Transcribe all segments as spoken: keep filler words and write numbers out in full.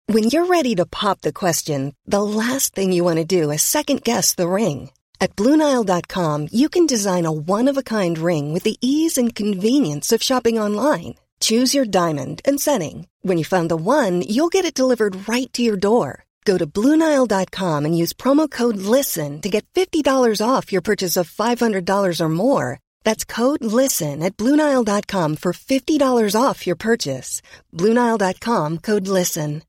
When you're ready to pop the question, the last thing you want to do is second-guess the ring. At Blue Nile dot com, you can design a one-of-a-kind ring with the ease and convenience of shopping online. Choose your diamond and setting. When you find the one, you'll get it delivered right to your door. Go to Blue Nile dot com and use promo code LISTEN to get fifty dollars off your purchase of five hundred dollars or more. That's code LISTEN at Blue Nile dot com for fifty dollars off your purchase. Blue Nile dot com, code LISTEN.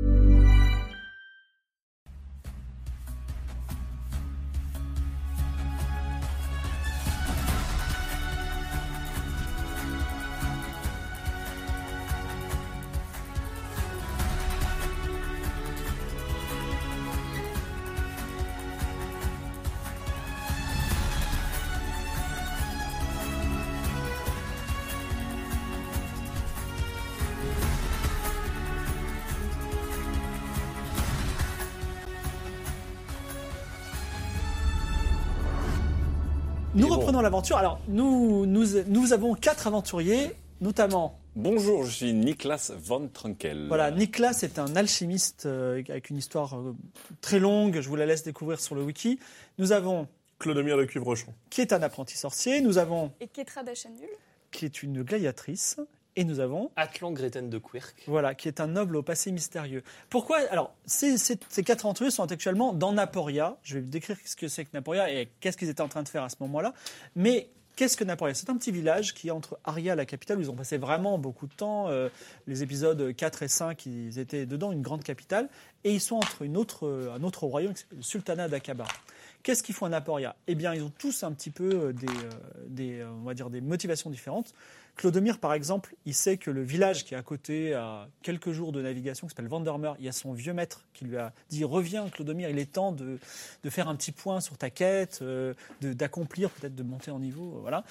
Nous Et reprenons bon. l'aventure. Alors, nous, nous, nous avons quatre aventuriers, notamment... Bonjour, je suis Niklas von Trunkel. Voilà, Niklas est un alchimiste euh, avec une histoire euh, très longue. Je vous la laisse découvrir sur le wiki. Nous avons... Clodomir de Cuvrechon. Qui est un apprenti sorcier. Nous avons... Et Ketra d'Achanul. Qui est une gladiatrice. Et nous avons... Atlan Greten de Quirk. Voilà, qui est un noble au passé mystérieux. Pourquoi... Alors, ces, ces, ces quatre aventuriers sont actuellement dans Naporia. Je vais vous décrire ce que c'est que Naporia et qu'est-ce qu'ils étaient en train de faire à ce moment-là. Mais qu'est-ce que Naporia ? C'est un petit village qui est entre Aria, la capitale, où ils ont passé vraiment beaucoup de temps. Euh, les épisodes quatre et cinq, ils étaient dedans, une grande capitale. Et ils sont entre une autre, un autre royaume, le sultanat d'Aqaba. Qu'est-ce qu'ils font à Naporia ? Eh bien, ils ont tous un petit peu des, des, on va dire des motivations différentes. Clodomir, par exemple, il sait que le village qui est à côté, à quelques jours de navigation, qui s'appelle Vandermeer, il y a son vieux maître qui lui a dit « Reviens, Clodomir, il est temps de, de faire un petit point sur ta quête, euh, de, d'accomplir, peut-être de monter en niveau. » Voilà.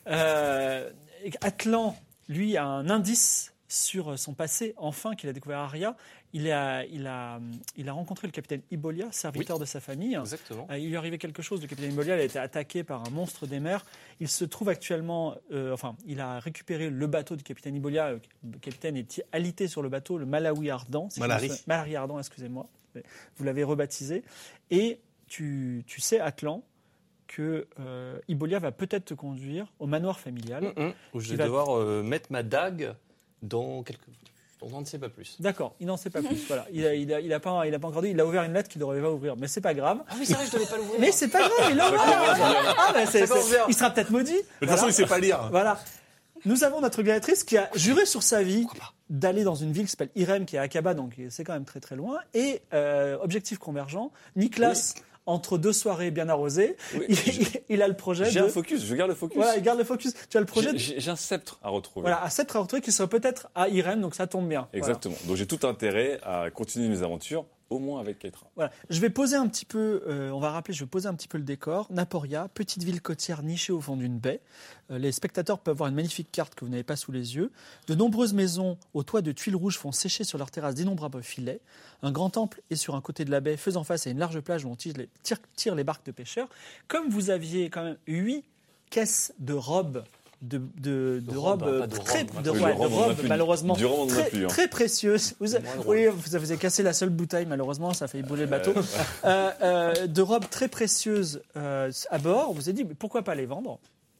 Euh, Atlan, lui, a un indice sur son passé, enfin, qu'il a découvert à Aria. Il a, il, a, il a rencontré le capitaine Ibolia, serviteur oui, de sa famille. Exactement. Euh, il lui est arrivé quelque chose. Le capitaine Ibolia il a été attaqué par un monstre des mers. Il se trouve actuellement... Euh, enfin, il a récupéré le bateau du capitaine Ibolia. Le capitaine est alité sur le bateau, le Malawi Ardent. Si Malari. Malari Ardent, excusez-moi. Vous l'avez rebaptisé. Et tu, tu sais, Atlan, que euh, Ibolia va peut-être te conduire au manoir familial. Mmh, où je vais va... devoir euh, mettre ma dague dans quelques... On n'en sait pas plus. D'accord, il n'en sait pas plus. Voilà, il a, il a, il a pas, il a pas encore dit. Il a ouvert une lettre qu'il ne devrait pas ouvrir, mais c'est pas grave. Ah oui, c'est vrai, je devais pas l'ouvrir. Mais c'est pas grave, il l'a ouvert. Ah, ben c'est, c'est, il sera peut-être maudit. De toute voilà. façon, il sait pas lire. Voilà. Nous avons notre gladiatrice qui a juré sur sa vie d'aller dans une ville qui s'appelle Irem, qui est à Aqaba, donc c'est quand même très très loin. Et euh, objectif convergent, Niklas. Oui. Entre deux soirées bien arrosées, oui, il, je, il, il a le projet j'ai de... un focus, je garde le focus. Voilà, il garde le focus. Tu as le projet j'ai, de... j'ai un sceptre à retrouver. Voilà, un sceptre à retrouver qui serait peut-être à Irem, donc ça tombe bien. Exactement. Voilà. Donc j'ai tout intérêt à continuer mes aventures, au moins avec Ketra. Voilà. Je vais poser un petit peu, euh, on va rappeler, je vais poser un petit peu le décor. Naporia, petite ville côtière nichée au fond d'une baie. Euh, les spectateurs peuvent voir une magnifique carte que vous n'avez pas sous les yeux. De nombreuses maisons aux toits de tuiles rouges font sécher sur leur terrasse d'innombrables filets. Un grand temple est sur un côté de la baie, faisant face à une large plage où on tire les, tire, tire les barques de pêcheurs. Comme vous aviez quand même huit caisses de robes, de, de, de, de robes, robe, de très, robe, de, oui, ouais, robe, de robes malheureusement très, plus, hein. très précieuses. Vous, oui, vous avez cassé la seule bouteille, malheureusement, ça a failli bouger le bateau. Euh, euh, de robes très précieuses euh, à bord. On vous a dit, mais pourquoi pas les vendre ?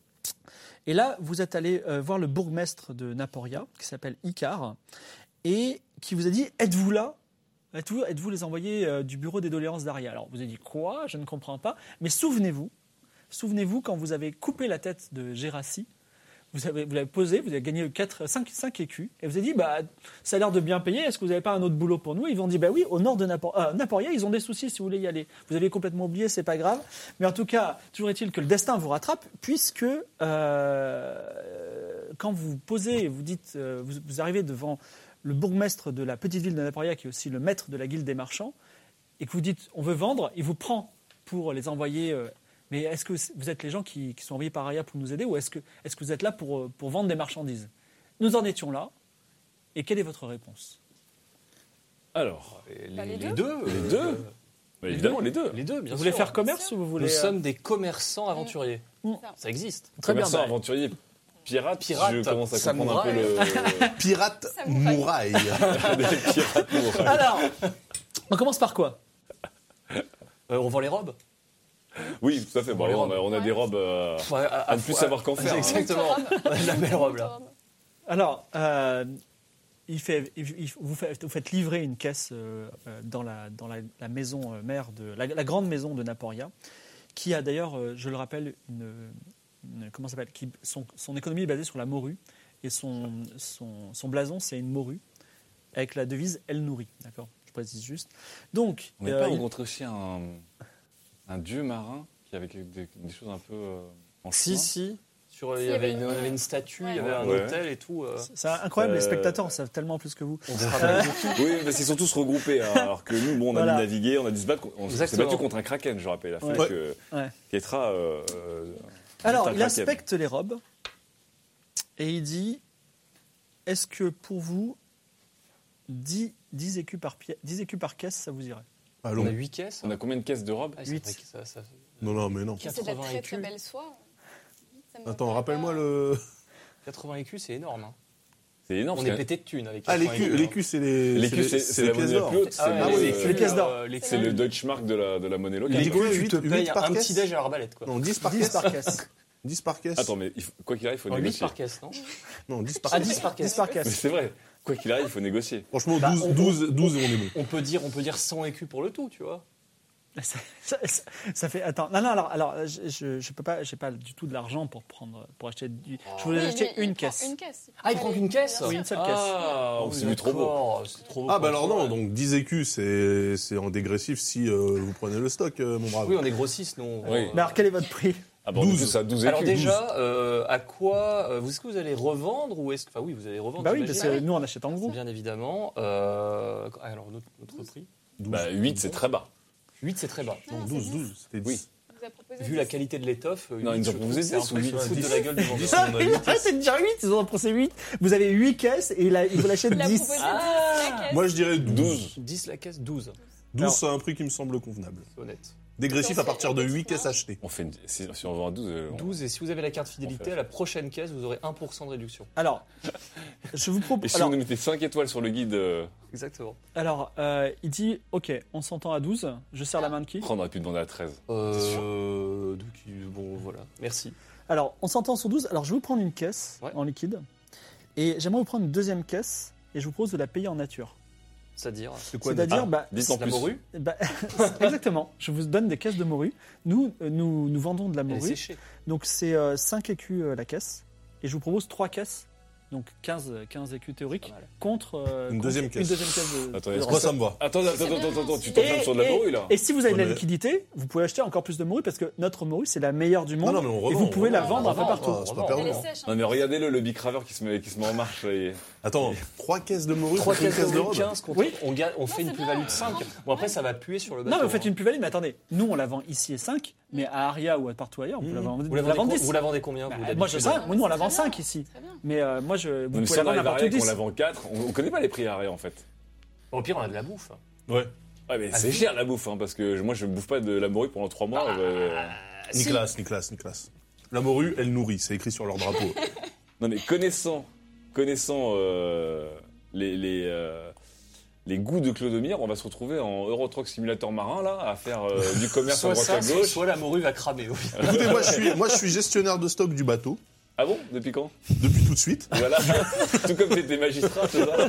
Et là, vous êtes allé euh, voir le bourgmestre de Naporia, qui s'appelle Icar, et qui vous a dit, êtes-vous là ? Êtes-vous, êtes-vous les envoyés euh, du bureau des doléances d'Aria ? Alors, vous avez dit quoi ? Je ne comprends pas. Mais souvenez-vous, souvenez-vous quand vous avez coupé la tête de Gérassi, vous, avez, vous l'avez posé, vous avez gagné quatre, cinq, cinq écus, et vous avez dit, bah, ça a l'air de bien payer, est-ce que vous n'avez pas un autre boulot pour nous ? Ils vont dit, bah oui, au nord de Napor- euh, Naporia, ils ont des soucis si vous voulez y aller. Vous avez complètement oublié, c'est pas grave. Mais en tout cas, toujours est-il que le destin vous rattrape, puisque euh, quand vous posez, vous dites, euh, vous, vous arrivez devant le bourgmestre de la petite ville de Naporia, qui est aussi le maître de la guilde des marchands, et que vous dites, on veut vendre, il vous prend pour les envoyer... Euh, mais est-ce que vous êtes les gens qui, qui sont envoyés par Aria pour nous aider, ou est-ce que, est-ce que vous êtes là pour, pour vendre des marchandises ? Nous en étions là, et quelle est votre réponse ? Alors, les, Bah, les les deux. deux. les deux euh, bah, Évidemment, les deux. Les deux, bien Vous sûr. voulez faire commerce ou vous voulez... Nous euh, sommes des commerçants aventuriers. Mmh. Ça existe. Très bien. Commerçant, Bah, aventurier, pirate, Pirate, je commence à comprendre un peu le... Pirate Samouraï. mouraille. Des pirates mourailles. Alors, on commence par quoi? Euh, on vend les robes. Oui, tout à fait. Bon, les alors, on, robes. a, on a des robes euh, Ouais, à ne plus savoir qu'en faire. hein. Exactement. La belle robe là. Alors, euh, il fait, il- il- vous, faites, vous faites livrer une caisse euh, euh, dans, la, dans la, la maison euh, mère de la, la grande maison de Naporia, qui a d'ailleurs, euh, je le rappelle, une, une- comment ça s'appelle, qui, son, son économie est basée sur la morue et son, son, son blason c'est une morue avec la devise Elle nourrit, d'accord. Je précise juste. Donc, On n'est euh, pas il- rencontré aussi un, un dieu marin qui avait des, des choses un peu euh, en Si, chemin. si. Sur, Si, il y avait une, il y avait une statue, il y avait un Ouais. hôtel et tout. euh. c'est incroyable, les Euh, spectateurs savent tellement plus que vous. On se rappelle de tout. Oui, parce qu'ils sont tous regroupés. hein, alors que nous, bon, on a Voilà. dû naviguer, on a dû se battre. On s'est Exactement. battu contre un kraken, je rappelle. Il a fallu Ouais. que Ouais. Ketra. Euh, euh, Alors, bute un il kraken. inspecte les robes et il dit est-ce que pour vous, dix, dix écus, par pied, dix écus par caisse, ça vous irait? Allons. On a huit caisses. On a combien de caisses de robes Ah, c'est huit. vrai que ça- ça- Non, non, mais non. C'est de la quatre-vingts très très écus. belle soie. Ça me Attends, paraît rappelle-moi pas- le. quatre-vingts écus, c'est énorme. hein. C'est énorme. On parce est que- pété de thunes avec Ah, quatre-vingts l'écu, écus, hein. l'écu, c'est les. L'écu, c'est les- c'est les la pièces monnaie la d'or. plus haute. Ah c'est ouais, Ah le- oui, l'écu, c'est les pièces d'or. euh, l'écu, C'est le Deutschmark de la, de la monnaie locale. Il dit l'écu, combien, tu te huit- payes huit par un caisse petit déj à l'arbalète, quoi. Non, dix par dix caisse. par caisse. dix par caisse. Attends, mais il faut- quoi qu'il arrive, il faut Non, huit négocier. par caisse, non Non, dix par Ah, caisse. dix par dix caisse. par Mais caisse. c'est vrai. Quoi qu'il arrive, il faut négocier. Franchement, Bah, douze, on- douze, douze, et on est bon. On peut dire, on peut dire cent écus pour le tout, tu vois. Ça, ça- ça- ça fait. Attends, non, non, alors, alors je, je, je peux pas, j'ai pas du tout de l'argent pour prendre, pour acheter du. Je voulais Oui, acheter lui, il une prend caisse. Une caisse. Ah, il prend qu'une caisse Bien Oui, sûr. une seule caisse. Ah, Oh, c'est du trop beau. d'accord, c'est trop beau Ah, pour bah alors toi. non, donc dix écus, c'est c'est en dégressif si euh, vous prenez le stock, euh, mon brave. Oui, on est grossistes, nous. Oui. Mais alors, quel est votre prix? Ah bon, douze. douze. Ça, douze Alors écus. déjà, euh, à quoi euh, vous- est-ce que vous allez revendre ou est-ce que, enfin oui, vous allez revendre. Bah oui, parce j'imagine. que nous on achète en gros. Bien évidemment. Euh, alors notre, notre prix. Bah, huit, c'est très bas. huit, c'est très bas. Non, Ah, douze, c'est douze, c'était Oui. dix. Il vous a proposé Vu dix. la qualité de l'étoffe, Non, huit, ils nous ont je proposé trouve que c'est un dix peu ou se huit. foutre de la gueule du vendeur. dix, on a huit. Arrêtez de dire huit, ils ont annoncé huit. Vous avez huit caisses et il, a, il vous l'achète Il a dix. proposé Ah. dix, la caisse. Moi, je dirais douze. douze. dix la caisse, douze. douze, Alors- c'est un prix qui me semble convenable. C'est honnête. Dégressif à Attends, partir de c'est- huit caisses achetées. On fait une- si, si on vend à douze. euh, on- douze, et si vous avez la carte fidélité, fait. à la prochaine caisse, vous aurez un pour cent de réduction. Alors, je vous Et propose. si Alors, vous nous mettez cinq étoiles sur le guide, euh, Exactement. alors euh, il dit ok, on s'entend à douze. Je serre la main de qui? on aurait pu demander à treize. Euh, donc, euh, bon, voilà. Merci. Alors, on s'entend sur douze. Alors, je vais vous prendre une caisse Ouais. en liquide. Et j'aimerais vous prendre une deuxième caisse. Et je vous propose de la payer en nature. C'est-à-dire, C'est quoi C'est-à-dire, Ah, bah, dites en la plus. morue, bah, exactement. Je vous donne des caisses de morue. Nous, euh, nous, nous vendons de la elle est morue. séchée. Donc, c'est euh, cinq écus euh, la caisse. Et je vous propose trois caisses. Donc, quinze, quinze écus théoriques Pas mal. contre, euh, Une contre deuxième une caisse. deuxième caisse de, Attendez, de est-ce Moi, ça me va. Attends, attends, C'est attends, bien, attends, attends, c'est tu bien. t'enflammes sur de la Et- morue là. Et si vous avez de Ouais, la mais- liquidité, vous pouvez acheter encore plus de morue parce que notre morue, c'est la meilleure du monde. Non, non, mais on et revend, vous on pouvez la revend, vendre on un peu revend. partout. Ah, c'est pas Revend. Elle perdu. est hein. sèche. hein. Non mais regardez le, le bicraveur qui se met, qui se met en marche. Là, et- Attends, trois caisses de morue trois contre une caisses caisse de de robe. quinze contre. Oui. On, gagne, on fait Non, une c'est plus-value bien. de cinq. Bon, après, ça va puer sur le bateau. Non, mais vous faites hein. une plus-value, mais attendez, nous on la vend ici et cinq, mais à Aria ou à partout ailleurs, on peut Mmh. la vendre, Vous la la vendez, vendre co- dix. vous la vendez combien Bah, vous, moi je d'habitude sais, nous on la vend Très bien. cinq ici. Très bien. Mais euh, moi je, vous Même pouvez si la on vendre arrive à à partout Ré, qu'on dix. la vend quatre, on, on connaît pas les prix à Ré en fait. Au pire, on a de la bouffe. Ouais. Ouais, mais Ah, c'est si. cher la bouffe, hein, parce que moi je bouffe pas de la morue pendant trois mois. euh, Nicolas, Nicolas, Nicolas. La morue, elle nourrit, c'est écrit sur leur drapeau. Non mais connaissant, connaissant euh, les, les, euh, les goûts de Clodomir, on va se retrouver en Euro Truck Simulator marin là, à faire euh, du commerce à Soit droite ça, à soit, gauche. soit la morue va cramer. Oui. Écoutez, moi je, suis, moi je suis gestionnaire de stock du bateau, Ah bon? Depuis quand? depuis tout de suite. Voilà. Tout comme t'étais magistrat, c'est ça.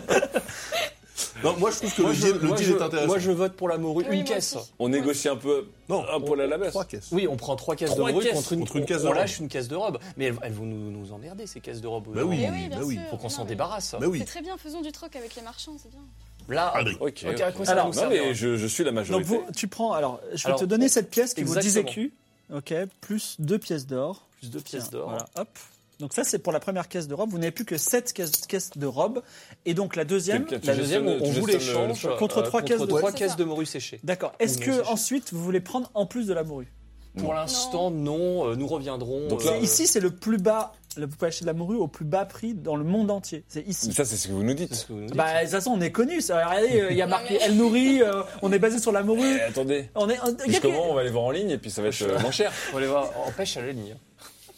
Non, moi je trouve que Moi, le je, deal, le moi, deal je- est intéressant. moi, je vote pour la morue. Oui, une moi caisse. aussi. On négocie un peu, Non, un poil à la baisse. trois caisses. Oui, on prend trois caisses Trois de morue caisses contre une, contre une caisse on, de on robe. lâche une caisse de robe. Mais elles, elles vont nous, nous emmerder, ces caisses de robe. Bah oui, Eh oui, bien bah oui. sûr. Faut qu'on s'en Non, mais débarrasse. Bah oui. C'est très bien, faisons du troc avec les marchands, c'est bien. Là, Allez. Ok. ok, à quoi ça Alors, va nous Non servir mais je, je suis la Donc majorité. vous, tu prends, alors je vais Alors, te donner cette pièce qui vaut dix exactement. écus, ok, plus deux pièces d'or. Plus deux pièces Tiens, d'or. Voilà, hop. Donc ça c'est pour la première caisse de robe. Vous n'avez plus que sept caisses, caisses de robe. Et donc la deuxième, Quelqu'un- tu La deuxième, gestionnes- on, tu vous gestionnes le- l'échange contre euh, trois caisses de- trois Ouais. caisses C'est de ça. morue séchée. d'accord. Est-ce Ou que non séchée. ensuite vous voulez prendre en plus de la morue? Pour l'instant, non. euh, nous reviendrons. Donc euh, là, Ici c'est le plus bas. Vous pouvez acheter de la morue au plus bas prix dans le monde entier. C'est Mais ici. ça c'est ce que vous nous c'est dites. ce que vous nous dites. Bah, de toute façon, on est connu. Regardez, euh, il y a marqué Elle nourrit. euh, on est basé sur la morue. Eh, attendez. On est. on- il y a Jusqu'au que- moment où on va les voir en ligne et puis ça va être euh, moins cher. Faut aller voir en pêche à la ligne.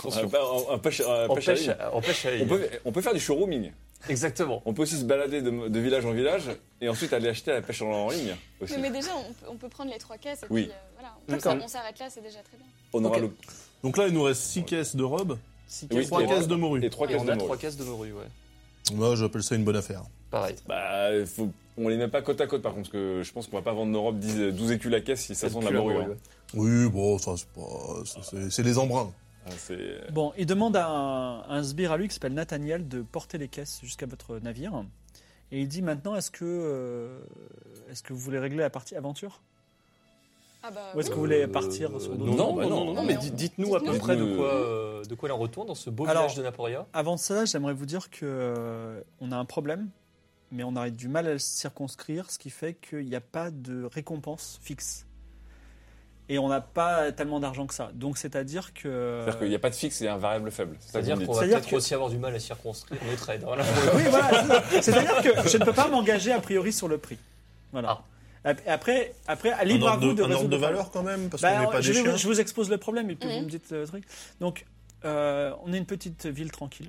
Attention. Un, un pêche, un En pêche à pêche, ligne. en pêche à On ligne. peut, on peut faire du showrooming. Exactement. On peut aussi se balader de, de village en village et ensuite aller acheter la pêche en, en ligne aussi. Oui, mais déjà, on peut, on peut prendre les trois caisses et Oui. puis euh, voilà. D'accord. On, on s'arrête là, c'est déjà très bien. On aura Ok. le- Donc là, il nous reste six caisses de robes, Si Oui, trois et- caisses de morue. et trois Et caisses on de a morue. trois caisses de morue, ouais. Moi, j'appelle ça une bonne affaire. Pareil. Bah, faut, on les met pas côte à côte par contre, parce que je pense qu'on va pas vendre nos robes dix, douze écus la caisse si ça sent de la morue. hein. Oui, bon, ça, c'est pas. c'est- c'est- C'est des embruns. Ah, c'est- Bon, il demande à un, un sbire à lui qui s'appelle Nathaniel de porter les caisses jusqu'à votre navire. Et il dit maintenant, est-ce que, euh, est-ce que vous voulez régler la partie aventure? Ah bah. Ou est-ce oui. que vous voulez partir sur Euh, d'autres non, bah non, non. non, non, non, Non, mais mais di- on- dites-nous à peu dites-nous. près de Dites-nous, quoi, euh, euh, de quoi il en retourne dans ce beau Alors- village de Naporia. Avant cela, j'aimerais vous dire que euh, on a un problème, mais on a du mal à le circonscrire, ce qui fait qu'il n'y a pas de récompense fixe. Et on n'a pas tellement d'argent que ça. Donc, c'est-à-dire que... C'est-à-dire qu'il n'y a pas de fixe et un variable faible. C'est ça que C'est-à-dire vous me qu'on dites. va C'est-à-dire peut-être que- aussi avoir du mal à circonscrire notre aide. Voilà. Oui, voilà. c'est- C'est-à-dire que je ne peux pas m'engager a priori sur le prix. Voilà. Et après, après, Un libre à ordre vous de, de un ordre résoudre de le problème. valeur quand même, parce Bah, qu'on n'est pas je, des vais vous- chiens. je vous expose le problème et puis Mhm. vous me dites le truc. Donc, euh, on est une petite ville tranquille.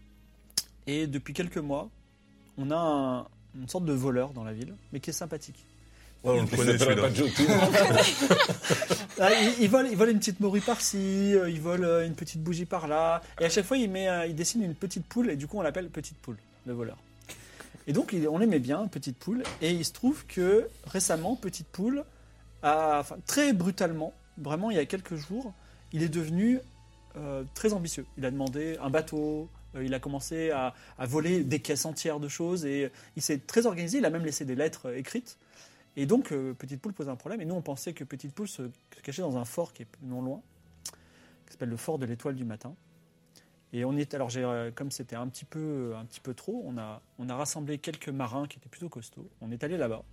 Et depuis quelques mois, on a un- une sorte de voleur dans la ville, mais qui est sympathique. Ouais, on le Ça connaît s'appelle celui-là. pas de joke. Ah, il, il vole, il vole une petite morue par-ci, euh, il vole euh, une petite bougie par-là. Et à chaque fois, il, met, euh, il dessine une petite poule et du coup, on l'appelle Petite Poule, le voleur. Et donc, il- on l'aimait bien, Petite Poule. Et il se trouve que récemment, Petite Poule, a, enfin, très brutalement, vraiment il y a quelques jours, il est devenu euh, très ambitieux. Il a demandé un bateau, euh, il a commencé à, à voler des caisses entières de choses et il s'est très organisé. Il a même laissé des lettres euh, écrites. Et donc, euh, Petite Poule pose un problème. Et nous, on pensait que Petite Poule se, se cachait dans un fort qui est non loin, qui s'appelle le fort de l'Étoile du Matin. Et on est, alors, j'ai, euh, comme c'était un petit peu, un petit peu trop, on a, on a rassemblé quelques marins qui étaient plutôt costauds. On est allé là-bas.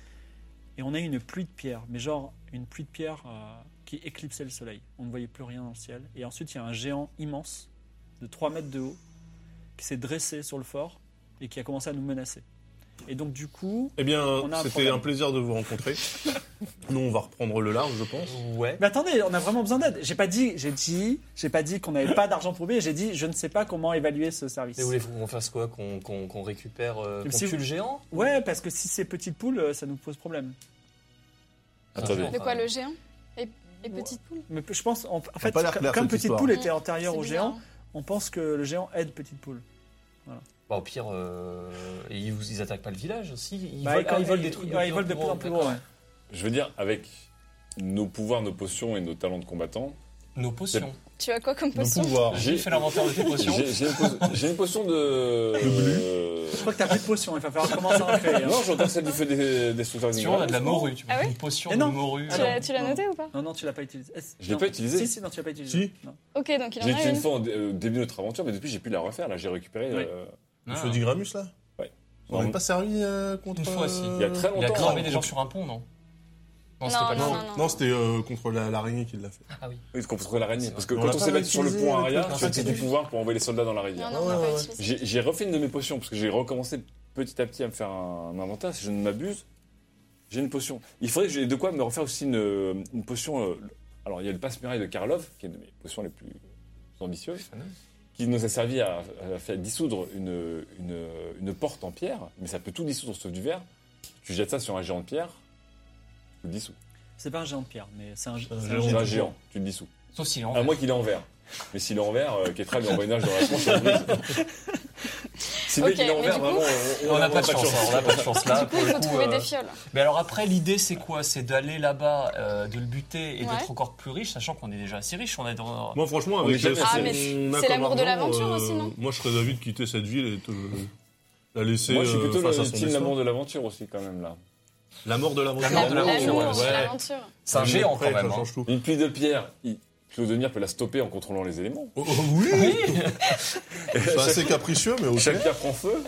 Et on a eu une pluie de pierres, mais genre une pluie de pierres euh, qui éclipsait le soleil. On ne voyait plus rien dans le ciel. Et ensuite, il y a un géant immense, de trois mètres de haut, qui s'est dressé sur le fort et qui a commencé à nous menacer. Et donc, du coup, Eh bien, On a un c'était problème. un plaisir de vous rencontrer. Nous, on va reprendre le large, je pense. Ouais. mais attendez, on a vraiment besoin d'aide. J'ai pas dit, j'ai dit, j'ai pas dit qu'on n'avait pas d'argent pour payer. J'ai dit, je ne sais pas comment évaluer ce service. Et vous voulez qu'on fasse quoi? Qu'on qu'on- qu'on récupère, euh, Mais qu'on si tue vous- le géant? Ouais, parce que si c'est Petite Poule, euh, ça nous pose problème. Attendez. De quoi, le géant et, et petite poule? Mais je pense, en, en fait, pas l'air comme, clair, comme cette Petite histoire. Poule était antérieure C'est au bizarre. géant, on pense que le géant aide Petite Poule. Bah, au pire, euh, ils, vous- ils attaquent pas le village aussi. Ils, Bah, volent, quand ah, ils il- volent des trucs ouais, ils volent de plus en plus gros. d'accord. Ouais. Je veux dire, avec nos pouvoirs, nos potions et nos talents de combattant, Nos potions. Tu as quoi comme Nos potion? pouvoirs. J'ai fait l'inventaire de tes potions. j'ai j'ai une, po- j'ai une potion de. euh, Je crois que t'as plus de potions, il va falloir commencer à en créer. hein. Non, j'ai encore celle du feu des, des souteurs Tu vois, on a de la morue. Tu vois, Ah ouais une potion Mais de non. morue. Tu l'as tu l'as noté ou pas? Non, non, tu l'as pas utilisé. Est-ce- Je l'ai non. pas utilisé. Si, si, non, tu l'as pas utilisé. Si. Non. Ok, donc il en J'ai a utilisé une une. fois au dé- au début de notre aventure, mais depuis, j'ai pu la refaire. Là, j'ai récupéré. Oui. euh, Le Ah. feu d'Igramus, là Ouais. On n'avait pas servi euh, contre. Une fois, si. euh, Il y a très Il a longtemps. cramé hein, des gens contre- sur un pont, non? Non, c'était pas le non, feu. non, non. Non, c'était euh, contre la- l'araignée qui l'a fait. Ah oui. Oui, contre l'araignée. Parce que On quand l'a on pas s'est battu sur le réutilisé pont avec Aria, le tu as truc. du pouvoir pour envoyer les soldats dans la rivière. Non, Ah non, on l'a ouais, pas ouais. utilisé. J'ai j'ai refait une de mes potions parce que j'ai recommencé petit à petit à me faire un, un inventaire. Si je ne m'abuse, j'ai une potion. Il faudrait que j'ai de quoi me refaire aussi une, une potion. euh, alors, il y a le passe-muraille de Karlov, qui est une de mes potions les plus ambitieuses, qui nous a servi à, à faire dissoudre une, une, une porte en pierre, mais ça peut tout dissoudre sauf du verre. Tu jettes ça sur un géant de pierre, tu le dissous. C'est pas un géant de pierre, mais c'est un, Un c'est un géant. C'est géant. un géant, tu le dissous. Sauf s'il est en À moins qu'il est en verre. Mais s'il est en verre, euh, Ketra lui envoie une nage dans la tronche et le brise. Si le mec Ok, il est en mais verre, du coup- vraiment, On n'a pas de chance, hein, on n'a pas de chance là. Du coup, pour il le faut coup, trouver euh, des fioles. Mais alors après, l'idée c'est quoi? C'est d'aller là-bas, euh, de le buter et Ouais. d'être encore plus riche, sachant qu'on est déjà assez riche. On est dans... Moi, franchement, On avec est jamais euh, assez Ah, mais ce qu'on a c'est comme l'amour de argent, l'aventure euh, aussi, non? Moi, je serais d'avis de quitter cette ville et de la laisser Moi je suis euh, plutôt face à le son team destin. l'amour de l'aventure aussi quand même là. La mort de l'aventure. La mort de l'aventure, L'amour, ouais. c'est l'aventure. C'est un géant Après, quand même. Ça hein. change tout. Une pluie de pierre, il- Clodomir peut la stopper en contrôlant les éléments. Oh, oh, oui, c'est assez capricieux, mais ok. Chaque pierre prend feu.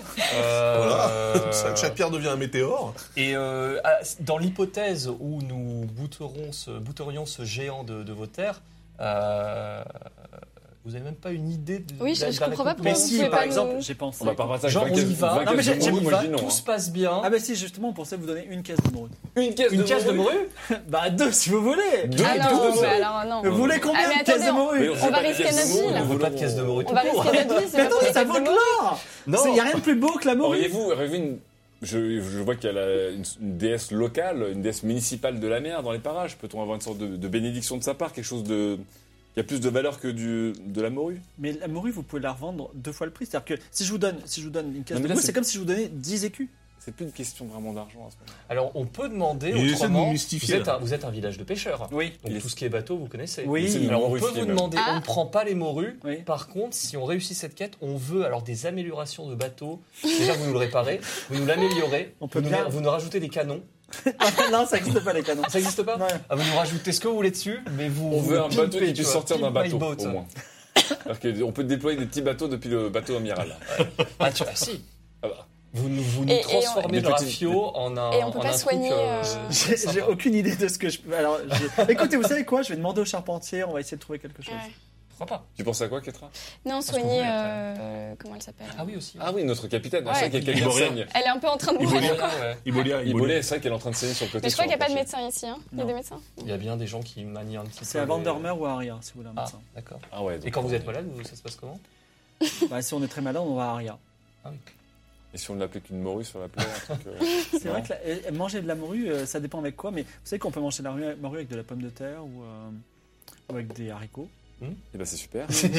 Euh, Voilà. Chaque- Chaque pierre devient un météore. Et euh, ah, dans l'hypothèse où nous bouterons ce, bouterions ce géant de, de vos terres, euh, Vous avez même pas une idée de. Oui, je- de la- je de la comprends pas récompense. Mais pourquoi vous si, pouvez par pas exemple, nous- j'ai pensé. On va pas repartir Genre, avec on vingt y caisses- va. vingt Non, mais caisses j'ai- de j'ai- morue, On y moi, va, je dis non, tout hein. se passe bien. Ah bah si, justement, on pensait vous donner une caisse de morue. Une caisse Une de caisse de morue. morue. Bah deux si vous voulez. Deux Ah caisses non, de mais morue. alors non. Vous voulez combien Ah, mais de caisses de attendez, morue? Mais On veut va pas de risquer caisse de notre vie, morue, là. On veut pas de caisse de morue On tout va court. risquer notre vie, c'est Mais pas pour attendez, des ça caisses vaut de de morue. l'or. Non. Il n'y a rien de plus beau que la morue. Auriez-vous auriez-vous une... Je, je vois qu'il y a la- une, une déesse locale, une déesse municipale de la mer dans les parages. Peut-on avoir une sorte de, de bénédiction de sa part, quelque chose de qui a plus de valeur que du, de la morue? Mais la morue, vous pouvez la revendre deux fois le prix. C'est-à-dire que si je vous donne, si je vous donne une caisse Non, mais de là, morue, c'est- c'est comme si je vous donnais dix écus. C'est plus une question vraiment d'argent à ce moment-là. Alors, on peut demander Il essaie de autrement. nous mystifier, Vous êtes, là. un, vous êtes un village de pêcheurs. Oui. Donc, Il est- tout ce qui est bateau, vous connaissez. Oui. C'est une Alors, on morue peut fiée, vous même. demander, Ah. on ne prend pas les morues. Oui. Par contre, si on réussit cette quête, on veut alors des améliorations de bateau. Déjà, vous nous le réparez, vous nous l'améliorez, On peut vous, bien- nous, vous nous rajoutez des canons. Non, ça n'existe pas les canons. Ça n'existe pas Ouais. Ah, vous nous rajoutez ce que vous voulez dessus, mais vous. On vous veut un pimpez, bateau qui tu puisse vois, sortir d'un pimp my bateau, boat. au moins. Parce qu'on peut déployer des petits bateaux depuis le bateau amiral. Ah, tu, ah, si. Ah bah. Vous, nous- vous nous Et- et on- transformez Des le petits- rafio en un. Et on peut en pas un truc, soigner, euh, J'ai sympa. j'ai aucune idée de ce que je peux. Alors, j'ai- écoutez, vous savez quoi? Je vais demander au charpentier. On va essayer de trouver quelque chose. Ouais. Pourquoi pas Tu penses à quoi, Ketra? Non, qu'on soigner. voulait, après. euh, Comment elle s'appelle Ah oui, aussi. Ah oui, notre capitaine. Ouais. C'est vrai qu'il y a quelqu'un qui Iboria. saigne. Elle est un peu en train de mourir. Ibolia, ouais. Ibolia, Ibolé, c'est vrai qu'elle est en train de saigner sur le côté. Mais je crois qu'il n'y a pas de sur un médecin ici. Hein. Il y a Non. des médecins Il y a bien des gens qui manient un petit peu. C'est à les- Vandermeer ou à Aria, si vous voulez un Ah, médecin. d'accord. plancher. Ah ouais. donc- Et quand vous êtes malade, vous- ça se passe comment Bah, si on est très malade, on va à Aria. Ah oui. Et si on n'appelait qu'une morue sur la plaie, un truc, euh, C'est non. vrai que la- euh, manger de la morue, euh, ça dépend avec quoi, mais vous savez qu'on peut manger de la morue- morue avec de la pomme de terre ou, euh, ou avec des haricots. Eh ben c'est super. C'est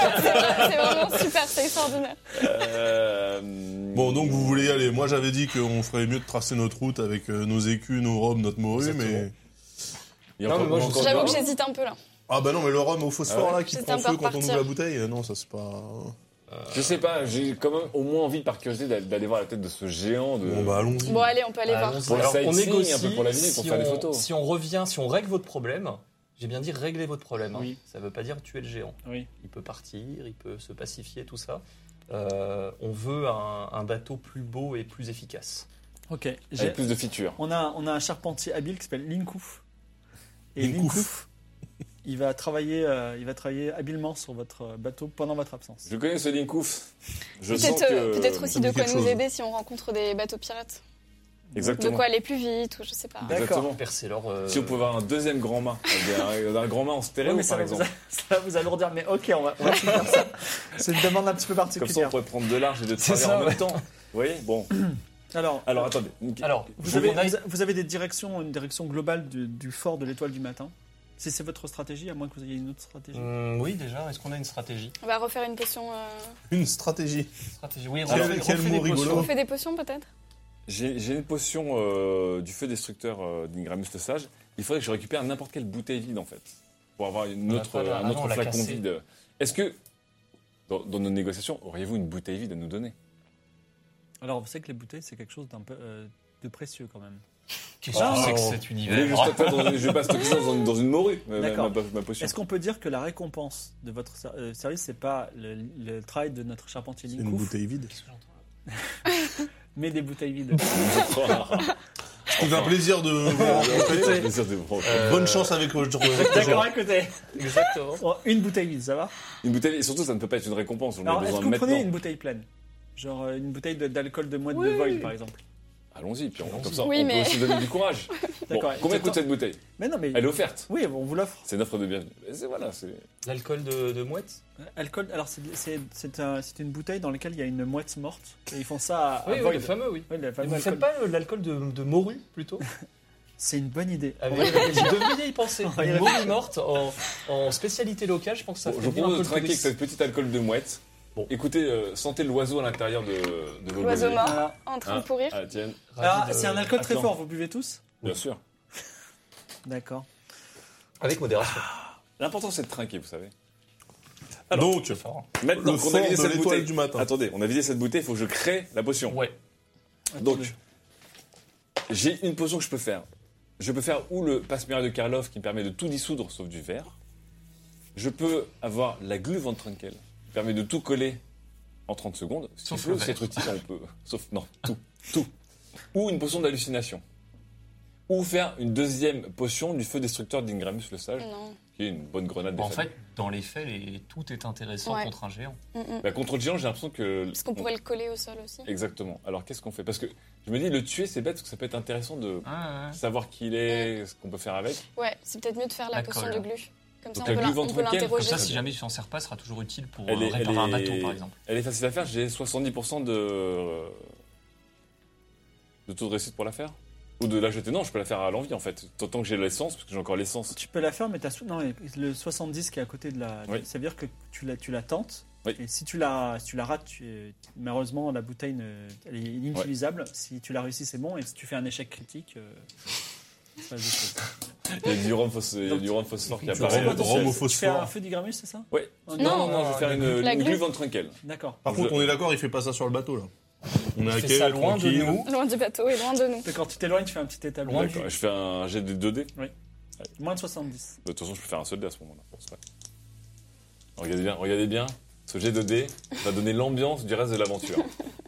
vraiment super, c'est extraordinaire. Euh, Bon, donc vous voulez y aller. Moi, j'avais dit qu'on ferait mieux de tracer notre route avec euh, nos écus, nos robes, notre morue, Exactement. mais... il y a Non, encore- mais moi, je- encore- J'avoue que j'hésite un peu là. Ah bah non, mais le rhum au phosphore, Ah ouais là, qui J'étais prend un peu feu quand on repartir. ouvre la bouteille, euh, non, ça c'est pas... Je sais pas, j'ai quand même au moins envie par curiosité d'aller- d'aller voir la tête de ce géant. De... Bon, bah allons-y. Bon, allez, on peut aller voir. Allons-y. Pour le Alors, on sightseeing, négocie, un peu pour la visite, pour si faire des on- photos. Si on revient, si on règle votre problème, j'ai bien dit régler votre problème. hein. Oui. Ça veut pas dire tuer le géant. Oui. Il peut partir, il peut se pacifier, tout ça. Euh, on veut un, un bateau plus beau et plus efficace. Ok. J'ai- Avec plus de features. On a, on a un charpentier habile qui s'appelle Linkouf. Et Linkouf. Linkouf, il va travailler, euh, il va travailler habilement sur votre euh, bateau pendant votre absence. Je connais ce Linkouf. Je sens Peut-être que. euh, peut-être aussi ça me de dit quoi quelque nous chose. aider si on rencontre des bateaux pirates. De Exactement. quoi aller plus vite ou je sais pas. D'accord. Exactement. Percer leur. euh, Si on pouvait avoir un deuxième grand mât, un, un grand mât en stéréo Ouais, mais ça par va, vous, exemple. ça va vous alourdir. Mais ok, on va, on va tout faire ça. C'est une demande un petit peu Comme ça, on particulière. pourrait prendre de large et de C'est travers ça, en ouais. même temps. Vous voyez. Bon. Alors, Alors attendez. Alors, vous faut avez, qu'on aille- vous, vous avez des directions, une direction globale du, du fort de l'étoile du matin. Si c'est votre stratégie, à moins que vous ayez une autre stratégie. Hum, oui, déjà, est-ce qu'on a une stratégie On va refaire une potion. euh, Une stratégie. Stratégie, oui, Quel- refais- quel refais mot des rigolo. potions. On fait des potions peut-être J'ai j'ai une potion euh, du feu destructeur euh, d'Ingramus le Sage. Il faudrait que je récupère n'importe quelle bouteille vide en fait. Pour avoir une On a autre, pas la- un ah autre non, on l'a flacon cassé. vide. Est-ce que, dans, dans nos négociations, auriez-vous une bouteille vide à nous donner? Alors, vous savez que les bouteilles, c'est quelque chose d'un peu euh, de précieux quand même. Qu'est-ce Ah, que c'est que non. cet Vous voulez que univers je stocke ça dans une- je vais pas stocker ça dans une, dans une morue, ma, ma- D'accord. ma- ma potion. Est-ce qu'on peut dire que la récompense de votre ser- euh, service, c'est pas le, le travail de notre charpentier C'est une Linkouf, bouteille vide. Qu'est-ce que j'entends mais des bouteilles vides? Je crois. C'est un plaisir de vous rencontrer. Plaisir de vous rencontrer. Euh, Bonne chance avec votre D'accord, écoutez. Exactement. Bon, une bouteille vide, ça va? Une bouteille, et surtout, ça ne peut pas être une récompense. J'en ai Alors, est-ce besoin que vous maintenant. prenez une bouteille pleine? Genre euh, une bouteille de- d'alcool de moite de Void, par exemple. Allons-y, puis on, Allons-y. comme ça, Oui, on mais- peut aussi donner du courage. Bon, D'accord. combien Et coûte attends- cette bouteille? Mais non, mais. Elle est offerte. Oui, on vous l'offre. C'est une offre de bienvenue. Et c'est voilà, c'est. L'alcool de, de mouette Alcool, alors c'est c'est- c'est un- c'est une bouteille dans laquelle il y a une mouette morte. Et ils font ça à, à Oui, oui, Void. le fameux, oui. Oui, le Et fameux vous alcool. faites pas euh, de l'alcool de, de morue, plutôt C'est une bonne idée. Avec, Vous devriez y penser. On va y Une morue morte en, en spécialité locale, je pense que ça Bon, fait je venir un propose peu de le trinquer avec touriste. cette petite alcool de mouette. Bon. Écoutez, euh, sentez l'oiseau à l'intérieur de, de vos L'oiseau gosiers. mort Alors, en train Ah, de pourrir. ah, tiens, Ravi alors, de- c'est un alcool très Attends. fort, vous buvez tous? bien sûr. D'accord. Avec modération. L'important, c'est de trinquer, vous savez. Donc, C'est fort. Maintenant le qu'on fort a vidé de cette l'étoile bouteille. du matin. Attendez, on a vidé cette bouteille, il faut que je crée la potion. Ouais. Donc, j'ai une potion que je peux faire. Je peux faire ou le passe-miracle de Karloff qui me permet de tout dissoudre sauf du verre. Je peux avoir la glu von Trunkel qui permet de tout coller en trente secondes. Ce qui Sauf peut le aussi verre. être utile, on peut. Sauf, non, tout, tout. Ou une potion d'hallucination. ou faire une deuxième potion du feu destructeur d'Ingramus le Sage, Non. qui est une bonne grenade. En des fait, dans les faits, les- tout est intéressant Ouais. contre un géant. Mm, mm. Bah, contre le géant, j'ai l'impression que. Parce qu'on pourrait le coller au sol aussi. Exactement. Alors qu'est-ce qu'on fait? Parce que je me dis, le tuer, c'est bête, parce que ça peut être intéressant de Ah, ouais. savoir qui il est, ce qu'on peut faire avec. Ouais, c'est peut-être mieux de faire la La potion colle. de glu. Comme ça, Donc on la peut glu l'in- on peut ventriculienne, Comme l'interroger. ça, Très si bien. jamais tu t'en sers pas, ce sera toujours utile pour Elle euh, est- elle réparer un est- bateau, par exemple. Elle est facile à faire, j'ai soixante-dix pour cent de... euh, de taux de réussite pour la faire. Ou de la jeter. Non, je peux la faire à l'envie en fait. Tant que j'ai l'essence, parce que j'ai encore l'essence. Tu peux la faire, mais t'as sou- non, mais le soixante-dix qui est à côté de la. Oui. Ça veut dire que tu la, tu la tentes. Oui. Et si tu la, si tu la rates, tu es- malheureusement, la bouteille ne- elle est inutilisable. Si tu la réussis, c'est bon. Et si tu fais un échec critique, euh, c'est pas juste. Il y a du rhum, phos- il y a Donc, du rhum phosphore qui tu apparaît. rhum- euh, rhum au dessus. Tu fais un phosphore. feu d'Igramus, c'est ça? Ouais. Non, Non, non, non, je vais faire une, La une glu. glu ventricuelle. D'accord. Par Je- contre, on est d'accord, il fait pas ça sur le bateau là. On est à Il fait quai, ça loin de tranquille. nous. Loin du bateau et loin de nous. Quand tu t'éloignes, tu fais un petit établi. Loin D'accord. Je fais un jet de deux dés. Moins de soixante-dix. De toute façon, je peux faire un seul dé à ce moment-là. Bon, c'est vrai. Regardez bien, regardez bien. Ce jet de dés va donner l'ambiance du reste de l'aventure.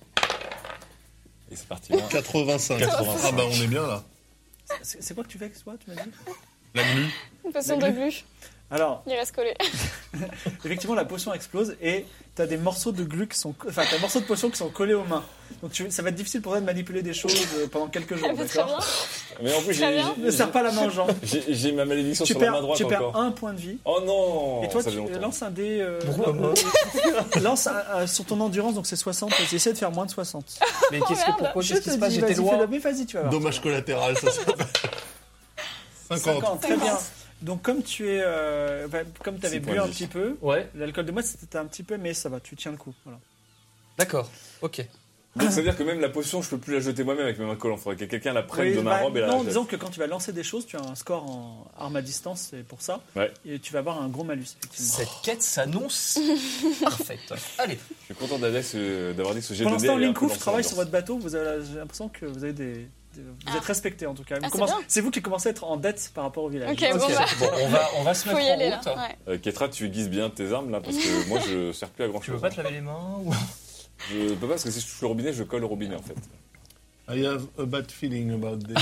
Et c'est parti. Hein. quatre-vingt-cinq. quatre-vingt-cinq. Ah bah on est bien là. C'est c'est quoi que tu fais, toi, tu m'as dit? La glu. Une potion La de glu. glu. Alors, Il reste collé. effectivement, la potion explose et tu as des morceaux de glu qui sont. Enfin, tu as des morceaux de potion qui sont collés aux mains. Donc, tu- ça va être difficile pour toi de manipuler des choses euh, pendant quelques jours, Ah, mais très bien. d'accord? Mais en plus, Très j'ai- bien. Ne j'ai serre pas la main aux gens. j'ai- j'ai ma malédiction Tu sur la main perds, droite tu perds encore. un point de vie. Oh non. Et toi, ça tu fait longtemps. lances un dé. euh, Pourquoi moi lance un- un- sur ton endurance, donc c'est soixante. Et essaie de faire moins de soixante. Mais qu'est-ce que, merde. pourquoi, Je qu'est-ce te qui se passe? dis, J'étais vas-y, loin. fais-le, mais vas-y, tu vas voir. Dommage collatéral, ça s'appelle. cinquante. cinquante, très bien. Donc, comme tu es. euh, bah, comme tu avais Six bu points un de vie. petit peu, Ouais, l'alcool de moi, c'était un petit peu, mais ça va, tu tiens le coup. Voilà. d'accord. Ok. Donc ça veut dire que même la potion, je peux plus la jeter moi-même avec mes mains collantes. Il faudrait que quelqu'un la prenne Oui, de ma bah, robe et la non, jette. disons que quand tu vas lancer des choses, tu as un score en arme à distance, c'est pour ça. Ouais. Et tu vas avoir un gros malus, effectivement. Cette quête s'annonce parfaite. Allez. Je suis content d'avoir ce, d'avoir dit que ce jet Pour de dés. l'instant, est un peu Linkouf lancé travaille dans sur votre bateau. Vous avez, j'ai l'impression que vous avez des, des- vous Ah. êtes respecté en tout cas. Vous Ah, c'est commencez- bien. c'est vous qui commencez à être en dette par rapport au village. Ok, Ok. bon bah, Bon, on va, on va se faut mettre y en aller là. route. Ouais. Euh, Ketra, tu aiguises bien tes armes là parce que moi je sers plus à grand Tu chose. veux pas te laver les mains ou... Je peux pas parce que si je touche le robinet, je colle le robinet en fait. I have a bad feeling about this.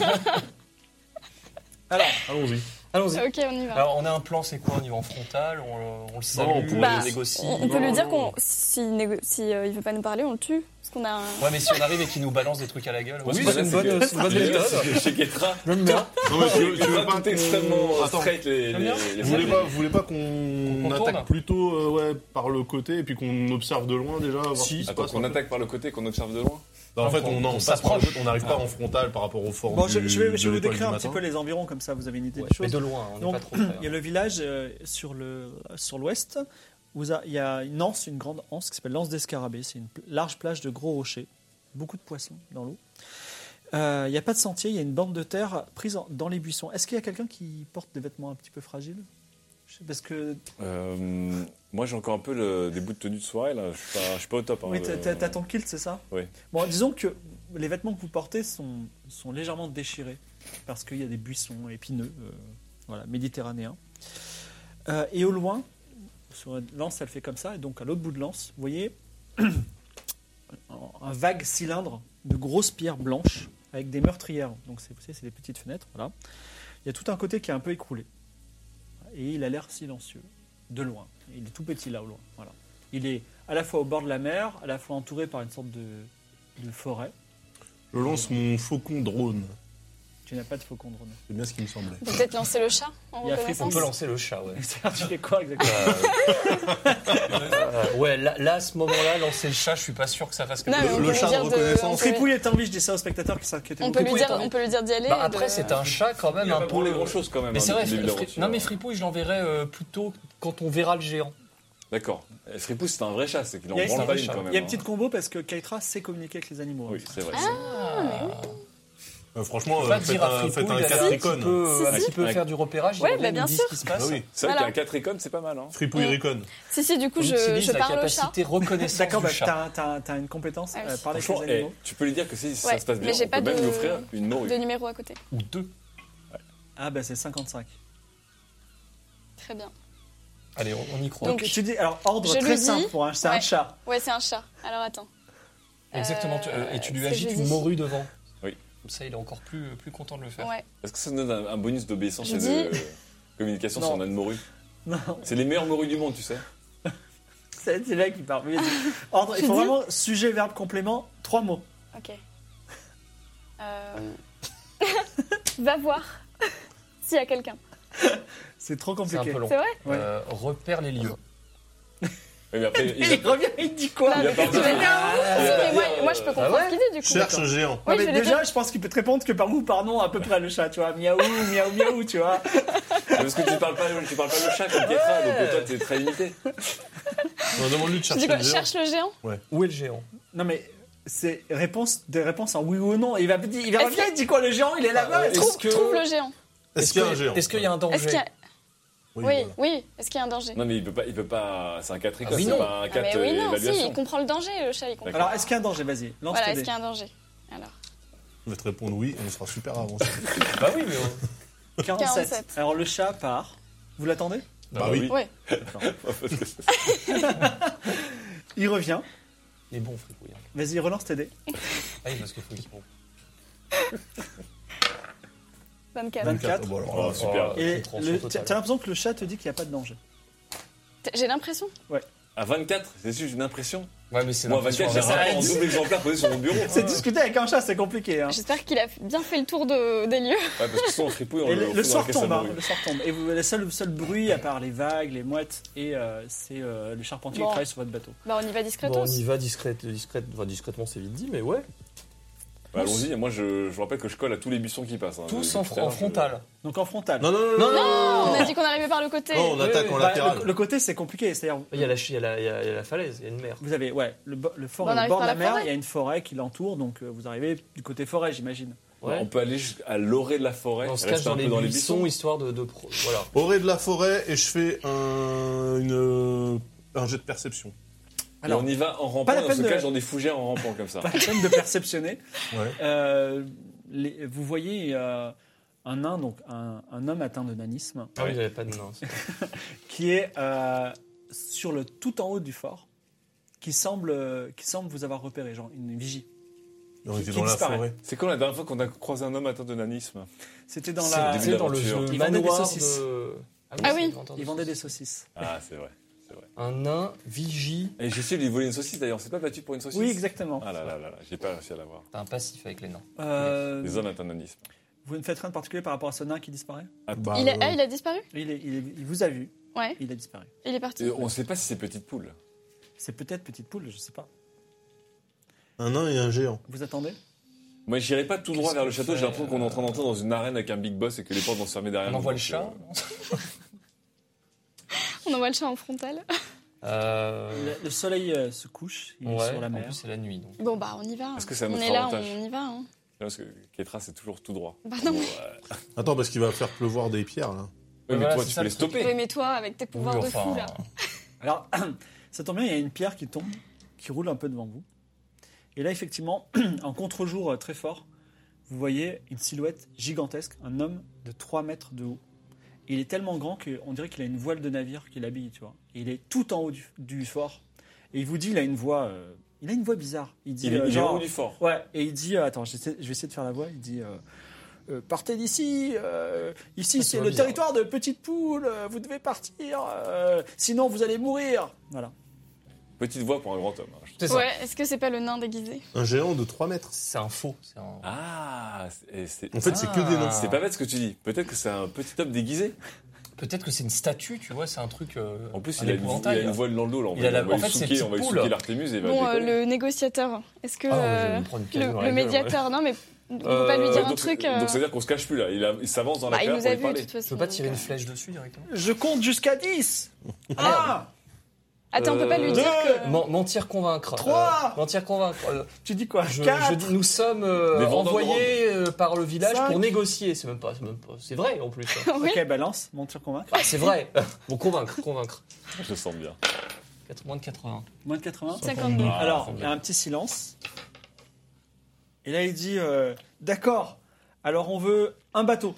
Alors, Allons-y. Allons-y. Ok, on y va. Alors, on a un plan, c'est quoi? On y va en frontal, on, le- on le salue, on on, pourrait- Bah, négocie. On, on peut Non. lui dire qu'on si, négo- si euh, il veut pas nous parler, on le tue. Parce qu'on a un. Ouais, mais si on arrive et qu'il nous balance des trucs à la gueule, Moi, ouais, ce c'est que une j'aime, bonne, c'est c'est une bonne que- méthode. c'est que Chez Ketra, J'aime bien. Non, mais tu veux, tu veux Ketra, pas tout est extrêmement qu'on... Attends, straight les, J'aime les, bien. les vous voulez fenêtres. pas, vous voulez pas qu'on Qu'on attaque tourne plutôt euh, ouais, par le côté et puis qu'on observe de loin déjà voir Si. ce qui se Attends, passe qu'on un peu. attaque par le côté, qu'on observe de loin. Bah, en fait, qu'on- on, non, qu'on on passe par le s'approche. côté, on n'arrive pas Ah. en frontal par rapport au fort bon, du, je, je vais, de je vais vous l'étoile décrire du un petit matin. peu les environs, comme ça vous avez une idée Ouais, des mais choses. de loin, on n'est Donc, pas trop près. il y a le village euh, sur le sur l'ouest. Vous a- Il y a une anse, une grande anse qui s'appelle l'anse des Scarabées. C'est une pl- large plage de gros rochers, beaucoup de poissons dans l'eau. Euh, Il n'y a pas de sentier, il y a une bande de terre prise en- dans les buissons. Est-ce qu'il y a quelqu'un qui porte des vêtements un petit peu fragiles? Je- Parce que Euh, moi j'ai encore un peu le- des bouts de tenue de soirée là. Je suis pas, je suis pas au top. Hein, oui, le- t'as- t'as t'as ton kilt, c'est ça? Oui. Bon, disons que les vêtements que vous portez sont, sont légèrement déchirés parce qu'il y a des buissons épineux, euh, voilà, méditerranéens. Euh, et au loin, sur l'anse, elle fait comme ça, et donc à l'autre bout de l'anse, vous voyez un vague cylindre de grosses pierres blanches avec des meurtrières. Donc c'est, vous savez, c'est des petites fenêtres, voilà. Il y a tout un côté qui est un peu écroulé. Et il a l'air silencieux, de loin. Il est tout petit là au loin, voilà. Il est à la fois au bord de la mer, à la fois entouré par une sorte de, de forêt. Je lance mon faucon drone. Tu n'as pas de faucon drone. C'est bien ce qui me semblait. On peut peut-être lancer le chat en Il y a On reconnaissance. peut lancer le chat, ouais. C'est-à-dire, tu fais quoi exactement? Euh, ouais, là, là, à ce moment-là, lancer le chat, je suis pas sûr que ça fasse quelque Non, mais chose. on Le peut chat lui de dire de. reconnaissance. on peut- Fripouille est envie, je dis ça aux spectateurs qui s'inquiètent. On peut lui dire, on peut lui dire d'y aller. Bah, et après, de- c'est un chat quand même Il a un pas branlé peu. grand chose quand même. Mais hein, c'est vrai, depuis le début de Fri- l'aventure. non mais Fripouille, je l'enverrai euh, plutôt quand on verra le géant. D'accord. Et Fripouille c'est un vrai chat, c'est qu'il en Il y a- branle c'est un pas vrai une chat. quand même. Il y a une hein. petite combo parce que Keitra sait communiquer avec les animaux. Oui, c'est vrai. Euh, franchement, On euh, va faites dire à un, faites Fripouille un d'aller un petit catricone. peu, Si, un si. petit peu Avec- faire du repérage, Ouais, il bah, nous bien dit sûr. ce qui se passe. Bah oui. C'est vrai Voilà. qu'un quatre icônes, c'est pas mal. Hein. Fripouille Mm. Recon. Si, si, du coup, On je, utilise je la parle au chat. capacité reconnaissance D'accord, du bah, chat. t'as, t'as- t'as une compétence, Ah oui. euh, parler avec Franchement, les animaux. eh, tu peux lui dire que si ça Ouais, se passe bien, mais j'ai on pas peut même de- lui offrir une morue. De numéro à côté. Ou deux. Ah bah c'est cinquante-cinq. Très bien. Allez, on, on y croit. Donc Donc, tu dis, alors ordre je très lui dis- simple pour un, c'est un Ouais. chat. Ouais, c'est un chat. Alors attends. Exactement. tu- Euh, et tu lui c'est agites jeudi. une morue devant. Comme ça, il est encore plus, plus content de le faire. Ouais. Est-ce que ça nous donne un, un bonus d'obéissance Je et dis- de euh, communication Non. si on a une morue? Non, C'est les meilleures morues du monde, tu sais. c'est c'est là qui parle. Vas-y. Ordre, il Je faut dis- vraiment sujet, verbe, complément, trois mots. Ok. Euh... Va voir s'il y a quelqu'un. C'est trop C'est un compliqué. peu long. C'est vrai? Ouais. Euh, repère les lieux. Oui, mais après, il Et il revient, il dit quoi Non, il a mais pas tu besoin- vas dire Ah, oui, il va mais moi, dire, moi, je peux euh, comprendre ah ouais ce qu'il dit du coup. Cherche un géant. Non, Oui, mais je vais déjà, dire. je pense qu'il peut te répondre que par oui ou par non à peu près le chat, tu vois. Miaou, miaou, miaou, tu vois. Parce que tu parles pas, tu parles pas le chat comme Ketra, donc toi, t'es très limité. On demande-lui de Tu chercher dis quoi? le géant. Cherche le géant? Où est le géant? Non, mais c'est réponse, des réponses en oui ou non. Il va, il va Est-ce revenir, il dit quoi, le géant, il est là-bas. Ah, est-ce Trouve, que- trouve le géant. Est-ce qu'il y a un géant Est-ce qu'il y a un Est-ce qu'il y danger? a... Oui, Oui, voilà. oui. Est-ce qu'il y a un danger? Non, mais il peut pas, il peut pas, c'est un quatre Ah oui, c'est non. pas un Ah, quatre mais oui, non, si, évaluation. il comprend le danger, le chat, il comprend. Alors, est-ce qu'il y a un danger? Vas-y, lance Voilà, tes est-ce dés. qu'il y a un danger? Alors, Je vais te répondre oui, et on sera super avancé. Bah oui, mais on- quarante-sept. quarante-sept. Alors, le chat part. Vous l'attendez? Bah oui. ouais. Il revient. il est bon, fripouille. hein. Vas-y, relance tes dés. Ah oui, parce qu'il faut qu'il bon. vingt-quatre. vingt-quatre. Bon, alors, Oh, là, super. Oh, Et compréhension le- totale. t'as l'impression que le chat te dit qu'il n'y a pas de danger. J'ai l'impression. À vingt-quatre, c'est juste une impression. Ouais, mais c'est Moi, l'impression vingt-quatre, j'ai à un vingt. rapport en double exemplaire posé sur mon bureau. C'est discuter avec un chat, c'est compliqué. Hein. J'espère qu'il a bien fait le tour de, des lieux. Ouais, parce que sinon, on fripouille, on Et le, le, on le fout dans la soir caisse à tombe, hein, morue. le soir tombe. Et vous, le seul, seul bruit, à part les vagues, les mouettes, et euh, c'est euh, le charpentier Bon. qui travaille sur votre bateau. Bah, on y va discretos. Bon, on y va discrète, discrète, enfin, discrètement, c'est vite dit, mais ouais. Bah, allons-y, moi, je, je vous rappelle que je colle à tous les buissons qui passent. hein. Tous Depuis en, tout à l'heure, en je- frontal. Donc en frontal. Non, non, non, non, Non, Non, on non, a dit qu'on arrivait par le côté. Non, on Oui, attaque oui. en Bah, latéral. le, le côté, c'est compliqué. C'est-à-dire, Il y a la, chi- il y a la, il y a- il y a la falaise, il y a une mer. vous avez ouais, le, bo- le fort Bah, on est au arrive bord de par la la mer, forêt. il y a une forêt qui l'entoure, donc euh, vous arrivez du côté forêt, j'imagine. Ouais. On peut aller jusqu'à l'orée de la forêt, On se rester cache dans un peu les dans les buissons, buissons. histoire de, de pro- voilà. Aurait de la forêt et je fais un, une, un jet de perception. Et on y va en rampant, pas la et on peine se de- cache dans des fougères en rampant comme ça. Pas la peine de perceptionner. Ouais. Euh, les- vous voyez euh, un nain, donc un, un homme atteint de nanisme, Ah oui, il n'y avait pas de nain. qui est euh, sur le tout en haut du fort, qui semble, euh, qui semble vous avoir repéré, genre une vigie. On était Qui dans la disparaît. forêt. C'est quand la dernière fois qu'on a croisé un homme atteint de nanisme? C'était dans C'est la. début c'est dans le d'aventure. jeu Ils vendaient des manoir saucisses. de... Ah oui. c'est le vendeur de Ils vendaient des saucisses. saucisses. Ah, c'est vrai. c'est vrai. Un nain vigie. Et j'ai essayé de lui voler une saucisse d'ailleurs, c'est pas battu pour une saucisse? Oui, exactement. Ah là là là là, j'ai pas réussi à l'avoir. T'as un passif avec les nains. Euh, Les hommes atteints de nanisme. vous ne faites rien de particulier par rapport à ce nain qui disparaît? Bah, Il, est... euh, ah, il a disparu? il, est- il est- il vous a vu, Ouais, il a disparu. il est parti. Et on sait pas si c'est petite poule. C'est peut-être petite poule, je sais pas. un nain et un géant. Vous attendez? Moi, j'irai pas tout droit Qu'est-ce vers le qu'on château, fait, j'ai l'impression qu'on est en train d'entrer dans une arène avec un big boss et que les portes vont se fermer derrière On nous. envoie le donc, chat. euh, On envoie le chat en frontal. Euh... Le, le soleil euh, se couche, il est Ouais, sur la en mer. plus c'est la nuit. Donc. Bon, bah, on y va. Est-ce que c'est à On notre est là, avantage on y va. Hein. Parce que Ketra, c'est toujours tout droit. Bah non, Bon, mais- euh, Attends, parce qu'il va faire pleuvoir des pierres, là. ouais, mais voilà, toi, c'est tu ça, peux le les truc. stopper. Oui, mais toi, avec tes pouvoirs Oui, de enfin, fou, là. Alors, ça tombe bien, il y a une pierre qui tombe, qui roule un peu devant vous. Et là, effectivement, en contre-jour euh, très fort, vous voyez une silhouette gigantesque, un homme de trois mètres de haut. Et il est tellement grand qu'on dirait qu'il a une voile de navire qui l'habille, tu vois. Et il est tout en haut du, du fort. Et il vous dit, il a une voix, euh, il a une voix bizarre. Il dit, Il est, euh, il est genre, en haut du fort. ouais, et il dit, euh, attends, j'essaie- je vais essayer de faire la voix. Il dit, euh, euh, partez d'ici. euh, ici, Ah, c'est c'est le bizarre. territoire de Petite Poule. euh, vous devez partir. euh, sinon, vous allez mourir. Voilà. Petite voix pour un grand homme. hein, je trouve. C'est ça. Ouais, est-ce que c'est pas le nain déguisé? Un géant de trois mètres. C'est un faux. C'est un... Ah, c'est- c'est En fait, c'est que des nains. c'est pas bête ce que tu dis. Peut-être que c'est un petit homme déguisé. Peut-être que c'est une statue, tu vois, c'est un truc. Euh, En plus, un il a, une, il épouvantail. a une voile dans le dos. Là. On Il va, a la- on va en fait, lui c'est souquer, petite on va lui poule. souquer l'Artémuse et il va Bon, euh, décoller. le négociateur, est-ce que Ah, ouais, je vais euh, me prendre une le, canne dans la le gueule, médiateur, non mais on peut Euh, pas lui dire donc, un truc. donc, euh, ça veut dire qu'on se cache plus là. Il, a- il s'avance dans la bah, il claire nous pour a lui vu de parler. toute façon. Tu peux pas tirer donc, une euh, flèche dessus directement? Je compte jusqu'à dix. Ah, Attends, on peut pas lui Euh, dire que. Men- mentir, convaincre. Trois. Euh, mentir, convaincre. Euh, Tu dis quoi? je, Quatre. je dis, nous sommes euh, Des vendeurs de envoyés euh, par le village Cinq. pour négocier. C'est même pas, c'est même pas, c'est vrai en plus. hein. Oui. Ok, balance, mentir, convaincre. Ah, c'est vrai. Bon, convaincre, convaincre. Je le sens bien. Quatre- moins de quatre-vingts. Moins de quatre-vingts. cinquante-deux. Ah, Alors, ça me il y a un petit silence. Et là, il dit euh, d'accord, alors on veut un bateau.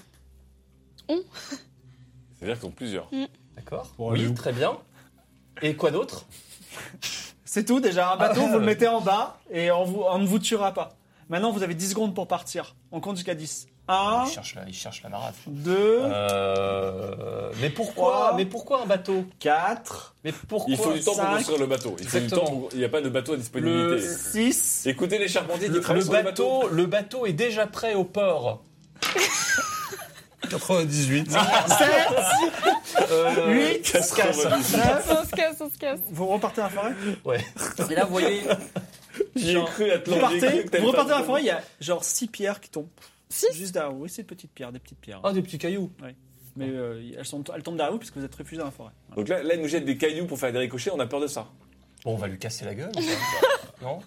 C'est-à-dire qu'ils sont plusieurs. D'accord. Pour aller Oui, où très bien. Et quoi d'autre? C'est tout déjà, un bateau, Ah, vous le ouais. mettez en bas et on, vous, on ne vous tuera pas. Maintenant, vous avez dix secondes pour partir. On compte jusqu'à dix. un, Il cherche la, il cherche la marâtre. deux, Euh, mais pourquoi Trois. Mais pourquoi un bateau quatre, Mais pourquoi Il faut du temps pour cinq, construire le bateau. Il faut du Exactement. temps pour- Il n'y a pas de bateau à disponibilité. six, Écoutez les charpentiers le, qui travaillent le sur le bateau, bateau. le bateau est déjà prêt au port. quatre-vingt-dix-huit. sept, Euh, huit, on se casse. neuf. On se casse, on se casse. Vous repartez dans la forêt. Ouais. Et là, vous voyez, J'y ai genre, cru à te vous l'en- j'ai cru partez, que t'allais vous pas repartez dans la me forêt, il y a genre six pierres qui tombent. Six Juste derrière vous. Oui, c'est des petites pierres, des petites pierres. Ah, des petits cailloux. Mais euh, elles, sont, elles tombent derrière vous puisque vous êtes réfugiés dans la forêt. Voilà. Donc là, là, il nous jette des cailloux pour faire des ricochets, on a peur de ça. Bon, on va lui casser la gueule. ou pas Non.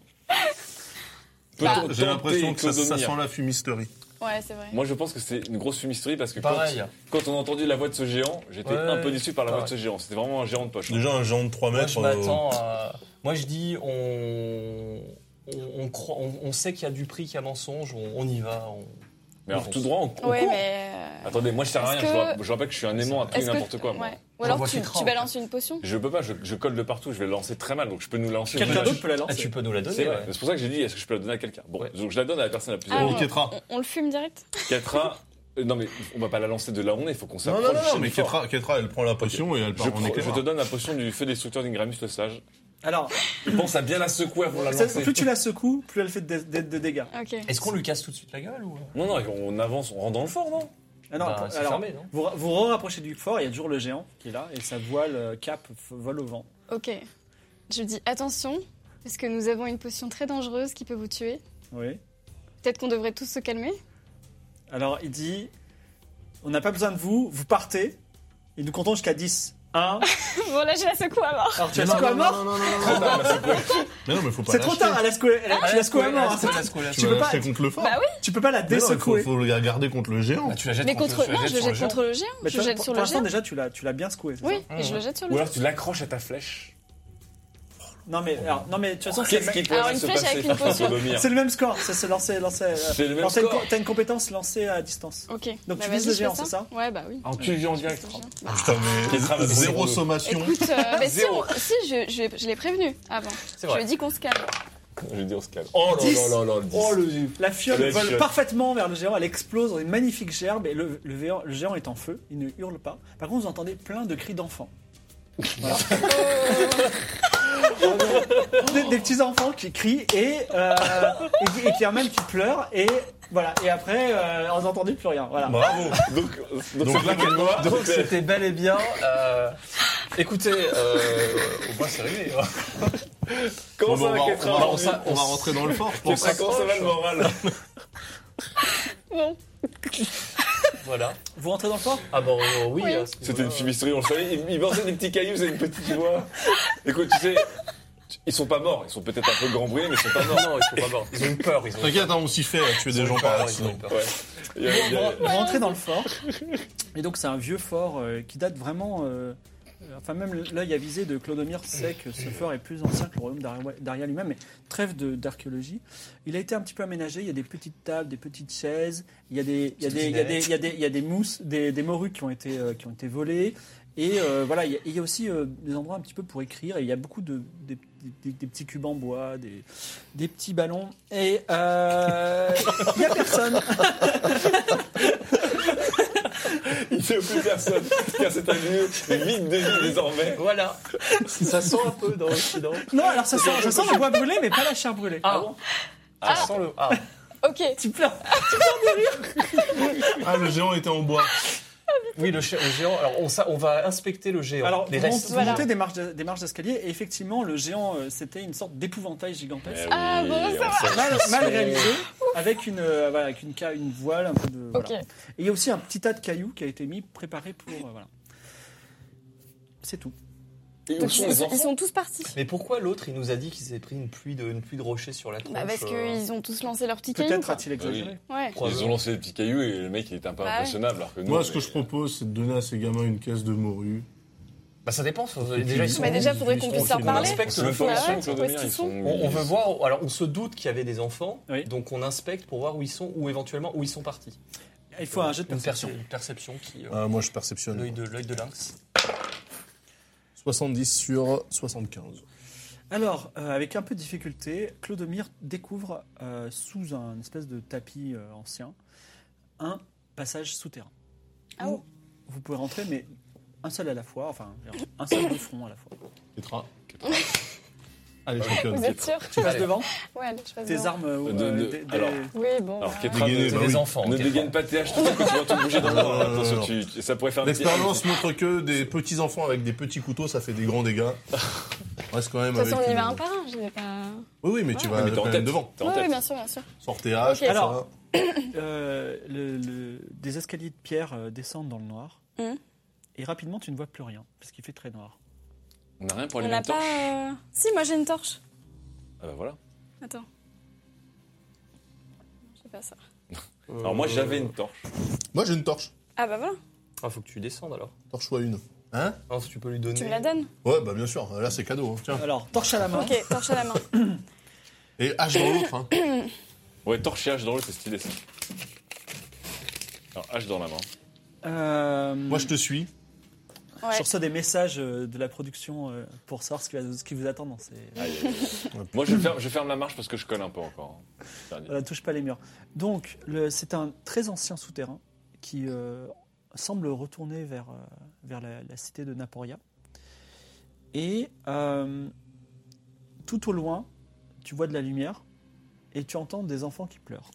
Peut-on J'ai tenter l'impression que ça, ça Clodomir sent la fumisterie. Ouais, c'est vrai. Moi, je pense que c'est une grosse fumisterie parce que quand, Pareil. quand on a entendu la voix de ce géant, j'étais Ouais, un peu déçu par la voix de pareil. ce géant. C'était vraiment un géant de poche. Déjà, un géant de trois Moi, mètres. je euh, m'attends à. Moi, je dis, on. On, on, croit- on- on sait qu'il y a du prix, qu'il y a mensonge, on, on y va. On... Mais alors, on tout fonce. droit, on, on Ouais, court. mais. euh, Attendez, moi, je sers à rien. Est-ce Je, que- vois- je rappelle que je suis un aimant à tout et est-ce que- n'importe quoi. moi. ouais. Ou alors vois tu, qu'il tu trempe. balances une potion. Je peux pas, je, je colle de partout, je vais le lancer très mal, donc je peux nous lancer. Quelqu'un Je- d'autre peut la Ah, lancer. tu peux nous la C'est donner. vrai. ouais. C'est pour ça que j'ai dit, est-ce que je peux la donner à quelqu'un? Bon, Ouais. donc je la donne à la personne la plus Ah, âgée. on, Ketra. on- on le fume direct. Ketra, euh, non mais on va pas la lancer de là où on est, il faut qu'on Non, s'approche. non, non, du non, chef mais du fort. Ketra, Ketra, elle prend la potion et elle Je, part en prends- je éclaireur. te donne la potion du feu destructeur d'Ingramus le sage. Alors, Je pense à bien la secouer avant de la c'est- lancer. plus tu la secoues, plus elle fait de, de- de dégâts. Ok. Est-ce qu'on lui casse tout de suite la gueule ou... Non, non, on avance, on rentre dans le fort, non? Ah non, Bah, c'est alors, fermé, non vous vous re-rapprochez du fort, il y a toujours le géant qui est là et sa voile euh, cape f- vole au vent. Ok. Je dis attention, parce que nous avons une potion très dangereuse qui peut vous tuer. Oui. Peut-être qu'on devrait tous se calmer. Alors il dit, on n'a pas besoin de vous, vous partez et nous comptons jusqu'à dix. un. Bon, là, je la secoue à mort. Alors tu la Non, secoues à non, mort non, non, non, non, non. Mais non, mais faut pas C'est trop lâcher. tard, elle a secoué, elle a- tu la secoues à mort. hein. Tu la secoues, la Tu Tu peux vas pas- lâcher contre le fort. Bah oui, Tu peux pas la Mais non, il faut, désecouer. faut le garder contre le géant. Bah, tu la jettes mais contre. tu la Non, je le sur jette géant. contre le géant. Mais Je toi, le jette pour, sur pour le l'instant géant. déjà tu l'as tu l'as bien secoué. c'est Oui, ça et je le jette sur Ou le alors géant. tu l'accroches à ta flèche. Non mais alors, non mais de toute façon c'est Qu'est-ce qui le, pourrait Alors, mal une se flèche passer avec une potion. Clodomir c'est le même score, c'est se lancer lancer. euh, C'est le même alors, t'as une score. co- T'as une compétence lancée à distance. Ok. Donc, Bah, tu vas-y, vises le je fais géant, c'est ça Ouais, bah oui. Alors tu le dis en direct. Je fais le géant. Ah, putain, mais Ketra va zéro prendre- sommation. Écoute, euh, bah, si, Zéro. on- si, je, je, je l'ai prévenu avant. C'est Je vrai. lui ai dit qu'on se calme. Je vais dire on se calme. Oh là dix. là là là, le dix. Oh le la fiole La vole fiole. parfaitement vers le géant, elle explose dans une magnifique gerbe et le, le, géant, le géant est en feu, il ne hurle pas. Par contre vous entendez plein de cris d'enfants. Voilà. des, des petits enfants qui crient et, euh, et, et qui même qui pleurent et voilà et après euh, on n'entendait plus rien. Voilà. Bravo. Donc, donc, Donc c'est là, pas que moi. Donc c'était bel et bien. euh, Écoutez, euh, au moins c'est réglé. hein. Comment Bon, ça bah, va, on, va, Ketra on, va, aujourd'hui on va rentrer dans le fort, je pense. Ketra, comment ça va le moral? Bon. Voilà. Vous rentrez dans le fort? Ah bon, euh, oui. Oui. à ce C'était une niveau-là, fumisterie, on le savait. Il, il lançait des petits cailloux, c'est une petite voix. Écoute, tu sais, ils sont pas morts. Ils sont peut-être un peu grambrés, mais ils sont pas euh, morts. Non, ils sont pas morts. Ils ont eu peur. Ils ont eu T'inquiète, hein, on s'y fait à tuer des Ils ont gens eu par peur, ils ont eu accident. peur. Ouais. Il y a- il y a- Vous, vous rentrez dans le fort et donc c'est un vieux fort euh, qui date vraiment. euh, euh, enfin même l'œil avisé de Clodomir sait que ce fort est plus ancien que le royaume d'Aria- d'Aria lui-même, mais trêve de- d'archéologie. Il a été un petit peu aménagé. Il y a des petites tables, des petites chaises. Il y a des, il y a des, il y a des, il y a des, il y a des mousses, des, des morues qui ont été, euh, qui ont été volées. Et euh, voilà, il y, a, il y a aussi euh, des endroits un petit peu pour écrire. Et il y a beaucoup de des, des- des petits cubes en bois, des, des petits ballons. Et euh, il n'y a personne. Il n'y a plus personne, car c'est un lieu vide de vie désormais. Voilà. Ça sent un peu dans l'Occident. Non, alors ça sent, ça sent le bois brûlé, mais pas la chair brûlée. Ah bon Ça sent le. Ah. Ok. Tu pleures. Ah, le géant était en bois. Oui, le, gé- le géant. Alors, on, ça, on va inspecter le géant. Alors, les vous, restes. montez, vous Voilà. montez des marches, de- des marches d'escalier, et effectivement, le géant, euh, c'était une sorte d'épouvantail gigantesque. Ah, bon, ça va. Mal, mal réalisé, avec une, euh, voilà, avec une, ca- une voile, un peu de. Voilà. Ok. Et il y a aussi un petit tas de cailloux qui a été mis, préparé pour. euh, voilà. C'est tout. Et où Donc, sont ils, les sont, enfants ils sont tous partis. Mais pourquoi l'autre, il nous a dit qu'ils avaient pris une pluie de, une pluie de rochers sur la tronche Bah, parce euh, qu'ils ont tous lancé leurs petits cailloux. Peut-être quoi. a-t-il exagéré. Ouais. Ils ont lancé des petits cailloux et le mec il était un peu Ouais. impressionnable. Alors que nous, Moi, on ce que est- je propose, c'est de donner à ces gamins une caisse de morue. Bah, ça dépend. faut- puis, Déjà, ils sont. Mais déjà, faudrait qu'on ils puisse sont- leur on parler. inspecte C'est le même fort. pas Ouais, sûr, ouais, Clodomir, où est-ce ils qu'ils sont. On, on veut voir. Alors, on se doute qu'il y avait des enfants. Oui. Donc, on inspecte pour voir où ils sont ou éventuellement où ils sont partis. Il faut un jet de Une perception. perce- une perception qui. euh, Ah, moi, je perceptionne. L'œil de, l'œil de lynx. soixante-dix sur soixante-quinze. Alors, euh, avec un peu de difficulté, Clodomir découvre euh, sous un espèce de tapis euh, ancien un passage souterrain. Ah Où oh. Vous pouvez rentrer, mais un seul à la fois, enfin un seul bouffon à la fois. Ketra. Allez, championne. Vous êtes sûr? Tu passes Allez. devant. Ouais, allez, je passe Tes devant. armes. euh, De- euh, de- des- des- alors. Oui, bon. Alors, bah, Ketra, Dégainer, ne- C'est bah des oui. enfants. ne ok. dégaine pas tes haches tout de suite que tu vas tout bouger dans le Non, noir. non, non, Attention, non. tu- tu- ça pourrait faire un petit- L'expérience montre que des petits enfants avec des petits couteaux, ça fait des grands dégâts. On reste quand même De toute façon, avec on y une- va un par un. Je vais pas. Oui, oui, mais tu Ouais. vas Mais t'es en quand tête. même devant. T'es en Oui, oui, tête. bien sûr, bien sûr. Sors tes haches, Ok. ça Alors, va. Euh, le- le- des escaliers de pierre euh, descendent dans le noir. Mhm. Et rapidement, tu ne vois plus rien, parce qu'il fait très noir. On n'a rien pour On allumer n'a une torche. pas. euh, Si, moi j'ai une torche. Ah bah voilà. Attends. Je sais pas ça. Alors moi j'avais une torche. Moi, j'ai une torche. Ah bah voilà. Ah, faut que tu descendes alors. Torche soit une. Hein? Non, si tu peux lui donner. Tu me la donnes? Ouais, bah bien sûr. Là, c'est cadeau. hein. Tiens. Alors, torche à la main. Ok, torche à la main. Et hache dans l'autre. Hein. Ouais, torche et hache dans l'eau, c'est stylé ça. Alors hache dans la main. Euh, Moi, je te suis. Ouais. Je reçois des messages euh, de la production euh, pour savoir ce qui, va- ce qui vous attend. Non, c'est- Aïe, aïe, aïe. Moi je ferme, je ferme la marche parce que je colle un peu encore. hein. Dernier. Voilà, touche pas les murs. Donc, le- c'est un très ancien souterrain qui euh, semble retourner vers, euh, vers la, la cité de Naporia. Et euh, tout au loin, tu vois de la lumière et tu entends des enfants qui pleurent.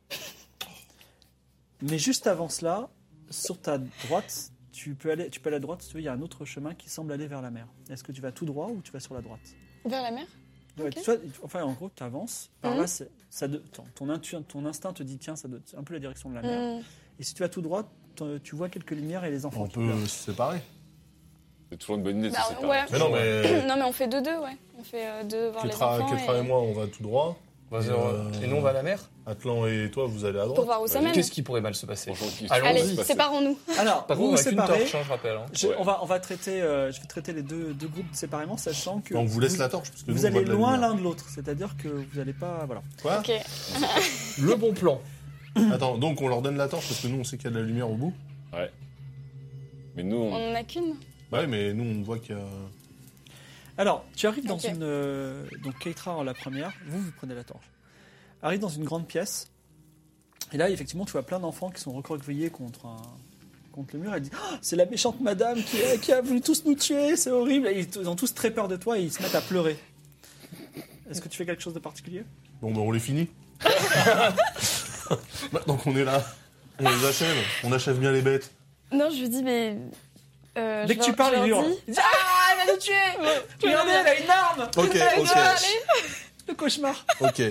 Mais juste avant cela, sur ta droite, tu peux aller, tu peux aller à droite, si tu veux, il y a un autre chemin qui semble aller vers la mer. Est-ce que tu vas tout droit ou tu vas sur la droite? Vers la mer? Ouais, Ok. tu vois, enfin, en gros, tu avances. Par Mhm. là, c'est- ça de- ton, ton, intu- ton instinct te dit, tiens, ça doit- c'est un peu la direction de la mer. Hmm. Et si tu vas tout droit, t- tu vois quelques lumières et les enfants On qui peut pleurent. se séparer. C'est toujours une bonne idée de Bah, se séparer. ouais. Mais non, mais. Non, mais on fait deux deux, ouais. On fait euh, deux voir les Ketra, enfants. Ketra et moi, on va tout droit. Vas-y, Et, on va- euh, Et nous, on va à la mer. Atlan et toi, vous allez à Pour droite. voir où ça Vas-y. mène. Qu'est-ce qui pourrait mal se passer? Franchement, qui- Allons-y. Allez, Allons-y. séparons-nous. Alors, Par vous vous contre, avec une séparez. torche, hein, je rappelle. hein. Je, Ouais. on va, on va traiter, euh, je vais traiter les deux, deux groupes séparément, sachant que On vous laisse la torche. Parce que vous nous, on allez voit de la loin lumière. l'un de l'autre. C'est-à-dire que vous n'allez pas, voilà. Quoi? Ok. Le bon plan. Attends, donc on leur donne la torche parce que nous, on sait qu'il y a de la lumière au bout. Ouais. Mais nous, on... On en a qu'une. Ouais, mais nous, on voit qu'il y a. Alors, tu arrives dans Ok. une, euh, donc Keitra en la première, vous vous prenez la torche. Arrive dans une grande pièce. Et là, effectivement, tu vois plein d'enfants qui sont recroquevillés contre un, contre le mur. Elle dit, ah, c'est la méchante madame qui a, qui a voulu tous nous tuer, c'est horrible. Et ils ont tous très peur de toi et ils se mettent à pleurer. Est-ce que tu fais quelque chose de particulier? Bon, ben on les finit. Maintenant qu'on est là, on les achève. On achève bien les bêtes. Non, je lui dis, mais. euh, Dès je que tu leur- parles, je il leur hurle. dis- Il dit, ah, elle va nous tuer. Regardez, elle a une arme. Ok, Elle ok. a- Le cauchemar. Ok.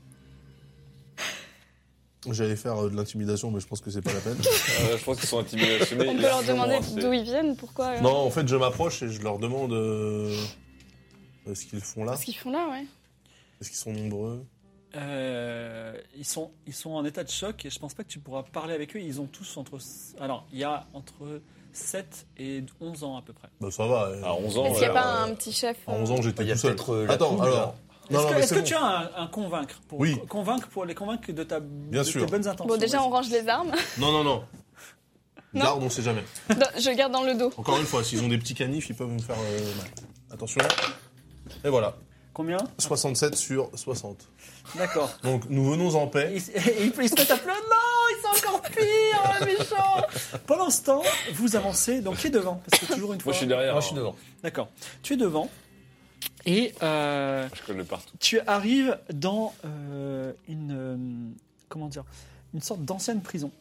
J'allais faire euh, de l'intimidation, mais je pense que c'est pas la peine. Euh, je pense qu'ils sont intimidés. On peut leur demander d'où ils viennent, pourquoi. euh, Non, en fait, je m'approche et je leur demande euh, euh, ce qu'ils font là. Ce qu'ils font là, ouais. Est-ce qu'ils sont nombreux? Euh, ils, sont, ils sont en état de choc et je pense pas que tu pourras parler avec eux. Ils ont tous entre. Alors, il y a entre sept et onze ans à peu près. Bah, ça va. euh, À onze ans, Est-ce qu'il n'y a ouais, pas euh, un petit chef À onze ans, j'étais Il y a tout seul. peut-être, euh, la Attends, troupe, alors. là. Non, Est-ce non, que, mais est-ce c'est que bon. tu as un, un convaincre pour, Oui. co- convaincre pour les convaincre de, ta, Bien de sûr. tes bonnes intentions? Bon, déjà, on range les armes. Non, non, non. Non. Garde, on sait jamais. Non, je garde dans le dos. Encore une fois, s'ils ont des petits canifs, ils peuvent me faire euh, mal. Attention. Et voilà. Combien? soixante-sept sur soixante. D'accord. Donc, nous venons en paix. Et ils, ils, ils se mettent à pleurer. Non, ils sont encore pires, oh, méchants. Pendant ce temps, vous avancez. Donc, qui est devant? Parce que toujours une fois. Moi je suis derrière. Moi, je suis hein. devant. D'accord. Tu es devant. Et euh, Je colle le partout. tu arrives dans euh, une. euh, comment dire? Une sorte d'ancienne prison.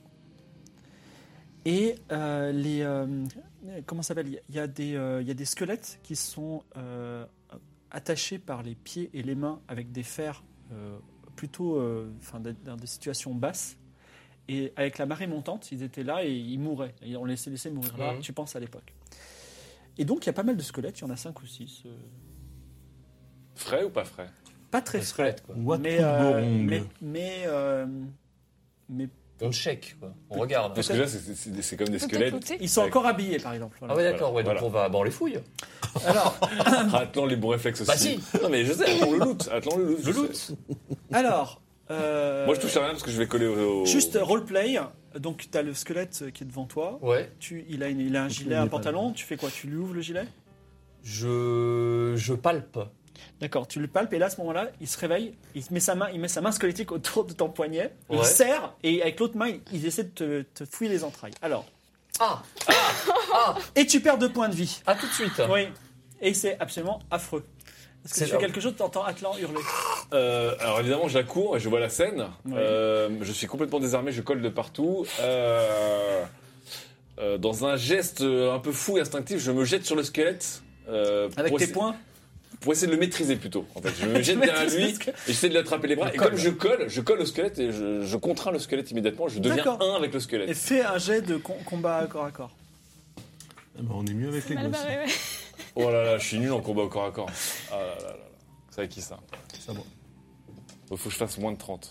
Et euh, les. euh, comment ça s'appelle? Il y a des, euh, il y a des squelettes qui sont euh, attachés par les pieds et les mains avec des fers euh, plutôt. euh, enfin, dans des situations basses. Et avec la marée montante, ils étaient là et ils mouraient. Et on les laissait laisser mourir là, Mhm. tu penses à l'époque. Et donc, il y a pas mal de squelettes, il y en a cinq ou six. euh, Frais ou pas frais? pas très Des frais. squelettes, quoi. What Mais, could euh, go wrong? mais, mais, euh, mais On check, quoi. On regarde. Parce que là, c'est- c'est c'est comme des Peut-être squelettes. looter. ils sont Avec- encore habillés, par exemple. Voilà. Ah ouais, d'accord. Ouais, donc Voilà. on va. Bon, on les fouille. Alors, Atlan les bons réflexes aussi. Bah si. Non mais je sais, Atlan le loot. Atlan le loot. Le je loot. sais. alors euh, Moi je touche à rien parce que je vais coller au. au- juste roleplay. Donc, tu as le squelette qui est devant toi. Ouais. Tu, il, a une- il a un gilet, il est un pas pantalon. Tu fais quoi? Tu lui ouvres le gilet? Je. Je palpe. D'accord, tu le palpes et là, à ce moment-là, il se réveille, il met sa main, il met sa main squelettique autour de ton poignet, il Ouais. serre et avec l'autre main, il, il essaie de te, te fouiller les entrailles. Alors, Ah et tu perds deux points de vie. Ah, tout de suite. Oui, et c'est absolument affreux. Est-ce que C'est tu fais là. quelque chose, t'entends Atlan hurler. Euh, alors évidemment, je la cours et je vois la scène. Ouais. Euh, je suis complètement désarmé, je colle de partout. Euh, euh, dans un geste un peu fou et instinctif, je me jette sur le squelette. euh, Avec pour tes essa- poing. Pour essayer de le maîtriser plutôt. En fait, je me jette derrière Maîtriser lui le squelette. et j'essaie de lui attraper les bras. Je Et colle. comme je colle, je colle au squelette et je, je contrains le squelette immédiatement. Je deviens D'accord. un avec le Et squelette. fais un jet de com- combat corps à corps. Eh ben, on est mieux avec les Mal gosses. barré, ouais. Oh là là, je suis nul en combat au corps à corps. Ah là là là là. C'est avec qui ça? Ça va. Il faut que je fasse moins de trente.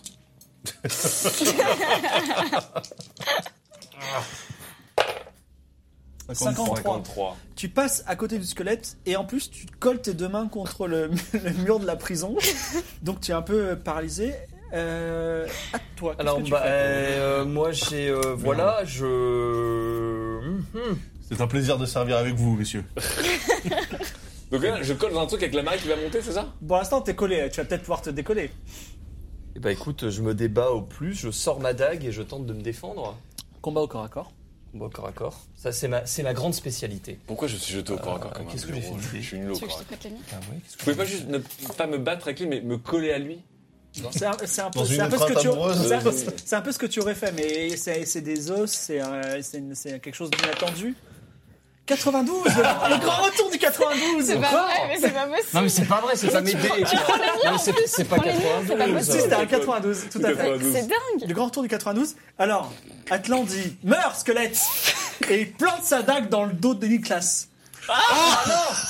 cinquante-trois. cinquante-trois. Tu passes à côté du squelette et en plus tu colles tes deux mains contre le, le mur de la prison. Donc tu es un peu paralysé. Euh, à toi, qu'est-ce Alors, que tu bah, fais euh, moi, j'ai. euh, voilà, je. Mhm. C'est un plaisir de servir avec vous, messieurs. Donc là, je colle dans un truc avec la marée qui va monter, c'est ça? Pour l'instant, t'es collé. Tu vas peut-être pouvoir te décoller. Eh bah, écoute, je me débat au plus, je sors ma dague et je tente de me défendre. Combat au corps à corps. Bon, corps à corps. Ça, c'est ma, c'est ma grande spécialité. Pourquoi je suis jeté au corps à corps Euh, comme un qu'est-ce que j'ai blaireau? fait Je suis nul au Tu veux que corps je à te prête la mienne Ah ouais, qu'est-ce Vous pouvez pas juste ne pas me battre avec lui, mais me coller à lui? C'est un, c'est un peu, Dans c'est une un peu ce que étreinte tu, amoureuse. c'est un peu- c'est un peu ce que tu aurais fait, mais c'est c'est des os, c'est un- c'est une- c'est quelque chose d'inattendu. quatre-vingt-douze, le, le grand retour du quatre-vingt-douze. C'est pas vrai, mais c'est pas possible. Non mais c'est pas vrai, c'est pas mes dés. Non mais c'est, c'est pas Prends les miens, c'est pas quatre-vingt-douze. Si, c'était un quatre-vingt-douze, tout à fait. quatre-vingt-douze. C'est dingue. Le grand retour du quatre-vingt-douze. Alors, Atlan dit meurs, squelette, et il plante sa dague dans le dos de Niklas. Ah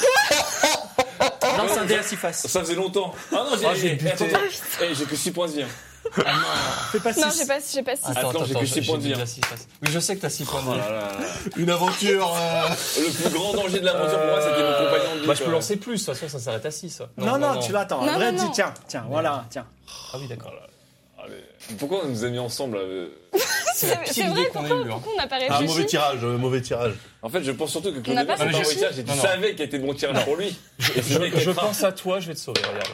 non, c'est un dé à six faces. Ça faisait longtemps. Ah non, j'ai Ah, j'ai j'ai- buté. attends, attends. Eh, j'ai que six points de vie. hein. Fais pas six. Non, j'ai pas, j'ai pas six. Attends, Attends, j'ai que six points de vie, déjà hein. six faces. Oui, je sais que t'as six points de Oh vie. là là là. Une aventure. euh, Le plus grand danger de l'aventure pour moi, c'était mon compagnon de vie. Bah je peux quoi. lancer plus, de toute façon ça s'arrête à six. Non, non, tu l'attends. Non, Vrai, non, dis non. tiens, tiens, voilà, tiens. Ah oui d'accord. Allez. Pourquoi on nous a mis ensemble là, euh C'est la C'est pire c'est idée vrai, qu'on ait pourquoi, eue. hein. pourquoi on n'a pas Un mauvais réfléchi? tirage, euh, mauvais tirage. En fait, je pense surtout que On n'a Claude pas c'est fait pas un de mauvais tir. tirage. Et tu Non, non. savais qu'il était de bon tirage pour lui. Et Je, c'est je pense à toi, je vais te sauver, regarde.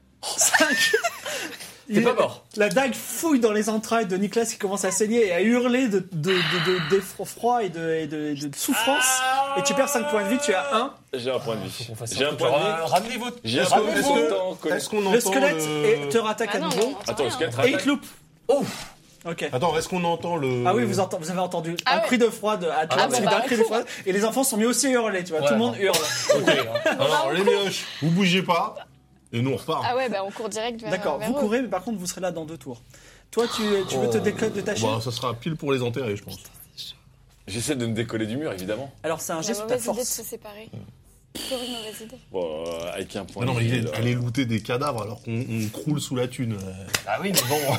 T'es Il- pas mort. La dague fouille dans les entrailles de Niklas qui commence à saigner et à hurler de, de, de, de- d'effroi et de, et de, et de souffrance. Et tu perds cinq points de vie, tu as un. J'ai un point de Faut vie. qu'on fasse J'ai un point de Euh, vie. Ramenez votre. J'ai un Est-ce point que- de vie. est-ce Est-ce que- qu'on entend- Est-ce qu'on entend Le squelette le... et te rattaque Ah à non, nouveau. non, on entend Attends, le rien. squelette Et il rattaque. te loupe. Oh Ok. Attends, est-ce qu'on entend le... Ah oui, vous, entend- vous avez entendu Ah un ouais. cri de froid de Atlan, Ah bon, suivi bah, d'un on cri de court. froid. Et les enfants sont mis aussi à hurler, tu vois. Ouais, Tout le monde non. hurle. Ok. hein. Alors, les mioches, vous bougez pas, et nous on repart. Ah ouais, bah on court direct vers D'accord, vers vous eux. courez, mais par contre, vous serez là dans deux tours. Toi, tu, tu veux te déco- détacher Bah, ça sera pile pour les enterrer, je pense. J'essaie de me décoller du mur, évidemment. Alors, c'est un La geste de ta mauvaise idée de se force. séparer. Toujours une mauvaise idée. Bon, euh, avec un point Ah non, de mais vie. il est- là. aller looter des cadavres alors qu'on on croule sous la thune. euh. Ah oui, mais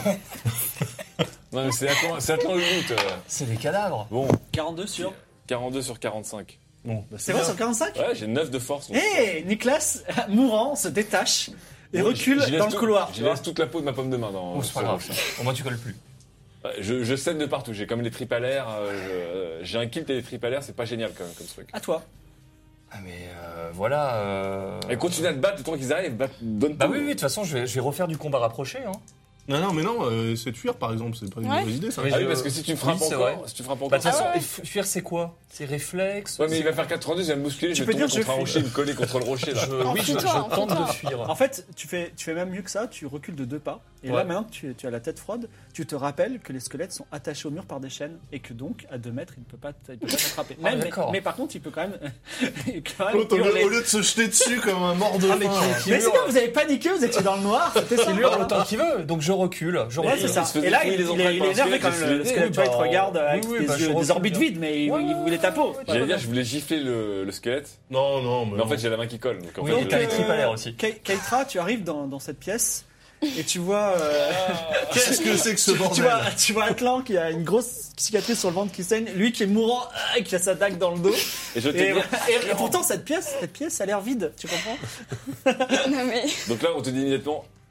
bon. Non, mais c'est Atlan, c'est Atlan le loot. euh. C'est des cadavres. Bon, quarante-deux sur. quarante-deux sur quarante-cinq. Bon, bah, C'est vrai, bien. sur quarante-cinq Ouais, j'ai neuf de force. donc- Hé, Niklas, mourant, se détache et Bon, recule j'y laisse dans le tout- couloir. Je tu vois. laisse toute la peau de ma pomme de main dans. Oh, c'est pas sur- grave. Au moins tu colles plus. Ouais, Je, je saigne de partout. J'ai comme les tripes à l'air. euh, je- J'ai un kilt et des tripes à l'air. C'est pas génial quand même comme truc. À toi. Ah mais euh, voilà. Euh... Et continue à te battre le temps qu'ils arrivent. Bat, donne Bah tout. oui, oui, de toute façon, je vais, je vais refaire du combat rapproché. Hein. Non, non, mais non, euh, c'est de fuir par exemple, c'est pas une Ouais. mauvaise idée ça. Mais Ah oui, je- parce que si tu me frappes Oui, c'est encore, vrai. si tu me frappes Bah, encore. de toute façon, Ah ouais. et fu- fuir c'est quoi? C'est réflexe? Ouais, mais il c'est- va faire quatre-vingt-deux, il va me bousculer, Tu je peux vais dire, tomber je contre un fuis. rocher, me coller contre le rocher là. Je, oui, je, Enfuis-toi, je tente de enfuis-toi. fuir. En fait, tu fais, tu fais même mieux que ça, tu recules de deux pas. Et Ouais. là, maintenant, tu, tu as la tête froide, tu te rappelles que les squelettes sont attachés au mur par des chaînes et que donc, à deux mètres, il ne peut pas t- il peut pas t'attraper. Ah, Même, mais, d'accord. mais par contre, il peut quand même, quand même L'autre, au, lieu, hurler. au lieu de se jeter dessus comme un mort de Ah, mais faim. qui- Mais c'est bien, vous avez paniqué, vous étiez dans le noir, c'était ça. Il hurle autant qu'il veut, donc je recule. Je Ouais, recule. c'est ça. Il se faisait Et là, fouiller il, les il entrailles est, il par est un énervé squelette, quand même. j'ai Le fui. squelette, Oui, tu vois, il te bah, regarde oui, avec oui, des, bah, je yeux- des recule orbites bien. vides, mais il, Ouais, il voulait ta peau. J'allais dire, je voulais gifler le, le squelette, Non, non, mais, mais en non. fait j'ai la main qui colle. Donc en Oui, fait, et je- t'as les tripes à l'air aussi. Ke- Keitra, tu arrives dans, dans cette pièce et tu vois. euh, Qu'est-ce que c'est que ce tu, bordel vois, tu vois Atlan qui a une grosse cicatrice sur le ventre qui saigne, lui qui est mourant, ah, qui a sa dague dans le dos. Et je Et, t'ai dit. et- et pourtant, cette pièce, cette pièce a l'air vide, tu comprends? Non mais. Donc là, on te dit immédiatement,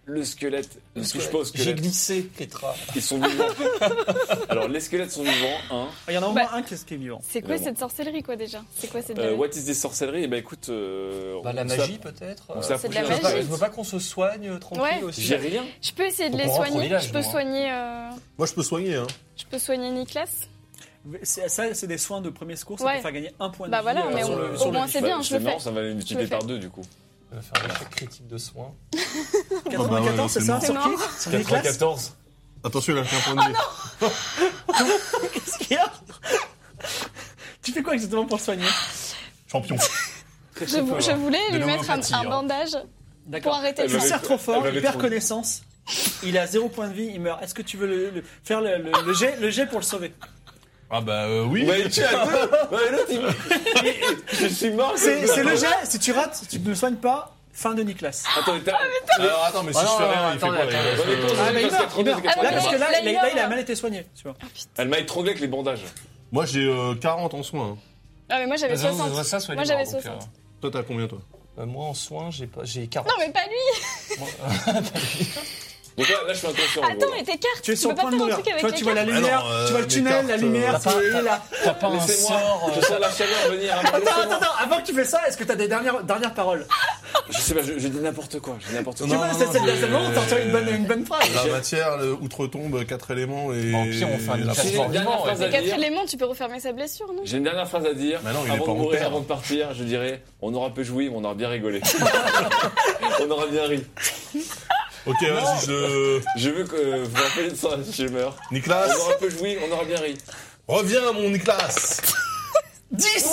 le squelette, ne touche pas au J'ai squelette. glissé, Ketra. Ils sont vivants. Alors, les squelettes sont vivants, un. Il y en a au Bah, moins un qui est qui est vivant. C'est quoi Évidemment. cette sorcellerie, quoi, déjà? C'est quoi cette Euh, magie what is this sorcellery? Eh ben écoute. euh, Bah, la on s'est- magie, peut-être. on euh, s'est c'est de approché la Je d'un veux pas- magie. je veux pas qu'on se soigne euh, tranquille Ouais. aussi. J'ai rien. Je peux essayer de Faut les qu'on rentre au soigner. village, Je peux nous, hein. soigner. euh, Moi, je peux soigner, hein. Je peux soigner Nicolas. C'est- Ça, c'est des soins de premier secours, ça Ouais. peut faire gagner un point de Bah vie. voilà, euh, mais sur on- le- au sur le moins, vif. c'est bien, je C'est le marrant, fais. ça va le Je multiplier le par fais. deux du coup. On va faire un échec critique de soins. quatre-vingt-quatorze, c'est ça? c'est Sur mort. qui? Sur Nicolas? quatre-vingt-quatorze. Attention, il a fait un point de vie. Qu'est-ce qu'il y a? Tu fais quoi exactement pour le soigner? Champion. Je, vou- je voulais De lui mettre un, l'homéopathie, un hein. bandage pour D'accord. arrêter Elle Tu le le m'avait- sang. serres trop elle fort, m'avait il perd trop- connaissance. Il est à zéro point de vie, il meurt. Est-ce que tu veux le, le- faire le, le- le jet, le jet pour le sauver? Ah bah euh, oui. Bah, il tue à deux. Ouais, l'autre, il- Je suis mort. C'est c'est le jet, si tu rates, si tu ne le soignes pas, fin de Nicolas. Attends, t'as- Alors attends, mais si Ah je non, fais non, rien, il fait attendez, quoi il- attendez. Ouais, mais toi, Ah, mais il parce meurt, qu'à il meurt. trente-deux, Ah, Là, mais parce que là, là, il, il a- là, il a meurt. mal été soigné. Tu vois. Elle m'a étranglé avec les bandages. Moi, j'ai euh, quarante en soins. hein. Ah, mais moi j'avais Ça, soixante. ça, soit Moi, libre, j'avais donc, soixante. Toi, t'as combien, toi euh, Moi, en soins, j'ai pas- j'ai quarante. Non, mais pas lui. Donc là, là, je suis inconscient. en Attends, gros, là. mais tes cartes. Tu es sur peux le pas point de faire un mourir. truc Tu avec vois, les tu vois la cartes. lumière, Ah non, euh, tu vois le les tunnel, la cartes, lumière, euh, c'est là. T'as pas un Laissez-moi. sort. euh, Je sens la chaleur venir. Attends, attends, attends, avant que tu fais ça, est-ce que tu as des dernières, dernières paroles? Je sais pas, je, je dis n'importe quoi. Je dis n'importe quoi. Tu Non, vois, non, c'est non, c'est mais- le moment où t'en tires une bonne, une bonne phrase. La matière, le outre-tombe, quatre éléments et. En pire, on fait un et la hyper J'ai fort une dernière vivant, phrase ouais. à Les quatre dire. éléments, tu peux refermer sa blessure, non? J'ai une dernière phrase à dire. Mais non, il est avant pas de en mourir, terre. avant de partir, je dirais on aura peu joué, mais on aura bien rigolé. On aura bien ri. Ok, vas-y, je. Je veux que vous vous rappelez de ça si je meurs. Nicolas, On aura peu joué, on aura bien ri. reviens, mon Nicolas. dix!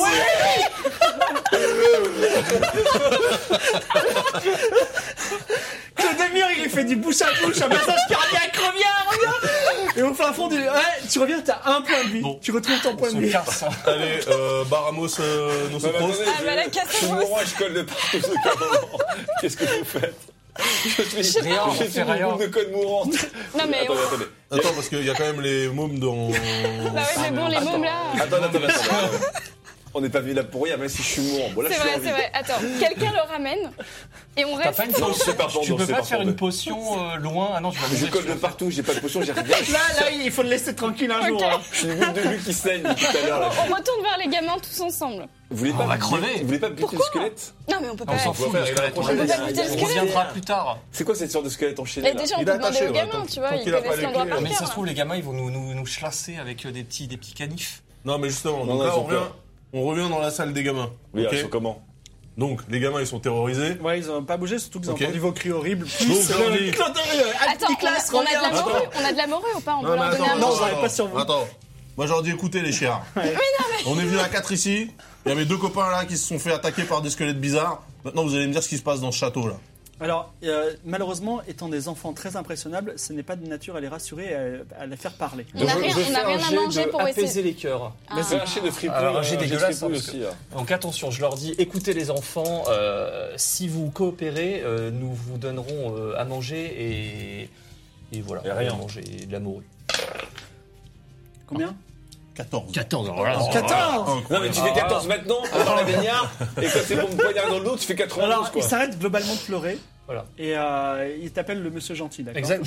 Claude Demir, il lui fait du bouche à bouche, un massage cardiaque, reviens, reviens! Et au fin fond du. Ouais, tu reviens, t'as un point de vie. Bon. Tu retrouves ton point de Son vie. casse. Allez, euh, Baramos, euh, Non, mais Nosotros. attendez, Ah, bah, la je- casse je suis au mourant et je colle de partout ce moment. Qu'est-ce que vous faites? Je suis Rien, on je fait suis une rien. boule de code mourante. Non, mais. Attendez, attendez. Attends, parce qu'il y a quand même les mômes dans. Bah ouais, mais bon, les mômes là. Attends, attends, attends. attends. On n'est pas venu là pour rien, même si je suis mourant. Bon, là, C'est je suis vrai, en c'est vie. vrai. Attends, quelqu'un le ramène et on T'as reste. pas une Non, potion. c'est pas Tu pendant, peux c'est pas pas faire pendant. une potion euh, loin. Ah non, tu vas Je mourir, colle tu de vas partout, j'ai pas de potion, j'ai rien. Là, là, il faut le laisser tranquille un jour. Ok. hein. Je suis une boule de jus qui saigne depuis tout à l'heure. là. On retourne vers les gamins tous ensemble. Vous voulez On pas va buter- crever. Vous voulez pas buter le squelette? Non, mais on peut pas. On s'en fout, faire, le il va squelette, on approcher va des- laisser. On va buter le On squelette. reviendra plus tard. C'est quoi cette sorte de squelette enchaîné Et là déjà, on Il peut est demander attaché, aux ouais, gamins, tant- tu vois, tant ils qu'il a pas connaissent les l'endroit clés, par Mais ça se cœur. trouve, les gamins, ils vont nous, nous, nous chlasser avec euh, des petits, des petits canifs. Non, mais justement, Non, donc non, là, ils on ont revient, peur. on revient dans la salle des gamins. Oui, ok ils sont comment? Donc, les gamins, ils sont terrorisés. Ouais, ils ont pas bougé, surtout qu'ils ont Ok. entendu vos cris horribles. Donc, Plus je leur le dis- Claude Demir, Attends, on Nicolas, a, on a de la reviens. morue, on a de la morue ou pas? On peut Non, mais leur attends, donner un non, morceau. j'en ai pas sur vous. Attends, moi, je leur dis écoutez, les chiens. On est venus à quatre ici. Il y a mes deux copains là qui se sont fait attaquer par des squelettes bizarres. Maintenant, vous allez me dire ce qui se passe dans ce château là. Alors, euh, malheureusement, étant des enfants très impressionnables, ce n'est pas de nature à les rassurer et à, à les faire parler. On n'a Je- rien, je on fais n'a un rien à jet manger de pour Apaiser essayer. les cœurs. Mais c'est un jet de fripouille. Alors, un jet euh, dégueulasse, fripouille hein, parce aussi. là. Donc attention, je leur dis, écoutez les enfants, euh, si vous coopérez, euh, nous vous donnerons euh, à manger et, et voilà, Et rien. à manger et de la morue. Combien quatorze. quatorze, alors là, quatorze Non, mais tu fais quatorze maintenant, avant la baignade, et quand c'est pour me poignarder dans le dos, tu fais quatre-vingt-douze Alors, quoi. il s'arrête globalement de pleurer Voilà. et euh, il t'appelle le monsieur gentil, d'accord? Exact.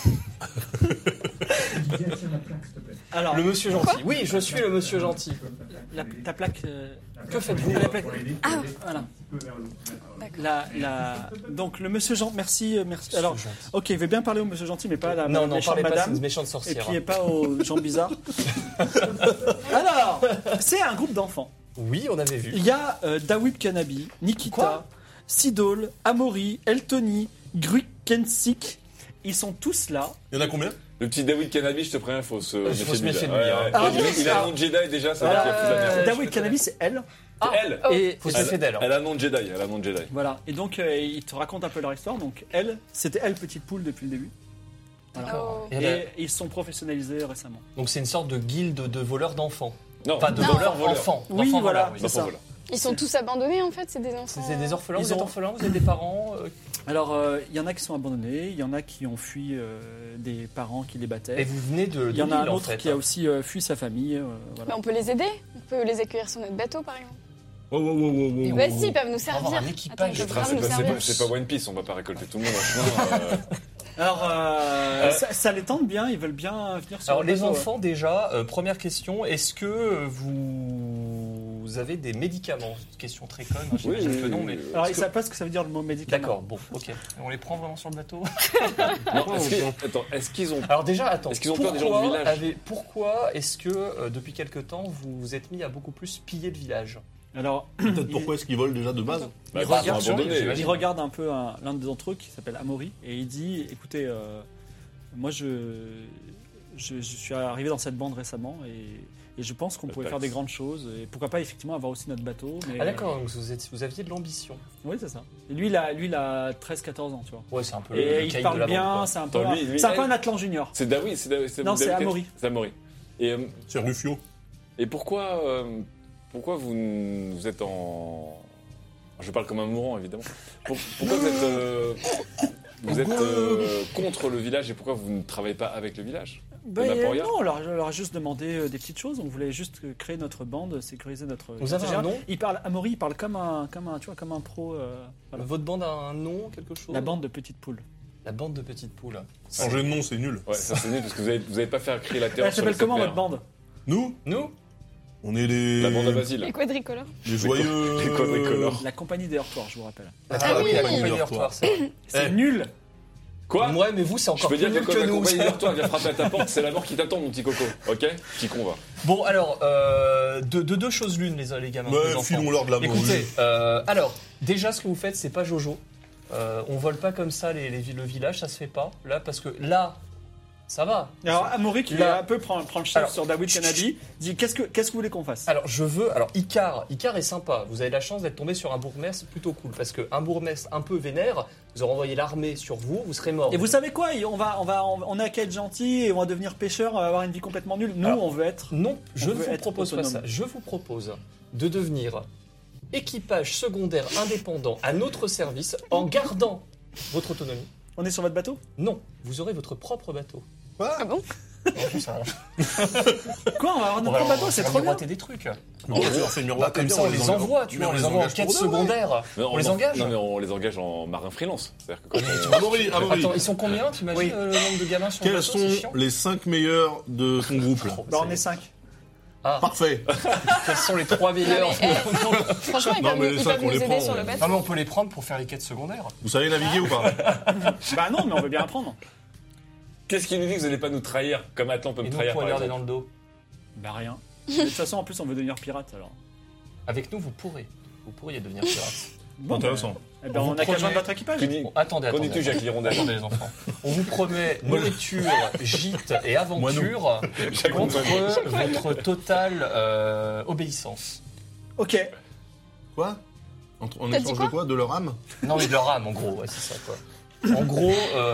Alors, Le monsieur gentil. Oui, je suis le monsieur gentil. la- ta plaque. euh, Que faites-vous la plaque. Ah, Voilà. d'accord. La, la... Donc, le monsieur gentil. Merci, euh, merci. Monsieur Alors, gentil. ok, il veut bien parler au monsieur gentil, mais pas à la Non, non, méchante parlez pas, c'est madame. une méchante Et sorcière. puis pas aux gens bizarres. Alors, c'est un groupe d'enfants. Oui, on avait vu. Il y a euh, Dawib Kanabi, Nikita, Quoi Sidol, Amaury, Eltony, Grukensik. Ils sont tous là. Il y en a combien? Le petit David Cannabis, je te préviens, il faut se Il faut se méfier de lui, Ouais, hein. ouais. Ah, il, oui, il a ah. un nom de Jedi déjà, ça veut dire qu'il y a plus de la Euh, merde. Dawib Kanabi, c'est elle. C'est elle. Oh. Et Faut se Elle, méfier d'elle. hein. elle a un nom de Jedi, elle a un nom de Jedi. voilà. Et donc, euh, ils te racontent un peu leur histoire. Donc, elle, c'était elle, petite poule, depuis le début. Voilà. Oh. Et Et, elle a- ils se sont professionnalisés récemment. Donc c'est une sorte de guilde de voleurs d'enfants. Non, Pas de Non. voleurs, voleurs. enfants. Oui, D'enfants voilà, voleurs, oui. c'est ça. voilà. Ils sont tous abandonnés en fait, c'est des enfants. C'est des orphelins, Ils vous êtes ont- orphelins, vous êtes des parents euh, Alors, euh, il y en a qui sont abandonnés, il y en a qui ont fui euh, des parents qui les battaient. et vous venez de, de Il y en a l'île, un en autre fait, qui a hein. aussi euh, fui sa famille. euh, voilà. Mais on peut les aider, on peut les accueillir sur notre bateau par exemple. Oh, oh, oh, oh, oh, Bah oh, si, oh. ils peuvent nous avoir servir. un équipage Attends, ils de peuvent C'est grave pas, nous c'est servir. pas- c'est pas One Piece, on va pas récolter tout le monde en chemin. euh. Alors, euh, ça, ça les tente bien, ils veulent bien venir sur Alors le les bateau, ouais. enfants déjà, euh, première question, est-ce que vous avez des médicaments? C'est une question très conne, hein, j'imagine Oui, que non, mais... oui, Alors, est-ce ils que- savent pas ce que ça veut dire le mot médicament. D'accord, bon, ok. On les prend vraiment sur le bateau? Non, est-ce que- attends, est-ce qu'ils ont. Alors déjà, attends, Est-ce qu'ils ont peur des gens pourquoi du village avez- Pourquoi est-ce que euh, depuis quelque temps vous vous êtes mis à beaucoup plus piller le village? Alors, Peut-être ils- pourquoi est-ce qu'ils volent déjà de base? Bah, ils parce qu'ils regardent- sont abandonnés. j'imagine. il regarde un peu un- l'un d'entre eux qui s'appelle Amaury et il dit écoutez, euh, moi je, je, je suis arrivé dans cette bande récemment et, et je pense qu'on Le pourrait taxe. faire des grandes choses et pourquoi pas effectivement avoir aussi notre bateau. Mais, Ah d'accord, donc vous, êtes, vous aviez de l'ambition. Oui, c'est ça. Et lui, il a, lui, il a treize quatorze ans, tu vois. Ouais, c'est un peu le, Et le il caïd de parle la bien, bande, quoi. c'est un peu, Attends, un- lui- lui, c'est un peu elle- un Atlan Junior. C'est Dawi, c'est Dawi. c'est Non, c'est Dawi- Amaury. C'est Amaury. Et, euh, C'est Rufio. et pourquoi, euh, pourquoi vous, n- vous êtes en. Je parle comme un mourant, évidemment. Pour- pourquoi vous êtes, euh, vous êtes euh, contre le village et pourquoi vous ne travaillez pas avec le village? Ben, Il y en a pour rien. non, on leur, on leur a juste demandé euh, des petites choses. On voulait juste euh, créer notre bande, sécuriser notre. Vous avez notre un gérant. nom Il parle, Amaury, il parle comme un, comme un, tu vois, comme un pro. euh, voilà. Votre bande a un nom, quelque chose? La bande de petites poules. La bande de petites poules. Changer de nom, c'est nul. Ouais, ça c'est nul parce que vous n'avez, vous avez pas fait crier la terreur. Elle sur s'appelle les comment sept votre mers. bande? Nous, Nous on est les. La bande à Basile. Les quadricolores. Les joyeux. Les quadricolores. La compagnie des heurtoirs, je vous rappelle. Ah, Ah oui, oui. la compagnie des heurtoirs, c'est vrai. C'est Eh. nul. Quoi? Ouais, mais vous, c'est Je encore peux plus dire que nul quand que la nous. compagnie d'Heurtoir vient frapper à ta porte, c'est la mort qui t'attend, mon petit coco. Ok? Petit con, va. Bon, alors, euh, de, de deux choses l'une, les, les gamins. les Ouais, enfants. filons-leur de la Écoutez, euh, alors, déjà, ce que vous faites, c'est pas Jojo. Euh, on vole pas comme ça les, les, le village, ça se fait pas. Là, parce que là, ça va. Alors Amaury qui Là- est un peu prend, prend le chef Alors, sur David chut, Kanabi, dit qu'est-ce que qu'est-ce que vous voulez qu'on fasse? Alors, je veux. Alors, Icar, Icar est sympa. Vous avez la chance d'être tombé sur un bourgmestre plutôt cool. Parce qu'un bourgmestre un peu vénère, vous aurez envoyé l'armée sur vous, vous serez mort. Et vous savez quoi? On va, on va, on a qu'à être gentil et on va devenir pêcheur, on va avoir une vie complètement nulle. Nous, Alors, on veut être. Non, je On ne veut vous être propose pas autonome. ça. Je vous propose de devenir équipage secondaire indépendant à notre service en gardant votre autonomie. On est sur votre bateau? Non, vous aurez votre propre bateau. Ah bon? Non, j'en sais rien. Quoi? On va avoir On notre va propre bateau, c'est on va trop bien. miroiter des trucs. Non, tu leur fais Bah, miroiter, comme ça, on les envoie, tu mais vois, on on les les envoie en engage quête pour de vrai. secondaire. Mais On les en- engage Non, mais on les engage en marin freelance. C'est-à-dire que quand Oui, on- tu Amaury, Amaury. Attends, ils sont combien, tu imagines, Oui. euh, le nombre de gamins sur le Quels bateau, sont c'est chiant. les cinq meilleurs de ton groupe là? Oh, Bah, on c'est- est cinq. Ah, Parfait. quels sont les trois meilleurs? Non, mais, eh, Franchement, ils Non, peuvent, mais nous- les ils cinq, peuvent on nous les aider prend, sur le ouais. bateau. Non, mais on peut les prendre pour faire les quêtes secondaires. Vous savez naviguer ou pas? Bah non, mais on veut bien apprendre. Qu'est-ce qui nous dit que vous n'allez pas nous trahir comme Atlan peut Et me nous, on trahir pourrait par regarder exemple dans le dos. Bah rien. Mais de toute façon, en plus, on veut devenir pirate alors. Avec nous, vous pourrez. Vous pourriez devenir pirate. Bon, Intéressant. bah, eh ben, On on vous a qu'à promet- joindre votre équipage. Que dit- Bon, attendez, Qu'en attendez. dis-tu, Jacques Hirondelle? Attendez, les enfants. On vous promet nourriture, gîte et aventure Jacques contre Hirondelle. votre totale euh, obéissance. Ok. Quoi? En, en T'as dit échange quoi de quoi? De leur âme? Non, mais de leur âme, en gros, ouais, c'est ça, quoi. En gros,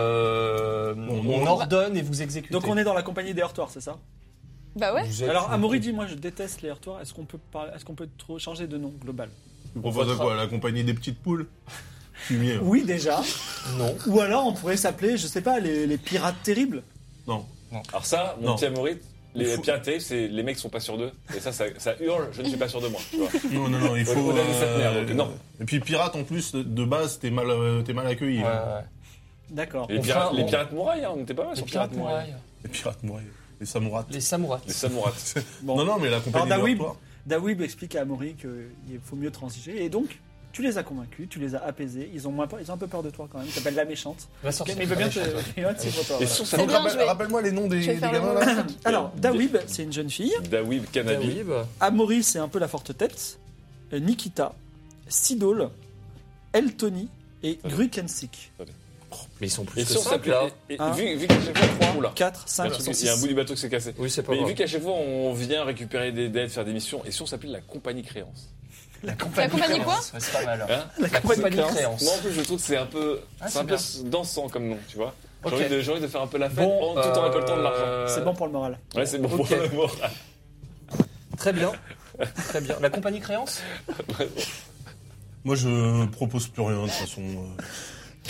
euh, Bon, on bon. ordonne et vous exécutez. Donc on est dans la compagnie des heurtoirs, c'est ça? Bah ouais. Vous êtes- Alors Amaury dit moi je déteste les heurtoirs. Est-ce qu'on peut parler, est-ce qu'on peut trop changer de nom global? Tu proposes votre- quoi? La compagnie des petites poules? Fumier. Oui déjà. Non. Ou alors on pourrait s'appeler, je sais pas, les, les pirates terribles. Non. Alors ça, mon Non. petit Amaury, les Faut- pirates terribles, c'est les mecs sont pas sûrs d'eux. Et ça, ça, ça hurle, je ne suis pas sûr de moi. Tu vois. Non, non, non, il faut. Au-delà de cette merde, donc non. Et puis pirate en plus, de base, t'es mal, euh, t'es mal accueilli. Ouais, hein. ouais. D'accord. Les On pirates, fera- les on- pirates mourailles, hein, on n'était pas mal Les sur pirates pirates mourailles. mourailles. Les pirates mourailles. Les samouraïs. Les samouraïs. Les samouraïs. Bon. Non, non, mais la Alors compagnie des Dawib, heurtoirs. Dawib explique à Amaury qu'il faut mieux transiger. Et donc, tu les as convaincus, tu les as apaisés. Ils ont, moins peur, ils ont un peu peur de toi quand même. Ils t'appellent la méchante. Va Ok, sortir. mais il veut bien te. Allez, il va te- c'est pour toi, Et voilà. sur sa C'est Donc, bien rappelle- joué. rappelle-moi les noms des, Je vais des faire le gamins mot. là. Alors, Dawib, c'est une jeune fille. Dawib Kanabi. Dawib. Amaury, c'est un peu la forte tête. Euh, Nikita, Sidol, Eltony et Grukensik. Mais ils sont plus Et que si on cinq, s'appelait. là. et- et Un, Vu vu qu'à chaque fois. Oula. quatre, Il y a cinq, un truc- il y a un bout du bateau qui s'est cassé. Oui, c'est pas Mais grave. vu qu'à chaque fois on vient récupérer des dettes, faire des missions, et si on s'appelait la compagnie créance? La La compagnie. compagnie quoi? Ouais, c'est pas mal. Hein? La La compagnie compagnie créance. créance. Moi en plus je trouve que c'est un peu, Ah, c'est c'est un peu bien. dansant comme nom, tu vois. J'ai Ok. envie, de- j'ai envie de faire un peu la fête Bon, en, tout en récoltant de l'argent. euh, C'est bon pour le moral. Ouais, c'est bon pour ok. le moral. Très bien. Très bien. La compagnie créance? Moi, je propose plus rien de toute façon. euh.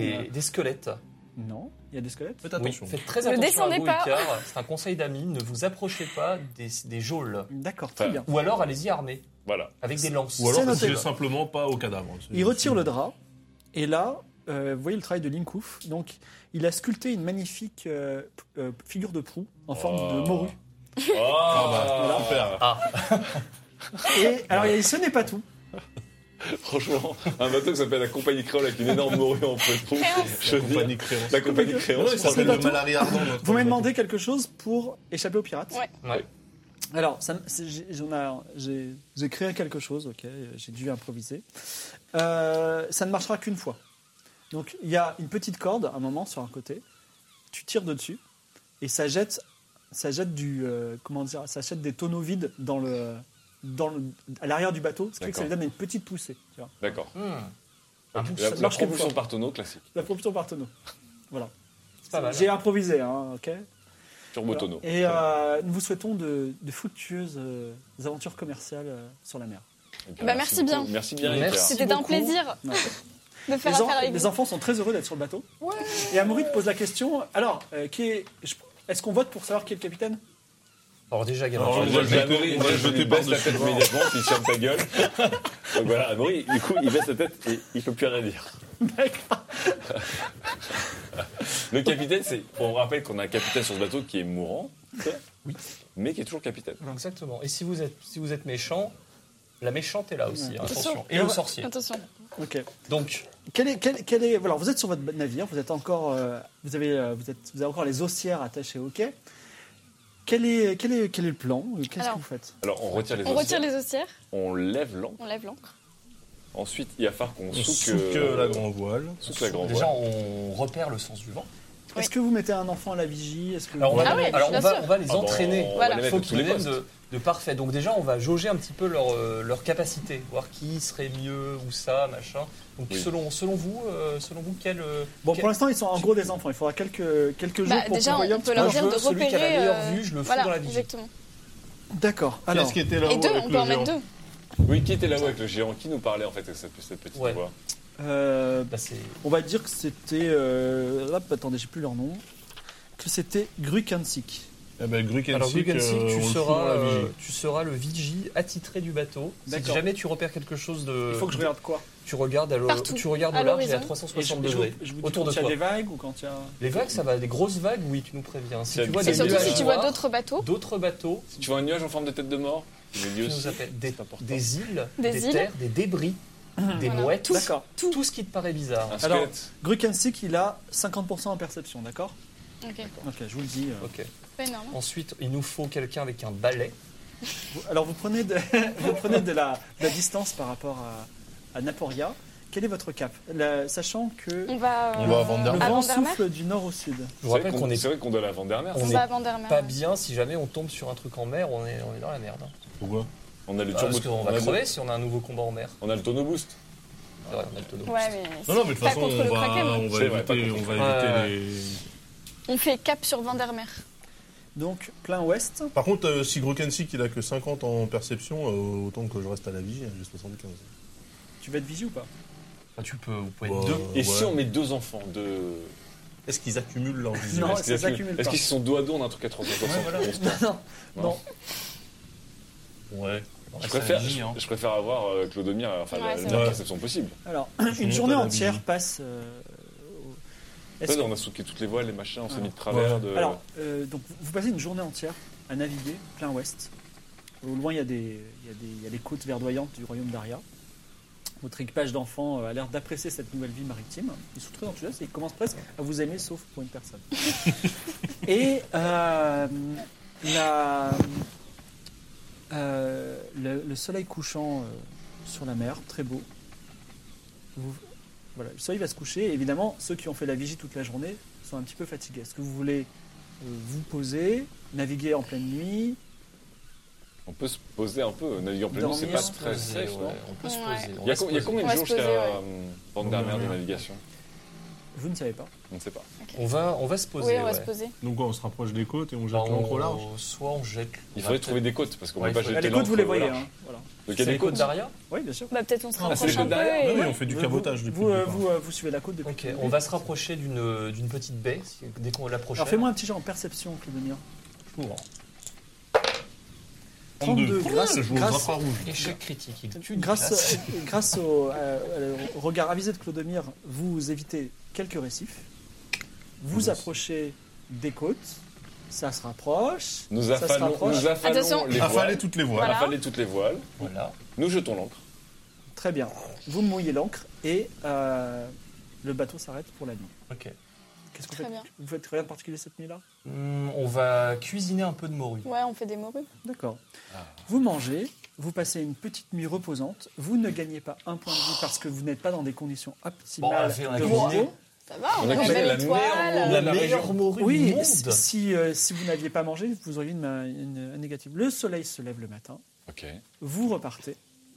des, des squelettes Non, il y a des squelettes. Faites Oui, attention. faites très Ne attention à descendez vous, pas. Icar. C'est un conseil d'amis. Ne vous approchez pas des, des geôles. D'accord, très Enfin, bien. Ou alors, allez-y armés, Voilà. avec des lances. Ou alors, C'est noté. touchez simplement pas au cadavre. C'est- Il retire le drap, et là, euh, vous voyez le travail de Linkouf. Donc, il a sculpté une magnifique euh, p- euh, figure de proue en forme Oh. de morue. Ah, bah, super. Et alors, il- ce n'est pas tout. Franchement, un bateau qui s'appelle la Compagnie Créole avec une énorme morue en feu de proue. Je La veux dire, compagnie créance. La Compagnie Non, Créole. il s'appelle pas le tout. Malari Ardent. notre- Vous m'avez demandé quelque chose pour échapper aux pirates. Ouais. Ouais. Alors, ça, me- c'est- j'ai, j'en ai- j'ai, j'ai créé quelque chose, ok, j'ai dû improviser. Euh, ça ne marchera qu'une fois. Donc, il y a une petite corde, à un moment, sur un côté. Tu tires dessus et ça jette, ça jette du, euh, comment dire, ça jette des tonneaux vides dans le, dans le, à l'arrière du bateau, ce qui fait que ça lui D'accord. donne une petite poussée. Tu vois. D'accord. Hmm, Ah, La, ça la marche qu'une propulsion fois. par tonneau classique. La propulsion par tonneau. Voilà. c'est pas mal. J'ai improvisé, hein, ok. Turbo Voilà. tonneau. Et euh, nous vous souhaitons de, de fructueuses euh, aventures commerciales euh, sur la mer. Eh bien, Bah, merci beaucoup. bien. Merci bien, Merci. Icar. C'était un beaucoup. plaisir Ouais. de faire Les, en- affaire avec les vous. enfants sont très heureux d'être sur le bateau. Et Amaury te pose la question. Alors, euh, qui est, je- est-ce qu'on vote pour savoir qui est le capitaine? Alors déjà, Gamin, Alors, tu on vois, va J'ai le Amaury, jeter- on moi, va le je lui jeter baisse la par-dessus tête le bord. immédiatement s'il ferme ta gueule. Donc voilà, Amaury, du coup, il baisse la tête et il peut plus rien dire. D'accord. Le capitaine, c'est. On rappelle qu'on a un capitaine sur ce bateau qui est mourant, Oui. mais qui est toujours capitaine. exactement. Et si vous êtes, si vous êtes méchant, la méchante est là aussi. Ouais. hein, attention. Attention. Et le sorcier. Attention. Ok. Donc, Quel est, quel, quel est, voilà, vous êtes sur votre navire, vous êtes encore, euh, vous avez, euh, vous êtes, vous avez encore les haussières attachées au quai. Quel est, quel est, quel est le plan? Qu'est-ce Alors, que vous faites? Alors, on retire les On retire haussières, les haussières, on lève l'ancre. on lève l'ancre. Ensuite, il va falloir qu'on On souque, souque euh, la grand voile. souque la grand déjà, voile. on repère le sens du vent. Oui. Est-ce que vous mettez un enfant à la vigie? Est-ce que Alors, on vous- va, Ah oui, alors, on bien va, sûr. on va les Ah bon, entraîner. on va Voilà. les Il mettre faut à tous qu'ils les viennent postes. de, de parfait. Donc déjà, on va jauger un petit peu leur, euh, leur capacité, voir qui serait mieux ou ça, machin. Donc Oui. selon, selon vous, euh, selon vous, quel, euh, Bon, quel- pour l'instant, ils sont en gros des enfants. Il faudra quelques, quelques jours Bah, pour déjà, qu'on voie un on petit peut peu. leur Moi, je dire veux de celui qui a la repérer. meilleure euh, vue, je le fous voilà, dans la vigie. exactement. D'accord. Alors, Qu'est-ce qui était là-haut Et deux, avec on le peut en mettre géant deux. Oui, qui était là-haut avec le géant? Qui nous parlait en fait avec cette, cette petite Ouais. voix? euh, Bah, c'est- on va dire que c'était. Euh, hop, attendez, j'ai plus leur nom. Que c'était Grukansik. Eh ben, Grukensik, Alors, Gugensik, euh, on tu, le fout seras, dans la vigie. euh, tu seras le vigie attitré du bateau. Si D'accord. jamais tu repères quelque chose de. Il faut que je regarde quoi? Tu regardes, à l'o- Partout, tu regardes à au large et à l'horizon. trois cent Et je, soixante et je vous- degrés. je vous dis autour quand de il y a toi. des vagues ou quand il y a. Les vagues, ça va. Des grosses vagues, oui, tu nous préviens. Si C'est- tu vois c'est Et des surtout nuages si tu vois noirs, d'autres bateaux, d'autres bateaux, Si tu vois un nuage en forme de tête de mort, je le dis tu aussi. nous appelles des, C'est important. des îles, Des des, îles. terres, des débris, des Voilà. mouettes, tout, D'accord. tout ce qui te paraît bizarre. Un Alors- squelette. Grukansik, il a cinquante pour cent en perception, d'accord? ok, Ok, je vous le dis. euh. Ok. pas énorme. Ensuite, il nous faut quelqu'un avec un balai. Vous- Alors, vous prenez de, vous prenez de, la, de la distance par rapport à, à Naporia. Quel est votre cap? La- Sachant que On va, On euh, va à le Vandermeer. À vent Vandermeer souffle du nord au sud. Je C'est vous vrai rappelle qu'on qu'on c'est est vrai qu'on doit la Vandermeer. on on est va à Vandermeer. pas ouais. bien si jamais on tombe sur un truc en mer, on est, on est dans la merde. hein. Pourquoi On a le Ah, turbo. parce qu'on on va a le- crever si on a un nouveau combat en mer. On a le tonneau boost. C'est vrai, on a le tonneau. Ouais, mais. Non, non, mais de toute pas façon, contre on le va, Kraken. on va C'est vrai, pas éviter, contre on va le Kraken. éviter les... On fait cap sur Vandermeer. Donc, plein ouest. Par contre, euh, si Grukensik il a que cinquante en perception, euh, autant que je reste à la vigie, j'ai soixante-quinze. Tu vas être vigie ou pas? Enfin, tu peux, vous pouvez Bah, être deux. Et ouais. si on met deux enfants, deux. Est-ce qu'ils accumulent leur vision Non, Est-ce qu'ils ça accumulent- s'accumule Est-ce pas. qu'ils sont dos à dos, on a un truc à trois cent soixante? Ouais, voilà. On se tente. Non, Non. non. Ouais. Je préfère, je, hein. je préfère avoir euh, Clodomir, enfin Ouais, la, c'est la vrai. meilleure perception possible. Alors, monte une à journée la entière vigie. passe. euh, au- Est-ce Là, que- on a souqué toutes les voiles, les machins, on s'est Ouais. mis de travers. Ouais. De... Alors, euh, donc, vous passez une journée entière à naviguer plein ouest. Au loin, il y a, des, il y a, des, il y a les côtes verdoyantes du royaume d'Aria. Votre équipage d'enfants euh, a l'air d'apprécier cette nouvelle vie maritime. Ils sont très enthousiastes et ils commencent presque à vous aimer, sauf pour une personne. Et euh, la, euh, le, le soleil couchant euh, sur la mer, très beau. Vous- voilà, le soleil va se coucher. Et évidemment, ceux qui ont fait la vigie toute la journée sont un petit peu fatigués. Est-ce que vous voulez euh, vous poser, naviguer en pleine nuit? On peut se poser un peu. Naviguer en pleine nuit, c'est Dormir, pas se très Poser, safe, ouais, non on peut se Ouais. poser. on Il y a, va se co- il y a poser. combien On de va jours se poser, jusqu'à ouais. euh, Vandermeer de navigation? Vous ne savez pas. On ne sait pas. On va, on va se poser. Oui, on va ouais. se poser. Donc quoi, on se rapproche des côtes et on jette Bah, l'ancre au on- large. Soit on jette. Il on faudrait va trouver des côtes parce qu'on Ouais, ne peut il pas faut- jeter les côtes, vous l'ancre les au voyez. large. Hein. Voilà. Donc il y a C'est des les côtes côtes. d'Aria. Oui, bien sûr. Bah, peut-être on se Ah, rapproche c'est un le peu. derrière. et- Oui, on fait du Vous- cabotage depuis Vous, le euh, départ. vous, euh, vous suivez la côte depuis. Ok, le début. on va se rapprocher d'une d'une petite baie si- dès qu'on l'approche. Alors fais-moi un petit jet en perception, Clodomir. trente-deux. trente-deux, grâce- Je joue aux grâce- infrarouges. Échec critique. Il tue une Grâce, classe. grâce au, euh, au regard avisé de Clodomir, vous évitez quelques récifs. Vous approchez des côtes. Ça se rapproche. Nous ça se affalons, rapproche. nous affalons Attention. les Affaler voiles. toutes les voiles. Voilà. Affaler toutes les voiles. Voilà. Nous jetons l'ancre. Très bien. Vous mouillez l'ancre et euh, le bateau s'arrête pour la nuit. Ok. Qu'est-ce que vous Très faites bien. Vous faites rien de particulier cette nuit-là? Hmm, on va cuisiner un peu de morue. Ouais, on fait des morues. D'accord. Vous mangez, vous passez une petite nuit reposante. Vous ne gagnez pas un point de vie parce que vous n'êtes pas dans des conditions Bon, on a optimales fait- on a de cuisiné. repos. Ça va, On on a a cuisiné une la belle meilleure étoile. morue. La la meilleure région. morue Oui, du monde. si, si, euh, si vous n'aviez pas mangé, vous auriez une, une- un négatif. Le soleil se lève le matin. Ok. Vous repartez.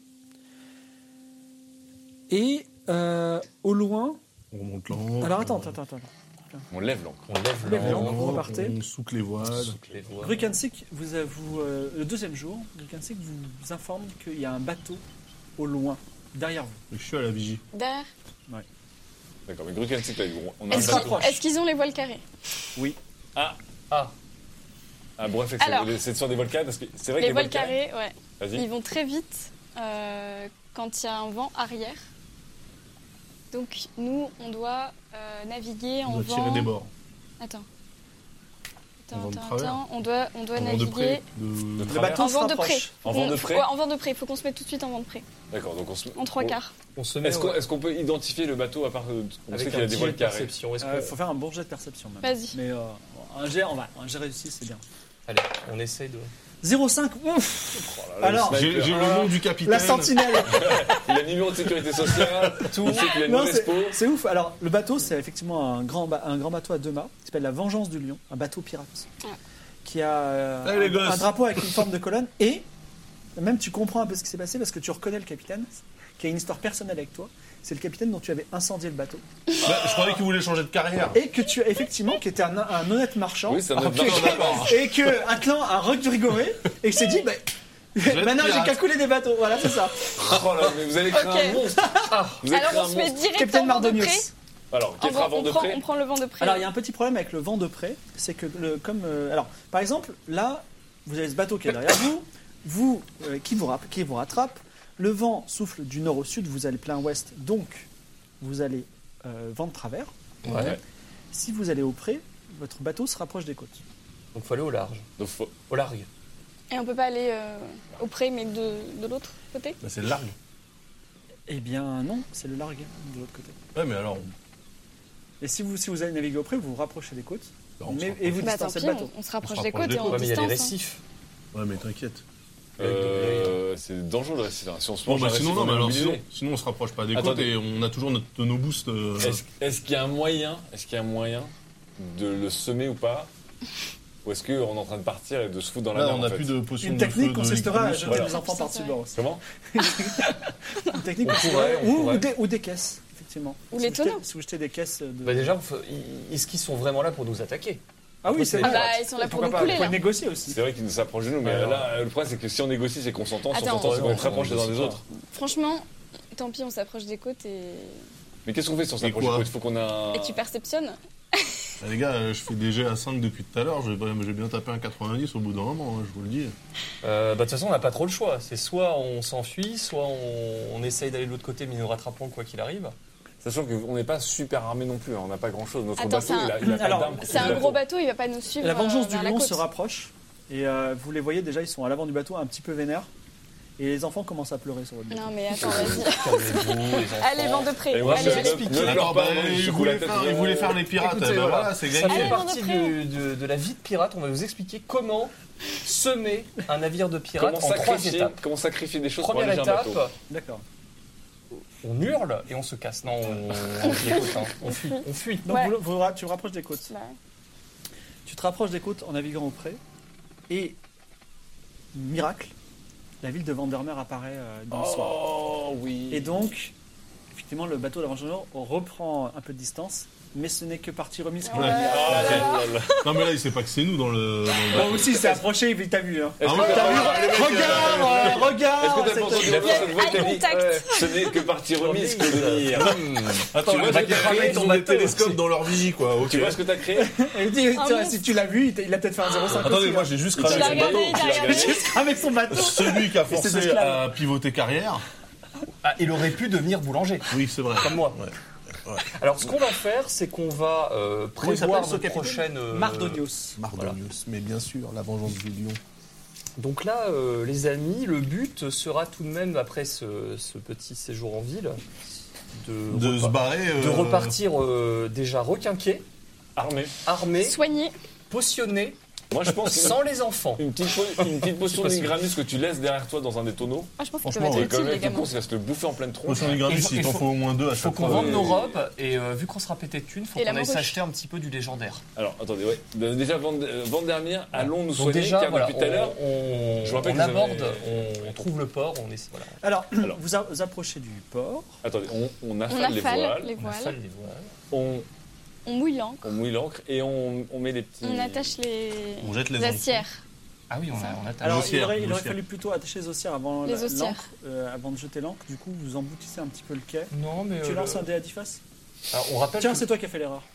Et euh, au loin. On remonte l'ancre. Alors attends, attends, attends. attends. On lève l'ancre. On lève Lève l'ancre. l'ancre. vous repartez. On souque les voiles. souque les voiles. Grukansik, vous, euh, vous, euh, le deuxième jour, Grukansik vous informe qu'il y a un bateau au loin, derrière vous. Je suis à la vigie. Derrière. D'accord, mais Grukansik, là, on a un Est-ce bateau. rapproche. qu'ils est-ce qu'ils ont les voiles carrées? Ah, Ah, ah bref, c'est- Alors. c'est sur des volcans parce que c'est vrai que Les voiles carrées, ouais. Vas-y. Ils vont très vite euh, quand il y a un vent arrière. Donc nous, on doit euh, naviguer On en doit tirer vent. des bords. Attends. En Attends, vent de attends, travers. attends. On doit, on doit En vent de près. naviguer De... De Le travers. bateau en se vent de près. rapproche. En vent de On- près ouais, en vent de près. Il faut qu'on se mette tout de suite en vent de près. D'accord, donc on se. En trois on- quarts. on se met Est-ce qu'on ouais, est-ce qu'on peut identifier le bateau à part. euh, On sait avec qu'il y un a des petit jet voiles de carrées. perception. Est-ce Il qu'on- faut faire un bon jet de perception même. Vas-y. Mais euh, un jet, on va. Un jet réussi, c'est bien. Allez, on essaye de. zéro virgule cinq, ouf. Oh là là, Alors, le J'ai sniper. j'ai le nom du capitaine. La sentinelle. Il a le numéro de sécurité sociale, tout. Il sait qu'il a une Non, mauvaise c'est peau. c'est ouf. Alors, le bateau, c'est effectivement un grand, ba- un grand bateau à deux mâts qui s'appelle la Vengeance du Lion, un bateau pirate. Ah. Qui a euh, Allez, les un, gosses. un drapeau avec une forme de colonne. Et même, tu comprends un peu ce qui s'est passé parce que tu reconnais le capitaine qui a une histoire personnelle avec toi. C'est le capitaine dont tu avais incendié le bateau. Bah, je croyais qu'il voulait changer de carrière. Et que tu as effectivement, qui était un, un honnête marchand. Oui, c'est un Ah, autre ok, marchand. d'accord. Et que un clan a rigoré et que s'est dit, bah, maintenant j'ai pirate. qu'à couler des bateaux. Voilà, c'est ça. Oh là, mais vous allez créer Ok. un monstre. Vous allez Alors créer on un se met monstre. direct Capitaine en vent de près. Mardonius. Alors, En qui fera vent- vent on, de prend, près on prend le vent de près. Alors il y a un petit problème avec le vent de près, c'est que le, comme euh, alors par exemple là vous avez ce bateau qui est derrière vous, vous euh, qui vous rapp- qui vous rattrape, le vent souffle du nord au sud, vous allez plein ouest, donc vous allez euh, vent de travers. Ouais. Si vous allez au près, votre bateau se rapproche des côtes. Donc faut aller au large. Donc, faut- Au large. Et on peut pas aller euh, au près, mais de, de l'autre côté. Bah, c'est le largue. Eh bien non, c'est le largue de l'autre côté. Ouais, mais alors. Et si vous si vous allez naviguer au près, vous vous rapprochez des côtes, on se mais, rapproche. et vous Bah tant distancez pis, le bateau. on, on se rapproche On se des rapproche côtes des et en Ouais, mais il y a des distance. hein. récifs. Ouais, mais t'inquiète. Euh, c'est dangereux le récif. hein. Si on se Bon, mange bah, un récif, sinon, non, on mais est alors, obligé. sinon, sinon, on se rapproche pas des côtes Attendez. et on a toujours notre, nos boosts. euh, Est-ce est-ce qu'il y a un moyen, est-ce qu'il y a un moyen de le semer ou pas? Ou est-ce qu'on est en train de partir et de se foutre dans la Là, mer on en n'a fait plus de potions Une de technique feu, de consistera à Lictus, jeter voilà. les enfants par-dessus le bord. Comment? Une technique On consistera- pourrait, on ou, pourrait. ou des, ou des caisses, effectivement. Ou Si les vous jetez- tonneaux. Si vous jetez des caisses de... Bah déjà, faut- i- est-ce qu'ils sont vraiment là pour nous attaquer? ah oui, c'est Ah Ah vrai. bah ils sont là pour Pourquoi nous pas, couler vous pouvez là. négocier aussi. C'est vrai qu'ils nous s'approchent de nous, mais Ouais, là, le problème c'est que si on négocie, c'est qu'on s'entend. Si on Attends. s'entend, c'est qu'on est très Ouais, proches les uns on des négocie autres. Franchement, tant pis, on s'approche des côtes et, Mais qu'est-ce qu'on fait si on s'approche quoi des côtes? Il faut qu'on a un. et tu perceptionnes. Ah, les gars, euh, je fais des jets à cinq depuis tout à l'heure. J'ai j'ai bien tapé un quatre-vingt-dix au bout d'un moment, hein, je vous le dis. Euh, bah, de toute façon, on n'a pas trop le choix. C'est soit on s'enfuit, soit on, on essaye d'aller de l'autre côté, mais nous rattrapons quoi qu'il arrive. Sachant qu'on n'est pas super armé non plus, hein, on n'a pas grand chose. Notre Attends, bateau, c'est un- il a, il a pas Alors, d'armes. C'est un gros bateau, il va pas nous suivre. La vengeance euh, du vers la lion côte. se rapproche et euh, vous les voyez déjà, ils sont à l'avant du bateau un petit peu vénères et les enfants commencent à pleurer sur votre bateau. Non mais attends, vas-y. Calmez-vous, les enfants. Allez, vent de près. Et moi, Allez, je allez. ne pleure Alors, pas, bah, moi, je il, secoue voulait la tête. faire, il voulait faire les pirates. Écoutez, bah, voilà. voilà, c'est Ça gagné. fait Allez, partie vent de près. du- de, de la vie de pirate. On va vous expliquer comment semer un navire de pirate Comment en trois sacrifier, étapes. comment sacrifier des choses pour Première alléger un bateau. étape, D'accord. on hurle et on se casse. Non, on, on, écoute, hein. on fuit. On fuit. Donc Ouais. vous, vous ra- tu rapproches des côtes. Bah, Tu te rapproches des côtes en naviguant au près et miracle, la ville de Vandermeer apparaît euh, dans le soir. Oh oui. Et donc effectivement, le bateau d'Arangelo reprend un peu de distance, mais ce n'est que partie remise. Ouais. Ah, ok. Non mais là il sait pas que c'est nous dans le. Dans le Moi aussi, c'est approché, il t'a vu. Hein. Est-ce Ah que ouais, t'as- ah ouais, Regarde, les mecs, regarde, euh, euh, regarde. Est-ce que t'as cette- pas entendu la voix cette voix qui t'a Eye dit contact. ouais, ce n'est que partie remise que de dire. Ah, tu vois, vois, les j'ai mecs, créé ils ton ont des bateau. télescopes dans leur vigie quoi. Ok. Tu vois ce que t'as créé? Elle dit, Ah, tiens, mince. si tu l'as vu, il t'a- il a peut-être fait un zéro virgule cinq. Attendez, aussi, moi hein. j'ai juste Tu cramé l'as son regardé, bateau. il a Il a regardé. juste cramé son bateau. Celui qui a ses forcé esclaves. à pivoter carrière. Ah, il aurait pu devenir boulanger, Oui, c'est vrai. comme moi. Ouais. Alors, ce qu'on va faire, c'est qu'on va euh, Comment il prévoir s'appelle, ce notre capitaine prochaine. euh, Mardonios. Mardonius, mais bien sûr, la vengeance du lion. Donc là, euh, les amis, le but sera tout de même, après ce, ce petit séjour en ville, de, De se repa- barrer. euh, de repartir euh, déjà requinqué, Armé. armé, Soigné. potionné, Moi, je pense sans les enfants. une petite, po- une petite potion C'est possible. d'Ingramus que tu laisses derrière toi dans un des tonneaux. Ah, je pense qu'ils Franchement, peuvent ouais, être Comme utiles, les mec, le gamins. con, c'est va se le bouffer en pleine tronche. Potion d'Ingramus, Il faut- il il t'en faut- faut au moins deux à Il faut chaque qu'on fois. vende nos et- robes et euh, vu qu'on sera pété de thunes, faut Et la qu'on aille main rouge. s'acheter un petit peu du légendaire. Alors, attendez, ouais. De- Déjà, Vand- euh, Vandermeer, allons nous Donc soigner, déjà, car voilà, depuis tout à l'heure, on, on, Je me rappelle on que vous aborde, avez- on, on trouve le port, on essaie. Voilà. Alors, Alors. vous, a- vous approchez du port. attendez, on, on On affale les affale voiles, les On voiles. affale les voiles. on, On mouille l'encre. on mouille l'ancre et on, on met les petits. On attache les On jette les assières. Ah oui, on a, on a Alors, L'ossière, il aurait, il aurait l'ossière. fallu plutôt attacher les ossières avant Les la- ossières. l'ancre, euh, avant de jeter l'ancre. Du coup, vous emboutissez un petit peu le quai. Non, mais. Tu euh, lances le- un dé à dix faces. Alors, on rappelle, Tiens, que, c'est toi qui as fait l'erreur.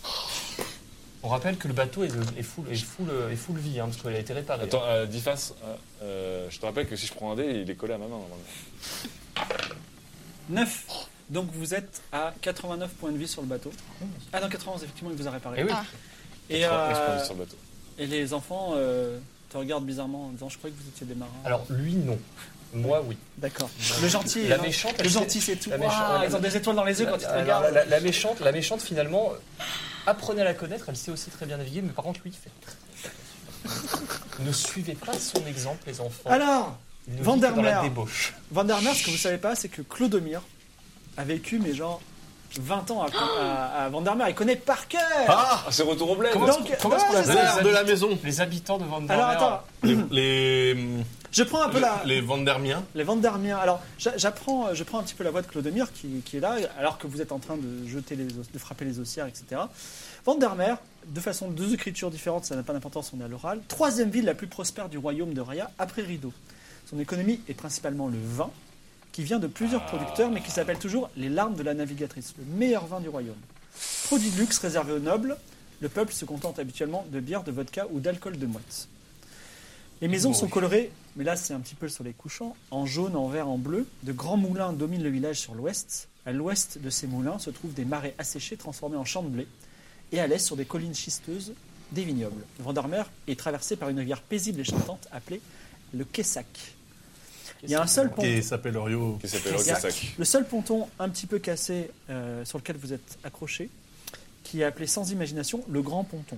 on rappelle que le bateau est, est, full, est, full, est full vie, hein, parce qu'il a été réparé. Attends, euh, dix faces, euh, euh, je te rappelle que si je prends un dé, il est collé à ma main. normalement. neuf. Donc vous êtes à quatre-vingt-neuf points de vie sur le bateau. Ah non, quatre-vingt-onze, effectivement, il vous a réparé. Eh oui. Ah. Et, Trois- euh, trois sur le bateau. et les enfants euh, te regardent bizarrement en disant, je croyais que vous étiez des marins. Alors, lui, non. Moi, oui. D'accord. Le gentil, La non. méchante, le elle gentil, c'est tout. la méchante, Waouh, ouais, ils ont la- des étoiles dans les yeux quand ils te Alors, regardent. la, la- la méchante, la méchante, finalement, apprenez à la connaître, elle sait aussi très bien naviguer, mais par contre, lui, il fait très attention. Ne suivez pas son exemple, les enfants. Alors, Il ne vit Vandermeer. que dans la débauche. Vandermeer, ce que vous savez pas, c'est que Clodomir a vécu, mais genre, vingt ans à, à, à Vandermeer. Il connaît par cœur. Ah, Ah, c'est retour au bled. Comment Donc, est-ce comment est-ce qu'on ouais, appelle c'est l'air ça. de la maison. les habitants de Vandermeer? Alors, attends, Les. Les, je prends un peu la... les Vandermiens. Les Vandermeer. Alors, j'a- j'apprends, je prends un petit peu la voix de Clodomir qui, qui est là, alors que vous êtes en train de jeter les os- de frapper les ossières, et cetera. Vandermeer, de façon deux écritures différentes, ça n'a pas d'importance, on est à l'oral. Troisième ville la plus prospère du royaume de Raya après Rideau. Son économie est principalement le vin, qui vient de plusieurs producteurs, mais qui s'appelle toujours les larmes de la navigatrice, le meilleur vin du royaume. Produit de luxe réservé aux nobles, le peuple se contente habituellement de bière, de vodka ou d'alcool de mouette. Les maisons Bon, sont oui. colorées, mais là c'est un petit peu le soleil couchant, en jaune, en vert, en bleu. De grands moulins dominent le village sur l'ouest. À l'ouest de ces moulins se trouvent des marais asséchés transformés en champs de blé. Et à l'est, sur des collines schisteuses, des vignobles. Vandermeer est traversé par une rivière paisible et chantante appelée le Quessac. Il y a un seul ponton. Qui s'appelle Orio. Qui s'appelle Quessac. Roquessac. Le seul ponton un petit peu cassé euh, sur lequel vous êtes accroché, qui est appelé sans imagination le Grand Ponton.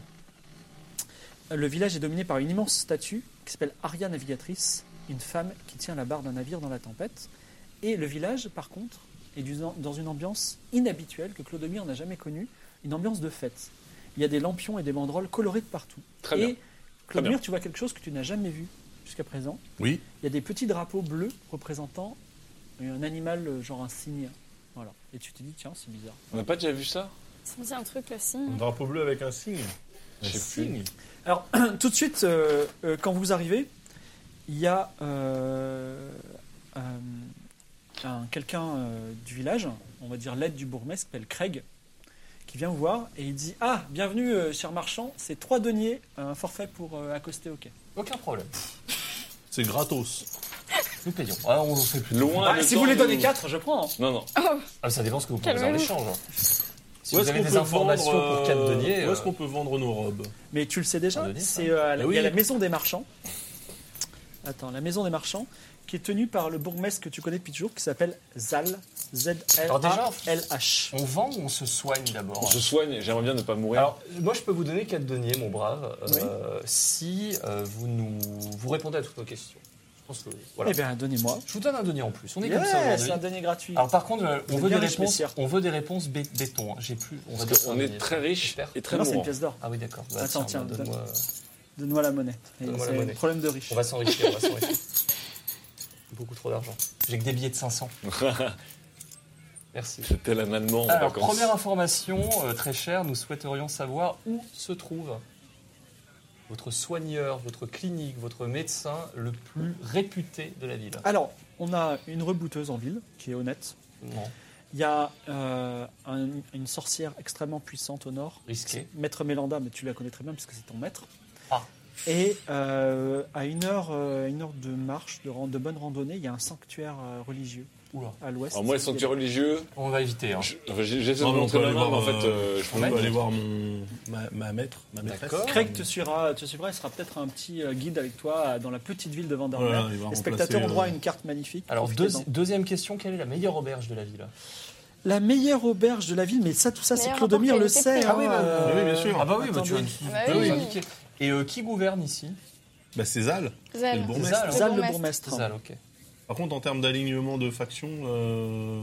Le village est dominé par une immense statue qui s'appelle Aria Navigatrice, une femme qui tient la barre d'un navire dans la tempête. Et le village, par contre, est du- dans une ambiance inhabituelle que Clodomir n'a jamais connue, une ambiance de fête. Il y a des lampions et des banderoles colorées de partout. Très et bien. Clodomir, bien. tu vois quelque chose que tu n'as jamais vu jusqu'à présent. Oui. Il y a des petits drapeaux bleus représentant un animal, euh, genre un cygne. Voilà. Et tu te dis, tiens, c'est bizarre. On n'a pas déjà vu ça? Ça me dit un truc, le Un signe. drapeau bleu avec un signe. Je Un sais signe. Alors, tout de suite, euh, euh, quand vous arrivez, il y a euh, euh, un- quelqu'un euh, du village, on va dire l'aide du bourgmestre, qui s'appelle Craig, qui vient vous voir et il dit, ah, bienvenue, euh, cher marchand, c'est trois deniers, un forfait pour euh, accoster au quai. Aucun problème. C'est gratos. Nous payons. Ah, on fait plus. Loin. Ah, le si temps vous les de- donnez quatre, je prends. hein. Non, non. Ah, ça dépend ce que vous proposez en Calmez-vous. échange. hein. Si Où vous est-ce avez qu'on des peut informations vendre, pour quatre euh, deniers. Où est-ce euh, qu'on peut vendre nos robes? Mais tu le sais déjà, Un denier, ça. c'est euh, à la- Ah oui. il y a la maison des marchands. Attends, la maison des marchands, qui est tenue par le bourgmestre que tu connais depuis toujours, qui s'appelle Zal, Z L Alors déjà, A L H. On vend ou on se soigne d'abord? On se soigne, j'aimerais bien ne pas mourir. Alors, moi, je peux vous donner quatre deniers, mon brave, euh, si euh, vous nous vous répondez à toutes nos questions. Je pense que voilà. Eh bien, donnez-moi. Je vous donne un denier en plus. On est comme ça Yes, aujourd'hui. un denier gratuit. Alors par contre, euh, on Vous veut êtes des bien riche, réponses. messieurs. On veut des réponses bé- béton. hein. J'ai plus. On va dire Parce ça, un qu'on est denier, très riche j'espère. et très non, c'est une mourant. pièce d'or. Ah oui, d'accord. Bah, Attends, tiens, tiens, donne-moi. Donne-moi la monnaie. Et Donne-moi la C'est monnaie. un problème de riche. On va s'enrichir. On va s'enrichir. Beaucoup trop d'argent. J'ai que des billets de cinq cents. Merci. C'était l'amendement en Alors, vacances. première information, euh, très chère, nous souhaiterions savoir où se trouve votre soigneur, votre clinique, votre médecin le plus réputé de la ville. Alors, on a une rebouteuse en ville qui est honnête. Non, Il y a euh, un- une sorcière extrêmement puissante au nord. risqué. Maître Mélanda, mais tu la connais très bien puisque c'est ton maître. Ah. Et euh, à une heure, euh, une heure de marche, de, ran- de bonne randonnée, il y a un sanctuaire euh, religieux Oula. à l'ouest. Alors moi, les sanctuaires religieux, On va éviter. Hein. je- enfin, j'ai- j'essaie de Non, mais on montrer peut ma aller main, mais voir, en fait, euh, je On peux peut aller voir mon, ma, ma maître, ma maîtresse. D'accord. Craig te suivra, te suivra, il sera peut-être un petit euh, guide avec toi euh, dans la petite ville de Vandermeer. Voilà, il va Les remplacer, spectateurs ont droit à euh, une carte magnifique. Alors, Profitez-en. deuxi- deuxième question, quelle est la meilleure auberge de la ville? La meilleure auberge de la ville, mais ça, tout ça, c'est Meilleur Clodomir rapport le sait. qualité-prix. Ah oui, bah, hein, oui, bien sûr. Ah bah oui, bah, tu vas attendez. nous, Bah tu vas oui. nous indiquer. Et euh, qui gouverne ici? Bah, c'est Zal. Zal. le bourgmestre. Zal, Zal, le bourgmestre. bourgmestre. Zal, ok. Par contre, en termes d'alignement de factions, euh,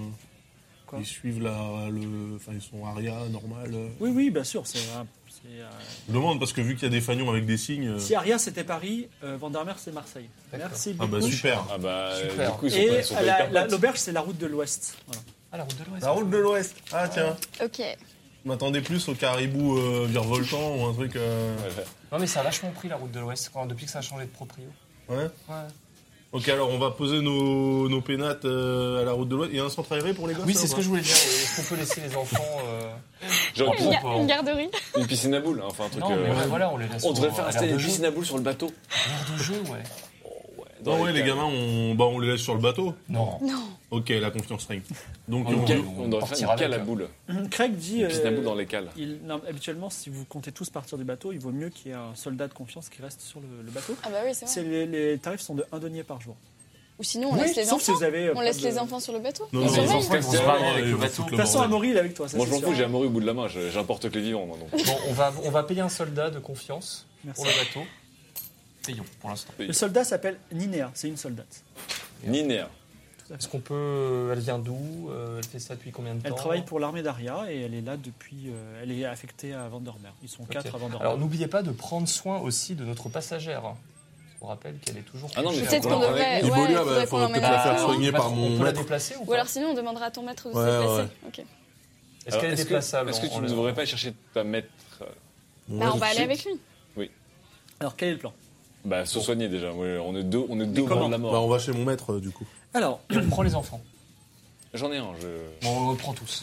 Quoi ils suivent la, le, enfin, ils sont aria, normal. euh. Oui, oui, bien sûr. C'est, euh, c'est, euh, Je demande parce que vu qu'il y a des fanions avec des signes. euh, Si Aria c'était Paris, euh, Vandermeer c'est Marseille. D'accord. Merci Ah beaucoup. bah super. Ah bah, Super. du coup, ils sont Et pas, ils sont pas la- hyper la- potes. l'auberge c'est la route de l'Ouest. Voilà. Ah, la route de l'Ouest. La route de l'Ouest. Ah tiens. Ok. Je m'attendais plus au caribou euh, virevoltant ou un truc. euh, Ouais, ouais. Non, mais ça a vachement pris la route de l'Ouest quand- depuis que ça a changé de proprio. Ouais. Ouais. Ok, alors on va poser nos, nos pénates euh, à la route de l'Ouest. Il y a un centre aéré pour les gosses Oui, là, c'est ou ce pas que je voulais dire. Est-ce qu'on peut laisser les enfants euh, Genre, Une, ga- pas. une garderie. une piscine à boules, hein, enfin un truc. Non, mais euh, ouais, voilà, on les laisse. On au- devrait à faire l'air rester de une jeu. piscine à boules sur le bateau. L'air de jeu, ouais. Dans Non, ouais, les cales. gamins, on, bah, on les laisse sur le bateau. Non. Non. Ok, la confiance règne. Donc, On on, Une cale- on On devrait partira faire une cale à avec, boules. Hum, Craig dit. Une piscine à euh, boules dans les cales. il- non, habituellement, si vous comptez tous partir du bateau, il vaut mieux qu'il y ait un soldat de confiance qui reste sur le, le bateau. Ah bah oui, c'est C'est vrai. les, les tarifs sont de un denier par jour. Ou sinon, on Oui, laisse les sauf si enfants. vous avez. euh, On pas laisse de- les enfants sur le bateau. Non, On non, surveille. les enfants, ils vont se Ouais, barrer ouais, avec ils le vont bateau. foutre De le toute façon, bordel. Amaury, il est avec toi. Ça, Moi, c'est je m'en sûr. fous, j'ai Amaury au bout de la main. je- J'importe que les vivants, moi. Donc. Bon, on va, on va payer un soldat de confiance Merci. pour le bateau. Payons pour l'instant. Le soldat s'appelle Ninéa, c'est une soldate. Ninéa. Est-ce qu'on peut. Elle vient d'où? Euh, Elle fait ça depuis combien de temps? Elle travaille pour l'armée d'Aria et elle est là depuis. euh, elle est affectée à Vandermeer. Ils sont Ok. quatre à Vandermeer. Alors n'oubliez pas de prendre soin aussi de notre passagère. Je vous rappelle qu'elle est toujours. Ah non, mais couchée Peut-être à qu'on bord. devrait. Ibolia, Ouais, bah, faudrait qu'on faudrait l'emmène peut-être la faire avec nous. soigner Bah, par on mon peut la maître. déplacer ou Ou pas? alors sinon, on demandera à ton maître de se Ouais, déplacer. ouais. Ok. Est-ce Alors, qu'elle est Est-ce que, déplaçable est-ce que en- tu en ne le- devrais pas chercher ta maître euh, Mon Bah, on maître. va aller suite. avec lui. Alors, quel est le plan? Bah, se soigner déjà. Ouais, on est deux, on est deux au comment bord de la Bah, mort. on va chez mon maître, euh, du coup. Alors, Et on prend les enfants. J'en ai un. Je... Bon, on le prend tous.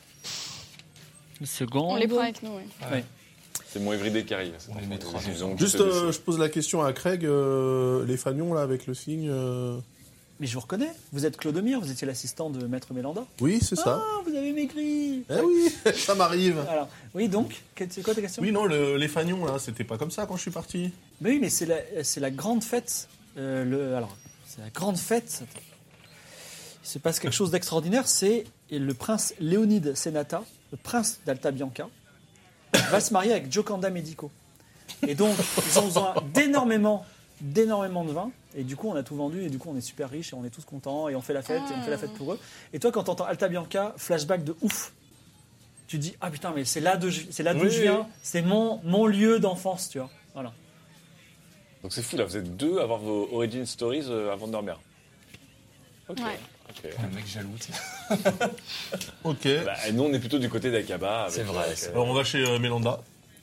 une seconde. On les prend avec nous, oui. C'est mon everyday qui arrive. cet On les enfant. mettra. Ils ont Juste, tous euh, laissé. je pose la question à Craig. euh, les fanions, là, avec le signe. euh, Mais je vous reconnais. Vous êtes Clodomir, vous étiez l'assistant de Maître Mélanda. Oui, c'est ça. Ah, vous avez maigri. Eh oui, ça m'arrive. Alors, oui, donc, que- c'est quoi ta question? Oui, non, le- les fanions, là, c'était pas comme ça quand je suis parti. Mais oui, mais c'est la, c'est la grande fête. euh, le, alors, c'est la grande fête. Il se passe quelque chose d'extraordinaire. C'est le prince Léonide Senata, le prince d'Alta Bianca, va se marier avec Jocanda Medico. Et donc, ils ont besoin d'énormément, d'énormément de vin. Et du coup, on a tout vendu. Et du coup, on est super riches et on est tous contents. Et on fait la fête. Et on fait la fête pour eux. Et toi, quand tu entends Alta Bianca, flashback de ouf. Tu dis, ah putain, mais c'est là d'où je, c'est là d'où Oui, je oui. viens. C'est mon, mon lieu d'enfance, tu vois. Voilà. Donc c'est fou là, vous êtes deux à avoir vos origin stories euh, à Vandermeer. Ok. Ouais. ok. Le mec jaloux. tu sais. Ok. Bah, et nous on est plutôt du côté d'Akaba. avec, C'est vrai, euh, c'est Alors, on va chez euh, Mélanda.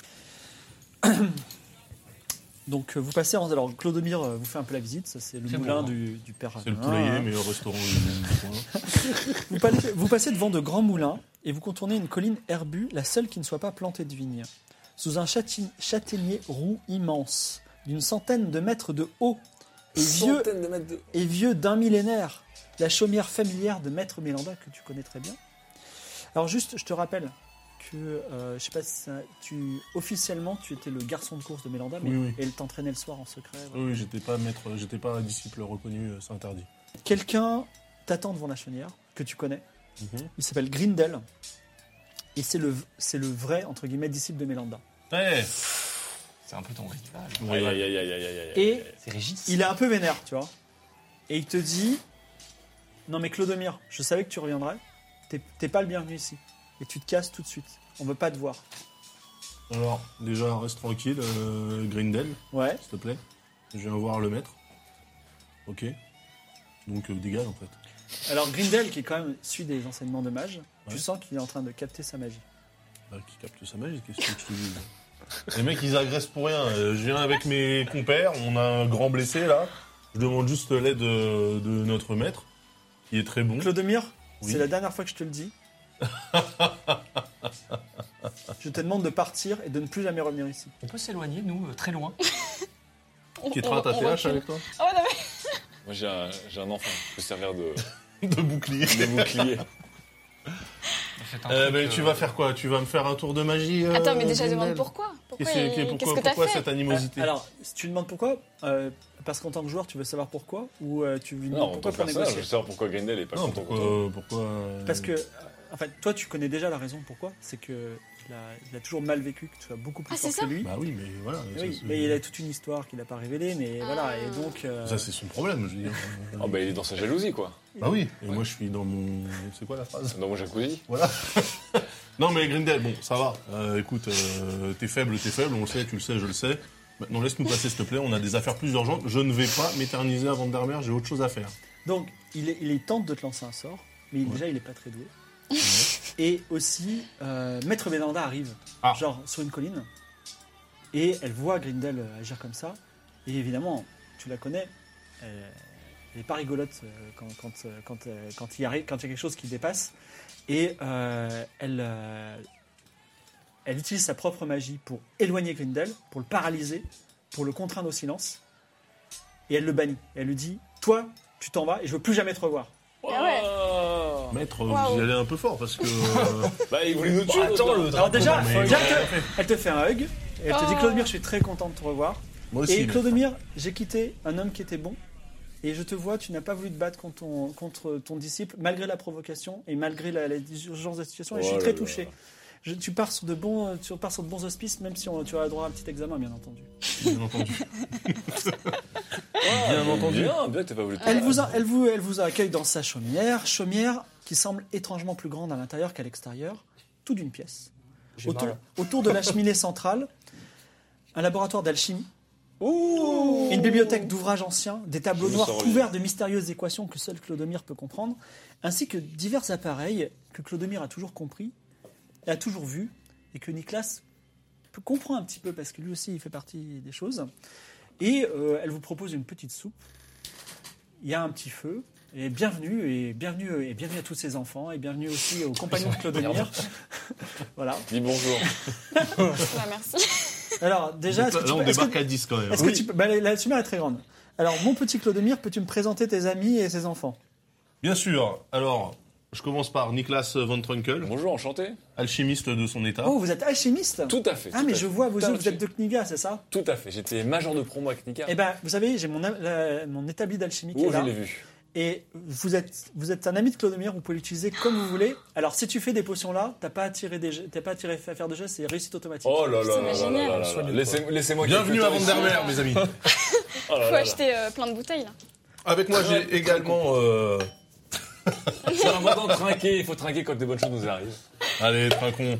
Donc euh, vous passez, en- alors Clodomir euh, vous fait un peu la visite, ça c'est le C'est moulin beau, hein. du, du père C'est le Alain, poulailler, hein. mais au restaurant du du coin. Vous, passez, vous passez devant de grands moulins et vous contournez une colline herbue, la seule qui ne soit pas plantée de vignes, sous un châti- châtaignier roux immense, d'une centaine de mètres de haut et vieux, centaines de mètres de- et vieux d'un millénaire, la chaumière familière de Maître Mélanda que tu connais très bien. Alors juste, je te rappelle que, euh, je sais pas si ça- tu, officiellement tu étais le garçon de course de Mélanda, mais Oui, oui. elle t'entraînait le soir en secret. voilà. Oui, oui, j'étais pas maître, j'étais pas disciple reconnu, euh, c'est interdit. Quelqu'un t'attend devant la chaumière, que tu connais. Mhm. Il s'appelle Grindel. Et c'est le, c'est le vrai, entre guillemets, disciple de Mélanda. Eh, C'est un peu ton rival. Aïe, aïe, aïe, aïe, aïe, aïe, aïe. Et C'est Régis. il est un peu vénère, tu vois. Et il te dit, non mais Clodomir, je savais que tu reviendrais. T'es, t'es pas le bienvenu ici. Et tu te casses tout de suite. On veut pas te voir. alors, déjà, reste tranquille, euh, Grindel, Ouais. s'il te plaît. Je viens voir le maître. Ok. Donc, euh, dégage, en fait. Alors Grindel, qui quand même suit des enseignements de mage, Ouais. tu sens qu'il est en train de capter sa magie. Bah, qui capte sa magie, qu'est-ce que je te dis? Les mecs, ils agressent pour rien. Euh, Je viens avec mes compères, on a un grand blessé là. Je demande juste l'aide de, de notre maître, qui est très bon. Clodomir, Oui. c'est la dernière fois que je te le dis. Je te demande de partir et de ne plus jamais revenir ici. On peut s'éloigner, nous, euh, très loin. Kétra, t'as on tes haches recule. avec toi? Oh non, mais Moi, j'ai un, j'ai un enfant. Je peux servir de, De bouclier. de bouclier. C'est un Euh, truc, mais tu euh, vas faire quoi? Tu vas me faire un tour de magie euh, attends, mais déjà Grindel demande pourquoi. Pourquoi, Qu'est-ce que- il- pourquoi, qu'est-ce que t'as pourquoi fait cette animosité? Euh, alors, si tu demandes pourquoi, euh, parce qu'en tant que joueur, tu veux savoir pourquoi, ou euh, tu lui demandes Non, en pourquoi tant que pour personnage, je négocier veux savoir pourquoi Grindel est pas Non, content. pourquoi, contre pourquoi euh, Parce que, euh, en fait, toi, tu connais déjà la raison pourquoi. C'est que il a, il a toujours mal vécu que tu sois beaucoup plus Ah, fort c'est que ça lui. Bah oui, mais voilà. Et ça, oui, c'est- mais il a toute une histoire qu'il n'a pas révélée, mais Ah. voilà, et donc... euh, Ça, c'est son problème, je veux dire. Oh, bah, il est dans sa jalousie, quoi. Bah oui, et moi, je suis dans mon... C'est quoi la phrase? Dans mon jacuzzi. Voilà. Non, mais Grindel, bon, ça va. Euh, écoute, euh, t'es faible, t'es faible, on le sait, tu le sais, je le sais. Maintenant, laisse-nous passer, s'il te plaît, on a des affaires plus urgentes. Je ne vais pas m'éterniser à Vandermeer, j'ai autre chose à faire. Donc, il, est, il est tente de te lancer un sort, mais Ouais. déjà, il n'est pas très doué. Et aussi, euh, Maître Vélanda arrive, Ah. genre sur une colline, et elle voit Grindel euh, agir comme ça. Et évidemment, tu la connais, elle, elle n'est pas rigolote euh, quand, quand, euh, quand, euh, quand il arrive, quand il y a quelque chose qui dépasse. Et euh, elle, euh, elle utilise sa propre magie pour éloigner Grindel, pour le paralyser, pour le contraindre au silence. Et elle le bannit. Elle lui dit, toi, tu t'en vas et je veux plus jamais te revoir. Ah ouais. Oh. Maître, Waouh. vous y allez un peu fort, parce que... euh, Bah, il voulait nous tuer. attends, l'autre, le là. drapeau. Alors déjà, non, mais- déjà, elle, te, elle te fait un hug. Et elle te dit, Oh. Clodomir, je suis très content de te revoir. Moi aussi, Et mais- Clodomir, j'ai quitté un homme qui était bon. Et je te vois, tu n'as pas voulu te battre contre ton, contre ton disciple, malgré la provocation et malgré la, la urgence de la situation. Et je Oh suis là très là. touché. Je- tu, pars sur de bons, tu pars sur de bons auspices, même si on- tu auras droit à un petit examen, bien entendu. Bien entendu. Ah, Bien entendu. Bien, bien que t'as pas voulu te Elle battre. vous, a- elle, vous, elle vous accueille dans sa chaumière, chaumière qui semble étrangement plus grande à l'intérieur qu'à l'extérieur, tout d'une pièce. J'ai Autour, mal. autour de la cheminée centrale, un laboratoire d'alchimie, Ouh. une bibliothèque d'ouvrages anciens, des tableaux Je me noirs sens couverts de mystérieuses équations que seul Clodomir peut comprendre, ainsi que divers appareils que Clodomir a toujours compris, et a toujours vu, et que Nicolas peut comprendre un petit peu parce que lui aussi il fait partie des choses. Et euh, elle vous propose une petite soupe. Il y a un petit feu. Et bienvenue, et bienvenue, et bienvenue à tous ces enfants, et bienvenue aussi aux compagnons de Clodomir. Voilà. Dis bonjour. Bah, merci. Alors déjà, est-ce que tu Là, on peux- est-ce que- débarque à dix quand même. est-ce que tu peux- bah, la, la chaumière est très grande. Alors, mon petit Clodomir, peux-tu me présenter tes amis et tes enfants? Bien sûr. Alors, je commence par Niklas von Trunkel, Bonjour, enchanté. alchimiste de son état. Oh, vous êtes alchimiste? Tout à fait. Ah, tout mais à je fait. vois, vos Tout à yeux, vous êtes fait. de Kniga, c'est ça? Tout à fait. J'étais major de promo avec Nika. Eh ben, vous savez, j'ai mon, a- la- mon établi d'alchimie qui Oh, est je là. l'ai vu. Et vous êtes, vous êtes un ami de Clodomir, vous pouvez l'utiliser comme vous voulez. Alors, si tu fais des potions là, t'as pas à tirer des jets- t'as pas à tirer à faire de jets, c'est réussite automatique. Oh là là là là génial. là là là. Soigne-toi. Laissez- Laissez-moi Bienvenue quelques à temps ici. Vandermeer, mes amis. Oh là là Faut là. acheter euh, plein de bouteilles là. Avec moi, j'ai également... euh, C'est un moment de trinquer. Il faut trinquer quand des bonnes choses nous arrivent. Allez, trinquons.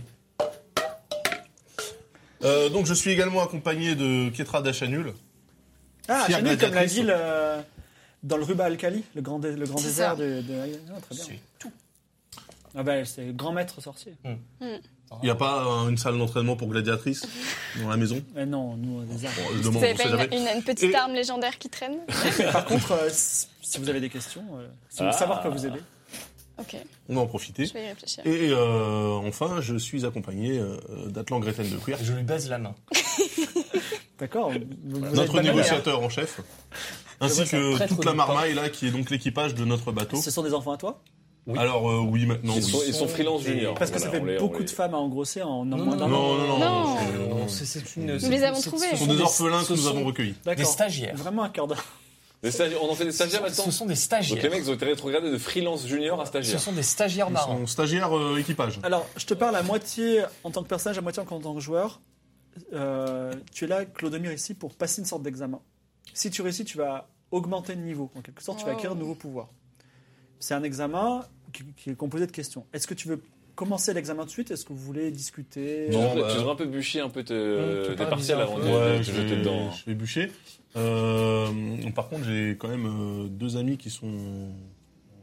Euh, donc, je suis également accompagné de Kétra Dachanul. Ah, Fière Chanel, comme la gladiatrice. ville euh, dans le Ruba Alcali, le grand, dé- le grand C'est désert ça. de, de- ah, très bien. C'est tout. Ah bah, c'est le grand maître sorcier. Il n'y a pas euh, une salle d'entraînement pour gladiatrices dans la maison? Mais non, nous, des armes. Bon, je Vous demande, avez on pas sait une, jamais. une- une petite Et- arme légendaire qui traîne? Par contre, euh, si si vous avez des questions, euh, si vous voulez Ah. savoir quoi vous aider. Ok, On va en profiter. je vais y réfléchir. Et euh, enfin, je suis accompagné euh, d'Atlan Gretel de Queer, Je lui baise la main. D'accord. vous- vous avez notre pas mal, négociateur en chef, ainsi vois ça. que Prêtre toute la de marmaille là, qui est donc l'équipage de notre bateau. hein. Ce sont des enfants à toi? Oui. Alors euh, oui, maintenant. Ils oui. sont, ils sont freelance juniors. Parce que Voilà, ça fait on les- on beaucoup les- de femmes à engrosser en, en Non, moins d'un Non, an. non, non, Non. c'est- non. C'est c'est une. Nous c'est- les avons c'est- trouvés. ce Ce sont des des- orphelins ce que nous sont avons recueillis. D'accord. Des stagiaires. Vraiment un cœur d'or. Des stagiaires- On en fait des stagiaires maintenant. Ce sont des Donc les stagiaires. mecs ils ont été rétrogradés de freelance junior à Ce stagiaire. sont des stagiaires Ils marins. sont stagiaires euh, équipage. Alors, je te parle à moitié en tant que personnage, à moitié en tant que joueur. Euh, tu es là, Clodomir, ici, pour passer une sorte d'examen. Si tu réussis, tu vas augmenter le niveau. En quelque sorte, tu vas Oh. acquérir de nouveaux pouvoirs. C'est un examen qui, qui est composé de questions. Est-ce que tu veux commencer l'examen de suite? Est-ce que vous voulez discuter? Tu Non, devrais- bah- tu devrais un peu bûcher un peu tes, Hum, tu tes peux pas partiels viser un avant peu. de, Ouais, de je te jeter vais, dedans. je vais bûcher. Euh, par contre, j'ai quand même euh, deux amis qui sont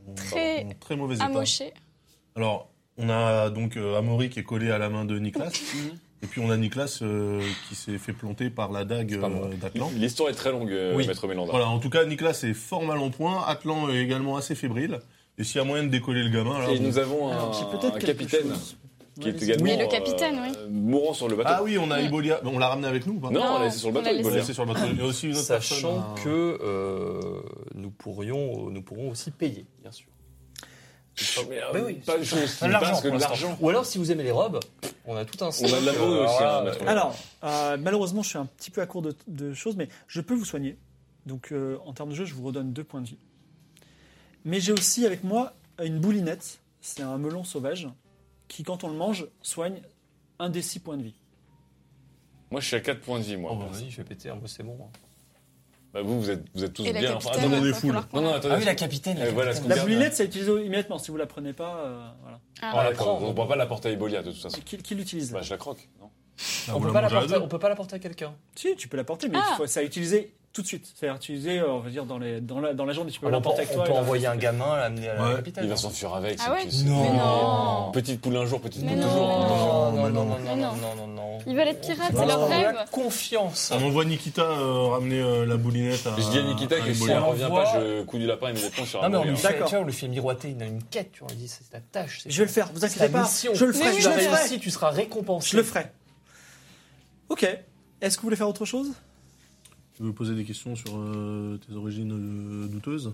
en- Très en très mauvais état. amoché. Alors, on a donc euh, Amaury qui est collé à la main de Nicolas. Mhm. Et puis on a Nicolas euh, qui s'est fait planter par la dague pas moi. euh, d'Atlan. L'histoire est très longue, euh, Oui. maître Mélanda. Voilà, en tout cas, Nicolas est fort mal en point. Atlan est également assez fébrile. Et s'il y a moyen de décoller le gamin, là. Et on- nous avons Alors, j'ai un, peut-être un quelque capitaine chose. qui Ouais, est vas-y. également Oui, le capitaine, euh, mourant sur le bateau. Ah oui, on a Mm. Ibolia. On l'a ramené avec nous ou pas Non, Non, on l'a laissé sur le on bateau. l'a il On faut l'a dire. laissé sur le bateau. Il y a aussi une autre Sachant personne. que euh, nous, pourrions, nous pourrons aussi payer, bien sûr. Mais, euh, Mais oui, pas je Pas de parce l'argent, que pour de l'instant. l'argent. Ou alors, si vous aimez les robes, on a tout un On a de la stock, morue euh, aussi, voilà, hein, maître. euh, Alors, euh, malheureusement, je suis un petit peu à court de, de choses, mais je peux vous soigner. Donc, euh, en termes de jeu, je vous redonne deux points de vie. Mais j'ai aussi avec moi une boulinette. C'est un melon sauvage qui, quand on le mange, soigne un des six points de vie. Moi, je suis à quatre points de vie, moi. Oh, bah, vas-y, je vais péter un peu, c'est bon. Bah, vous, vous êtes, vous êtes tous Et la bien. Enfin, capitaine, attends, on est va full. falloir qu'on non, non, la- attendez. Ah oui, la capitaine. Eh, voilà ce qu'on La garde. boulinette, c'est utilisé immédiatement. Si vous la prenez pas, euh, voilà. Ah, On la d'accord. prend. On ne pourra pas la porter à Ibolia, de toute façon. Qui, qui l'utilise Bah, je la croque, non Ah, On vous peut, la pas la mangez à porter, deux. on peut pas la porter à quelqu'un. Si, tu peux la porter, mais Ah. il faut, c'est à utiliser tout de suite. C'est-à-dire utiliser, euh, on va dire, dans, les, dans, la, dans la journée. Tu peux On peut, l'emporter avec on toi. peut et la- envoyer un gamin l'amener à la Ouais. capitale. Il va s'enfuir avec. Ah c'est ouais que c'est- Non. Mais non. Petite poule un jour, petite Mais poule non, toujours. mais hein. Non, non, Mais non, non. non, non, Mais non, non. non, non. Ils veulent être pirates, Non, c'est leur non, rêve. Confiance. On envoie Nikita euh, ramener euh, la boulinette à. Je dis à Nikita à que si Ibolia. elle on revient envoie- pas, je couille du lapin immédiatement sur Non, un mais on lui burger. fait, D'accord. tu vois, on lui fait miroiter, il a une quête, tu vois, on lui dit c'est ta tâche. c'est Je vais le ta- faire, vous c'est inquiétez ta pas. mission. Je le Mais ferai, oui, Tu je as le ferai. réussi, tu seras récompensé. Je le ferai. Ok. Est-ce que vous voulez faire autre chose? Tu veux poser des questions sur euh, tes origines euh, douteuses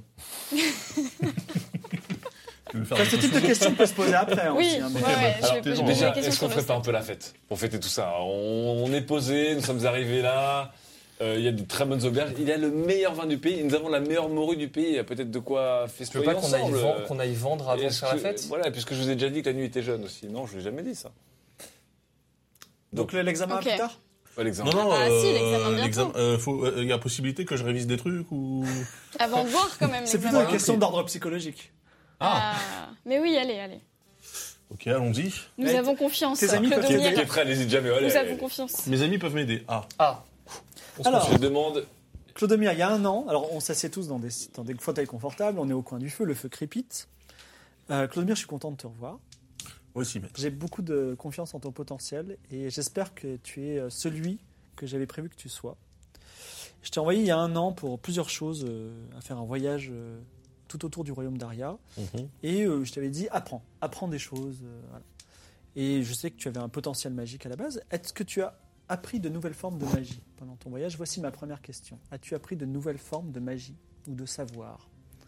Tu veux faire Enfin, ce autre type de chose questions peut se poser après. hein, Oui, aussi, hein, mais- ouais, ouais, Alors, je vais t'es je dans- vais poser Déjà, la question est-ce qu'on sur ferait le pas un peu la fête pour fêter tout ça? on, on est posé, nous sommes arrivés là. euh, Il y a de très bonnes auberges. Il y a le meilleur vin du pays. Nous avons la meilleure morue du pays. Il y a peut-être de quoi Tu veux festoyer pas qu'on aille, ensemble. vendre- qu'on aille vendre avant de Est-ce faire la que- fête? Voilà, puisque je vous ai déjà dit que la nuit était jeune aussi. Non, je l'ai jamais dit ça. Donc le- l'examen Ok. plus tard? Pas l'exemple. Non, non, Ah, si, l'examen bientôt. l'examen, euh, faut- euh, il y a possibilité que je révise des trucs ou. Avant de voir quand même. C'est plutôt l'examen. une question d'ordre psychologique. Ah. Ah. Mais oui, allez, allez. Ok, allons-y. Nous Ouais, avons confiance. tes amis peuvent Clodomir, t'aider. T'es prêt, n'hésite jamais. Allez, Nous allez, avons allez. confiance. Mes amis peuvent m'aider. Ah. Ah. On se Alors, Je demande. Clodomir, il y a un an, alors on s'assied tous dans des, dans des fauteuils confortables, on est au coin du feu, le feu crépite. Euh, Clodomir, je suis content de te revoir. Moi aussi, maître. J'ai beaucoup de confiance en ton potentiel et j'espère que tu es euh, celui que j'avais prévu que tu sois. Je t'ai envoyé il y a un an pour plusieurs choses, euh, à faire un voyage euh, tout autour du royaume d'Aria. Mhm. Et euh, je t'avais dit, apprends, apprends des choses. euh, voilà. Et je sais que tu avais un potentiel magique à la base. Est-ce que tu as appris de nouvelles formes de magie pendant ton voyage? Voici ma première question. As-tu appris de nouvelles formes de magie ou de savoir?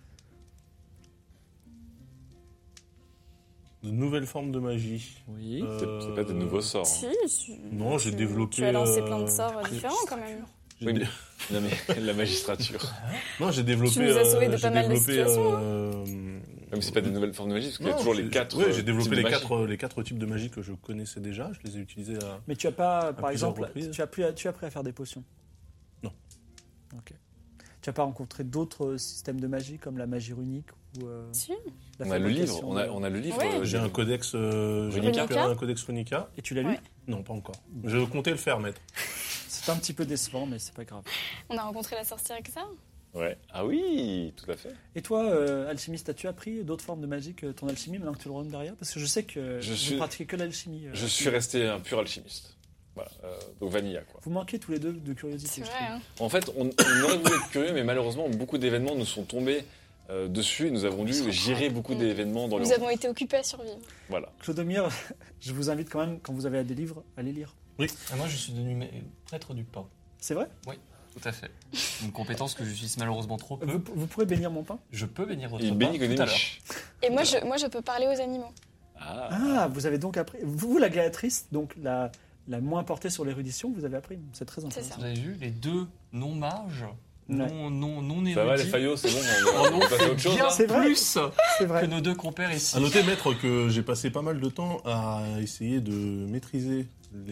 De nouvelles formes de magie. Oui. C'est c'est pas des nouveaux sorts. hein. Si, tu- Non, j'ai tu- développé, Tu as lancé euh, plein de sorts j'ai- différents quand même. J'ai Oui, dé- mais- Non, mais la magistrature. Non, j'ai développé. Tu nous as sauvé de euh, pas j'ai mal de développé, situations, hein. euh, Même si c'est pas des nouvelles formes de magie, parce qu'il y a non, toujours j'ai- les quatre. Ouais, euh, j'ai développé types de les magie. quatre, les quatre types de magie que je connaissais déjà. Je les ai utilisés à. Mais tu as pas, par plusieurs exemple, reprises. tu as, pu, tu as appris à faire des potions? Non. Ok. Tu n'as pas rencontré d'autres systèmes de magie comme la magie runique ou euh, Si. la On a le livre. fabrication On a, de- on a le livre. Ouais. euh, J'ai un codex. euh, j'ai Runica. récupéré un codex Runica. Et tu l'as lu? Ouais. Non, pas encore. Je comptais le faire, maître. C'est un petit peu décevant, mais c'est pas grave. On a rencontré la sorcière avec ça. Ouais. Ah oui, tout à fait. Et toi, euh, alchimiste, as-tu appris d'autres formes de magie que ton alchimie maintenant que tu es le royaume derrière? Parce que je sais que Je vous suis- pratiquez que l'alchimie. euh, Je suis resté un pur alchimiste. Voilà. euh, donc vanilla, quoi. Vous manquez tous les deux de curiosité. C'est je vrai. trouve. Hein. En fait, on, on aurait voulu être curieux, mais malheureusement, beaucoup d'événements nous sont tombés euh, dessus et nous avons dû gérer beaucoup Mm. d'événements dans le Nous avons été occupés à survivre. Voilà. Clodomir, je vous invite quand même, quand vous avez des livres, à les lire. Ah, moi, je suis devenu ma- prêtre du pain. C'est vrai? Tout à fait. Une compétence que j'utilise malheureusement trop peu. vous, vous pourrez bénir mon pain? Je peux bénir votre Il pain bénit que tout des à l'heure. niches. Et moi je, moi, je peux parler aux animaux. Ah. Ah, vous avez donc appris. Vous, la gladiatrice, donc la, la moins portée sur l'érudition, vous avez appris. C'est très intéressant. ça. Vous avez vu les deux non-mages, Ouais. non, non, non Ça va, les érudits, faillots, c'est bon, on, en on ont peut passer à fait autre chose. bien là C'est vrai. plus C'est que vrai. nos deux compères ici. À noter, maître, que j'ai passé pas mal de temps à essayer de maîtriser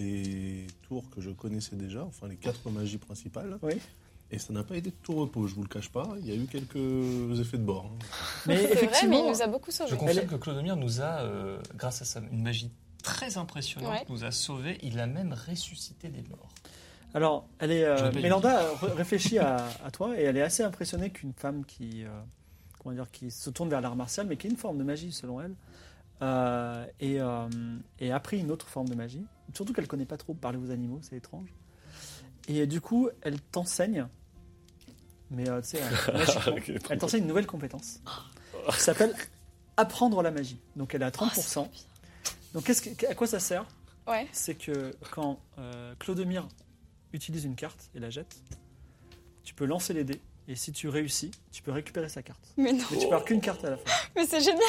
les tours que je connaissais déjà, enfin les quatre magies principales. Oui. Et ça n'a pas été de tout repos, je vous le cache pas. Il y a eu quelques effets de bord. hein. Mais C'est vrai, mais effectivement, il nous a beaucoup sauvés. Je confirme Elle que Clodomir nous a, euh, grâce à sa une magie très impressionnante, Ouais. nous a sauvés. Il a même ressuscité des morts. alors, elle est. Je Euh, l'appelle Mélanda ré- réfléchit à, à toi et elle est assez impressionnée qu'une femme qui. euh, comment dire, qui se tourne vers l'art martial, mais qui est une forme de magie selon elle, euh, et, euh, et a appris une autre forme de magie. Surtout qu'elle ne connaît pas trop parler aux animaux, c'est étrange. Et du coup, elle t'enseigne, mais euh, tu sais, euh, magiquement, Ok, trop elle t'enseigne une nouvelle compétence qui s'appelle apprendre la magie. Donc elle est à trente pour cent. Oh, Donc qu'est-ce que, à quoi ça sert? Ouais. C'est que quand euh, Clodomir utilise une carte et la jette, tu peux lancer les dés, et si tu réussis, tu peux récupérer sa carte. Mais non. Mais tu perds qu'une carte à la fin. Mais c'est génial.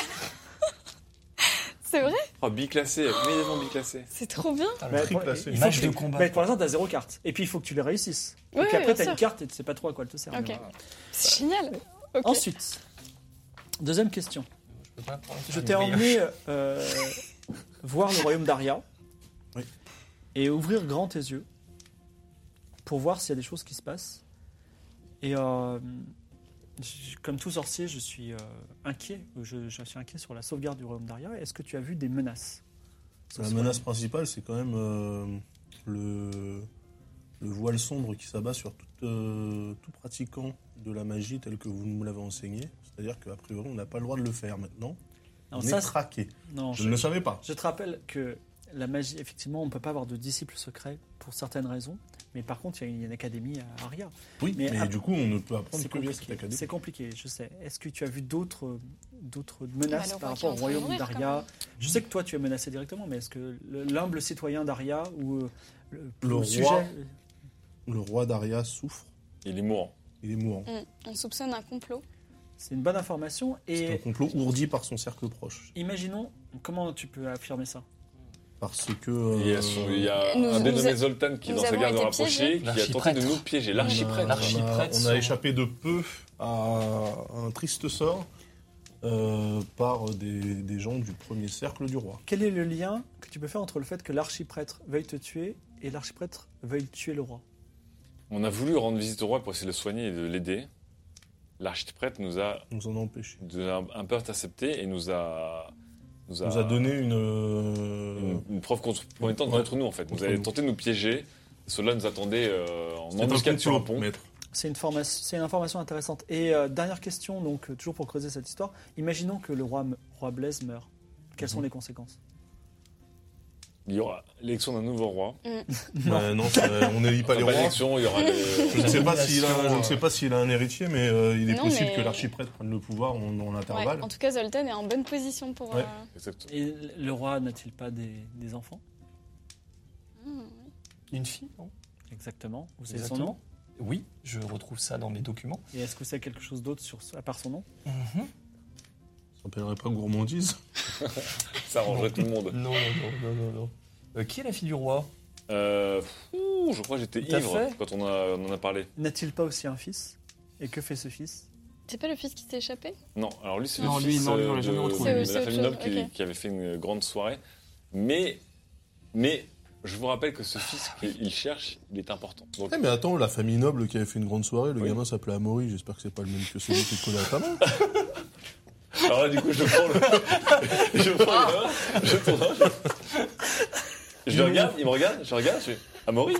C'est vrai. Oh, biclassé, immédiatement biclassé. C'est trop bien. Putain, le Mais tri pour- classé. il faut Match que- de combat, mais pour quoi. l'instant, tu as zéro carte. Et puis, il faut que tu les réussisses. Ouais, et puis après, ouais, tu as bien une sûr. carte et tu sais pas trop à quoi elle te sert. Ok. mais voilà. C'est génial. Ok. Ensuite, deuxième question. Je peux pas prendre Je une t'ai brioche. emmené euh, voir le royaume d'Aria Oui. et ouvrir grand tes yeux pour voir s'il y a des choses qui se passent. Et euh, j- comme tout sorcier, je suis euh, inquiet. Je, je suis inquiet sur la sauvegarde du royaume d'Aria. Est-ce que tu as vu des menaces? La menace principale, c'est quand même euh, le, le voile sombre qui s'abat sur tout, euh, tout pratiquant de la magie tel que vous nous l'avez enseigné. C'est-à-dire qu'a priori, on n'a pas le droit de le faire maintenant. Non, on ça, est c'est- traqué. non, Je je, ne le savais pas. je te rappelle que la magie, effectivement, on ne peut pas avoir de disciples secrets pour certaines raisons. Mais par contre, il y a une, il y a une académie à Aria. Oui, Mais mais, ap- du coup, on ne peut apprendre C'est que via cette compliqué. académie. C'est compliqué, je sais. Est-ce que tu as vu d'autres d'autres menaces Bah, le par roi qui est rapport au en train de royaume mourir, quand d'Aria? même. Je sais que toi, tu es menacé directement, mais est-ce que le- l'humble citoyen d'Aria ou euh, le, Le le roi- sujet... Le roi d'Aria souffre, Il est mourant. il est mourant. Mm. On soupçonne un complot. C'est une bonne information. C'est un Et complot ourdi par son cercle proche. imaginons, comment tu peux affirmer ça? Parce que... Il y a, euh, son- il y a Nous- un nous dénommé a- Zoltan qui est nous dans sa avons garde été rapprochée, piégés. qui a tenté de L'archiprêtre. nous piéger. on a- L'archiprêtre. on a- L'archiprêtre On a sont- échappé de peu à un triste sort euh, par des, des gens du premier cercle du roi. Quel est le lien que tu peux faire entre le fait que l'archiprêtre veuille te tuer et l'archiprêtre veuille tuer le roi? On a voulu rendre visite au roi pour essayer de le soigner et de l'aider. L'archiprêtre nous a, Nous en a empêchés. nous a un peu intercepté et nous a, nous a, Nous a donné une... euh, une, une preuve compromettante Ouais. contre nous en fait. Nous Contre avait nous. tenté de nous piéger. Cela nous attendait euh, en C'était un embuscade sur un complot, pont. maître. C'est une, formation- c'est une information intéressante. Et euh, dernière question, donc euh, toujours pour creuser cette histoire. Imaginons que le roi, me- roi Blaise meurt. Quelles sont Mhm. les conséquences? Il y aura l'élection d'un nouveau roi. Bah, non, ça- on n'élit pas Enfin, les pas rois. l'élection, il y aura les... Je ne sais pas Nomination, s'il a, je ne euh, sais pas s'il a un héritier, mais euh, il est Non, possible mais- que l'archiprêtre prenne le pouvoir en, en Ouais. intervalle. En tout cas, Zoltan est en bonne position pour. Ouais. euh, Exactement. Et le roi n'a-t-il pas des, des enfants? mm. Une fille, non? Exactement. Vous savez son Exactement. nom? Oui, je retrouve ça dans mes documents. Et est-ce que c'est quelque chose d'autre sur, à part son nom? Ça s'appellerait pas gourmandise. Ça arrangerait tout le monde. Non, non, non, non, non, non. Euh, qui est la fille du roi? Euh, ouh, je crois que j'étais Tout à ivre fait. quand on, a, on en a parlé. N'a-t-il pas aussi un fils? Et que fait ce fils? C'est pas le fils qui s'est échappé? Non, alors lui, c'est Non, le lui, fils non, lui, on euh, l'a jamais de, retrouvé. de C'est- la c'est famille autre noble qui, chose, ok. qui avait fait une grande soirée. Mais, mais je vous rappelle que ce fils qu'il cherche, il est important. Donc, Eh mais attends, la famille noble qui avait fait une grande soirée, le Oui. gamin s'appelait Amaury, j'espère que c'est pas le même que celui qui est collé à ta main. alors là, du coup, je prends le... je prends le gamin, je tourne, je... je le regarde, il me regarde, je regarde, je fais Amaury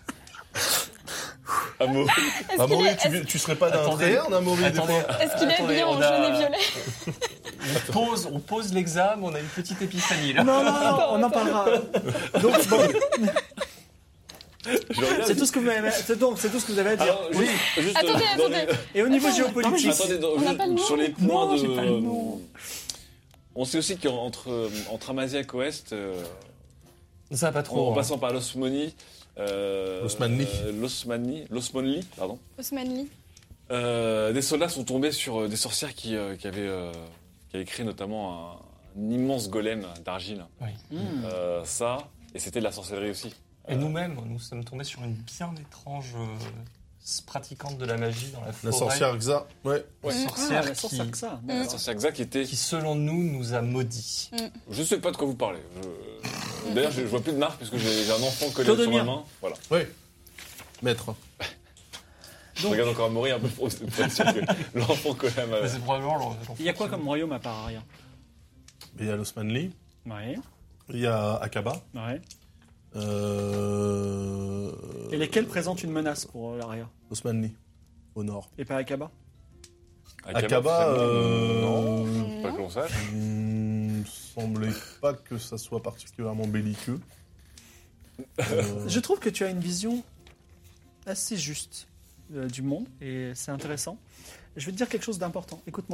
Amaury Est-ce qu'il Amaury, est, tu, est-ce- tu serais pas d'un Attendez. terne, Amaury, des Attendez, fois est-ce qu'il est attendez, habillé en on a- jaune et violet? On pose, on pose l'examen, on a une petite épiphanie là. Non, non, non, on en parlera. Donc, bon, Je le regarde, c'est tout ce que vous avez, c'est donc, c'est tout ce que vous avez à dire. alors, juste, juste Attendez, euh, dans attendez. les- Et au niveau Attends, géopolitique, Attendez, dans- On n'a juste pas le nom. sur les points Non, de. j'ai pas le nom. On sait aussi qu'entre entre Amaziac et Ouest, euh, Ça va pas en, trop. hein. passant par l'Osmanie, euh, L'Osmanli. euh, l'Osmanie, l'Osmanli, pardon. Osmanli. Euh, des soldats sont tombés sur euh, des sorcières qui, euh, qui avaient euh, qui avaient créé notamment un, un immense golem d'argile. Hmm. Euh, ça, et c'était de la sorcellerie aussi. Et nous-mêmes, nous sommes tombés sur une bien étrange euh, pratiquante de la magie dans la forêt. La sorcière Xa, ouais. Ouais. Ah, sorcière la qui, sorcière que ça. La sorcière Xa qui était. qui, selon nous, nous a maudits. Je sais pas de quoi vous parlez. Je- D'ailleurs, je, je vois plus de marque parce que j'ai j'ai un enfant collé sur Clodomir. ma main. Voilà. Ouais. Maître. Je Donc, regarde encore Amaury un peu pour pour être sûr que l'enfant collé à ma. Mais c'est probablement l'enfant il y a quoi qui- comme royaume à part Aria? Il y a l'Osmanli, Ouais, il y a Akaba. ouais. Euh... Et lesquels présentent une menace pour euh, l'Aria? Osmanli, au nord. Et pas Akaba? Akaba, euh... non, pas que l'on sache. Il semblait pas que ça soit particulièrement belliqueux. Euh... Je trouve que tu as une vision assez juste euh, du monde et c'est intéressant. Je vais te dire quelque chose d'important. Écoute-moi.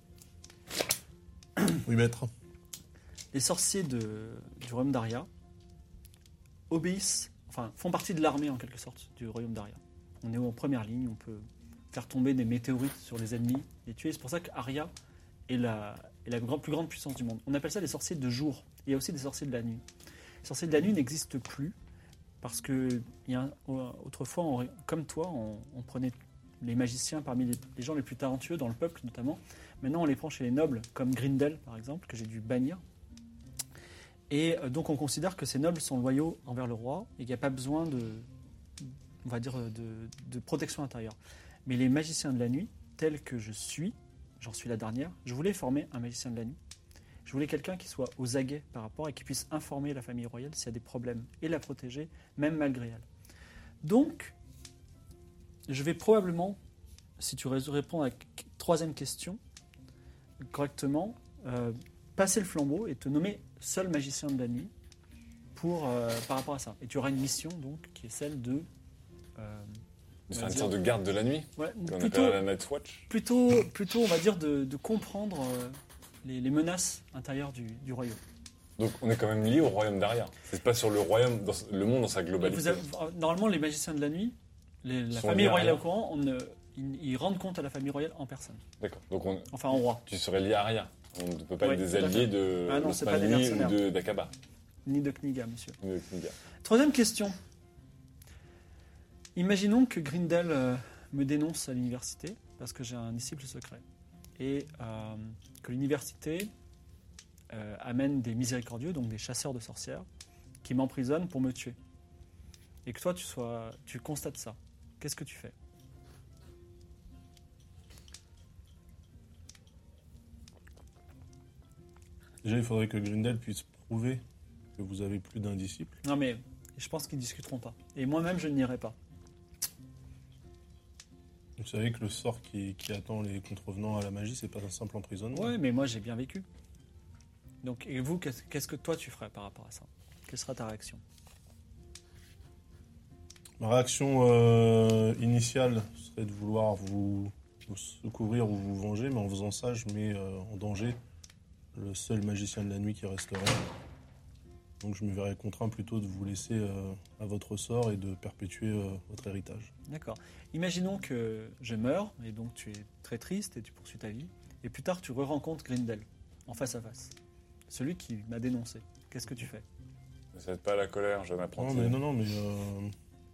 Oui, maître. Les sorciers de, du royaume d'Aria obéissent, enfin font partie de l'armée en quelque sorte du royaume d'Aria. On est en première ligne, on peut faire tomber des météorites sur les ennemis, les tuer. C'est pour ça qu'Aria est la, est la grand, plus grande puissance du monde. On appelle ça les sorciers de jour. Il y a aussi des sorciers de la nuit. Les sorciers de la nuit n'existent plus parce que il y a, autrefois, on, comme toi, on, on prenait les magiciens parmi les, les gens les plus talentueux dans le peuple notamment. Maintenant, on les prend chez les nobles, comme Grindel par exemple, que j'ai dû bannir. Et donc, on considère que ces nobles sont loyaux envers le roi et qu'il n'y a pas besoin de, on va dire, de, de protection intérieure. Mais les magiciens de la nuit, tels que je suis, j'en suis la dernière, je voulais former un magicien de la nuit. Je voulais quelqu'un qui soit aux aguets par rapport et qui puisse informer la famille royale s'il y a des problèmes et la protéger, même malgré elle. Donc, je vais probablement, si tu réponds à la troisième question correctement, euh, passer le flambeau et te nommer seul magicien de la nuit pour, euh, par rapport à ça. Et tu auras une mission donc qui est celle de... Euh, de faire une sorte de garde de la nuit. Ouais, qu'on plutôt, appelle la Night Watch. Plutôt, plutôt, on va dire, de, de comprendre euh, les, les menaces intérieures du, du royaume. Donc on est quand même lié au royaume d'Aria. C'est pas sur le royaume, dans le monde dans sa globalité. Vous avez, normalement, les magiciens de la nuit, les, la Sont famille royale liés à au courant, on ne, ils, ils rendent compte à la famille royale en personne. D'accord. Donc on, enfin, en roi. Tu serais lié à Aria. On ne peut pas Ouais, être des tout à fait. alliés de Ah non, c'est pas des l'Osmanie mercenaires. ou de- d'Akaba. Ni de Kniga, monsieur. Ni de Kniga. Troisième question. Imaginons que Grindel euh, me dénonce à l'université parce que j'ai un disciple secret et euh, que l'université euh, amène des miséricordieux, donc des chasseurs de sorcières, qui m'emprisonnent pour me tuer. Et que toi, tu, sois, tu constates ça. Qu'est-ce que tu fais ? Déjà, il faudrait que Grindel puisse prouver que vous avez plus d'un disciple. Non mais, je pense qu'ils ne discuteront pas. Et moi-même, je n'irai pas. Vous savez que le sort qui, qui attend les contrevenants à la magie, c'est pas un simple emprisonnement. Ouais, mais moi, j'ai bien vécu. Donc, et vous, qu'est-ce qu'est-ce que toi, tu ferais par rapport à ça ? Quelle sera ta réaction ? Ma réaction euh, initiale serait de vouloir vous, vous secourir ou vous venger, mais en faisant ça, je mets euh, en danger le seul magicien de la nuit qui resterait. Donc je me verrais contraint plutôt de vous laisser euh, à votre sort et de perpétuer euh, votre héritage. D'accord. Imaginons que je meurs, et donc tu es très triste et tu poursuis ta vie, et plus tard tu re-rencontres Grindel, en face à face. Celui qui m'a dénoncé. Qu'est-ce que tu fais ? Ne cède pas à la colère, jeune apprenti. Non, mais non, non, mais euh,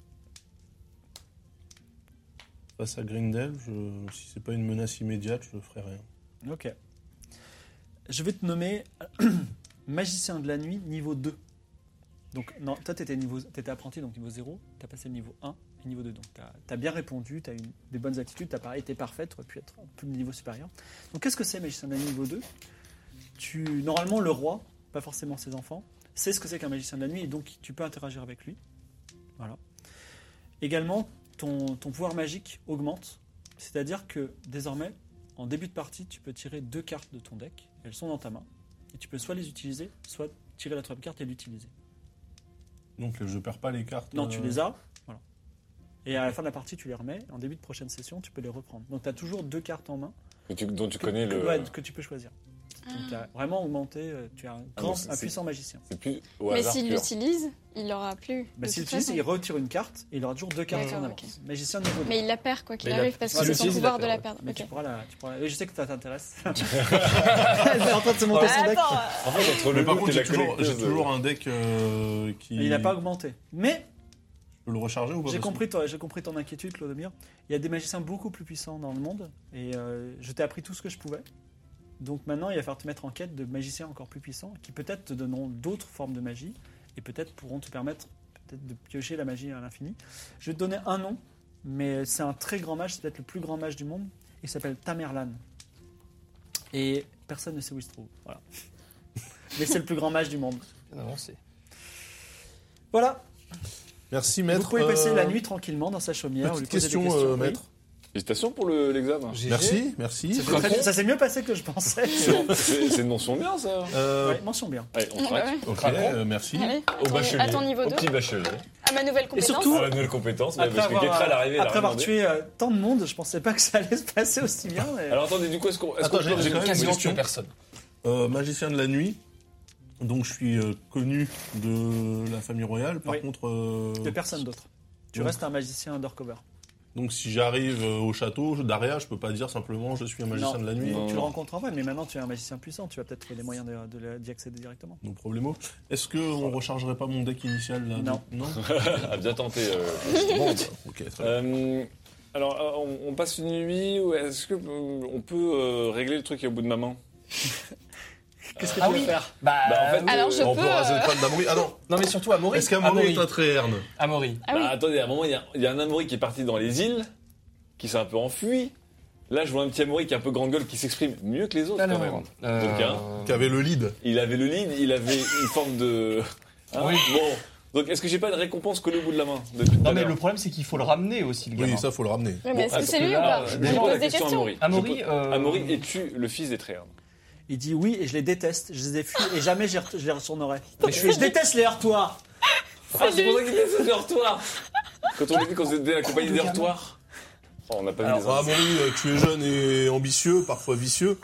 face à Grindel, je, si c'est pas une menace immédiate, je ferai rien. Ok. Je vais te nommer magicien de la nuit niveau deux. Donc, non, toi, tu étais apprenti, donc niveau zéro. Tu as passé le niveau un et niveau deux. Donc, tu as bien répondu, tu as eu des bonnes attitudes, tu n'as pas été parfaite, tu aurais pu être un peu de niveau supérieur. Donc, qu'est-ce que c'est magicien de la nuit niveau deux ? Tu, Normalement, le roi, pas forcément ses enfants, sait ce que c'est qu'un magicien de la nuit et donc tu peux interagir avec lui. Voilà. Également, ton, ton pouvoir magique augmente. C'est-à-dire que désormais, en début de partie, tu peux tirer deux cartes de ton deck. Elles sont dans ta main. Et tu peux soit les utiliser, soit tirer la troisième carte et l'utiliser. Donc je perds pas les cartes. Non, euh, tu les as. Voilà. Et à la fin de la partie, tu les remets. En début de prochaine session, tu peux les reprendre. Donc tu as toujours deux cartes en main Que tu- dont tu que, connais que- le. ouais, que tu peux choisir. Donc tu as vraiment augmenté. euh, Tu as un, Ah, grand, donc c'est- un c'est- puissant magicien. C'est plus au Mais hasard s'il pur. l'utilise, il l'aura plus. Bah, de S'il toute utilise, façon. il retire une carte et il aura toujours deux cartes en D'accord, avance. Magicien niveau deux. Mais il la perd quoi qu'il Mais il la- arrive parce que s'il c'est son l'utilise, il pouvoir la de la perd, perdre. Mais Ok. tu pourras la, tu pourras la- Je sais que ça t'intéresse. Elle est en train de se monter son deck. Attends, En fait, entre Mais le par loot contre, et la j'ai toujours, j'ai collecteuse, toujours un deck euh, qui. Mais il n'a pas augmenté. Mais Je peux le recharger ou pas j'ai parce que- compris, ton- j'ai compris ton inquiétude, Clodomir. Il y a des magiciens beaucoup plus puissants dans le monde et euh, je t'ai appris tout ce que je pouvais. Donc maintenant, il va falloir te mettre en quête de magiciens encore plus puissants qui peut-être te donneront d'autres formes de magie et peut-être pourront te permettre peut-être de piocher la magie à l'infini. Je vais te donner un nom, mais c'est un très grand mage, c'est peut-être le plus grand mage du monde. Il s'appelle Tamerlan. Et personne ne sait où il se trouve. Voilà. Mais c'est le plus grand mage du monde. Bien avancé. Voilà. Merci, maître. Vous pouvez passer Euh, la nuit tranquillement dans sa chaumière. ou lui Petite poser des question, euh, oui. maître. Félicitations pour le- l'examen. G G. Merci, merci. Ça, fait très- ça s'est mieux passé que je pensais. C'est c'est une mention bien, ça. Euh, Ouais, mention bien. Allez, on Ouais, craque. ouais. ok, Craquons. euh, merci. Allez, à Au ton, bachelier. à ton niveau Au deux. petit bachelier. À ma nouvelle compétence. surtout- À la nouvelle compétence, mais Après parce que avoir, Ketra, l'arrivée, elle a après rien avoir demandé. tué euh, tant de monde, je pensais pas que ça allait se passer aussi bien. mais- Alors attendez, du coup, est-ce qu'on est-ce Attends, qu'on j'ai- peut j'ai résumer quand même Quasiment une question. tué personne. Euh, magicien de la nuit. Donc je suis euh, connu de la famille royale. Par Oui. contre, euh, de personne d'autre. Tu donc- restes un magicien undercover. donc si j'arrive euh, au château d'Aria, je peux pas dire simplement je suis un magicien Non. de la nuit. Non. Tu le rencontres en vrai, mais maintenant tu es un magicien puissant. Tu vas peut-être trouver des moyens de- de- d'y accéder directement. No problemo. Est-ce que on rechargerait pas mon deck initial là Non. Non. Ah, bien tenté. euh. Bon, bah, ok, très bien. Euh, alors, euh, on, on passe une nuit ou est-ce que euh, on peut euh, régler le truc qui est au bout de ma main? Qu'est-ce que Ah tu veux oui. faire? Bah, Bah, en fait, Alors, euh, je on peux, peut raser euh, le crâne d'Amaury. Ah non. non mais surtout Amaury. Est-ce qu'Amaury est un Tréherne? Amaury. Ah oui. Bah, attendez, à un moment, il y, a- il y a un Amaury qui est parti dans les îles, qui s'est un peu enfui. Là, je vois un petit Amaury qui est un peu grande gueule, qui s'exprime mieux que les autres quand même. euh, Donc, hein, Qui avait le lead. il avait le lead, il avait une forme de. Hein, Oui. Bon. Donc, est-ce que j'ai pas de récompense collée au bout de la main depuis tout à Non mais l'heure le problème c'est qu'il faut le ramener aussi le gamin. Oui, ça faut le ramener. Ouais, mais est-ce que attends, c'est lui ou là, pas euh, Je Je Mais lui pose pose la des question à questions. Amaury. Amaury, Je pose- euh, Amaury, es-tu le fils des Tréhernes? Il dit oui et je les déteste. Je les ai fuis et jamais j'y re- je les retournerai. Je, fais, je déteste les heurtoirs. Ah, c'est pour ça qu'il laisse le heurtoir. Quand on a vu qu'on était la compagnie des heurtoirs. Oh, on n'a pas vu les Ah, indices. Amaury, euh, tu es jeune et ambitieux, parfois vicieux.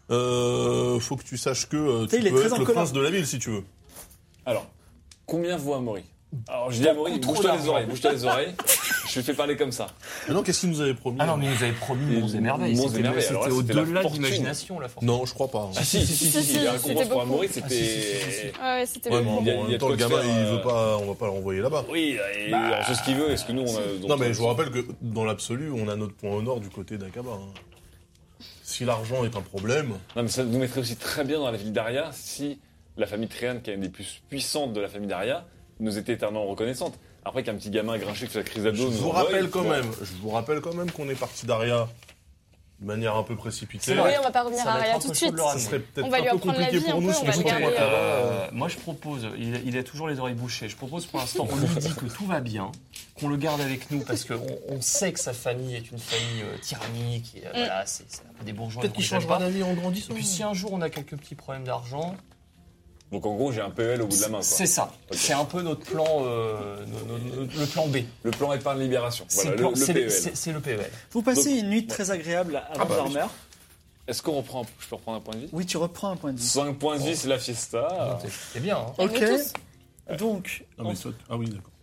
Euh, faut que tu saches que euh, sais, tu il est peux très être en le colère. prince de la ville si tu veux. Alors, combien vaut Amaury? Alors, je dis à Amaury, Beaucoup trop bouge-toi les d'argent. oreilles, bouge-toi les oreilles. Je lui fais parler comme ça. Mais non, qu'est-ce qu'il nous avait promis Ah non mais il nous avait promis Et monts et merveilles. monts et C'était merveilles, alors c'était là, c'était la au-delà de fortune. l'imagination la fortune. Non, je crois pas. hein. Ah si, si, si, si, Si, si, si, la c'était récompense pour beaucoup. Amaury, Ah, c'était... si, si, si, si. Ouais, ouais, c'était Ouais, beaucoup. bon, Il y a- bon, en il y a même de temps, quoi le gamin, faire, il euh, veut pas, on va pas le renvoyer là-bas. Oui, et alors, c'est ce qu'il veut, est-ce que nous, on a... donc, Non, mais euh, je vous rappelle que dans l'absolu, on a notre point au nord du côté d'Akaba. hein. Si l'argent est un problème, Non, mais ça nous mettrait aussi très bien dans la ville d'Aria si la famille Tréherne, qui est une des plus puissantes de la famille d'Aria, nous était éternellement reconnaissante. Après qu'un petit gamin grinché qui fait sa crise je d'abdos nous vous envoie, rappelle quand bon. même, je vous rappelle quand même qu'on est parti d'Aria de manière un peu précipitée. C'est Oui, vrai. on va pas revenir Ça à va être Aria un tout peu de chaud de suite. le Ça ramener. serait peut-être On va un lui peu apprendre la compliqué vie pour un nous peu, si on on va se le retrouve garder, à Akaba. Euh, moi je propose, il, il a toujours les oreilles bouchées, je propose pour l'instant on lui dit que tout va bien, qu'on le garde avec nous parce qu'on on sait que sa famille est une famille euh, tyrannique, et, euh, voilà, c'est c'est un peu des bourgeois. Peut-être donc qu'il on les aime changera pas. d'avis en grandissant. Et puis si un jour on a quelques petits problèmes d'argent, Donc en gros, j'ai un P E L au bout de la main. Quoi. c'est ça. Ok. C'est un peu notre plan, euh, no- no- no- le plan B. Le plan épargne libération. C'est Voilà, le, le, plan- le c'est P E le- L. c'est- c'est le P E L. Vous passez Donc- une nuit très agréable à Ah bah oui. Dormer. Est-ce qu'on reprend un... Je peux reprendre un point de vie Oui, tu reprends un point de vie. cinq points de vie, c'est la fiesta. C'est- C'est bien. Hein. Et Ok. nous tous. Donc, Non, mais toi- ah oui, d'accord.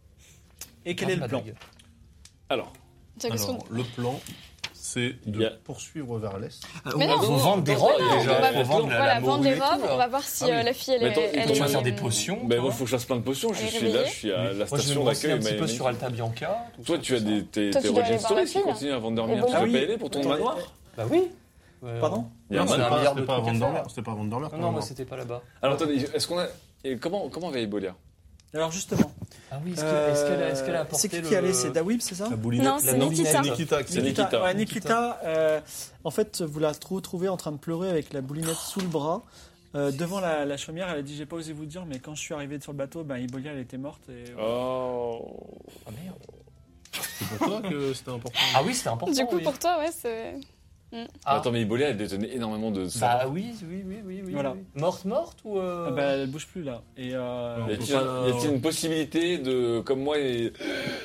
et quel est le Pas de plan? blague. Alors, Tiens, qu'est-ce Alors, qu'on- le plan, c'est Il de y a- poursuivre vers l'est. Mais non, Faut non, vendre des non, robes non, déjà, on va- faut vendre la, Voilà, la vendre morue des et tout, robes, là. on va voir si Ah oui. euh, la fille, elle Mais est. attends, elle quand Tu vas est- faire des potions. ben toi. moi, il faut que je fasse plein de potions. Je Elle est suis là, réveillée. je suis à la Moi, je vais station me renseigner d'accueil. un petit mais- peu sur Alta Bianca. tout Toi, ça, tu as tout des, ça. tes, Toi, tes tu dois origin aller voir la stories qui fille. continuent avant de dormir. Et Tu bon, peux Ah oui. pas y aller pour ton Ok. manoir Bah oui. Euh, Pardon Il y a un Non, c'est manoir. un milliard de C'était pas trucs avant à de faire. dormir. C'était pas avant de dormir. Non, quand non, même, moi hein. c'était pas là-bas. Alors attendez, est-ce qu'on a. et comment, comment va Ebolia? Alors justement, Ah oui, est-ce que- est-ce qu'elle a, est-ce qu'elle a euh, apporté c'est qui le... qui allait? C'est Dawib, c'est ça? La boulinette. Non, c'est La Nikita. nominette. Nikita. qui- C'est Nikita. Ouais, Nikita, euh, en fait, vous la trou- trouvez en train de pleurer avec la boulinette sous le bras. Euh, devant la, la chaumière, elle a dit: j'ai pas osé vous dire, mais quand je suis arrivé sur le bateau, ben, Ibolia, elle était morte. Et, voilà. Oh. Ah merde. C'est pour toi que c'était important. Ah oui, c'était important. Du coup, oui. pour toi, ouais, c'est. Ah. Attends, mais Ebolia, elle détenait énormément de Bah savoir. oui, oui, oui, oui, oui. Voilà. oui. Morte, morte ou euh... Ah bah, elle bouge plus là. Et euh, Non. Y a-t-il un- y a-t-il une possibilité de, comme moi, et-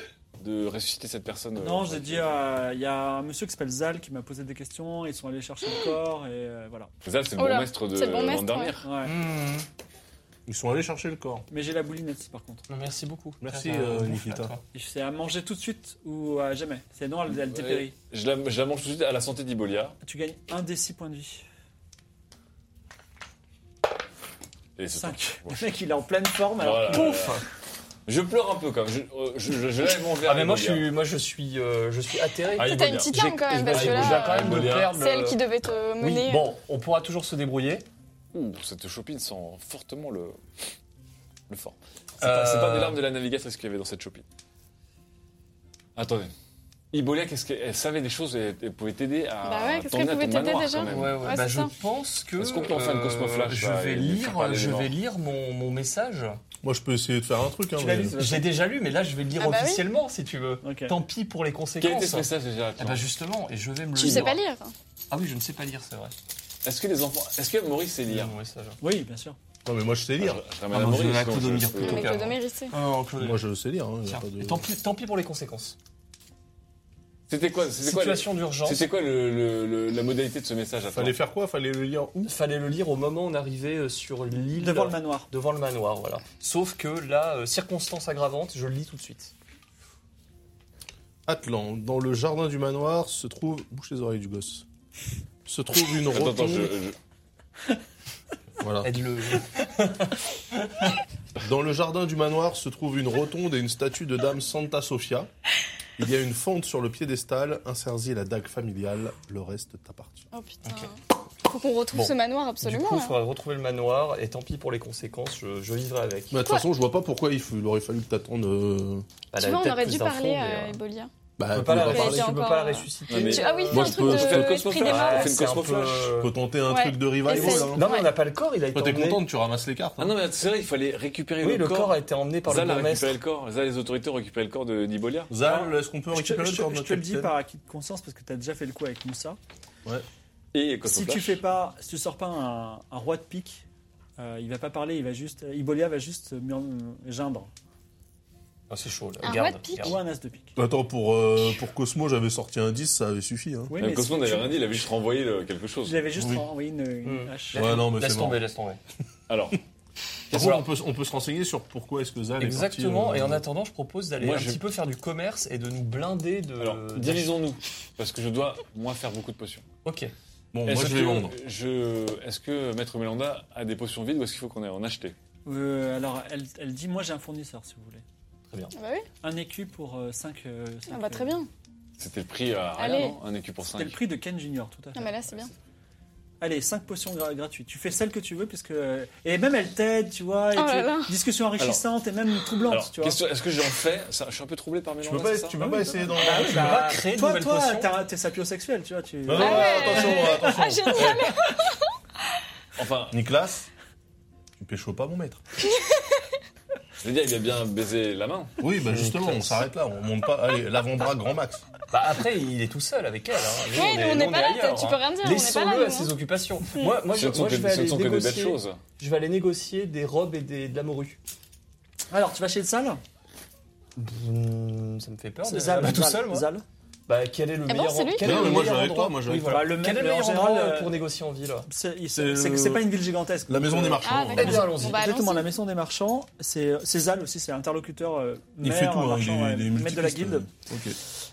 de ressusciter cette personne? non, euh, j'ai dit, euh, il y a un monsieur qui s'appelle Zal qui m'a posé des questions. Ils sont allés chercher le corps et euh, voilà. Zab, c'est le Oh là, bourgmestre de c'est le bourgmestre, Vandermeer. Ouais. Mmh. Ils sont allés chercher le corps. Mais j'ai la boulinette par contre. Non, merci beaucoup. Merci, Très, euh, très Nikita. à toi. Et c'est à manger tout de suite ou à jamais. Sinon, elle, elle dépérit. Je la, je la mange tout de suite à la santé d'Ibolia. Tu gagnes un des six points de vie. Et c'est cinq. tout. Le mec, il est en pleine forme. Alors, Voilà. pouf. Je pleure un peu quand même. Je, euh, je, je, je lève mon verre. Ah mais moi je Ebolia. suis, moi je suis, euh, je suis atterré. Ah, Toi, t'as Ibolia. une petite J'ai- larme quand même, je parce que vais- là, je vais quand même Ibolia. me perdre. c'est elle qui devait te Oui, mener. bon, on pourra toujours se débrouiller. Ouh, cette chopine sent fortement le, le fort. C'est pas, c'est pas des larmes de la navigatrice qu'il y avait dans cette chopine. Attendez. Ibolia, qu'est-ce qu'elle savait des choses, elle, elle pouvait t'aider à Bah ouais, qu'est-ce t'emmener qu'elle à pouvait ton t'aider manoir, déjà quand même. Ouais, ouais, Ouais, bah, c'est je ça. pense que Est-ce qu'on peut en faire une Cosmoflash, je là, vais et lire, faire parler je les morts vais lire mon, mon message. Moi, je peux essayer de faire un truc. Hein, Tu l'as mais- lu, ça Je l'ai déjà lu, mais là, je vais le lire Ah bah oui. officiellement, si tu veux. Ok. Tant pis pour les Quel conséquences. était ce message déjà Eh ben justement, et je vais me le Tu lire. sais pas lire. Ah oui, je ne sais pas lire, c'est vrai. Est-ce que les enfants. Est-ce que Maurice sait lire? Mon message. Oui, bien sûr. Non, mais moi, je sais lire. Je, je ramène Ah, à moi, je Maurice. vais à donc Clodomir je peux- plutôt. Mais qu'avant. Clodomir, il sait. Ah non, Claude. Moi, je sais lire. Hein, y a Tiens, pas de- et tant, pis, tant pis pour les conséquences. C'était quoi, c'était quoi, le- Situation d'urgence. c'était quoi le- le- le- la modalité de ce message à toi? Fallait faire quoi? Fallait le lire où? Fallait le lire au moment où on arrivait euh, sur l'île. Devant le manoir. Devant le manoir, voilà. Sauf que là, euh, circonstance aggravante, je le lis tout de suite. Atlan, dans le jardin du manoir se trouve. Bouche les oreilles du gosse. Se trouve une Attends, attends, rotonde. je, je- Voilà. Aide-le. Dans le jardin du manoir se trouve une rotonde et une statue de dame Santa Sofia. Il y a une fente sur le piédestal, inserte la dague familiale, le reste t'appartient. Oh putain. Ok. Faut qu'on retrouve Bon. ce manoir Du absolument. coup, il là. faudra retrouver le manoir, et tant pis pour les conséquences, je, je vivrai avec. Bah, de toute façon, je vois pas pourquoi il, faut- il aurait fallu que t'attendes. Euh... Bah, Tu elle vois, on avait aurait peut-être dû plus d'infos, parler mais, à euh, Ebolia. Bah, Tu peux tu pas la, peux Elle parler. était tu peux encore, pas la euh, ressusciter. Non, mais- Tu- Ah oui, fais Moi, un je truc peux- de je fais le Cosmo esprit des Flash. morts. On fait une c'est un Cosmo peu, Flash. euh, Je peux tenter un Ouais. truc de revival. Essaye. Là. Non, mais on n'a pas le corps, il a été Toi, t'es emmené. contente, tu ramasses les cartes. Ah non, mais c'est vrai, il fallait récupérer Oui, le, le corps. corps a été emmené par le Zal a bourgmestre. récupéré le corps. Zal, les autorités ont récupéré le corps de d'Ibolia. Zal, est-ce qu'on peut Je te, récupérer je le te- corps de je notre te le dis capitaine par acquis de conscience parce que tu as déjà fait le coup avec Moussa. Et Cosmo Si tu Flash. fais pas, si tu sors pas un, un roi de pique, euh, il va pas parler, il va juste, Ibolia va juste mur- geindre. Ah, c'est chaud, là. Un Garde, roi de pique. garde. Ou un as de pique. Attends, pour, euh, pour Cosmo, j'avais sorti un dix, ça avait suffi. Hein. Oui, Euh, Cosmo si n'avait tu- rien dit, il avait juste renvoyé le- quelque chose. Il avait juste Oui. envoyé une, une Hmm. hache. Ouais, non, mais Laisse c'est tomber, mort. laisse tomber. Alors, Par contre, on peut, on peut se renseigner sur pourquoi est-ce que Zal Exactement, est parti. et euh, en attendant, je propose d'aller Moi, un je- petit peu faire du commerce et de nous blinder de. alors d'ach- divisons-nous. Parce que je dois, moi, faire beaucoup de potions. Ok. Bon, moi, Est-ce je vais que vendre. je- Est-ce que Maître Mélanda a des potions vides ou est-ce qu'il faut qu'on aille en acheter? Euh, alors, elle, elle dit, moi j'ai un fournisseur si vous voulez. Très bien. Ah bah oui. Un écu pour cinq. Ah bah très bien. C'était le prix à Allez. rien, non? Un écu pour C'était le cinq. prix de Ken Junior, tout à fait. Ah bah là, c'est bien. Allez, cinq potions gra- gratuites. Tu fais celle que tu veux, puisque. Et même elle t'aide, tu vois. Et Oh tu- là là. Discussion enrichissante et même troublante, Alors, tu vois. question, est-ce que j'en fais ça, je suis un peu troublé par Tu Mélanda, peux pas, c'est ça tu peux Ah pas oui, essayer d'en. Bah oui, Tu bah, peux pas créer de toi, nouvelles toi, potions t'as- t'es sapiosexuel, tu vois. Tu... Non, non, Ah ouais. attention, attention. Ah génial. Enfin, Nicolas, tu pécho pas mon maître. je veux dire, il a bien baisé la main. Oui, bah justement, on s'arrête là, on monte pas. Allez, l'avant-bras grand max. Bah après, il est tout seul avec elle. Hein. Nous, Ouais, nous, on n'est pas là, ailleurs, tu hein. peux rien dire, on n'est pas là, Laissons-le à nous, ses hein. occupations. Moi, moi, Ce je, ne sont moi, que, je vais ce ne aller sont que des belles négocier. choses. Je vais aller négocier des robes et des, de la morue. Alors, tu vas chez le Zal Hmm, ça me fait peur. de- Zal, bah, tout Zal, seul, moi. Zal. Bah, quel est le Ah bon, meilleur c'est lui quel qui- est Non, le mais moi, je meilleur vais avec toi, endroit moi, je vais Oui, avec voilà. toi. Bah, le Quel est me- le meilleur en général, endroit euh, pour négocier en ville C'est C'est c'est- le- c'est pas une ville gigantesque. La maison des Euh, marchands. Ah, hein. d'accord. Eh bien, allons-y. Bon, bah, Exactement, allons-y. la maison des marchands, c'est c'est Zal aussi, c'est interlocuteur euh, Il maire, fait tout, hein, marchand, il est, ouais, il est maître de la multipiste, guilde. euh, Ok.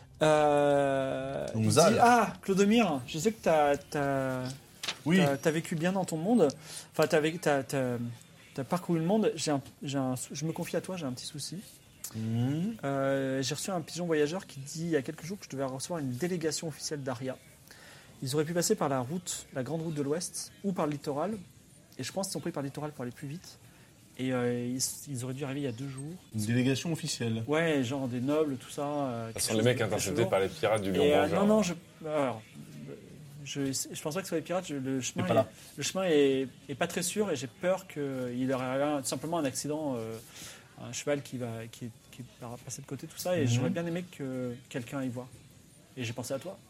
Euh, Donc, il Zal. dit, ah, Clodomir, je sais que t'as as, Oui, vécu bien dans ton monde. Enfin, t'as vécu- t'as- t'as- t'as parcouru le monde. J'ai un, j'ai un, je me confie à toi, j'ai un petit souci. Mhm. Euh, j'ai reçu un pigeon voyageur qui dit il y a quelques jours que je devais recevoir une délégation officielle d'Aria. Ils auraient pu passer par la route, la grande route de l'Ouest, ou par le littoral. Et je pense qu'ils sont pris par le littoral pour aller plus vite. Et euh, ils, ils auraient dû arriver il y a deux jours. Une délégation officielle. Ouais, genre des nobles, tout ça. euh, Ce quelque sont chose les mecs de- de interceptés chelou. par les pirates du Et, Lion euh, Blanc. non, genre. non, je, alors, je, je pense pas que ce soit les pirates. je- le chemin, pas est, là. le chemin est, est pas très sûr et j'ai peur qu'il leur arrive un- simplement un accident, euh, un cheval qui va qui, qui va passer de côté, tout ça. Et Mhm. j'aurais bien aimé que quelqu'un y voit. Et j'ai pensé à toi.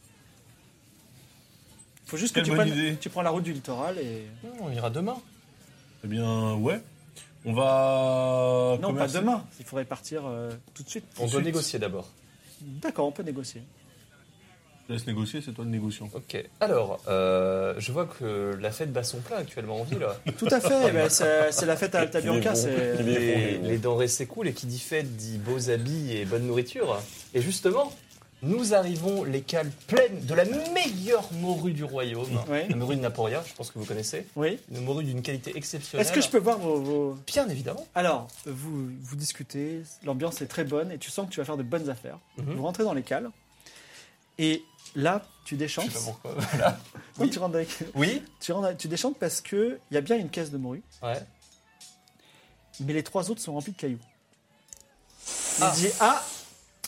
Il faut juste que Quelle tu, bonne prennes, idée. tu prends la route du littoral et Non, On ira demain. Eh bien, ouais. On va. non, commercer. pas demain. Il faudrait partir euh, tout de suite. On doit suite. négocier d'abord. D'accord, on peut négocier. Je laisse négocier, c'est toi le négociant. Ok. Alors, euh, je vois que la fête bat son plein actuellement en ville. Tout à fait. ben, c'est c'est la fête à Alta Il est Bianca. bon. C'est Il est- Les, bon. les denrées s'écoulent et qui dit fête dit beaux habits et bonne nourriture. Et justement, nous arrivons les cales pleines de la meilleure morue du royaume. Oui. La morue de Naporia, je pense que vous connaissez. Oui. Une morue d'une qualité exceptionnelle. Est-ce que je peux voir vos- vos... Bien évidemment. Alors, vous, vous discutez, l'ambiance est très bonne et tu sens que tu vas faire de bonnes affaires. Mhm. Vous rentrez dans les cales et là, tu Je déchantes. sais pas pourquoi. Voilà. Non, Oui. tu, rentres avec- Oui. tu, rentres- tu déchantes parce qu'il y a bien une caisse de morue, Ouais. mais les trois autres sont remplis de cailloux. Ah. Il dit ah,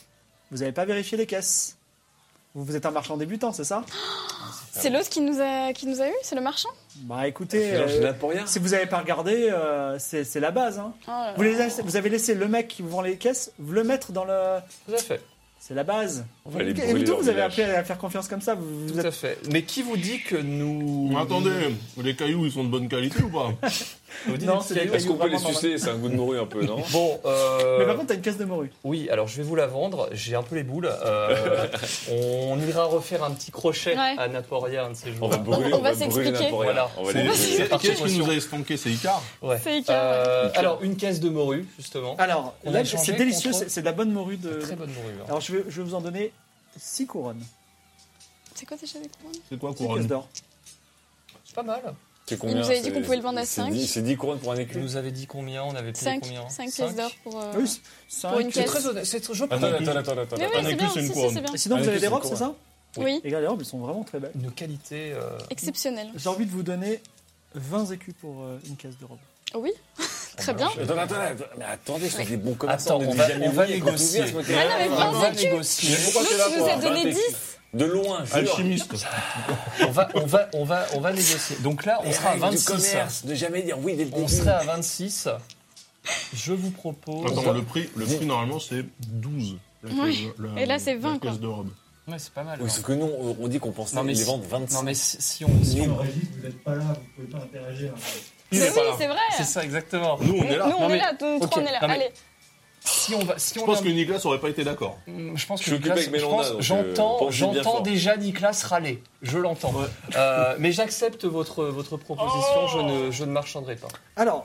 vous n'avez pas vérifié les caisses. Vous, vous êtes un marchand débutant, c'est ça? C'est l'autre qui nous a qui nous a eu, c'est le marchand. Bah écoutez, C'est genre, euh, je n'ai pour rien. si vous n'avez pas regardé, euh, c'est c'est la base. Hein. Oh là Vous, là. les laissez- vous avez laissé le mec qui vous vend les caisses, vous le mettre dans le... Tout à fait. C'est la base. On va les Et brûler vous, leur vous avez village. appris à faire confiance comme ça. Vous, vous Tout êtes... à fait. Mais qui vous dit que nous... Attendez, les cailloux, ils sont de bonne qualité ou pas? Vous dites Non, des c'est cailloux. des Est-ce qu'on peut les Vraiment sucer? C'est un goût de morue un peu, non? Bon, euh... Mais par contre, t'as une caisse de morue. oui, alors je vais vous la vendre. J'ai un peu les boules. Euh, on ira refaire un petit crochet Ouais. à Naporia un de ces jours. On va brûler, On on va va brûler s'expliquer. Napoléon. Voilà. On va C'est- les c'est- brûler. parti, Qu'est-ce qui potion. nous a estonqué? C'est Icar? Ouais. C'est Icar, Euh, alors, une caisse de morue, justement. Alors, On a là, échangé c'est délicieux, contre- c'est c'est de la bonne morue. De... Très bonne morue. hein. Alors, je vais, je vais vous en donner six couronnes. C'est quoi déjà les couronnes? C'est quoi, six pièces couronne? d'or. C'est pas mal. C'est combien? nous avait dit C'est- qu'on pouvait le vendre à c'est cinq. dix- C'est dix couronnes pour un Tu écu? nous avais dit combien? On avait payé cinq combien pièces d'or pour. euh, Oui, cinq. Pour une C'est caisse. très honnête. C'est- Je prends. Attends, Un attends, écu. attends, attends. Mais oui, Un c'est écu, bien, c'est une si, si, couronne. c'est bien. Et sinon, Un vous avez écu, des c'est robes, quoi? c'est ça? Oui, Et regardez, les robes, elles sont vraiment très belles. Une qualité. euh, exceptionnel. J'ai envie de vous donner vingt écus pour euh, une caisse de robe. Oui, très bien. Attends, attends, attends, mais attendez, c'est des bons commerçants. Attends, on dit va, jamais on va oui, quand négocier. vous dites, Ah non, mais on vingt va écus. négocier. Pourquoi t'es là L'autre, pour nous a un donné vingt dix. De loin, jure. Alchimiste. On va, on va, on va, on va négocier. Donc là, on Les sera à règles du vingt-six. commerce, de jamais dire oui dès le On début. serait à vingt-six. Je vous propose. Attends, le prix, le prix normalement, c'est douze. La Ouais. caisse- la- Et là, c'est vingt, La caisse quoi. de robe. Ouais, c'est pas mal. Oui, hein. sauf que nous, on on dit qu'on pensait Non, mais les si- vendre vingt-cinq. Non mais si, si on, si on- vous n'êtes pas là, vous pouvez pas interagir. Il Mais est oui, pas là. c'est vrai. c'est ça exactement. Nous, on est là. Nous, on Non, est mais- là, nous ok. trois, on est là. Non, mais- Allez. Si on va, si Je on pense a- que Nicolas aurait pas été d'accord. Hmm, je pense Je que suis occupé Nicolas, avec je Mélanda, pense- donc, euh, j'entends, pensez bien j'entends fort. déjà Nicolas râler. Je l'entends. Euh, mais j'accepte votre votre proposition. Je ne je ne marchanderai pas. Alors,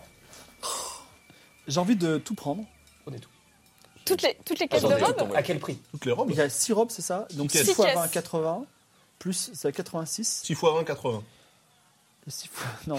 j'ai envie de tout prendre. Prenez tout. Toutes les, toutes les caisses Attendez, de robe. attends, À quel prix? Toutes les robes? Il y a six robes, c'est ça? Donc Six six caisses. fois Six vingt, caisses. quatre-vingts. Plus, c'est quatre-vingt-six. six fois vingt, quatre-vingts. Et six fois... Non.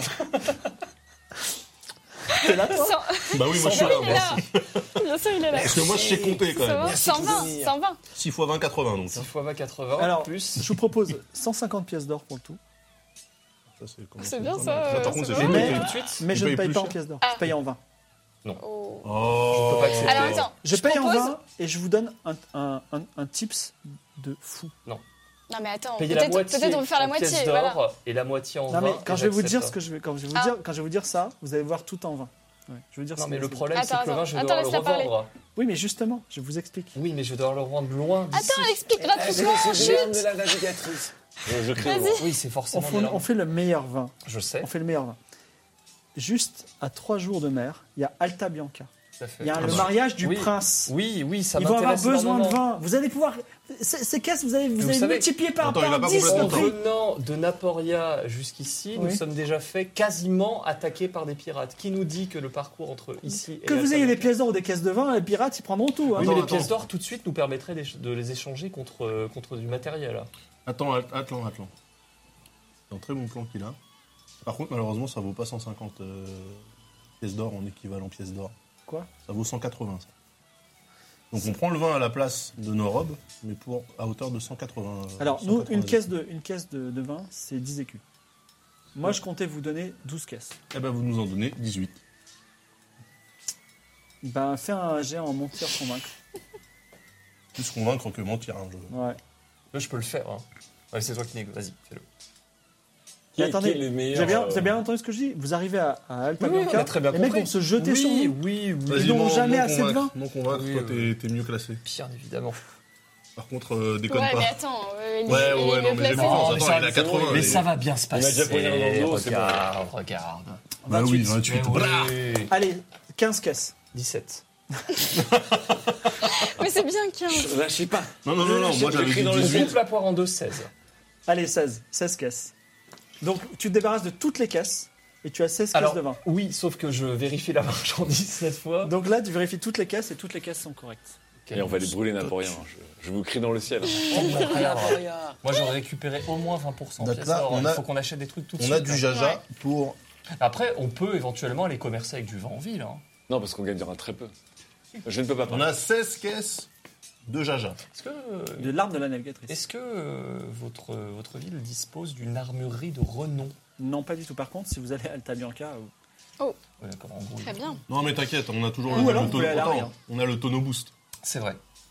T'es là, toi? Cent- Bah oui, moi je suis Cent là. vingt, il est moi. là. Bien sûr, il est là. Parce que moi je sais compter quand cent même. vingt, cent vingt, cent vingt. six fois vingt, quatre-vingts donc. six fois vingt, quatre-vingts. Alors, plus. je vous propose cent cinquante pièces d'or pour le tout. Ça, c'est comment C'est ça, bien, pas ça, mal. euh, Par contre, c'est c'est vrai. cher. Mais- Tout de suite. Mais Tu je ne payes paye plus pas en cher. pièces d'or. Ah. Je paye en vingt. Oh. Oh. Je peux pas accepter. Alors attends, Je, je paye en propose- vingt et je vous donne un, un, un, un tips de fou. Non mais attends, Payer la peut-être moitié. peut-être on veut faire la en pièces moitié, d'or voilà. et la moitié en Non vingt. mais quand et je vais vous dire j'accepte. ce que je vais, quand je vais vous Ah. dire, quand je vais vous dire ça, vous allez voir tout en vingt. Ouais, je veux dire Non ce mais que- le ce- problème c'est Attends, que le vin, je vais attends, devoir le laisse-la parler. revendre. Oui, mais justement, je vous explique. Oui, mais je vais devoir le revendre loin d'ici. Attends, elle expliquera tout ça. C'est Chut. de la navigatrice. Je, je crie au Vas-y. vent. Oui, c'est On forcément. fait, de la- on fait le meilleur vin. Je sais. On fait le meilleur vin. Juste à trois jours de mer, il y a Alta Bianca. Tout à fait. Il y a Ah le bah. mariage du Oui. prince. Oui, oui, ça Ils vont avoir m'intéresse besoin de énormément. vin. Vous allez pouvoir. Ces, ces caisses, vous allez, vous Vous allez savez- multiplier par, Attends, il a par pas dix complètement le En prix. venant de Naporia jusqu'ici, nous Oui. sommes déjà fait quasiment attaquer par des pirates. Qui nous dit que le parcours entre ici et Que vous Alta ayez les Bianca- pièces d'or ou des caisses de vin, les pirates, ils prendront tout. hein. Oui, Attends, mais les attends. pièces d'or tout de suite nous permettraient d'éch- de les échanger contre, euh, contre du matériel. Attends, At- Atlan, Atlan. C'est un très bon plan qu'il a. Par contre, malheureusement, ça vaut pas cent cinquante euh, pièces d'or en équivalent pièces d'or. Quoi? Ça vaut cent quatre-vingts. Ça. Donc on prend le vin à la place de nos robes, mais pour à hauteur de cent quatre-vingts. euh, Alors, nous, une cent quatre-vingts. caisse de, une caisse de, de vin, c'est dix écus. Moi, je comptais vous donner douze caisses. Eh ben, vous nous en donnez dix-huit. Ben, fais un jet en mentir convaincre. Plus convaincre que mentir. Hein, je- Ouais. Là, je peux le faire. Hein. Ouais, c'est toi qui négocie. Vas-y, fais-le. Qui, Mais attendez, qui est les meilleurs Vous avez, bien, euh, vous avez bien entendu ce que je dis? Vous arrivez à, à Alta Oui, oui, Bianca, on a très bien les mecs compris. vont se jeter oui, sur vous. Oui, oui, Vas-y, Ils n'ont mon- jamais mon assez de convaincre, vin. Mon convaincre, Oui, toi, oui. t'es- t'es mieux classé. Bien évidemment. Par contre, euh, déconne Ouais, pas. mais attends, euh, il- Ouais, il ouais, est non, mieux mais j'ai placé. confiance. mais Attends, ça- il a quatre-vingts. Mais et- ça va bien se Il m'a passer. déjà pogné dans le dos, c'est bon. Regarde, regarde. Bah oui, vingt-huit. Mais Blah. oui. Allez, quinze caisses. dix-sept. Mais c'est bien quinze. Lâchez pas. Non, non, non, non, moi j'avais J'écris dit dans le Je dix-huit. coupe la poire en deux, seize. Allez, seize. seize caisses. Donc, tu te débarrasses de toutes les caisses et tu as seize Alors, caisses de vin. oui, sauf que je vérifie la marchandise cette fois. Donc là, tu vérifies toutes les caisses et toutes les caisses sont correctes. Et on va les brûler n'importe rien. Je, je vous crie dans le ciel. Moi, j'aurais récupéré au moins vingt pour cent. Donc pièces là, d'or. on Il a- faut qu'on achète des trucs tout de On suite. a du hein. jaja Ouais. pour. Après, on peut éventuellement aller commercer avec du vin en ville. hein. Non, parce qu'on gagnera très peu. Je ne peux pas On parler. a seize caisses de jaja. Est-ce que, euh, De l'arme de la navigatrice. est-ce que euh, votre, votre ville dispose d'une armurerie de renom? Non, pas du tout. Par contre, si vous allez à Alta Bianca, euh, Ouais, d'accord, en gros, Très bien. Non, mais t'inquiète, on a toujours Ou le, alors, le vous pouvez tonneau. aller à Attends, l'arrière. on a le tonneau boost. C'est vrai.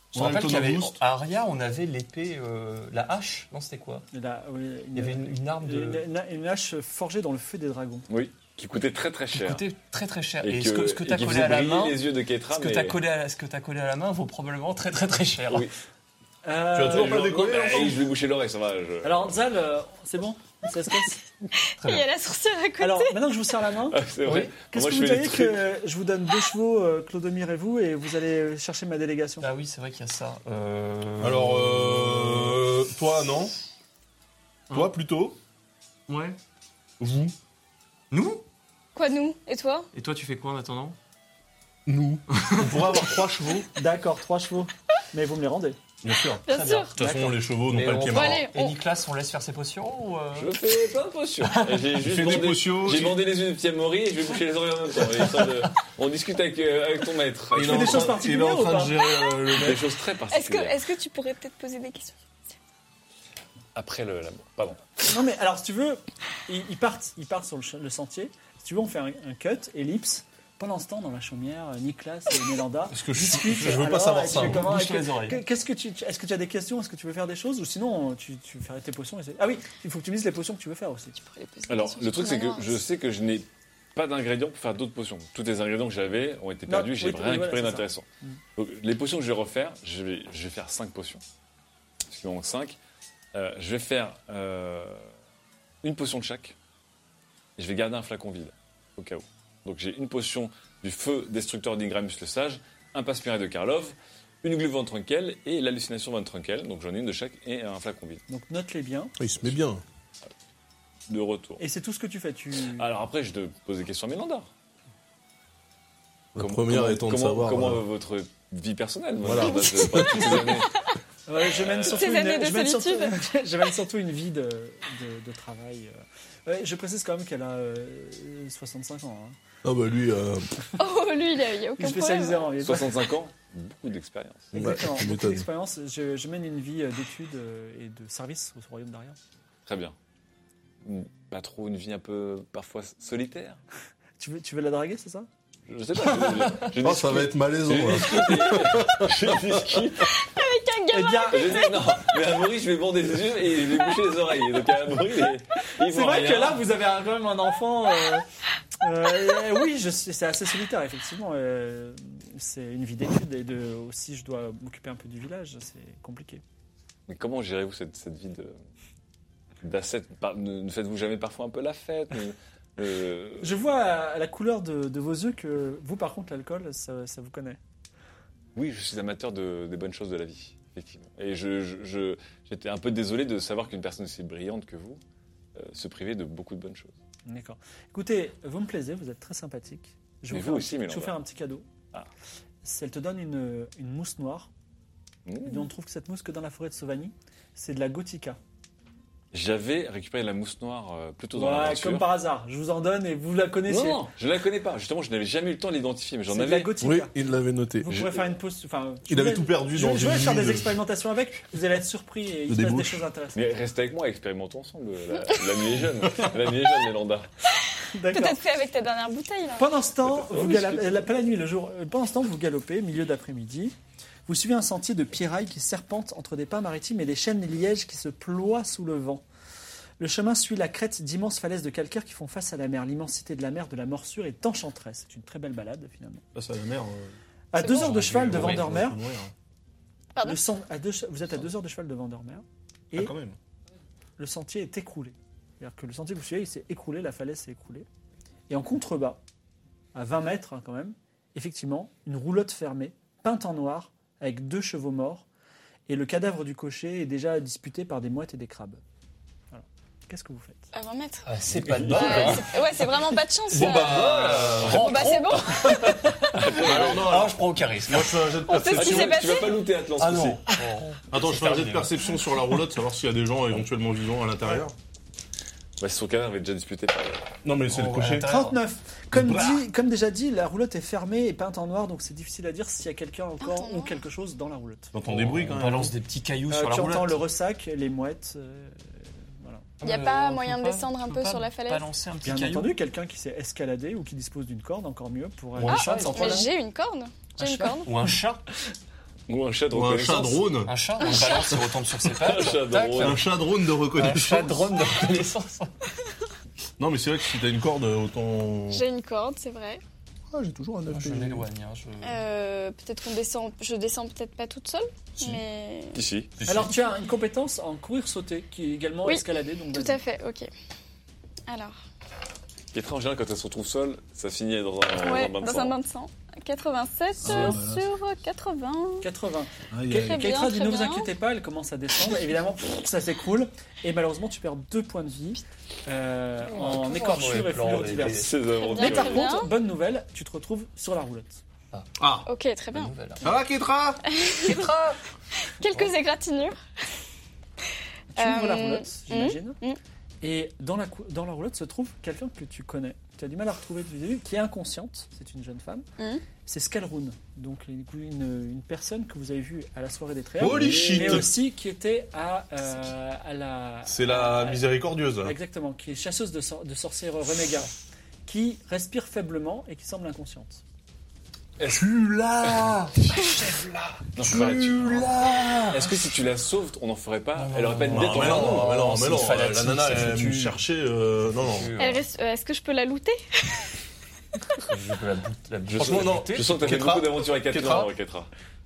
Je me Ouais, rappelle le qu'il y avait, boost. à Aria, on avait l'épée, euh, la hache. Non, c'était quoi? Et là, oui, Il y avait une, une arme de. une, une- une hache forgée dans le feu des dragons. Oui, qui coûtait très très qui cher. coûtait très très cher. Et Et, que- ce que, ce que et tu as qui collé faisait à la briller main. les yeux de Ketra. Ce que mais- tu as collé, à- ce que t'as collé à la main vaut probablement très très très cher. Euh, Tu as toujours pas Non, décollé, bah, hein, je vais boucher l'oreille, ça va. je- Alors, Zal, euh, c'est bon. Ça se passe. Il y a la sorcière à côté. Alors, maintenant que je vous serre la main, Ah, c'est vrai. qu'est-ce Moi, que je vous fais les diriez trucs. que je vous donne deux chevaux, euh, Clodomir et vous, et vous allez chercher ma délégation? Ah oui, c'est vrai qu'il y a ça. Euh... Alors, euh, toi, non. Toi, plutôt. Ouais. Vous. Nous? Quoi, nous? Et toi? Et toi, tu fais quoi en attendant? Nous. On pourrait avoir trois chevaux. D'accord, trois chevaux. Mais vous me les rendez. Bien sûr. Bien Très sûr. bien. De toute façon, les chevaux n'ont Mais pas le on- pied Bon, marrant. allez, Et on- Nicolas, on laisse faire ses potions ou euh... Je fais plein de potions. Et J'ai juste fais des bandé- potions, J'ai tu- bandé les yeux de Pierre Maury et je vais boucher les oreilles en même temps. histoire de- On discute avec, euh, avec ton maître. Il Tu est fais en des train- choses particulières Il est en ou train pas de gérer euh, le Des mec. choses très Est-ce que, particulières. est-ce que tu pourrais peut-être poser des questions? Après le l'amour. Pardon. Non, mais alors, si tu veux, ils, ils partent, ils partent sur le, ch- le sentier. Si tu veux, on fait un, un cut, ellipse. Pendant ce temps, dans la chaumière, euh, Nicolas et Mélanda Parce que je, discutent. je veux pas Alors, savoir et tu ça. fais moi. comment, Bouche et les oreilles. que- Qu'est-ce que tu, est-ce que tu as des questions? Est-ce que tu veux faire des choses? Ou sinon, tu, tu fais tes potions et c'est- Ah oui, il faut que tu me dises les potions que tu veux faire aussi. Tu pourrais les poser des Alors, questions le truc, sur c'est que ton je sais que je n'ai pas d'ingrédients pour faire d'autres potions. Tous les ingrédients que j'avais ont été Non, perdus, oui, j'ai oui, rien voilà, récupéré c'est ça. d'intéressant. Mm. Donc, les potions que je vais refaire, je vais, je vais faire cinq potions. Parce qu'il m'en manque cinq. Euh, je vais faire euh, une potion de chaque. Et je vais garder un flacon vide, au cas où. Donc j'ai une potion du feu destructeur d'Ingramus le Sage, un passe-muraille de Karlov, une glu Von Trunkel et l'hallucination Von Trunkel. Donc j'en ai une de chaque et un flacon vide. Donc note-les bien. Il se met bien. De retour. Et c'est tout ce que tu fais. Tu... Alors après, je te pose des questions à Mélanda. La Comment- première comment- étant de comment, savoir. Comment voilà. va votre vie personnelle Voilà. Mélanda, je- pas toutes ces années. Ouais, je mène surtout, Ces une, années de je mène surtout, solitude. je mène surtout une vie de, de, de travail. euh. Ouais, je précise quand même qu'elle a euh, soixante-cinq ans. Hein. Ah bah lui, euh, Oh, lui, il n'y a, il y a aucun Spécialisé problème. en vie. soixante-cinq ans, beaucoup d'expérience. Exactement, Ouais, tu beaucoup m'étonnes. d'expérience. Je, je mène une vie euh, d'études euh, et de service au royaume d'Aria. Très bien. Pas trop une vie un peu parfois solitaire. Tu veux, tu veux la draguer, c'est ça? Je sais pas. Je, je, je oh, ça va être malaisant. là. Je discute. Avec un Eh gamin. bien, Je dis non, mais à Maurice, je vais bander les yeux et je vais boucher les oreilles. Donc à Maurice, il, il c'est voit vrai rien. que là, vous avez un- quand même un enfant. euh, euh, oui, je sais- c'est assez solitaire, effectivement. euh, c'est une vie d'études et de, aussi, je dois m'occuper un peu du village. C'est compliqué. Mais comment gérez-vous cette, cette vie de d'ascète Par- Ne, ne faites-vous jamais parfois un peu la fête ne- euh, Je vois à la couleur de, de vos yeux que vous, par contre, l'alcool, ça, ça vous connaît. Oui, je suis amateur de, des bonnes choses de la vie, effectivement. Et je, je- je- j'étais un peu désolé de savoir qu'une personne aussi brillante que vous euh, se privait de beaucoup de bonnes choses. D'accord. Écoutez, vous me plaisez, vous êtes très sympathique. Je Mais vais vous faire un aussi, petit- je vais Mélanda. vous faire un petit cadeau. Ah. Si elle te donne une, une mousse noire, Mmh. et on ne trouve que cette mousse que dans la forêt de Sauvagny, c'est de la Gothica. J'avais récupéré la mousse noire euh, plutôt dans Ouais, l'aventure. comme par hasard. Je vous en donne et vous la connaissiez. Non, non, je la connais pas. Justement, je n'avais jamais eu le temps de l'identifier, mais j'en C'est de la avais. Gothica. Oui, il l'avait noté. Vous Je- pourrez faire une pause. Enfin, je Il avait voulais- tout perdu Je, dans je vais une faire nuit des de- expérimentations avec. Vous allez être surpris et il de se passe des débauche. choses intéressantes. Mais restez avec moi, expérimentons ensemble. La, la nuit est jeune. La nuit est jeune, Mélanda. D'accord. Peut-être fait avec ta dernière bouteille, là. Pendant ce temps, Peut-être. vous Oui, gala- je- euh, pas la nuit, le jour. euh, Pendant ce temps, vous galopez, milieu d'après-midi. Vous suivez un sentier de pierrailles qui serpente entre des pins maritimes et des chênes lièges qui se ploient sous le vent. Le chemin suit la crête d'immenses falaises de calcaire qui font face à la mer. L'immensité de la mer de la morsure est enchanteresse. C'est une très belle balade, finalement. Face à la mer. À deux bon, heures de on cheval aurait de dû- ouais, Vandermeer, Pardon le sen- à deux- vous êtes à deux heures de cheval de Vandermeer Ah, et quand même. le sentier est écroulé. C'est-à-dire que le sentier que vous suivez, il s'est écroulé, la falaise s'est écroulée. Et en contrebas, à vingt mètres hein, quand même, effectivement, une roulotte fermée, peinte en noir, avec deux chevaux morts, et le cadavre du cocher est déjà disputé par des mouettes et des crabes. Voilà. Qu'est-ce que vous faites? À vingt mètres. Ah, c'est pas de bol. Ouais, hein. c'est- ouais, c'est vraiment pas de chance. Bon euh. bah, euh, Bon, bah, c'est bon. alors non, alors je prends au charisme. Moi, je fais un jet de On sait ce qui perception. s'est Tu passé. vas pas looter Atlas Ah aussi. non. Attends, je fais un jet de terminé. perception sur la roulotte, savoir s'il y a des gens éventuellement vivants à l'intérieur. Bah, son cadavre est déjà disputé par. Non, mais c'est Oh, le cocher. ouais. trente-neuf. Comme, Bah. dit, comme déjà dit, la roulotte est fermée et peinte en noir, donc c'est difficile à dire s'il y a quelqu'un Peinte encore en ou noir. quelque chose dans la roulotte. T'entends des bruits quand On même. balance des petits cailloux Euh, sur la tu entends roulotte. le ressac, les mouettes. euh, voilà. Y a Euh, pas on moyen peut de pas- descendre un on peut peu pas sur la falaise Balancer un petit Bien caillou. entendu, quelqu'un qui sait escalader ou qui dispose d'une corde, encore mieux, pour Ou aller un à chat, sans Mais problème. j'ai une corne. Un J'ai une cheval. corne. Ou un chat. Ou un chat de Ou un chat reconnaissance. drone. Un chat, on le balance, il retombe sur ses pattes. Un chat Tac. drone. Un chat drone de Un reconnaissance. chat drone de reconnaissance. Non, mais c'est vrai que si t'as une corde, autant. J'ai une corde, c'est vrai. Ah, j'ai toujours un œuf. Je m'éloigne. Hein, je... Euh, peut-être qu'on descend. Je descends peut-être pas toute seule, Si. mais. Ici. Alors tu as une compétence en courir-sauter qui est également Oui. escaladée. Donc Tout vas-y. à fait, ok. Alors. Kétra, en général, quand elle se retrouve seule, ça finit dans un, Ouais, dans un bain de dans sang. un bain de sang. quatre-vingt-sept Ah, sur quatre-vingts. quatre-vingts. Aïe, Très aïe. bien, Keitra dit très ne vous bien. inquiétez pas, elle commence à descendre. Évidemment, pff, ça s'écroule. Et malheureusement, tu perds deux points de vie euh, Oh, en toujours un écorchure mauvais et plan, fluo les- diverses. Ces aventures. Mais par Très bien. contre, bonne nouvelle, tu te retrouves sur la roulotte. Ah, Ok, très Bonne bien. nouvelle. ça va, Ketra? Ketra Quelques égratignures. Tu ouvres la Euh, roulotte, j'imagine. mm. Et dans la, cou- dans la roulotte se trouve quelqu'un que tu connais. Tu as du mal à retrouver depuis le début, qui est inconsciente. C'est une jeune femme. Mm. C'est Scalroon, donc une, une- une personne que vous avez vue à la soirée des Tréas. Holy shit. Mais aussi qui était à, euh, à la. C'est la à- miséricordieuse. là. Exactement, qui est chasseuse de, sor- de sorcières renégat, qui respire faiblement et qui semble inconsciente. Tu l'as! Non, voilà, tu- Tu l'as! Est-ce que si tu la sauves, on n'en ferait pas Non, Elle aurait pas une non, dette Non, mais envers nous. non, mais non, c'est mais une non, fanatique, la nana, ça elle fait me du- cherchait. euh, Non, non. Elle reste- euh, Est-ce que je peux la looter? Je peux la bout- la Je Franchement, sens- non. Je sens que t'as fait Ketra. beaucoup d'aventures avec Ketra. Ketra. Ketra.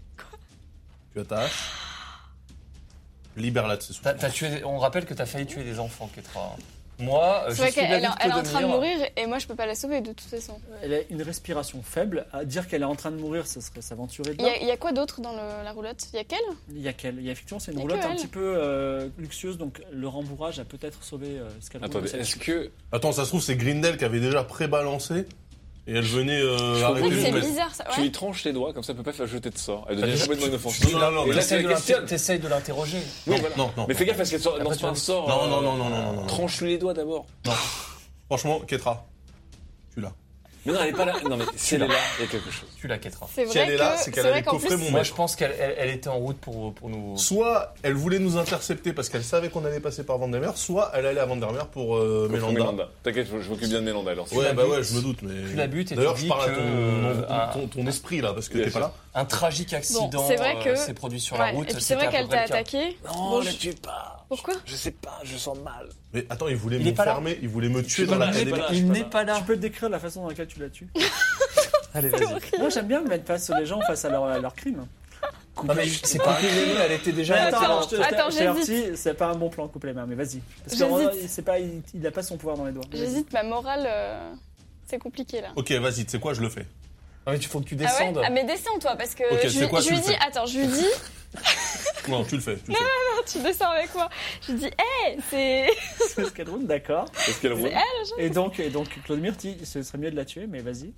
Tu attaches. Libère-la de ses T'as- souffrances. t'as tué, on rappelle que t'as failli tuer des enfants, Ketra. Moi, je C'est vrai suis de qu'elle l'avis est- elle est en de train de Clodomir. mourir et moi je peux pas la sauver de toute façon. Elle a une respiration faible. À dire qu'elle est en train de mourir, ce serait s'aventurer Il y, dedans. a- il y a quoi d'autre dans le- la roulotte? Il y a qu'elle? Il y a qu'elle. Il y a effectivement, c'est une Il y a roulotte que un elle. petit peu euh, luxueuse, donc le rembourrage a peut-être sauvé euh, Scalroon. Attendez, de cette est-ce chute. que. Attends, ça se trouve, c'est Grindel qui avait déjà pré-balancé. Et elle venait euh, Je arrêter comprends. de Oui, nous c'est mettre. bizarre ça. Tu Ouais. lui tranches les doigts, comme ça elle peut pas faire jeter de sort. Elle Ah, devient déjà, complètement tu- inoffensive. Non, non, non, Et mais là, T'essayes c'est de la l'inter- questionne. t'essayes de l'interroger. Oui, Non, voilà. non, non. Mais fais gaffe parce qu'elle sort- Après, lance tu pas un vas- sort. Non, euh, non, non, non, non, non, non. Tranche-lui les doigts d'abord. Non. Franchement, Ketra, tu l'as. Mais non, elle est pas là. Non, mais si elle est là, il y a quelque chose. Tu la Ketra. C'est Si vrai elle est là, que- c'est qu'elle c'est vrai allait qu'en coffrer plus- mon Moi, mec. je pense qu'elle elle, elle était en route pour, pour nous. Soit elle voulait nous intercepter parce qu'elle savait qu'on allait passer par Vandermeer, soit elle allait à Vandermeer pour euh, Pour Mélanda. Mélanda. T'inquiète, je je m'occupe bien de Mélanda alors. Ouais, la bah butes. ouais, je me doute, mais. Tu la butes et D'ailleurs, tu je dis parle à que, ton, euh, ton, ton- ton esprit là, parce que Bien t'es sûr. pas là. Un tragique accident c'est vrai que- euh, s'est produit sur Ouais, la route. et puis c'est vrai c'était à qu'elle peu t'a près le cas. attaqué. Non, Bon, ne je- tue pas. Pourquoi? Je sais pas, je sens mal. Mais attends, il voulait Il est pas là. m'enfermer, il voulait me tuer pas dans là, la il est télé. pas là. je Il sais n'est pas là. Tu peux te décrire la façon dans laquelle tu la tues. Allez, vas-y. Moi, j'aime bien mettre face les gens face à leur, à leur crime. Non, mais c'est pas elle était déjà. Mais Attends, attends, je te- attends, je t'ai j'hésite. averti, c'est pas un bon plan, couper les mains, mais vas-y. Parce J'hésite. que c'est pas, il, il a pas son pouvoir dans les doigts. Vas-y. J'hésite, ma morale, euh, c'est compliqué là. Ok, vas-y, tu sais quoi, je le fais. Non, mais il faut que tu Ah ouais? descendes. Ah mais descends toi parce que Ok, je, c'est lui- quoi, je tu lui le dis, fais attends, je lui dis, Non, tu le fais, tu le fais. tu descends avec moi. Je lui dis, hé, c'est... C'est Scalroon, d'accord. Est-ce qu'elle roule Et donc, et donc Claudemir dit, ce serait mieux de la tuer, mais vas-y.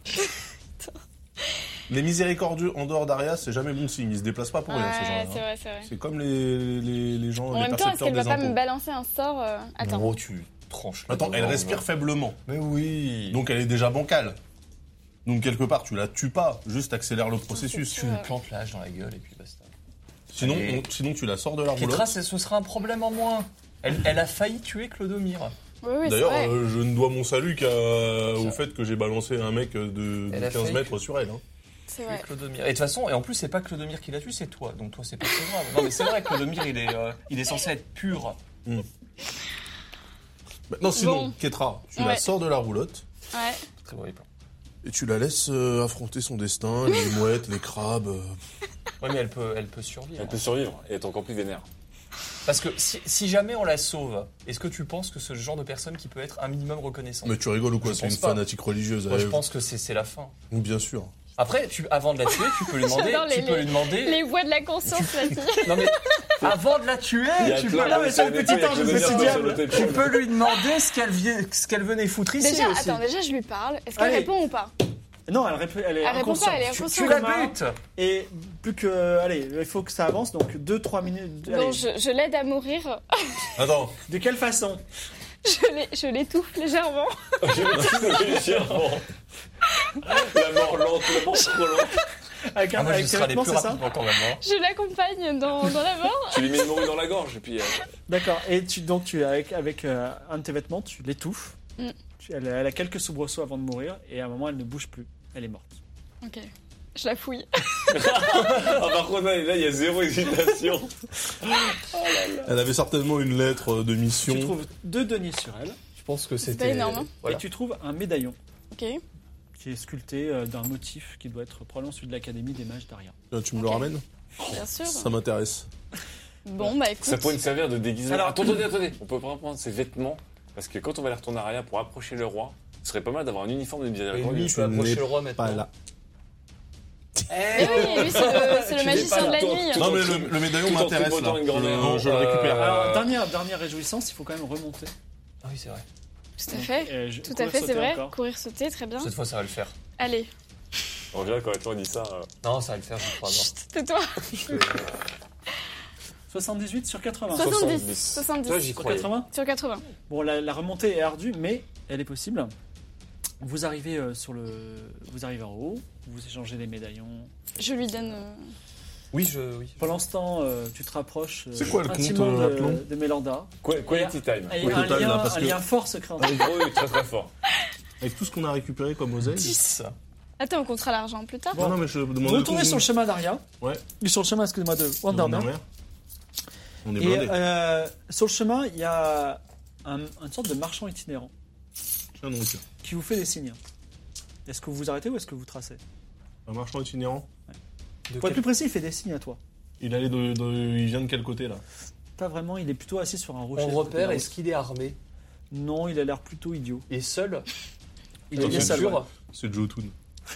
Les miséricordieux en dehors d'Aria, c'est jamais bon signe. Ils se déplacent pas pour rien, ces Ouais, gens-là. c'est hein. vrai, c'est vrai. C'est comme les, les, les gens, En les même temps, est-ce percepteurs qu'elle va des pas me impôts. balancer un sort euh, Attends. Gros, tu tranches. le Attends, elle devant, respire là. faiblement. Mais oui. Donc elle est déjà bancale. Donc quelque part, tu la tues pas, juste accélère le processus. tu lui plantes la hache dans la gueule et puis basta. Sinon, Allez. on- sinon tu la sors de la Ketra, roulotte. c'est- ce sera un problème en moins. Elle, elle a failli tuer Clodomir. Oui, oui, c'est D'ailleurs, vrai. euh, je ne dois mon salut qu'à- au fait que j'ai balancé un mec de, de Elle a quinze fait mètres que- sur elle. hein. C'est Tuer vrai. Clodomir. Et de toute façon, et en plus, c'est pas Clodomir qui l'a tué, c'est toi. Donc toi, c'est pas très grave. Non, mais c'est vrai, Clodomir, il est, euh, il est censé être pur. Maintenant, sinon, Bon. Ketra, tu Ouais. la sors de la roulotte Ouais. Très mauvais plan. et tu la laisses euh, affronter son destin, les mouettes, les crabes. euh. Ouais, mais elle peut, elle peut survivre. Elle peut survivre et être encore plus vénère. Parce que si, si jamais on la sauve, est-ce que tu penses que ce genre de personne qui peut être un minimum reconnaissante? Mais tu rigoles ou quoi? Je C'est une pense pas. fanatique religieuse. Moi, je elle. pense que c'est c'est la fin. Bien sûr. Après, tu, avant de la tuer, tu peux lui demander. J'adore tu les- peux les- lui demander. Les voix de la conscience, la fille. Non mais avant de la tuer, Il y a tu plein peux, de- non, mais c'est le des petit fois, il y a ange, que le des petit diables diable. sur le téléphone. tu peux lui demander ce qu'elle vient, ce qu'elle venait foutre ici Déjà, aussi. attends, déjà je lui parle. Est-ce qu'elle Allez. répond ou pas? Non, elle, répond- elle est Elle répond inconsciente. pas, elle est Tu- inconsciente. Tu tu la la butes. Et plus que, allez, il faut que ça avance, donc deux trois minutes. Allez. Bon, je, je l'aide à mourir. Attends, De quelle façon? Je l'ai- je l'étouffe légèrement. Je vais te légèrement. La mort lente, la mort trop lente. Avec un, Ah, moi, je avec tes serai les vêtements, plus c'est ça? rapidement quand même. hein. Je l'accompagne dans, dans la mort. Tu lui mets une morue dans la gorge et puis. euh, D'accord. Et tu, donc, tu, avec, avec euh, un de tes vêtements, tu l'étouffes. Mm. Tu- Elle, elle a quelques soubresauts avant de mourir, et à un moment, elle ne bouge plus. Elle est morte. Ok. Je la fouille. Ah, par contre, là, il y a zéro hésitation. Elle avait certainement une lettre de mission. Tu trouves deux deniers sur elle Je pense que C'est c'était... pas énorme, hein. Voilà. et tu trouves un médaillon Ok. qui est sculpté euh, d'un motif qui doit être probablement celui de l'Académie des mages d'Aria. Tiens, Tu me le Ok. ramènes? Bien sûr. Ça m'intéresse. Bon, bah écoute. Ça pourrait nous servir de déguisement. Alors- Alors, attendez, attendez. On peut pas prendre ses vêtements. Parce que quand on va aller retourner à Aria pour approcher le roi, ce serait pas mal d'avoir un uniforme de Et miséricorde. lui, il Je peut approcher n'ai le roi maintenant. Pas là. Mais oui, lui, c'est le, c'est le Tu n'es magicien pas de la tout- nuit. tout- Non, mais le, le médaillon tout en m'intéresse là. tripotant une grand-mère. Je, je le récupère. Euh, Alors, dernière, dernière réjouissance, il faut quand même remonter. Ah oui, c'est vrai. Tout à fait. Et je- Tout à courir, fait, c'est sauter vrai. encore. Courir, sauter, très bien. Cette fois, ça va le faire. Allez, En général, quand on dit ça. euh, Non, ça va le faire, je crois. non. chut, tais-toi. soixante-dix-huit sur quatre-vingts. soixante-dix. Toi, soixante-dix. j'y Sur croyais. quatre-vingts. Sur quatre-vingts. Bon, la, la remontée est ardue, mais elle est possible. Vous arrivez euh, sur le, vous arrivez en haut, vous échangez les médaillons. Je lui donne. euh, Oui, je... Oui. Pendant ce temps, euh, tu te rapproches. euh, C'est quoi le compte, intimement euh, de, Aplomb de Mélanda. Qu- Quality time. Et Oui, un, total, lien, là, parce un que- lien fort se crée. En gros, il est très très fort. Avec tout ce qu'on a récupéré comme oseille. dix. Attends, on comptera l'argent plus tard. Bon. Non, non, mais je Vous demande retournez sur le chemin d'Aria. Ouais. Sur le chemin, excusez-moi, de Wandermer. On est Et blindés. euh, sur le chemin, il y a un, une sorte de marchand itinérant Tiens donc. qui vous fait des signes. Est-ce que vous vous arrêtez ou est-ce que vous tracez? Un marchand itinérant. De Pour être quel- plus précis, il fait des signes à toi. Il allait de, de- il vient de quel côté là? Pas vraiment, il est plutôt assis sur un rocher. On repère, est-ce qu'il est armé? Non, il a l'air plutôt idiot. Il est seul? Il a est une bien seul, ouais. monture? C'est Jotun.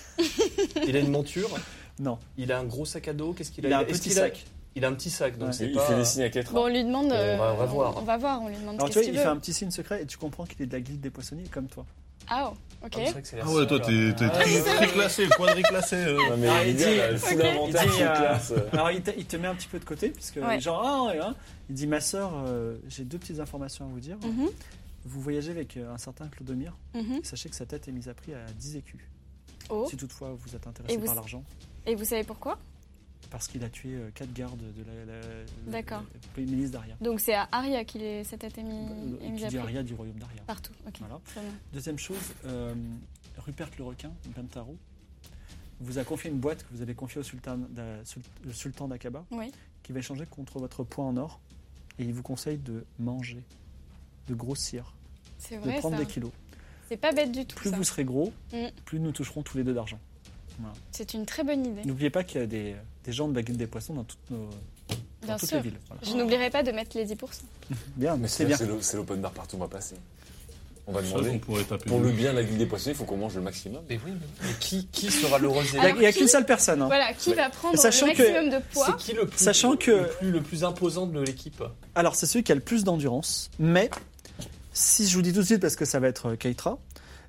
Il a une monture? Non, Il a un gros sac à dos? Qu'est-ce qu'il a? il a un Est-ce petit qu'il a- sac. Il a un petit sac, donc Ouais. c'est Il pas... fait des signes à quatre. Bon, on lui demande. On va- euh, on va voir. On va voir, on lui demande Alors tu qu'est-ce vois, qu'il il fait un veut. petit signe secret et tu comprends qu'il est de la guilde des poissonniers comme toi. Ah, oh, ok. Ah, c'est vrai que c'est la Ah ouais, toi seule, t'es là. t'es Ah, tri- ouais, ouais. triclassé, quadriclassé. euh. Non, mais Ah, il il dit, dit- le full ok. inventaire, Il dit, full euh, classe. Alors il te, il te met un petit peu de côté puisque Ouais. genre ah ouais, hein. Il dit ma sœur, euh, j'ai deux petites informations à vous dire. Mhm, Vous voyagez avec euh, un certain Clodomir. mhm. Sachez que sa tête est mise à prix à dix écus. Oh. Si toutefois vous êtes intéressé Et vous- par l'argent, Et vous savez pourquoi? parce qu'il a tué euh, quatre gardes de la, la, la- D'accord. la milice d'Aria. Donc c'est à Aria qu'il est cette tête est mis, Euh, est mise Qui à dit prix. Aria du royaume d'Aria. Partout, ok. Voilà. Très bien. Deuxième chose, euh, Rupert le requin, Bentaro, vous a confié une boîte que vous avez confiée au sultan, d'A- sul- le sultan d'Aqaba, Oui. qui va échanger contre votre poids en or. Et il vous conseille de manger, de grossir, C'est de vrai prendre ça. des kilos. C'est pas bête du tout Plus ça. vous serez gros, Mm. plus nous toucherons tous les deux d'argent. C'est une très bonne idée. N'oubliez pas qu'il y a des, des gens de la guilde des poissons dans toutes, nos, dans Bien toutes sûr. les villes. Voilà. Je n'oublierai pas de mettre les dix pour cent. Bien, Mais c'est c'est bien. c'est l'o- c'est l'open bar partout, on va passer. On va C'est vrai qu'on demander. pourrait taper. Pour le dessus. bien de la guilde des poissonniers, il faut qu'on mange le maximum. Mais oui, mais, mais qui, qui sera l'heureux Il n'y a, élève il y a Alors, qu'une qui- seule personne. hein. Voilà, qui va prendre Sachant le que- maximum de C'est poids? qui le plus, Sachant le, que- le plus, le plus imposant de l'équipe? Alors, c'est celui qui a le plus d'endurance, mais si je vous dis tout de suite, parce que ça va être Keitra,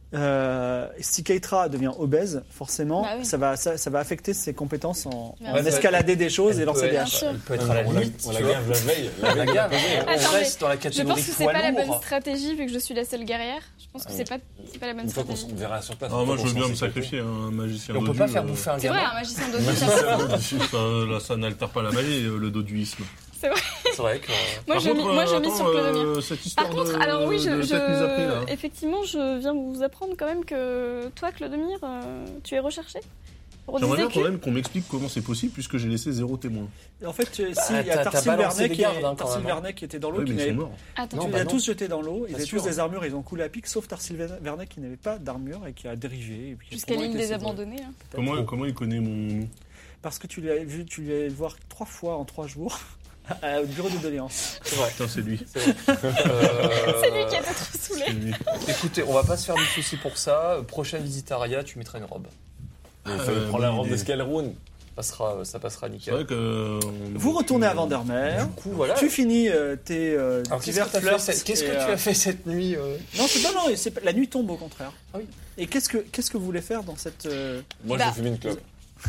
euh, si Keitra devient obèse, forcément, Bah oui. ça, va, ça, ça va affecter ses compétences en, Bien en sûr. escalader des choses Elle et lancer peut des être- Bien haches. sûr. Elle peut être à la On la- limite. on tu la vois. gave la veille. La La veille, gave. on- On Attends, reste dans la Je catégorie pense que c'est poids pas la bonne lourd. stratégie vu que je suis la seule guerrière. Je pense que Ah c'est pas, c'est pas la bonne Une fois qu'on stratégie. s- on verra sur place. Ah, une moi fois je veux qu'on bien me s'en sait sacrifier, un magicien Et on peut dodu, pas faire euh, bouffer un C'est vrai, un gamin. magicien d'eau, ça. ça, là, ça n'altère pas la magie, euh, le doduisme. C'est vrai que... Moi, Par je, contre, mis- moi, je euh, mise sur attends, Clodomir. euh, cette histoire Par contre, de, alors oui, je, de je- tête mise à prix, là. effectivement, je viens de vous apprendre quand même que toi, Clodomir, euh, tu es recherché pour J'aimerais dix bien quand écus. même qu'on m'explique comment c'est possible puisque j'ai laissé zéro témoin. En fait, tu- Bah, si, il y a t'as- t'as Tarsil balancé Vernet des qui, est- gardes, hein, quand Tarsil même, hein. Vernet qui était dans l'eau, Oui, qui mais ils n'avait sont morts. Attends, Non, Tu bah les as non. tous jetés dans l'eau, ils Pas avaient sûr. tous des armures, ils ont coulé à pic, sauf Tarsil Vernet qui n'avait pas d'armure et qui a dérivé. et puis jusqu'à pour moi, l'île était des séparé. abandonnés. là. Comment, comment il connaît mon... Parce que tu l'as vu, tu l'as allé le voir trois fois en trois jours au bureau de doléances. C'est vrai. Putain, c'est lui. C'est vrai. Euh, C'est lui qui a été trop saoulé. C'est lui. Écoutez, on va pas se faire du souci pour ça. Prochaine visite à Aria, tu mettras une robe. Il Ah, fallait euh, prendre la bonne robe de idée. Scalroon. Ça, sera, ça passera C'est nickel. vrai que... euh, Vous retournez à euh, Vandermeer. Du coup, voilà. Tu finis euh, tes euh, Alors, qu'est-ce divers que, t'as fait flirts cette- qu'est-ce que et, tu euh, as fait cette nuit euh Non, c'est pas non, c'est pas- la nuit tombe au contraire. Ah oui. Et qu'est-ce que qu'est-ce que vous voulez faire dans cette euh, Moi, Bah. j'ai fumé une clope.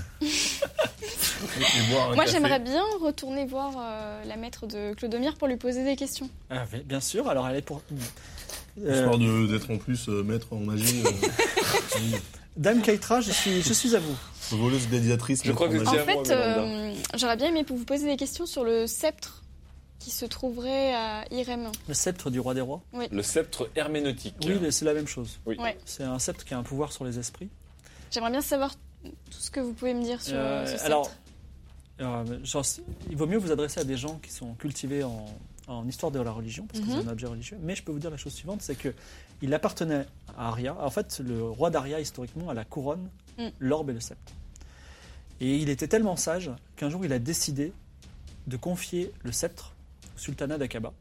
et boire un Moi, café. j'aimerais bien retourner voir euh, la maître de Clodomir pour lui poser des questions. ah, oui, bien sûr. Alors elle est pour euh, Histoire de- d'être en plus euh, maître en magie. euh, oui. Dame Keitra, je suis je suis à vous. Voleuse gladiatrice. Je maître crois en que magie. tu En à moi, fait, Mélanda. euh, j'aurais bien aimé pour vous poser des questions sur le sceptre qui se trouverait à Irem. Le sceptre du roi des rois. Le sceptre herméneutique. Oui, mais c'est la même chose. Oui. Ouais. C'est un sceptre qui a un pouvoir sur les esprits. J'aimerais bien savoir tout ce que vous pouvez me dire sur Euh, euh, ce sceptre. alors, alors, genre, il vaut mieux vous adresser à des gens qui sont cultivés en, en histoire de la religion, parce que Mhm. c'est un objet religieux. Mais je peux vous dire la chose suivante, c'est que il appartenait à Arya. En fait, le roi d'Arya, historiquement, a la couronne, Mm. l'orbe et le sceptre. Et il était tellement sage qu'un jour, il a décidé de confier le sceptre au sultanat d'Aqaba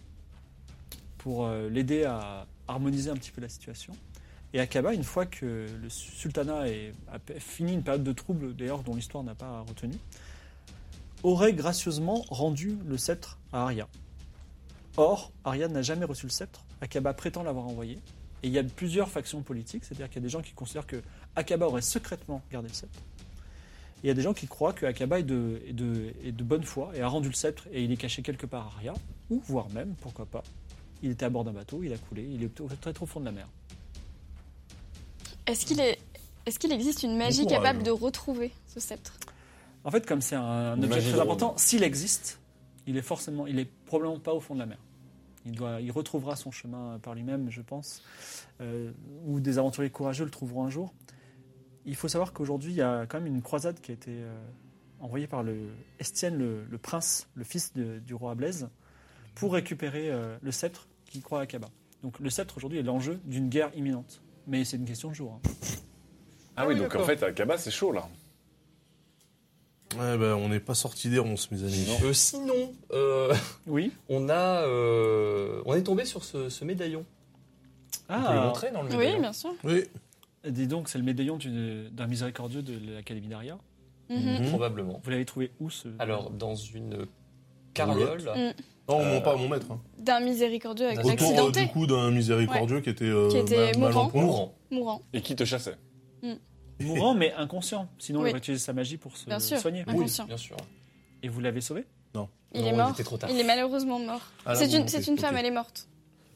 pour euh, l'aider à harmoniser un petit peu la situation. Et Aqaba, une fois que le sultanat est- a p- fini une période de trouble, d'ailleurs dont l'histoire n'a pas retenu, aurait gracieusement rendu le sceptre à Arya. Or, Arya n'a jamais reçu le sceptre, Aqaba prétend l'avoir envoyé, et il y a plusieurs factions politiques, c'est-à-dire qu'il y a des gens qui considèrent que Aqaba aurait secrètement gardé le sceptre, et il y a des gens qui croient que Aqaba est de, est, de, est de bonne foi et a rendu le sceptre et il est caché quelque part à Arya, ou voire même, pourquoi pas, il était à bord d'un bateau, il a coulé, il est au très très fond de la mer. Est-ce qu'il est, est-ce qu'il existe une magie Bon courage. capable de retrouver ce sceptre? En fait, comme c'est un, un Une objet magie très de important, Rome. s'il existe, il est forcément, il est probablement pas au fond de la mer. Il doit, il retrouvera son chemin par lui-même, je pense, euh, ou des aventuriers courageux le trouveront un jour. Il faut savoir qu'aujourd'hui, il y a quand même une croisade qui a été euh, envoyée par le Estienne, le, le prince, le fils de- du roi Blaise, pour récupérer euh, le sceptre qui croit à Aqaba. Donc le sceptre aujourd'hui est l'enjeu d'une guerre imminente, mais c'est une question de jour. hein. Ah oui, oui, donc en d'accord. fait, à Kaba, c'est chaud, là. Ouais, bah, on n'est pas sorti des ronces, mes amis. Non. Euh, sinon, euh, Oui. on a, euh, on est tombé sur ce, ce médaillon. On peut le Ah, montrer dans le Oui, médaillon. bien sûr. Oui. dis donc, c'est le médaillon du- d'un miséricordieux de l'Académie d'Aria. Mhm. Mhm. Probablement. Vous l'avez trouvé où ce Alors, dans une carriole. Mm. Non, Euh, non, pas à mon maître. Hein. D'un miséricordieux Autour, Autour euh, accidenté, du coup d'un miséricordieux qui était, euh, Qui était mal- mal en mourant. point. Mourant. mourant. Et qui te chassait. Mourant mais inconscient. Sinon, Oui. il aurait utilisé sa magie pour se Bien sûr, soigner. inconscient. Bien sûr. Et vous l'avez sauvé? Il Non, est il mort. était trop tard. Il est malheureusement mort. À la C'est une, volonté, c'est une femme, ok. elle est morte.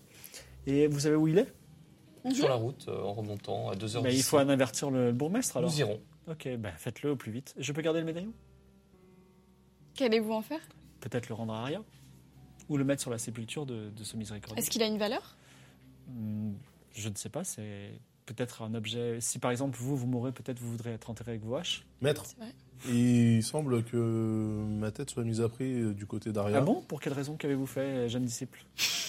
Et vous savez où il est? Sur la route, euh, en remontant à deux heures Bah, il faut en avertir le bourgmestre alors. Nous irons. Ok, bah, faites-le au plus vite. Je peux garder le médaillon? Qu'allez-vous en faire? Peut-être le rendre à Arya? Ou le mettre sur la sépulture de, de ce miséricordieux? Est-ce qu'il a une valeur? Hmm, Je ne sais pas, c'est peut-être un objet. Si par exemple vous, vous mourrez, peut-être vous voudrez être enterré avec vos haches. Maître, C'est vrai. il semble que ma tête soit mise à prix euh, du côté d'Aria. Ah bon? Pour quelle raison? Qu'avez-vous fait, jeune disciple?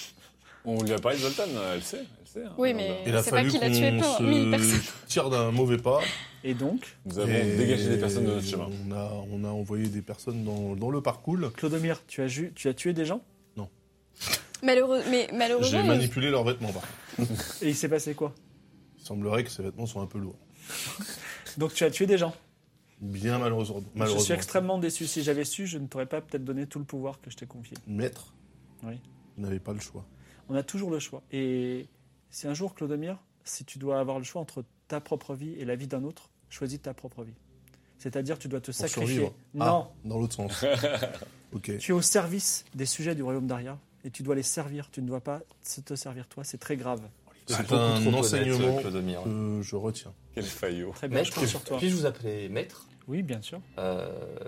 On lui a parlé de Zoltan, elle sait. Elle sait hein. Oui, Elle mais- Il a C'est pas fallu qu'il a qu'on tué plein- se mille personnes. tire d'un mauvais pas. Et donc, Nous avons Et dégagé des personnes de notre chemin. On a, on a envoyé des personnes dans, dans le parcours. Clodomir, tu as, ju- tu as tué des gens? Malheureux, mais J'ai malheureusement, manipulé leurs vêtements, par contre. Et il s'est passé quoi? Il semblerait que ces vêtements sont un peu lourds. Donc tu as tué des gens? Bien malheureusement. Je malheureusement. suis extrêmement déçu. Si j'avais su, je ne t'aurais pas peut-être donné tout le pouvoir que je t'ai confié. Maître, Oui. vous n'avez pas le choix. On a toujours le choix. Et si un jour, Clodomir, si tu dois avoir le choix entre ta propre vie et la vie d'un autre, choisis ta propre vie. C'est-à-dire, tu dois te Pour sacrifier. survivre. Non, Ah, dans l'autre sens. Ok. tu es au service des sujets du royaume d'Aria et tu dois les servir. Tu ne dois pas te servir toi. C'est très grave. C'est beaucoup un trop honnête, enseignement Clodomir. que je retiens. Quel faillot. Très bien, je Maître, compte sur toi. puis-je vous appeler maître? Oui, bien sûr. Euh,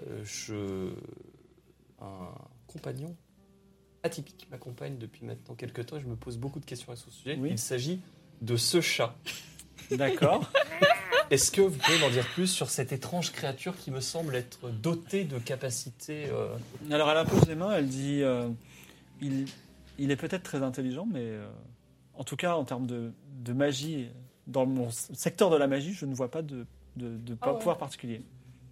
je... Un compagnon atypique m'accompagne depuis maintenant quelques temps et je me pose beaucoup de questions à ce sujet. Oui. Il s'agit de ce chat. D'accord. Est-ce que vous pouvez m'en dire plus sur cette étrange créature qui me semble être dotée de capacités euh, Alors, elle impose les mains. Elle dit euh, il, il est peut-être très intelligent, mais euh, en tout cas, en termes de, de magie, dans mon secteur de la magie, je ne vois pas de, de, de Ah ouais. pouvoir particulier.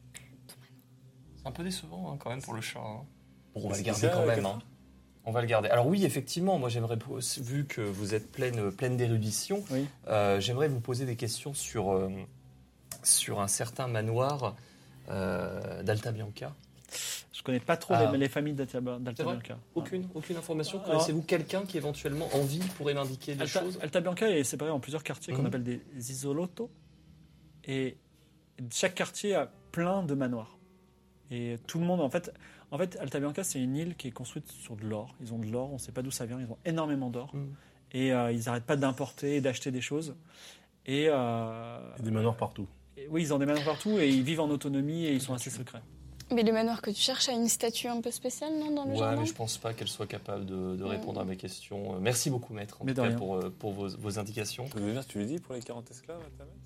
C'est un peu décevant hein, quand même pour le chat. hein. Bon, on va Est-ce le que garder ça, quand même. Catherine hein. On va le garder. Alors oui, effectivement, moi j'aimerais, vu que vous êtes pleine, pleine d'érudition, Oui. euh, j'aimerais vous poser des questions sur, euh, sur un certain manoir euh, d'Alta Bianca. Je connais pas trop Ah. les, les familles d'Alta d'Alta C'est vrai Bianca. Aucune, aucune information. Alors- Connaissez-vous quelqu'un qui éventuellement en vie pourrait m'indiquer des Alta, choses? Alta Bianca est séparée en plusieurs quartiers qu'on Mhm. appelle des isolotto. Et chaque quartier a plein de manoirs. Et tout le monde, en fait, en fait Alta Bianca, c'est une île qui est construite sur de l'or. Ils ont de l'or, on ne sait pas d'où ça vient, ils ont énormément d'or. Mhm. Et euh, ils n'arrêtent pas d'importer et d'acheter des choses. Et, euh, Il y a des manoirs partout. et oui, ils ont des manoirs partout et ils vivent en autonomie et ils sont assez secrets. Mais le manoir que tu cherches a une statue un peu spéciale, non, dans le Ouais, jardin? mais je pense pas qu'elle soit capable de, de répondre à mes questions. Euh, Merci beaucoup, maître, en Mais tout de cas, rien. pour, euh, pour vos, vos indications. Ça veut dire, tu lui dis pour les quarante esclaves à ta mère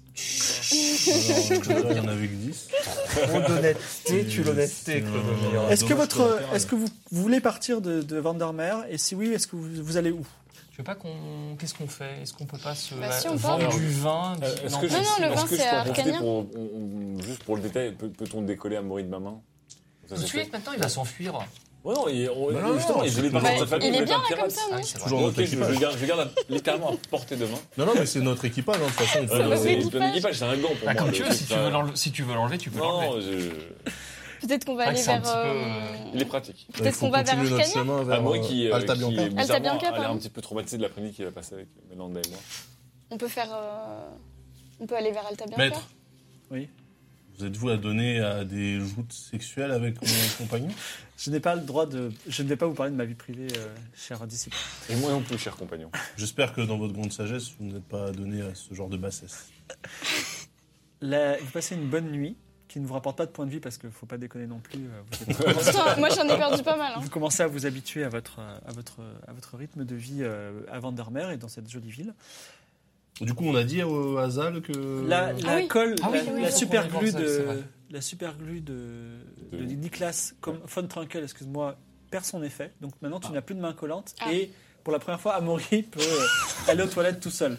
Alors, il y en avait que dix. Trop d'honnêteté, tu l'honnêteté, Clodomir. Est-ce que, dommage votre, collatéral. est-ce que vous, vous voulez partir de, de Vandermeer? Et si oui, est-ce que vous, vous allez où? Je sais pas qu'on. Qu'est-ce qu'on fait? Est-ce qu'on peut pas se Bah, si, on vendre peut. du vin Euh, du- Est-ce non, que pas- je, non, le est-ce vin, que je c'est peux en à profiter Arcania. pour, on- on- juste pour le détail, peut- peut-on décoller Amaury de ma main? Ça, Tout de c'est suite, fait. maintenant, il va s'enfuir. Ouais, non, il, on, Bah non, justement, non, il voulait c'est partir de toujours- sa famille. Il est voulait bien, pas de là, comme pirates. ça, non? Ah, c'est vrai. Toujours Bon, notre ok, je, je équipage. garde, je garde littéralement à portée de main. Non, non, mais c'est notre équipage, hein, de toute façon. on peut- Ouais, non, notre c'est équipage. ton équipage, c'est un gant pour Bah, moi. comme le tu veux, truc, si tu ça- veux l'enlever, si tu veux l'enlever, tu peux l'enlever. Non, je- Peut-être qu'on va Ouais, aller c'est un vers. petit peu, euh, euh, il est pratique. Il Peut-être faut qu'on va vers continuer notre Arcania. chemin vers Amaury qui, euh, euh, Alta qui, Bianca. bizarrement, Alta Bianca, a l'air pardon. un petit peu traumatisé de l'après-midi qu'il a passé avec Mélanda et moi. On peut faire. euh, On peut aller vers Alta Bianca. Maître, Oui. vous êtes-vous adonné à des joutes sexuelles avec mon compagnon? Je n'ai pas le droit de. Je ne vais pas vous parler de ma vie privée, euh, cher disciple. Et moi non plus, cher compagnon. J'espère que dans votre grande sagesse, vous n'êtes pas adonné à ce genre de bassesse. La- Vous passez une bonne nuit qui ne vous rapporte pas de points de vie parce qu'il ne faut pas déconner non plus. euh, Vous, êtes- Putain, moi j'en ai perdu pas mal. Hein. vous commencez à vous habituer à votre, euh, à votre, à votre rythme de vie euh, à Vandermeer et dans cette jolie ville. Du coup, on a dit au Hazal que... La, la Ah oui. colle, Ah oui, la, oui, la faut super qu'on aille glue voir ça, c'est de, vrai. la super glue de, de De- Niklas comme von Trunkel, excuse-moi, perd son effet. Donc maintenant tu Ah. n'as plus de main collante Ah. et pour la première fois, Amaury peut euh, aller aux toilettes tout seul.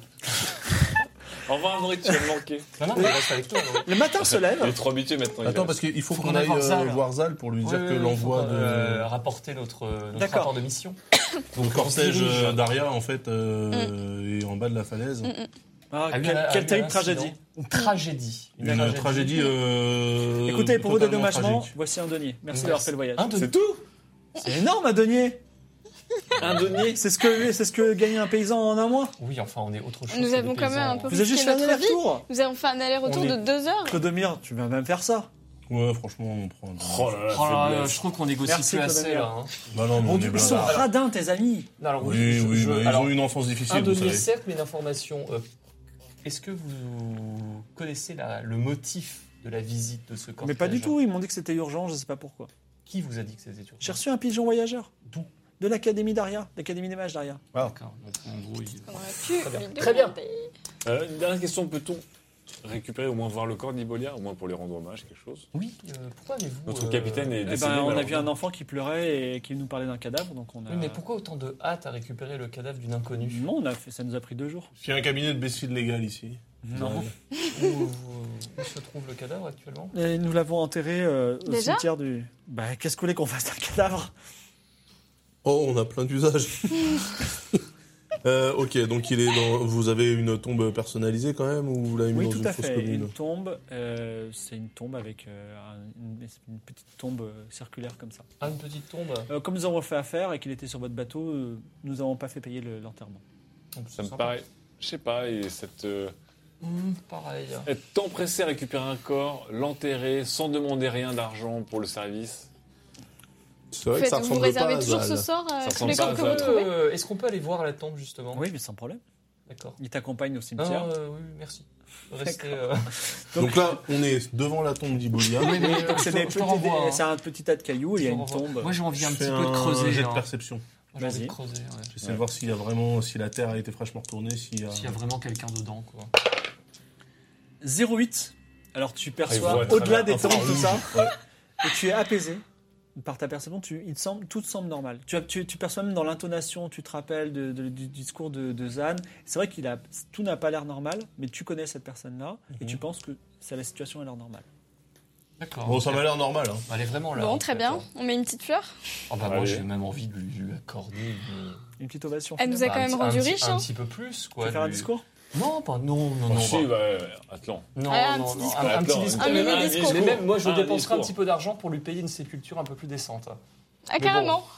Au revoir, Amaury, tu vas me manquer. Non, non, mais reste avec toi. Amaury. Le matin se Il est lève. trop habitué maintenant. il Attends, va- parce qu'il faut Faut qu'on qu'on aille aille voir euh, Zal. voir Zal pour lui dire Ouais, que ouais, l'envoi faut, de... euh, rapporter notre, notre D'accord. rapport de mission. Donc, le cortège dirige. euh, d'Aria, en fait, euh, est en bas de la falaise. Mm, mm. Ah, A eu quelle un- a quelle eu terrible un tragédie. incident. Une tragédie. Une tragédie... euh, Écoutez, pour vos totalement dédommagements, tragique. voici un denier. Merci Merci. d'avoir fait le voyage. Un de C'est tout C'est énorme un denier. Un denier, c'est ce que c'est ce que gagne un paysan en un mois. Oui, enfin, on est autre chose. Nous que avons des quand même paysans. un peu- Vous avez juste fait un Risquer notre vie. aller-retour. Nous avons fait un aller-retour On de est- deux heures. Clodomir, tu vas même faire ça. Ouais, franchement, on prend... un- Oh là là, Oh là là, faiblesse. je trouve qu'on négocie Merci, plus assez Clodomir. là. hein. Bah non, mais Bon, on est ils bien sont là. radins, tes amis. Non, alors, Oui, je- oui, je- bah, ils alors, ont une enfance un difficile, vous denier, savez. certes, mais une information. euh, Est-ce que vous connaissez la- le motif de la visite de ce cortège? Mais pas du tout, ils m'ont dit que c'était urgent, je sais pas pourquoi. Qui vous a dit que c'était urgent? J'ai reçu un pigeon voyageur. D'où? De l'Académie d'Aria, l'Académie des mages d'Aria. D'accord. Donc, en gros, il- On aurait pu Très bien. lui Très bien. demander. Euh, une dernière question, peut-on récupérer au moins voir le corps d'Ibolia, au moins pour lui rendre hommage, quelque chose? Oui, euh, pourquoi avez-vous. Notre euh, capitaine est Eh décédé. ben, on a vu malheureusement. un enfant qui pleurait et qui nous parlait d'un cadavre, donc on a. Oui, mais pourquoi autant de hâte à récupérer le cadavre d'une inconnue? Non, on a fait, ça nous a pris deux jours. Il y a un cabinet de bécile légal ici. Non. Où, où- où se trouve le cadavre actuellement? Et nous l'avons enterré euh, au Déjà cimetière du. Bah, qu'est-ce que vous voulez qu'on fasse d'un cadavre? Oh, on a plein d'usages. euh, ok, donc il est dans... Vous avez une tombe personnalisée quand même ou vous l'avez mis Oui, dans tout une à fosse fait. commune? Une tombe, euh, c'est une tombe avec euh, un- une, une petite tombe euh, circulaire comme ça. Ah, une petite tombe. Euh, comme nous avons fait affaire et qu'il était sur votre bateau, euh, nous n'avons pas fait payer le- l'enterrement. Donc, Ça me sympa. paraît, je sais pas, et cette, euh, Hum, pareil. être tant pressé à récupérer un corps, l'enterrer sans demander rien d'argent pour le service. C'est vrai que Faites- ça vous ressemble réservez pas à toujours Zal. ce sort à tous ressemble les pas corps à que ça. vous trouvez. Euh, Est-ce qu'on peut aller voir la tombe justement? Oui, mais sans problème. D'accord. Il t'accompagne au Ah, cimetière. euh, oui, oui, merci. Restez. D'accord. euh, Donc là, on est devant la tombe d'Ibolia. Oui, mais Donc c'est je te- des je te petits- renvoie, hein. c'est un petit tas de cailloux, il y a Je te une renvoie. tombe. Moi, j'ai envie un Je petit fais peu de creuser. jet de hein. perception. Moi, j'ai envie Vas-y. de creuser. ouais. J'essaie de voir s'il y a vraiment, si la terre a été fraîchement retournée, s'il y a... S'il y a vraiment quelqu'un dedans, quoi. zéro huit. Alors tu Ah, il voit perçois à travers au-delà des un tombes, phare tout ça, Ouais. et tu es apaisé. Par ta perception, tu, il te semble, tout te semble normal. Tu, as- tu, tu perçois même dans l'intonation, tu te rappelles de- de- du discours de, de Zan. C'est vrai qu'il a, tout n'a pas l'air normal, mais tu connais cette personne-là et Mhm. tu penses que ça, la situation a l'air normale. D'accord. Bon, ça m'a l'air normal. Hein. Elle est vraiment là. Bon, en très fait, bien. hein. On met une petite fleur. Oh, bah, moi, Allez. j'ai même envie de lui, lui accorder. une- Une petite ovation. Elle nous finale. a quand un même petit- rendu un petit- riches, Un hein. petit peu plus, Tu quoi. veux faire un lui- discours? Non, pas, non, non, Oh, non. si, bah- bah, Atlan. Non, Ouais, un non, petit non, discours. un, un petit Attends, discours. un mais, mini même, discours. mais même moi, je Un dépenserai un discours. petit peu d'argent pour lui payer une sépulture un peu plus décente. Ah, carrément.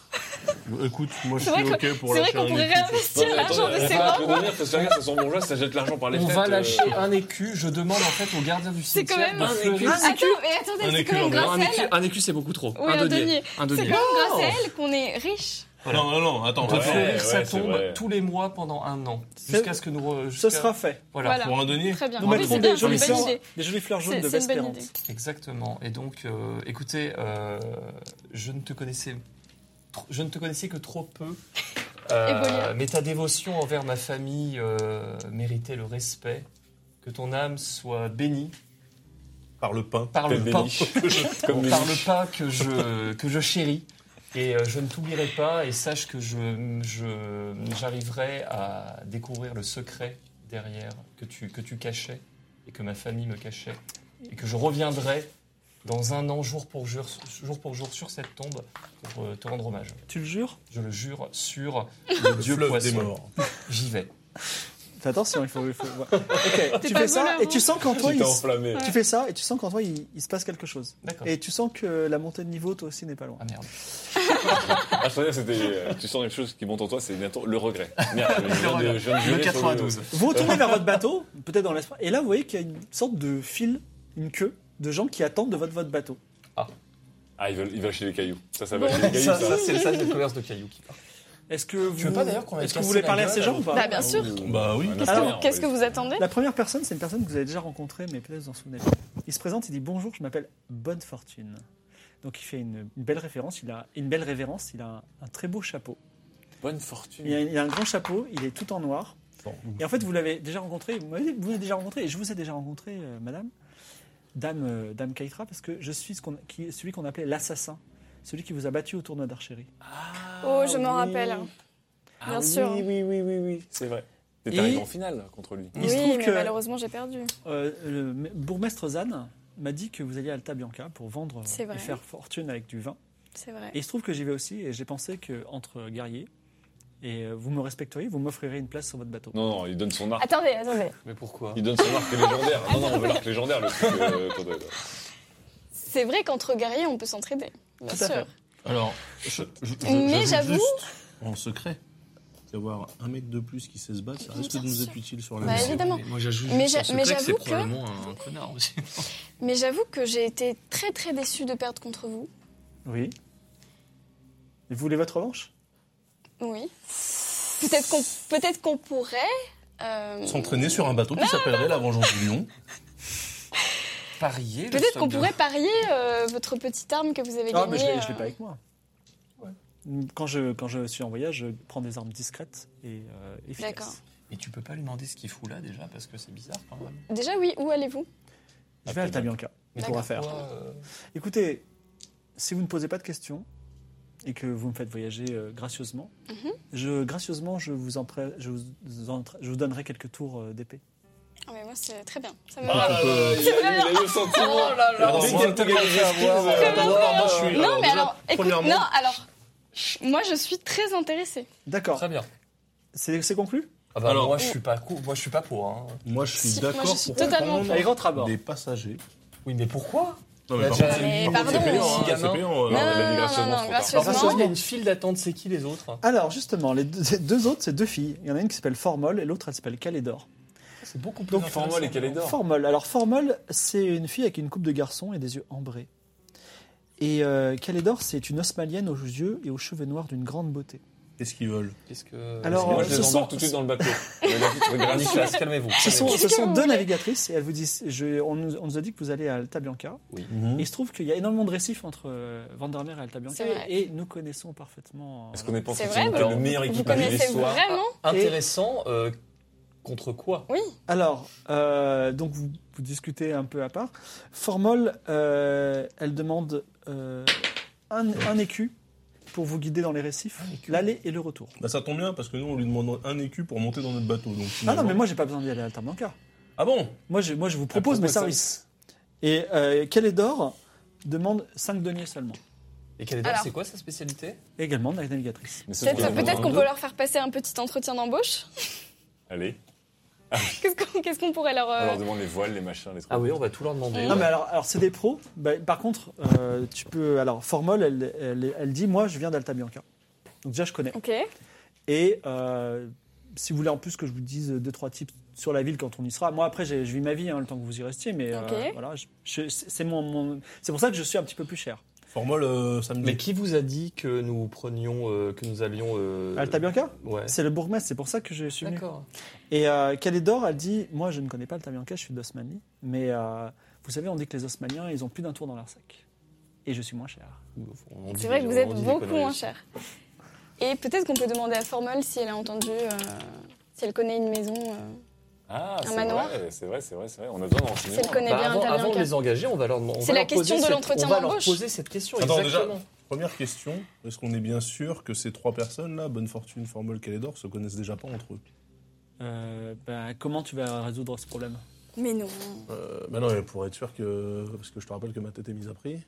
Écoute, moi je C'est suis vrai ok pour C'est vrai lâcher qu'on un pourrait écu. réinvestir l'argent de ses On membres. peut devenir, parce que regarde, ça sent bourgeois, ça jette l'argent par les On fenêtres. va euh, lâcher un écu. Je demande en fait au gardien du C'est quand cimetière même de un fleurir. écu. Attends, mais attendez, Un c'est écu quand même en Non, un grâce à écu, elle. un écu, c'est beaucoup trop. Oui, un un denier. denier. Un C'est denier. quand même grâce à elle qu'on est riche. Voilà. Non, non, non, attends, On peut Ouais, fleurir ouais, sa c'est tombe vrai. tous les mois pendant un an. C'est- Jusqu'à ce que nous. re- Ce jusqu'à- sera fait. Voilà. Voilà. pour un denier. Très bien. Nous Oui, mettrons c'est des bien, c'est jolies une bonne fleurs, idée. des jolies fleurs jaunes C'est de c'est une bonne Vespérance. idée. Exactement. Et donc, euh, écoutez, euh, je ne te connaissais, tr- je ne te connaissais que trop peu. Euh, Ebolia. mais ta dévotion envers ma famille euh, méritait le respect. Que ton âme soit bénie Par le pain. par le Comme pain, Béni. Comme par Béni. le pain que je que je chéris. Et euh, je ne t'oublierai pas. Et sache que je je j'arriverai à découvrir le secret derrière que tu que tu cachais et que ma famille me cachait. Et que je reviendrai dans un an, jour pour jour, jour pour jour, sur cette tombe pour euh, te rendre hommage. Tu le jures? Je le jure sur le dieu Fleuve poisson. des morts. J'y vais. Fais attention, il faut. Il faut... Ok, T'es tu pas fais ça voleur, et tu hein. sens qu'en toi, Tu il... t'es enflammé. tu fais ça et tu sens qu'en toi, il, il se passe quelque chose. D'accord. Et tu sens que la montée de niveau, toi aussi, n'est pas loin. Ah merde. Ah, je pensais que c'était. euh, Tu sens une chose qui monte en toi, c'est bientôt le regret. Merde, je viens de- je viens de Le jurer sur quatre-vingt-douze. Vous retournez vers votre bateau, peut-être dans l'espoir, et là, vous voyez qu'il y a une sorte de file, une queue de gens qui attendent de votre, votre bateau. Ah, ils veulent, ils veulent acheter les cailloux. Ça, ça va acheter les cailloux, Ça, ça. ça, c'est ça, c'est le commerce de cailloux qui part. Est-ce que vous, veux pas, d'ailleurs, qu'on ait est-ce que cassé vous voulez la parler à ces gueule gens ou pas? Bah, bien sûr. Bah oui. Un Qu'est-ce affaire, que, qu'est-ce que ouais. vous attendez? La première personne, c'est une personne que vous avez déjà rencontrée, mais peut-être vous en souvenez pas. Il se présente, il dit bonjour, je m'appelle Bonne Fortune. Donc il fait une, une belle référence, il a une belle révérence, il a un, un très beau chapeau. Bonne fortune. Il a, il a un grand chapeau, il est tout en noir. Et en fait, vous l'avez déjà rencontré, vous m'avez vous m'avez déjà rencontré, et je vous ai déjà rencontré, euh, madame, dame, euh, dame Keitra, parce que je suis ce qu'on, qui, celui qu'on appelait l'assassin, celui qui vous a battu au tournoi d'archerie. Oh, je m'en oui. rappelle. Ah Bien oui, sûr. Oui, oui, oui, oui, oui, c'est vrai. T'es Et- arrivé en finale contre lui. Il se Oui, trouve mais que- malheureusement, j'ai perdu. Euh, le m- bourgmestre Zan m'a dit que vous alliez à Alta Bianca pour vendre C'est euh, vrai. et faire fortune avec du vin. C'est vrai. Et il se trouve que j'y vais aussi, et j'ai pensé qu'entre guerriers, et euh, vous me respecteriez, vous m'offrirez une place sur votre bateau. Non, non, il donne son arc. Attendez, attendez. Mais pourquoi? Il donne son arc légendaire. Non, non, on veut l'arc légendaire, le truc. euh, attendez, attendez. C'est vrai qu'entre guerriers, on peut s'entraider. Bien Tout à sûr. fait. Alors, je, je, je- Mais j'ajoute j'avoue- juste, en secret, d'avoir un mec de plus qui sait se battre, ça risque Bien de nous sûr. être utile sur la Bah, mission. évidemment. Moi, j'ajoute Mais juste en j'a- mais secret que c'est j'avoue que- probablement un, un connard aussi. Mais j'avoue que j'ai été très très déçue de perdre contre vous. Oui. Et vous voulez votre revanche? Oui. Peut-être qu'on peut-être qu'on pourrait. euh, S'entraîner sur un bateau qui s'appellerait la Vengeance du Lion. Parier. le Peut-être stock qu'on de- pourrait parier euh, votre petite arme que vous avez Ah, gagnée. mais je l'ai, je euh, l'ai pas avec moi. Quand je, quand je suis en voyage, je prends des armes discrètes et euh, efficaces. D'accord. Mais tu peux pas lui demander ce qu'il fout là déjà parce que c'est bizarre quand même. Déjà, oui, où allez-vous? Je vais à Alta Bianca Mais pour D'accord. affaire. pourquoi, euh, Écoutez, si vous ne posez pas de questions et que vous me faites voyager euh, gracieusement, Mhm. je, gracieusement, je vous, en prê- je, vous en- je vous donnerai quelques tours euh, d'épée. Ah, mais moi, c'est très bien. Ça me Ah là là, il a, il a eu le sentiment. Oh là là, Alors, on dès va qu'il a tellement gagné des faire skills, avoir. euh, Attends, alors, moi, je suis. Non, alors, mais déjà, alors, écoute, premièrement, non, alors, moi, je suis très intéressée. D'accord. Très bien. C'est, c'est conclu? Ah bah, Alors- moi, je suis pas cou- moi, je suis pas pour. Hein. moi, je suis Si, moi, d'accord je suis pour totalement prendre Allez, rentre à bord. des passagers. Oui, mais pourquoi? Non, Il y a par déjà contre, Mais par contre, pardon, c'est payant, hein, mais- c'est payant. euh, Non, la non, non, migration, non, c'est non, trop gracieusement. Gracieusement, il y a une file d'attente, c'est qui les autres? Alors, justement, les deux, ces deux autres, c'est deux filles. Il y en a une qui s'appelle Formol et l'autre, elle s'appelle Calédor. C'est beaucoup plus Donc, Formol et Calédor. Formol. Alors, Formol, c'est une fille avec une coupe de garçon et des yeux ambrés. Et euh, Calédor, c'est une osmalienne aux yeux et aux cheveux noirs d'une grande beauté. Qu'est-ce qu'ils veulent? Qu'est-ce que... Alors, Moi, euh, je ce les sont- embarque tout de suite dans le bateau. On a dit, tu regardes Nicolas, calmez-vous. Ce sont, Qu'est-ce ce que sont vous deux voulez navigatrices et elles vous disent, je- on, nous, on nous a dit que vous allez à Alta Bianca. Oui. Et il se trouve qu'il y a énormément de récifs entre euh, Vandermeer et Alta Bianca C'est vrai. et nous connaissons parfaitement. euh, Est-ce qu'on est pas C'est en vrai, train de alors, le meilleur Vous équipage de connaissez l'histoire? vraiment? Intéressant, euh, contre quoi? Oui. Alors, euh, donc vous, vous discutez un peu à part. Formol, euh, elle demande euh, un, un écu pour vous guider dans les récifs, l'aller et le retour. Bah, ça tombe bien parce que nous, on lui demande un écu pour monter dans notre bateau. Donc, Ah non, finalement- mais moi, j'ai pas besoin d'y aller à Alta Bianca. Ah bon? Moi, je, moi, je vous propose propose mes ça. services. Et euh, Calédor demande cinq deniers seulement. Et Calédor, Alors. c'est quoi sa spécialité? Et également la navigatrice. Mais c'est Peut-être ce qu'on a peut-être qu'on besoin peut leur faire passer un petit entretien d'embauche. Allez, Qu'est-ce qu'on qu'est-ce qu'on pourrait leur. on euh, leur demande les voiles, les machins, les trucs. Ah oui, on va tout leur demander. Non, mais alors, alors c'est des pros. Bah, par contre, euh, tu peux. Alors, Formol, elle, elle, elle dit moi, je viens d'Alta Bianca. Donc déjà, je connais. Ok. Et euh, si vous voulez en plus que je vous dise deux, trois tips sur la ville quand on y sera. Moi, après, j'ai- je vis ma vie hein, le temps que vous y restiez, mais euh, Ok. voilà, je- je- c'est mon, mon- c'est pour ça que je suis un petit peu plus cher. Formol, euh, samedi. Mais qui vous a dit que nous prenions, euh, que nous allions euh, Alta Bianca, Ouais. c'est le bourgmestre, c'est pour ça que je suis venu. D'accord. Et euh, Calédor, elle dit, moi, je ne connais pas Alta Bianca, je suis d'Osmanie, mais euh, vous savez, on dit que les Osmaniens, ils ont plus d'un tour dans leur sac. Et je suis moins cher. On dit C'est vrai des- que vous on êtes dit des beaucoup conneries moins aussi. cher. Et peut-être qu'on peut demander à Formol si elle a entendu, euh, si elle connaît une maison. euh, Ah, Un c'est manoir. vrai, c'est vrai, c'est vrai, c'est vrai. On a besoin d'en Si elle connaît Bah, bien avant, Alta avant de Bianca. les engager, on va leur demander. C'est la question de l'entretien On va leur d'embauche. poser cette question. Attends, déjà, exactement. première question. Est-ce qu'on est bien sûr que ces trois personnes-là, Bonne Fortune, Formol, Calédor, se connaissent déjà pas entre eux? Euh, bah, comment tu vas résoudre ce problème? Mais non. Euh, bah non, mais pour être sûr que. Parce que je te rappelle que ma tête est mise à prix.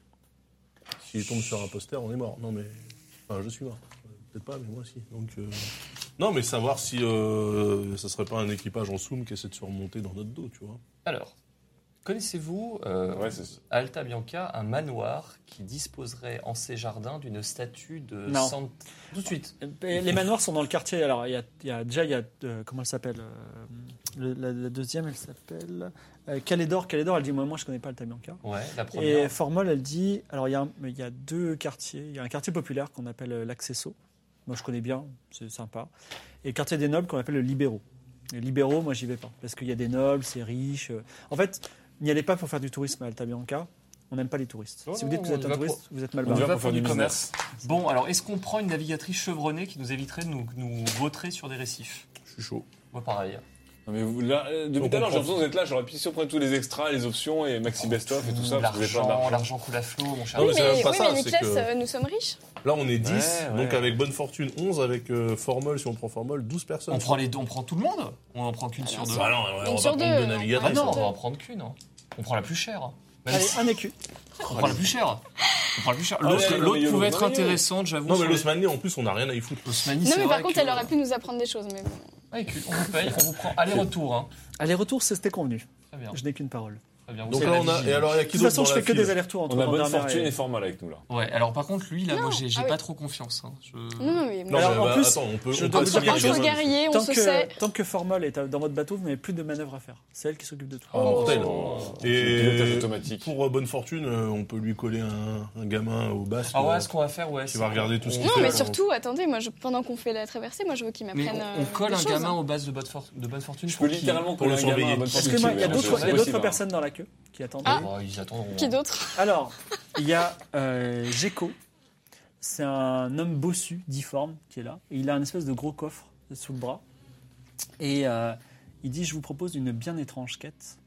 S'il tombe sur un poster, on est mort. Non, mais. Enfin, je suis mort. Euh, Peut-être pas, mais moi aussi. Donc. euh, Non, mais savoir si euh, ça serait pas un équipage en soum qui essaie de se remonter dans notre dos, tu vois. Alors, connaissez-vous euh, Ouais, c'est- à Alta Bianca un manoir qui disposerait en ses jardins d'une statue de Non. Sant... Tout de suite. Euh, Les manoirs sont dans le quartier. Alors, il y a, il y a- déjà, il y a. euh, comment elle s'appelle euh, le- la, la deuxième, elle s'appelle. Euh, Calédor. Calédor, elle dit moi, moi, je connais pas Alta Bianca. Ouais, la Et première. Formol, elle dit alors, il y, a un- il y a deux quartiers. Il y a un quartier populaire qu'on appelle euh, l'Accesso. Moi, je connais bien, c'est sympa. Et le quartier des nobles qu'on appelle le Libéraux. Les libéraux, moi, j'y vais pas. Parce qu'il y a des nobles, c'est riche. euh. En fait, n'y allez pas pour faire du tourisme à Alta Bianca. On n'aime pas les touristes. Oh si vous dites non, que vous on êtes y un va touriste, vous êtes mal On y barré. va va pour faire du commerce. Bon, alors, est-ce qu'on prend une navigatrice chevronnée qui nous éviterait de nous, nous vautrer sur des récifs? Je suis chaud. Moi, pareil. Non, mais vous, là, euh, depuis On tout à l'heure, j'ai comprend. l'impression d'être là. J'aurais pu si on prenait tous les extras, les options et Maxi Best-of et tout ça. parce que vous avez pas L'argent, d'argent. l'argent coule à flot, mon cher. Non, Oui, mais c'est mais, même pas oui, ça, mais c'est Nicolas, que- euh, nous sommes riches. Là, on est dix. Ouais, ouais. Donc, avec Bonne Fortune, onze. Avec euh, Formol, si on prend Formol, douze personnes. On prend, les, on prend tout le monde. On en prend qu'une sur deux. Bah non, Une on va sur pas deux, prendre deux on Ah navigatrices. non, on deux. va en prendre qu'une. hein. On prend la plus chère. Même Allez, si- un écu. on prend la plus chère. On prend la plus chère. Ah L'autre, ouais, non, l'autre mais Yolo, pouvait être non, mais Yolo. intéressante, j'avoue. Non, mais sur les- l'Osmanie, en plus, on n'a rien à y foutre. l'Osmanie, Non, c'est mais vrai par contre, que- elle aurait pu nous apprendre des choses. Mais bon. Ah, écoute, on vous paye, on vous prend aller-retour. Hein. Aller-retour, c'était convenu. Très bien. Je n'ai qu'une parole. Très bien. Vous Donc êtes là, la on a. vigile. Et alors, il y a De qui toute d'autre façon, dans je la fais que file des allers-retours entre On a Bonne Vandermeer Fortune et- et Formal avec nous là. Ouais, alors par contre, lui, là, Non, moi, j'ai j'ai ah oui. pas trop confiance. hein. Je- Non, non, mais. Non, Alors, mais en bah, plus, attends, on peut. je on dois peut vous se dire Un quelque faire chose chose. des- guerrier, on Tant se que, sait. tant que Formol est dans votre bateau, vous n'avez plus de manœuvre à faire. C'est elle qui s'occupe de tout. Oh, mortel. Et pilotage Et automatique. pour euh, Bonne Fortune, euh, on peut lui coller un, un gamin au basque. Ah ouais, euh, ce qu'on va faire, ouais. Tu c'est- vas regarder tout ce on- qu'il Non, fait, mais on- surtout, attendez, moi, je, pendant qu'on fait la traversée, moi, je veux qu'il Mais m'apprenne. on, on euh, colle des un choses, gamin hein. au base de bonne, for- de bonne fortune. Je peux littéralement Pour le coller un gamin à surveiller. Bonne Fortune. Excusez-moi, il y a Ouais, d'autres c'est il y a possible, d'autres hein. personnes dans la queue qui attendent. Ah. Oh, ils attendront. Qui d'autre Alors, il y a euh, Gecko. C'est un homme bossu, difforme, qui est là. Et il a un espèce de gros coffre sous le bras. Et euh, il dit, je vous propose une bien étrange quête.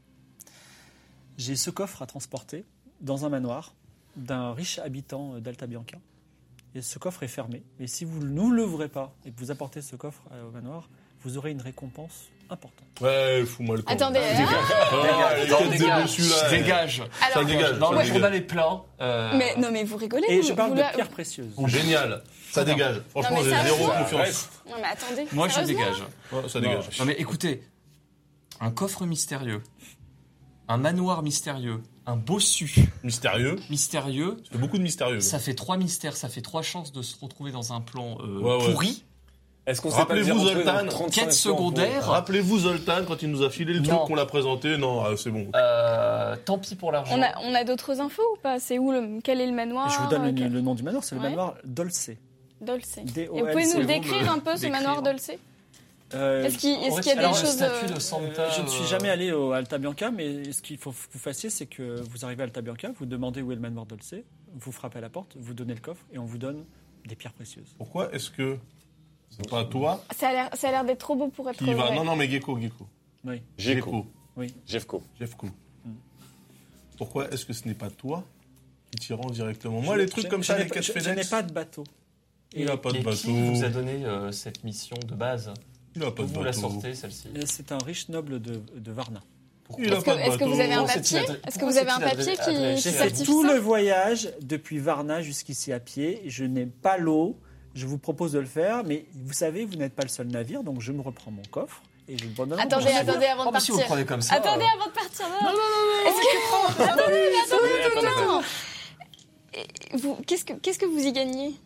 J'ai ce coffre à transporter dans un manoir d'un riche habitant d'Alta Bianca. Et ce coffre est fermé. Et si vous ne l'ouvrez pas et que vous apportez ce coffre euh, au manoir, vous aurez une récompense importante. Ouais, fous-moi le camp. Attendez, Ah, Dégage, les non, quêtes des dégage, bossus, là. dégage. Ça alors. dégage. Non, ça le dégage. journal est plein. euh, Mais non, mais vous rigolez. Et vous, je parle vous de la- pierres précieuses. Génial. Ça Très bien. dégage. Franchement, mais j'ai ça zéro va. confiance. Non, mais attendez. Moi, je sérieusement dégage. Ouais, ça Non, dégage. non, mais écoutez, un coffre mystérieux, un manoir mystérieux, un bossu Mystérieux. mystérieux, Il y a beaucoup de mystérieux. ça fait trois mystères, ça fait trois chances de se retrouver dans un plan euh, Ouais, ouais. pourri. Est-ce qu'on s'est pas déjà Rappelez-vous retrouvé dans Zoltan, trente-cinq quête plans secondaire. Rappelez-vous Zoltan quand il nous a filé le Non. truc qu'on l'a présenté. Non, ah, c'est bon. Euh, tant pis pour l'argent. On a, on a d'autres infos ou pas? C'est où le, quel est le manoir? Et je vous donne le, quel- le nom du manoir, c'est le Ouais. manoir Dolce. Dolce. D O Et L C. vous pouvez nous Pouvez-vous décrire me un peu ce décrire manoir Dolce? Euh, Est-ce qu'il est-ce Aurait- qu'il y a alors, des le choses? statut euh, de Santa. Euh, je ne suis euh, jamais allé au Alta Bianca, mais ce qu'il faut que vous fassiez, c'est que vous arrivez à Alta Bianca, vous demandez où est le manoir Dolce, vous frappez à la porte, vous donnez le coffre et on vous donne des pierres précieuses. Pourquoi est-ce que c'est pas toi Ça a l'air, ça a l'air d'être trop beau pour être qui va vrai. Non, non, mais Gecko, Gecko. Oui. Gecko. Oui. Jeffco. Jeffco. Hmm. Pourquoi est-ce que ce n'est pas toi qui t'y rends directement Moi, Je- les trucs je- comme je ça, n'ai les pas- caches je- Je n'ai FedEx. pas de bateau. Il a pas de Et bateau. qui vous a donné euh, cette mission de base? Il a pas D'où de vous la bateau. sortez, celle-ci? Et C'est un riche noble de, de Varna. Il a Est-ce que, pas de est-ce que vous bateau. avez un Pourquoi papier? c'est-il adressé- Est-ce que pourquoi vous avez un c'est-il papier adressé- qui adressé J'ai à fait certifie tout ça? le voyage depuis Varna jusqu'ici à pied. Je n'ai pas l'eau. Je vous propose de le faire, mais vous savez, vous n'êtes pas le seul navire, donc je me reprends mon coffre et je le donne. Attendez, attendez avant Oh, de bah, si vous le partir. prenez comme ça. Attendez euh, avant de partir. Non, non, non, non. Est-ce que... attendez, attendez, attendez, non. Et vous, qu'est-ce que, qu'est-ce que vous y gagnez?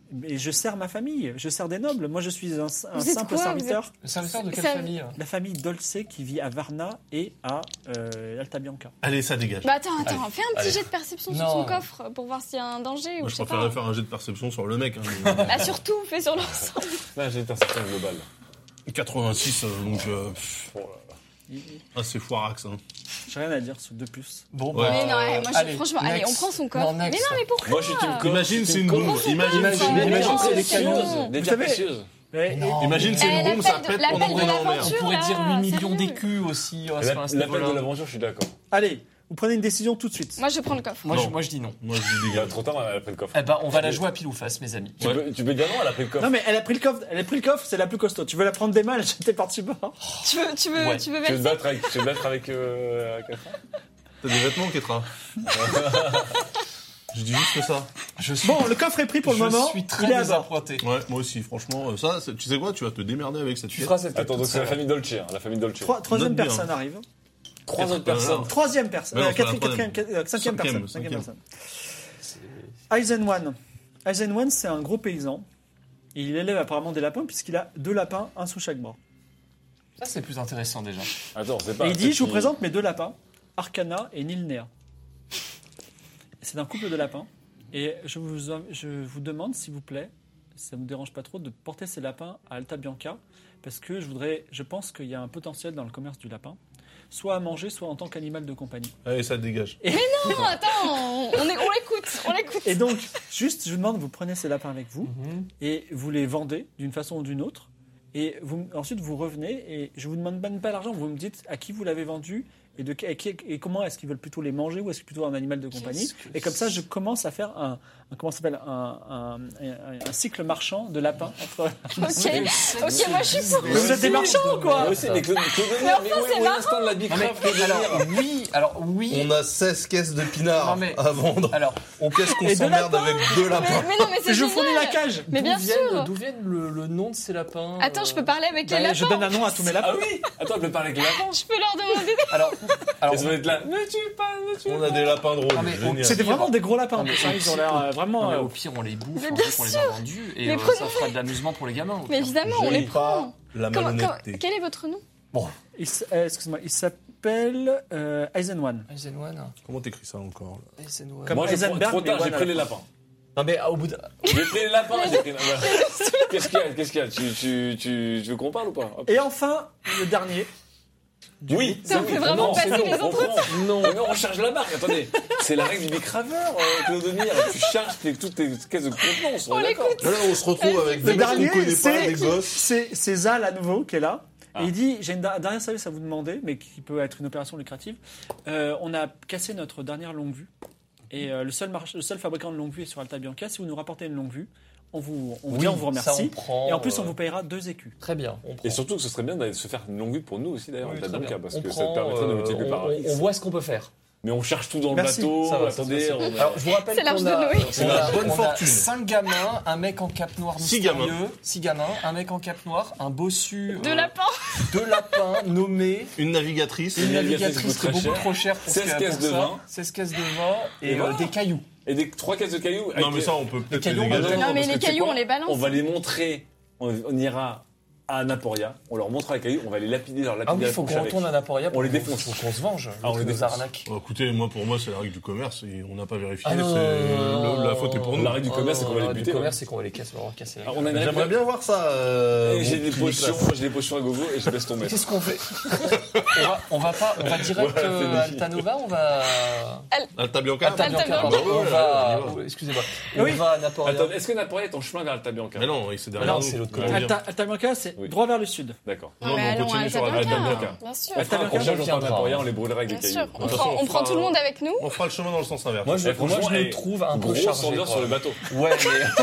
Et je sers ma famille, je sers des nobles. Moi, je suis un, un Vous êtes simple quoi, serviteur. Le serviteur de quelle Ça- famille La famille Dolce qui vit à Varna et à euh, Alta Bianca. Allez, ça dégage. Bah attends, attends, Allez, fais un petit allez. jet de perception sur Non. son coffre pour voir s'il y a un danger Moi, ou je je sais préférerais pas. faire un jet de perception sur le mec. Hein, mais- Bah surtout, fais sur l'ensemble. Là, j'ai une perception globale. quatre-vingt-six, euh, donc euh, pff, Oh là là. ah, c'est foirax. Hein. J'ai rien à dire sur deux puces. Bon, Ouais. Mais non, ouais, moi, je- allez, franchement, allez, next. on prend son coffre. Non, mais next. non, mais pourquoi Moi, je suis team coffre. Imagine, c'est une Team bombe. coffre. Imagine, Comment c'est ça une Mais bombe. non, Imagine, c'est des c'est cailleuses, bon. des Vous pierres savez- précieuses. Ouais, Non. Imagine, c'est Eh, une bombe, ça l'appel de- pète l'appel pendant de qu'on est en mer. l'aventure. on pourrait dire là, huit millions sérieux. d'écus aussi à Et ce la- à ce L'appel de niveau-là. l'aventure, je suis d'accord. Allez, vous prenez une décision tout de suite. Moi, je prends le coffre. Moi, je, Non. moi, je dis non. Moi, je dis Il y a dégage. trop tard, elle a pris le coffre. Eh ben, on va la jouer à pile ou face, mes amis. Tu peux- Tu peux dire non, elle a pris le coffre. Non, mais elle a pris le coffre, elle a pris le coffre, c'est la plus costaud. Tu veux la prendre des mains, elle jeter par-dessus bord. Tu veux, tu veux, Ouais. tu veux Tu veux te verser battre avec, tu veux te battre avec, euh, avec Afra T'as des vêtements, Ketra? Je dis juste ça. Je suis, Bon, le coffre est pris pour le je moment. suis très Il est à bord. désappointé. Ouais, moi aussi, franchement. euh, Ça, c'est- tu sais quoi? Tu vas te démerder avec cette Tu pièce. feras cette Attends, donc c'est la toute famille Dolce, hein, la famille Dolce. Trois- troisième Note bien. personne arrive. Trois autres Quatre- personnes. Troisième personne. Ouais, non, Euh, c'est la quatrième, troisième. quatrième, euh, cinquième Cinquième, personne. Cinquième cinquième. personne. Aizen Aizen c'est un gros paysan. Et il élève apparemment des lapins puisqu'il a deux lapins, un sous chaque bras. Ça, c'est plus intéressant déjà. Attends, c'est pas. Et il dit, peut-être je vous qu'il- présente mes deux lapins, Arcana et Nilnea. C'est un couple de lapins. Et je vous, je vous demande, s'il vous plaît, si ça ne vous dérange pas trop, de porter ces lapins à Alta Bianca. Parce que je voudrais, je pense qu'il y a un potentiel dans le commerce du lapin. Soit à manger, soit en tant qu'animal de compagnie. Allez, ça dégage. Non, attends, on, on est- on l'écoute, on l'écoute. Et donc, juste, je vous demande, vous prenez ces lapins avec vous. Mhm. Et vous les vendez d'une façon ou d'une autre. Et vous, ensuite, vous revenez et je vous demande même pas l'argent. Vous me dites à qui vous l'avez vendu et, de, et, qui- et comment est-ce qu'ils veulent plutôt les manger ou est-ce que plutôt un animal de compagnie. Qu'est-ce que Et comme ça, je commence à faire un, un comment ça s'appelle un, un, un- un cycle marchand de lapins. Entre... Ok, ok, moi, je suis pour. Mais vous êtes des marchands, quoi. Moi aussi, mais Claude Claude Denis, mais où est où est l'instant de la Non, mais, bicraft, Claude alors, Denis oui, alors, oui. On a seize caisses de pinards Non, mais- à vendre. Alors, Qu'est-ce qu'on Et de s'emmerde lapins. avec deux Mais, lapins? mais non, mais c'est Je fournis génial. la cage. Mais bien d'où viennent- sûr. D'où viennent le, le nom de ces lapins Attends, euh, je peux parler avec les Bah, lapins. je donne un nom à tous mes lapins. Ah oui Attends, elle peut parler avec les lapins. Je peux leur demander. Alors, alors Elles vont être là. Mais tu pas, mais tu On a des lapins drôles. Ah, mais génial. C'était vraiment des gros lapins. Non, mais Ça, ils ont l'air euh, vraiment. non, mais euh, au pire, on les bouffe, Mais on bien dit qu'on les a vendus, et Mais euh, prenons-les. ça fera de l'amusement pour les gamins. au Mais pire. évidemment, on Je les n'ai pas prend. la Comment- comment- malhonnêteté. quel est votre nom il s- euh, excuse-moi, il s'appelle euh, Aizen One. Eisenwan, Comment t'écris ça encore là? Eisenwan. Comme Moi, j'ai trop, Heisenberg, trop tard, mais j'ai voilà. pris les lapins. Non, mais ah, au bout de. J'ai pris les lapins, j'ai pris les lapins. Qu'est-ce qu'il y a Qu'est-ce qu'il y a tu, tu, tu, tu veux qu'on parle ou pas Hop. Et enfin, le dernier. Oui, Ça c'est me oui. fait vraiment Non, passer c'est non, les on entretiens. prend. Non, mais on charge la marque. Attendez, c'est la règle du bicraveur, euh, Claude Denis. Tu charges tes- toutes tes caisses de contenance. On est d'accord. l'écoute. Là, on se retrouve avec Le des mecs qu'on dernier, connaît pas, c'est des gosses. c'est- c'est Zal à nouveau qui est là. Ah. Et il dit, j'ai une da- dernière service à vous demander, mais qui peut être une opération lucrative. Euh, on a cassé notre dernière longue vue. Et euh, le, seul march- le seul fabricant de longue vue est sur Alta Bianca. Si vous nous rapportez une longue vue, on vous, on vous, Oui, dit, on vous ça, remercie. on prend, Et en plus, on euh, vous payera deux écus. Très bien, on prend. Et surtout que ce serait bien d'aller se faire une longue vue pour nous aussi d'ailleurs, Oui, à très Bianca, bien. parce On que ça prend, te permettrait de euh, multiplier on- par on- X. On voit ce qu'on peut faire. Mais on cherche tout dans le Merci. bateau. Ça va, Attendez, c'est on facile. a- Alors, je vous rappelle C'est l'arche qu'on de a, Noé. C'est on la a- bonne on a fortune. cinq gamins, un mec en cap noir Six mystérieux, gamins. six gamins, un mec en cap noir, un bossu, Deux euh, lapins. deux lapins nommés, Une navigatrice. une Une navigatrice navigatrice qui qui est coûte beaucoup très trop chère pour seize ce- caisses pour de ça. vin. seize caisses de vin et, Et euh, voilà. des cailloux. Et des trois caisses de cailloux. Non, avec mais les- ça, on peut peut-être cailloux, les on dégager. peut- Non, mais parce les que tu sais cailloux, quoi on les balance. On va les montrer. On, on ira à Naporia. On leur montrera les cailloux. On va les lapider, leur Ah lapider oui, il la faut bouche qu'on avec. retourne à Naporia pour On les qu'on- défonce. faut qu'on se venge. Ah, on les nous défonce. arnaque. Oh, écoutez, moi, pour moi, c'est la règle du commerce et on n'a pas vérifié. Ah non, c'est- non, le- la faute est pour nous. La règle du commerce, c'est qu'on va les La règle buter, du commerce, ouais. c'est qu'on va les casser, on va leur casser la Ah, gueule. on a une J'aimerais règle. bien voir ça. euh, Et j'ai mon des petit potions, Nicolas. j'ai des potions à gogo et je laisse tomber. Qu'est-ce qu'on fait on, va, on va pas, on va direct Voilà, euh, c'est à des- Altanova, on va. Alta Bianca. Alta Bianca, Bianca. pardon. Bah ouais, on ouais, va. on y va. oh, Excusez-moi. On Oui. va à Naporia. Attends, est-ce que Naporia est en chemin vers Alta Bianca Mais non, c'est derrière Non, nous. c'est l'autre On côté. revient. Alta, Alta Bianca, c'est Oui. droit vers le sud. D'accord. Non, mais on Mais allons continue à sur Alta Alta Bianca. Bianca. Bien sûr. Alta Bianca, Prochain jour par viendra. Naporia, on les brûlera avec des Bien cailloux. sûr. On toute prend, façon, on on prend fera- tout le monde avec nous. On fera le chemin dans le sens inverse. Moi, je, Eh, moi, je franchement, le eh, trouve un peu Grosse chargé. ambiance quoi. sur le bateau. Ouais, mais.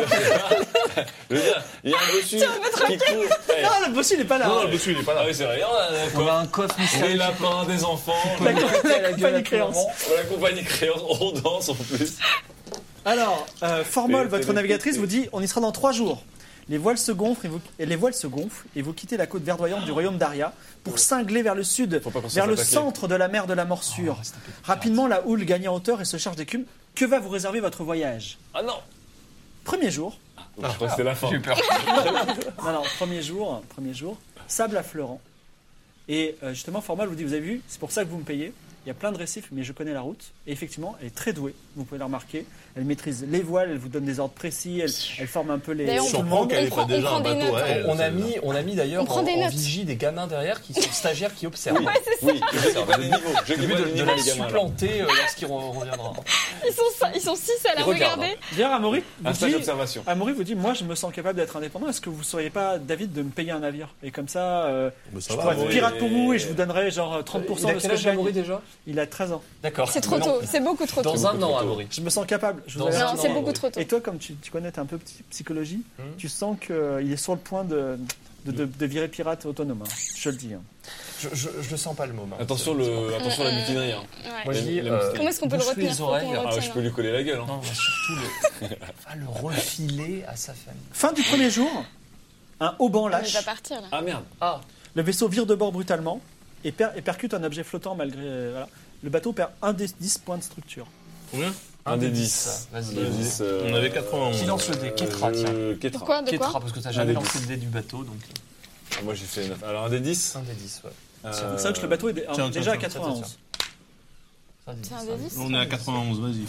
Je veux dire, il y a un bossu qui court. Eh, Non, le boss, il est pas là. Non, non, le bossu, il est pas Ah là. oui, c'est vrai. On a On a quoi un coffre Des mystérieux. lapins, des enfants. La, la la gueule compagnie à tout créance. moment. On a la compagnie créance, on danse en plus. Alors, euh, Formol, Et- votre et- navigatrice, et- vous dit on y sera dans trois jours. Les voiles se gonflent et vous, et les voiles se gonflent et vous quittez la côte verdoyante du royaume d'Aria pour cingler vers le sud, Faut pas qu'on se vers le fasse attaquer. centre de la mer de la morsure. Rapidement, la houle gagne en hauteur et se charge d'écume. Que va vous réserver votre voyage? Ah non. Premier jour, Donc, je crois que c'est la fin. J'ai eu peur. Non, non, premier jour, premier jour, sable affleurant. Et euh, justement, Formal vous dit, vous avez vu, c'est pour ça que vous me payez. Il y a plein de récifs, mais je connais la route. Et effectivement, elle est très douée, vous pouvez la remarquer. Elle maîtrise les voiles, elle vous donne des ordres précis, elle, elle forme un peu les... D'ailleurs, tout le Surprend monde. qu'elle on ait pas prend- on déjà prend un des bateau notes. à elle. On a celle-là. mis, on a mis d'ailleurs On prend en, des en notes. vigie des gamins derrière qui sont stagiaires qui observent. Oui, je sais pas les niveaux. Je Le sais but pas de, les de niveaux, la les gamins. là. supplanter euh, lorsqu'il re- reviendra. Ils sont, ça- ils sont six à la Ils regardent, regarder. D'ailleurs, Amaury Un vous stage dit... d'observation. Amaury vous dit, moi je me sens capable d'être indépendant, est-ce que vous ne seriez pas, David, de me payer un navire? Et comme ça, euh, Mais ça je va, pourrais être Amaury. pirate pour vous et je vous donnerais genre trente pour cent Il a de ce quel que âge, je gagne. Amaury, déjà Il a treize ans. D'accord. C'est trop Non. tôt, c'est beaucoup trop tôt. Dans un beaucoup an, trop tôt. Amaury. Je me sens capable. Je vous Dans avais- un Non, c'est an, beaucoup oui. trop tôt. Et toi, comme tu, tu connais un peu psy- psychologie, Hmm. tu sens qu'il est sur le point de, de, de- de virer pirate autonome. hein. Je le dis. hein. Je, je, je le sens pas le moment. Attention, le, attention à la mutinerie. Hein. Ouais. Moi, je La- dis, la euh, mutinerie. Comment est-ce qu'on peut le bouche retenir les Faut qu'on oreilles. le Ah, je retienne. peux lui coller la gueule. Hein. Non, mais surtout, le, va le refiler à sa famille. Fin du premier jour, un haubans On lâche. va partir là. Ah merde. Ah, Le vaisseau vire de bord brutalement et, per- et percute un objet flottant malgré. euh, voilà. Le bateau perd un des dix points de structure. Combien Un des dix. Vas-y. Un des dix, euh, On avait quatre-vingt-onze. Qui lance le dé Ketra, tiens. euh, Ketra. Pourquoi De Ketra, quoi parce que t'as Un jamais des lancé dix. le dé du bateau, donc Ah, moi j'ai fait neuf. Alors un des dix. un des dix, ouais. euh, C'est vrai que le bateau est dé- tiens, déjà à tiens, tiens, quatre-vingt-onze. Un des dix, C'est un un des des dix. dix. On est à quatre-vingt-onze, vas-y.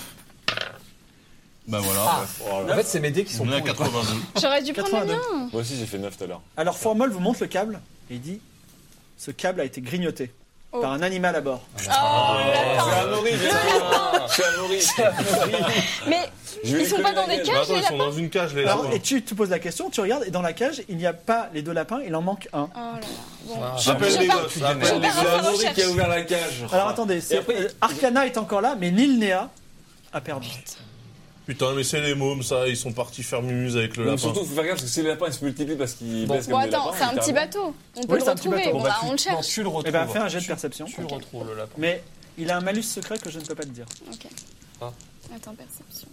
Bah voilà. Ah, Oh là en là. fait, c'est mes dés qui sont On est à pourris, quoi. quatre-vingt-deux. J'aurais dû prendre le quatre-vingt-deux. mien. Moi aussi j'ai fait neuf tout à l'heure. Alors Formol vous montre le câble et il dit ce câble a été grignoté Oh. par un animal à bord. Oh, la Amaury, c'est Amaury. Mais Je vais ils lui sont coller pas la dans des gueule. cages, Bah attends, les ils sont lapins. dans une cage, les Alors, lapins. et tu te poses la question, tu regardes et dans la cage il n'y a pas les deux lapins, il en manque un. Oh là là. Bon. Ah, Appelle Je les pars- gosses, je appelle pars les à C'est la Amaury recherche. qui a ouvert la cage. Alors attendez, c'est- après, euh, Arcana est encore là, mais Nilnea a perdu. Putain, mais c'est les mômes, ça, ils sont partis faire mumuse avec le Donc, lapin. surtout, faut faire gaffe parce que si les lapins ils se multiplient parce qu'ils Bon. baissent Bon, comme des attends, lapins. c'est un ils petit perdent. bateau. On peut Oui, le c'est un petit retrouver. bateau. Bon, Bah, bah, tu- on le Non, cherche. tu le retrouves. Eh ben, fais un jet de Tu- perception. Tu le retrouves, le lapin. Mais il a un malus secret que je ne peux pas te dire. Ok. Ah. Attends, perception.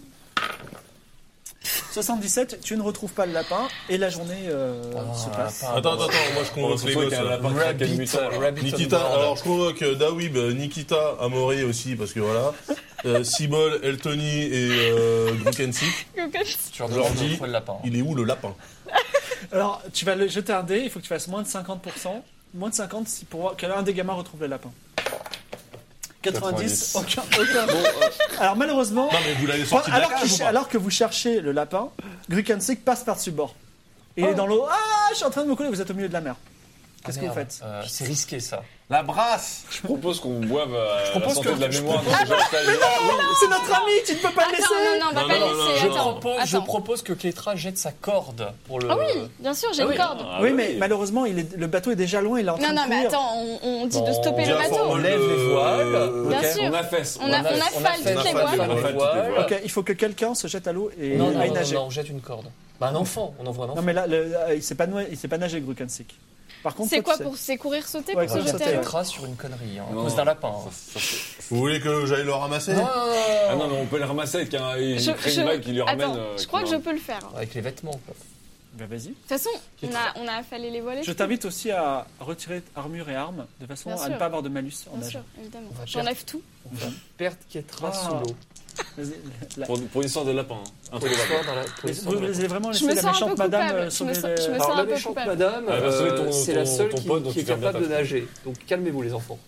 soixante-dix-sept, tu ne retrouves pas le lapin et la journée euh, Ah, se passe. lapin. Attends, attends, attends, moi je Bon, convoque c'est les toi gosses. qui a un là. lapin craqué de Rabbit, mutant. là. Rabbit Nikita, on the board. alors je convoque euh, Dawib, Nikita, Amaury aussi, parce que voilà. Euh, Sibol, Eltony et euh, Grukensik. Tu leur Je leur demandes de dis, trouver le lapin. il est où le lapin? Alors, tu vas le jeter un dé, il faut que tu fasses moins de cinquante pour cent. Moins de cinquante si pour voir qu'un des gamins retrouve le lapin. quatre-vingt-dix, aucun. aucun. Alors malheureusement, Non mais vous l'avez sorti de la alors, cage qu'il- ou pas? alors que vous cherchez le lapin, Grukensik passe par-dessus bord. Et il est dans l'eau. Ah, je suis en train de me couler, vous êtes au milieu de la mer. Qu'est-ce Ah, que vous merde. faites Euh, C'est risqué, ça. La brasse! Je propose qu'on boive à la propose santé que- de la je mémoire. propose- de ces gens stagiaires. C'est notre ami, tu ne peux pas le Attends, laisser. non, non, on va Non, pas non, non, laisser. je Attends, propose, je attends. propose que Ketra jette sa corde pour le. Ah oui, bien sûr, j'ai Ah une oui. corde. Ah Oui, mais malheureusement, il est, le bateau est déjà loin, il est en train Non, de non, mais courir. attends, on, on dit de Bon, stopper le bien bateau. fort. On lève les voiles. Bien ok. sûr. On affaisse. On a- on affale toutes les affale voiles. les On affale toutes les voiles. Ok, il faut que quelqu'un se jette à l'eau et Non, non, aille non, nager. non, on jette une corde. Bah, un enfant, on envoie un enfant. Non, mais là, le- euh, il s'est pas, noué- il s'est pas nagé, Grukensik. Par contre, C'est toi, quoi tu sais. pour c'est courir sauter Ouais, pour se courir, jeter sauter, à l'eau Ketra sur une connerie, hein, à Non, cause d'un lapin. hein. Ça- ça- ça- Vous voulez que j'aille le ramasser? Non, Ah non, mais on peut le ramasser avec un. Il Je- crée je- une vague qui lui ramène. Attends, euh, je qui crois que lui je peux le faire. De Avec les vêtements, quoi. Bah, vas-y. toute façon, on a, on a affalé les voiles. et Je tout. t'invite aussi à retirer armure et armes de façon Bien à ne sûr. pas avoir de malus en Bien nageant. sûr, évidemment. On va J'enlève tout. On va perdre Ketra Ah. sous l'eau. Vas-y, la- Pour, pour une histoire de lapin. hein. Un Pour truc de lapin. l'histoire dans la- pour Mais l'histoire vous dans la- avez vraiment Je laissé me la sens un méchante peu madame coupable. euh, Je me sauver sens- les- je me Alors, sens la un peu méchante coupable. madame, Elle va sauver euh, ton- c'est ton- la seule ton qui pote, donc qui est tu vas bien capable de t'acheter. nager. Donc calmez-vous, les enfants.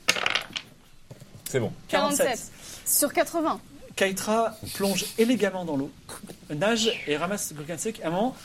C'est bon. quarante-sept. Sur quatre-vingts. Kaitra plonge élégamment dans l'eau, nage et ramasse Grukensik. À un moment,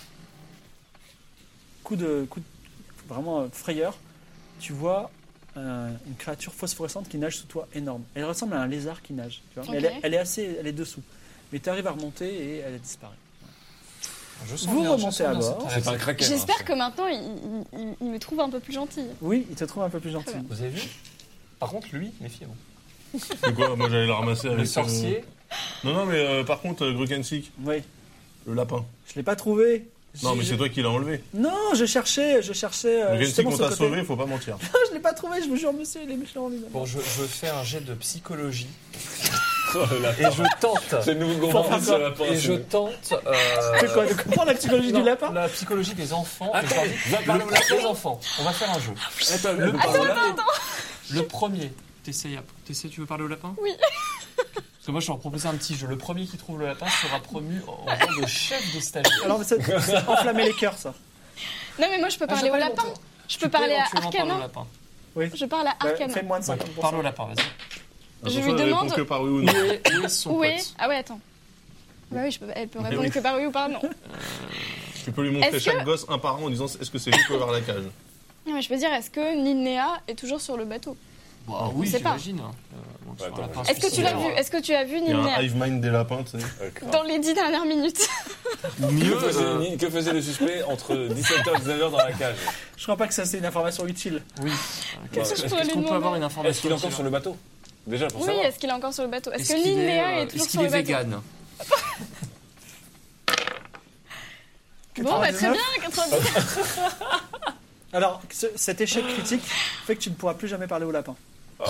coup de, coup de vraiment euh, frayeur, tu vois euh, une créature phosphorescente qui nage sous toi énorme. Elle ressemble à un lézard qui nage. Tu vois, mais elle, Ok. est, elle est assez, elle est dessous. Mais tu arrives à remonter et elle a disparu. Je sens Vous bien, je remontez sens à bien bord. cette C'est pas un réaction. kraken. J'espère hein, que maintenant, il, il- il- il me trouve un peu plus gentille. Oui, il te trouve un peu plus gentil. Très bien. Vous avez vu? Par contre, lui, méfiez-vous. C'est quoi? Moi j'allais le ramasser avec. Le euh, sorcier, Non, non, mais euh, par contre, euh, Grukensik, Oui, le lapin. je l'ai pas trouvé. Non, J'ai- mais c'est toi qui l'as enlevé. Non, je cherchais, je cherchais. euh, Grukensik, justement on ce t'a côté. sauvé, faut pas mentir. Non, je l'ai pas trouvé, je vous jure, monsieur, il est méchant lui-même. bon, je, je fais un jet de psychologie Oh, le lapin. et je tente. C'est le nouveau Faut gourmand faire sur le lapin. Et c'est je bon. tente. euh, C'est quoi, de comprendre la psychologie non, du lapin? La psychologie des enfants. et je Attends, leur dis, va parler le- au lapin. les enfants, on va faire un jeu. Attends, Le le premier, lapin. le premier. T'essayes, t'essayes, tu veux parler au lapin? Oui. Parce que moi, je leur proposais un petit jeu. Le premier qui trouve le lapin sera promu au rang de chef de stagiaire. Alors, mais c'est c'est enflammer les cœurs, ça. Non, mais moi, je peux Ah, parler j'ai au pas eu lapin. mon tour. Je Tu peux parler à éventuellement parler au Arcana. lapin. Oui. Je parle à Bah, Arcana. fais moins de cinquante pour cent. Parle au lapin, vas-y. Je Attention, lui elle répond demande- que par oui ou Où non. est, où est son Où est pote Ah ouais, attends. Bah oui, je peux... elle peut Mais répondre oui. que par oui ou par non. Tu peux lui montrer Est-ce chaque que- gosse un par un en disant est-ce que c'est lui qui peut ouvrir la cage. Non, mais je peux dire, est-ce que Ninea est toujours sur le bateau? Bah, oui, sait pas. j'imagine. Euh, donc, Bah, sur un attends, lapin Est-ce que tu l'as suicidaire. vu Est-ce que tu as vu Il y a un Ninea hive mind des lapins, tu sais. D'accord. dans les dix dernières minutes? Ou Que mieux, faisait, euh, Ni- que faisait le suspect entre dix-sept heures et dix-neuf heures dans la cage? Je crois pas que ça, c'est une information utile. oui. Qu'est-ce que je Est-ce pourrais lui qu'on peut demander avoir une information Est-ce qu'il est encore là-dessus, sur le bateau? Déjà, pour Oui, savoir. est-ce qu'il est encore sur le bateau? Est-ce que qu'il Ninea euh, est toujours est-ce sur qu'il le est bateau? vegan Bon, bah très quatre-vingt-dix-neuf. bien, quatre-vingt-dix. Alors, ce- cet échec critique fait que tu ne pourras plus jamais parler au lapin. Elle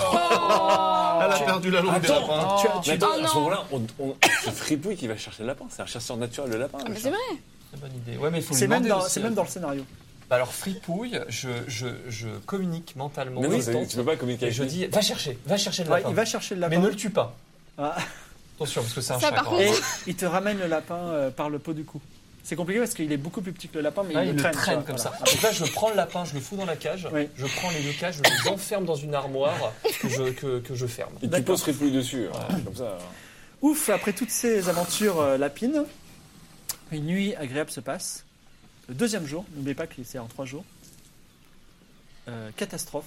a perdu la langue des Attends. lapins. Tu, Oh, tu- Mais attends, Oh à non. ce moment-là, on, on- c'est Fripouille qui va chercher le lapin. C'est un chasseur naturel de lapin. Ah, le mais chat. c'est vrai. Très bonne idée. Ouais, mais il faut lui c'est même, demander dans- aussi, c'est même euh, dans le scénario. Bah alors, fripouille, je, je, je communique mentalement. Mais non, je c'est- tente, tu peux pas communiquer et avec je lui. dis, va chercher, va chercher le Ouais, lapin. il va chercher le Mais lapin. ne le tue pas. Ah. Attention, parce que c'est un Ça, chat. par quand contre- même. Et il te ramène le lapin euh, par le pot du cou. C'est compliqué parce qu'il est beaucoup plus petit que le lapin, mais Ah, il, il le le traîne, traîne tu vois, comme voilà. ça. Donc là, je prends le lapin, je le fous dans la cage, Oui. je prends les deux cages, je les enferme dans une armoire que je, que, que je ferme. Et tu D'accord. poses Fripouille dessus. hein, Comme ça. Ouf, après toutes ces aventures euh, lapines, une nuit agréable se passe. Le deuxième jour, n'oubliez pas que c'est en trois jours. Euh, catastrophe.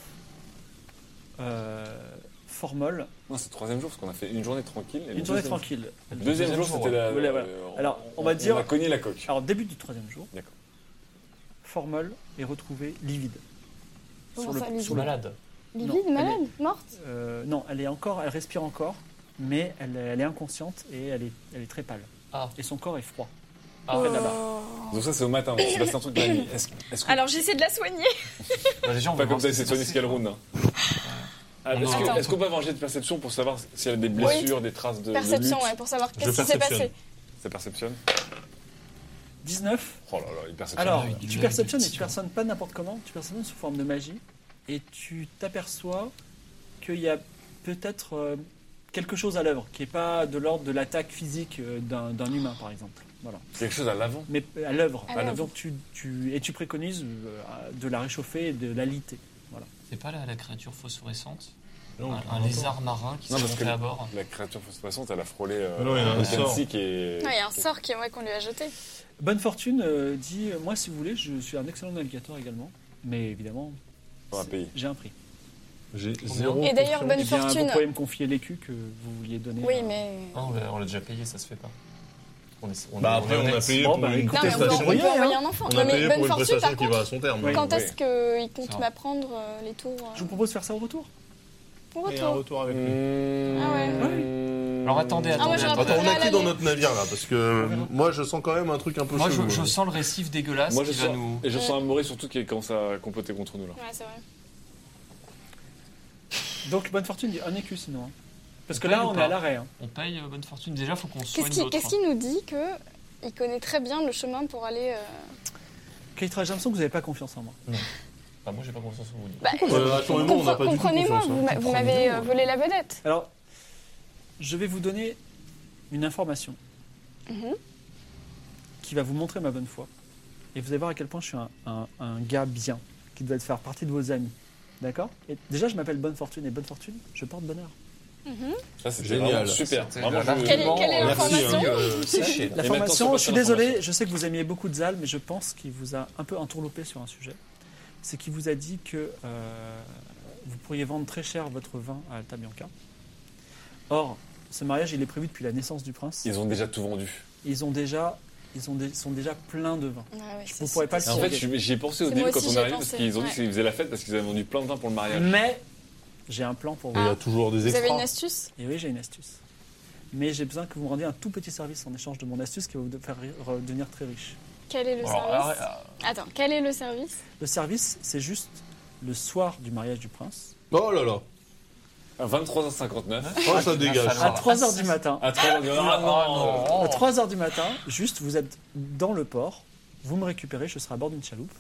Euh, Formol. Non, c'est le troisième jour parce qu'on a fait une journée tranquille. et le Une journée deuxième- tranquille. Le deuxième jour, c'était la. Voilà, voilà. euh, Alors, on va dire- On a cogné la coque. Alors, début du troisième jour, D'accord. Formol est retrouvée livide. Comment Sur ça, le- livide sur le- Malade. Livide, Non, elle malade, morte? Euh, non, elle est encore, elle respire encore, mais elle, elle est inconsciente et elle est, elle est très pâle. Ah. Et son corps est froid. Ah. Près de la barre. Oh. Donc ça, c'est au matin. Il s'est passé un truc de la nuit. Est-ce est-ce que. Alors j'essaie de la soigner. Bah, déjà, on va Pas voir comme ça, ce c'est qui Sony s'est Scalroon. hein. Ah, On Est-ce a- que- Attends. est-ce qu'on peut avoir un jet de perception pour savoir s'il y a des blessures, des traces de, de Perception, lutte ouais, pour savoir Je qu'est-ce qui s'est perceptionne. passé. Ça perceptionne dix-neuf. Oh là là, il perceptionne. Alors, Ah oui, tu du- perceptionnes du- et tu perceptionnes pas n'importe comment, tu perceptionnes sous forme de magie, et tu t'aperçois qu'il y a peut-être euh, quelque chose à l'œuvre, qui n'est pas de l'ordre de l'attaque physique euh, d'un d'un humain, par exemple. Voilà. Quelque chose à l'avant. Mais à l'œuvre. À l'œuvre. Donc tu, tu, et tu préconises euh, de la réchauffer et de la liter. Voilà. C'est pas la, la créature phosphorescente Non, Un, pas un encore. lézard marin qui Non, s'est parce monté que- à bord. La créature phosphorescente, elle a frôlé euh, Non, il y a un le sort. Fancy qui est. Ouais, il y a un sort qui- ouais, qu'on lui a jeté. Bonne Fortune euh, dit euh, moi, si vous voulez, je suis un excellent navigateur également, mais évidemment, Dans un pays. j'ai un prix. J'ai zéro. Et d'ailleurs, confiance. bonne Eh bien, fortune. vous pouvez me confier l'écu que vous vouliez donner. Oui, à- mais. Ah, on l'a on l'a déjà payé, ça se fait pas. On est, on Bah est- après, est on a honnête. payé Bon, pour bah, une écoute, Non, mais on peut, on prestation. peut Rien, envoyer hein. un enfant. On Non, a mais payé bonne pour une fortune, prestation par qui va à contre. son terme. Oui. Quand Oui. est-ce qu'il Ça compte va. m'apprendre euh, les tours euh, Je vous propose de faire ça au retour. au Et un retour? retour avec lui. Mmh. Ah ouais. Alors attendez, Ah, moi, attendez. j'aurais attendez. Attends, on a à qui dans l'aller. notre navire là? Parce que euh, moi je sens quand même un truc un peu Moi, chelou. je, je hein. sens le récif dégueulasse Moi, je qui va sens, nous. et je sens un Maurice surtout qui commence à comploter contre nous là. Ouais, c'est vrai. Donc, Bonne Fortune dit un écu sinon. hein. Parce que On là, paye ou on est pas à l'arrêt. hein. On paye euh, bonne fortune. Déjà, faut qu'on soigne Qu'est-ce qui- l'autre. qu'est-ce qu'il nous dit que il connaît très bien le chemin pour aller. euh, Keitra, j'ai l'impression que vous n'avez pas confiance en moi. Enfin, moi, j'ai pas confiance en vous. bah, Euh, attends, et moi, on n'a pas du tout comprenez-moi, confiance, vous hein. m'a- vous m'avez euh, volé la vedette. Alors, je vais vous donner une information Mhm. qui va vous montrer ma bonne foi. Et vous allez voir à quel point je suis un, un- un gars bien, qui doit faire partie de vos amis. D'accord? Et déjà, je m'appelle Bonne Fortune, et Bonne Fortune, je porte bonheur. Mhm. Ça, c'est Génial. génial. Super. C'était Vraiment, la- je- Quelle est- quelle est Merci, l'information euh, séché. La Et maintenant, formation, c'est je suis quoi désolé, l'information je sais que vous aimiez beaucoup de Zal, mais je pense qu'il vous a un peu entourloupé sur un sujet. C'est qu'il vous a dit que euh, vous pourriez vendre très cher votre vin à Alta Bianca. Or, ce mariage, il est prévu depuis la naissance du prince. Ils ont déjà tout vendu. Ils ont déjà, ils ont des- sont déjà pleins de vin. Ah ouais, Je c'est- ne pourrais pas le Et en fait, surveiller. je- j'y ai pensé au C'est début moi quand aussi, on j'y est ai arrivé parce pensé, qu'ils ont dit ouais. qu'ils faisaient la fête parce qu'ils avaient vendu plein de vin pour le mariage. Mais j'ai un plan pour vous. Il y a toujours des Vous avez extras. une astuce? Et oui, j'ai une astuce. Mais j'ai besoin que vous me rendiez un tout petit service en échange de mon astuce qui va vous faire re- devenir très riche. Quel est le Alors, service? alors, Attends, quel est le service? Le service, c'est juste le soir du mariage du prince, Oh là là. À vingt-trois heures cinquante-neuf. Oh, ça dégage. à trois heures du matin. À trois heures du matin. Ah, non. À trois heures du matin, juste vous êtes dans le port, vous me récupérez, je serai à bord d'une chaloupe,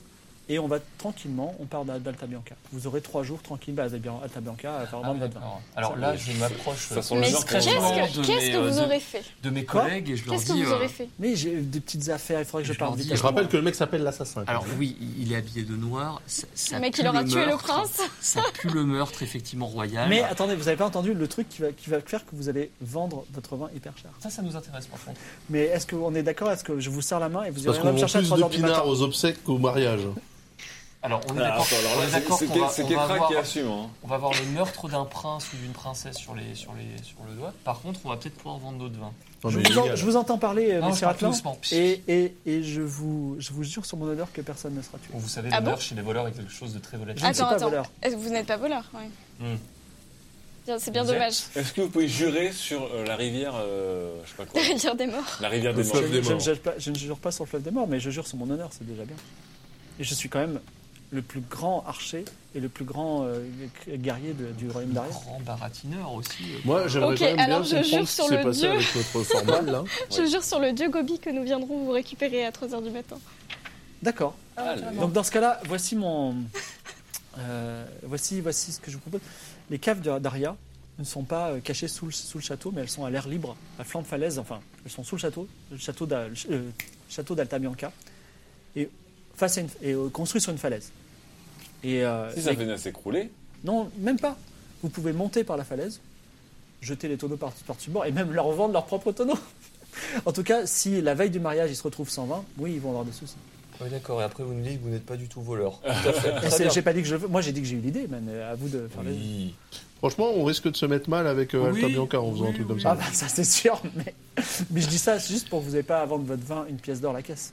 et on va tranquillement, on part d'Al- d'Alta Bianca. Vous aurez trois jours tranquille à Alta Bianca à faire Ah vendre oui, votre vin. d'accord. Alors Ça, là, oui. je m'approche Ça sent le Mais genre qu'est-ce qu'on Très que, de qu'est-ce mes, que vous euh, de- aurez fait de mes Quoi collègues et je leur Qu'est-ce que dis. vous euh, aurez fait Mais j'ai des petites affaires, il faudrait que je Je parle leur vite. dis, Je rappelle que le mec s'appelle l'assassin. Alors oui, il est habillé de noir. Ça, ça Le mec, pue il aura le tué le meurtre, prince. Ça pue le meurtre, effectivement, royal. Mais attendez, vous n'avez pas entendu le truc qui va, qui va faire que vous allez vendre votre vin hyper cher. Ça, ça nous intéresse par contre. Mais est-ce qu'on est d'accord? Est-ce que je vous serre la main et vous Parce irez qu'on même vend chercher à plus trois de heures du matin? pinards aux obsèques qu'au mariage. Alors, on est Ah, d'accord attends, alors on là, est c'est- d'accord c'est qu'on va, c'est on va Kefra avoir, qui assume. Hein. on va avoir le meurtre d'un prince ou d'une princesse sur, les, sur, les, sur le doigt. Par contre, on va peut-être pouvoir vendre d'autres vins. Non, Je mais vous, en- illégal. je vous entends parler, euh, Non, je messieurs parle Atlan, doucement. et, et, et je, vous, je vous jure sur mon honneur que personne ne sera tué. Bon, vous savez, Ah le bon meurtre chez les voleurs est quelque chose de très volatile. Je ne suis Attends, pas attends. voleur. Est-ce que vous n'êtes pas voleur? Oui. Hmm. Bien, c'est bien Vous êtes dommage. Est-ce que vous pouvez jurer sur euh, la rivière, euh, je sais pas quoi, La rivière des morts. la rivière Le des Je, morts fleuve je- des je ne morts. jure pas, je ne jure pas sur le fleuve des morts, mais je jure sur mon honneur, c'est déjà bien. Et je suis quand même le plus grand archer et le plus grand euh, guerrier de- du royaume d'Aria. Grand baratineur aussi. euh. Moi, j'aimerais Ok, quand même alors bien je comprendre jure ce sur qui s'est le passé dieu. avec notre formal, là. Je jure sur le dieu Gobi que nous viendrons vous récupérer à trois heures du matin. D'accord. Ah, le- Donc dans ce cas-là, voici mon, euh, voici, voici ce que je vous propose. Les caves de- d'Aria ne sont pas euh, cachées sous le, sous le château, mais elles sont à l'air libre, à flanc de falaise. Enfin, elles sont sous le château, le château d'Al- euh, château d'Alta Bianca, et face à une, et euh, construit sur une falaise. Et euh, Si ça les- venait à s'écrouler, non, même pas. Vous pouvez monter par la falaise, jeter les tonneaux par- par-dessus bord et même leur vendre leurs propres tonneaux. En tout cas, si la veille du mariage ils se retrouvent sans vin, oui, ils vont avoir des soucis. Oui, d'accord. Et après, vous nous dites que vous n'êtes pas du tout voleur. Tout à fait. Et Très c'est- bien. J'ai pas dit que je veux. Moi, j'ai dit que j'ai eu l'idée, mais à vous de faire les. Oui. Franchement, on risque de se mettre mal avec euh, Oui, Alta Bianca en faisant oui, un truc comme oui. Ah ça. bah ça c'est sûr, mais, mais je dis ça juste pour que vous n'ayez pas à vendre votre vin une pièce d'or la caisse.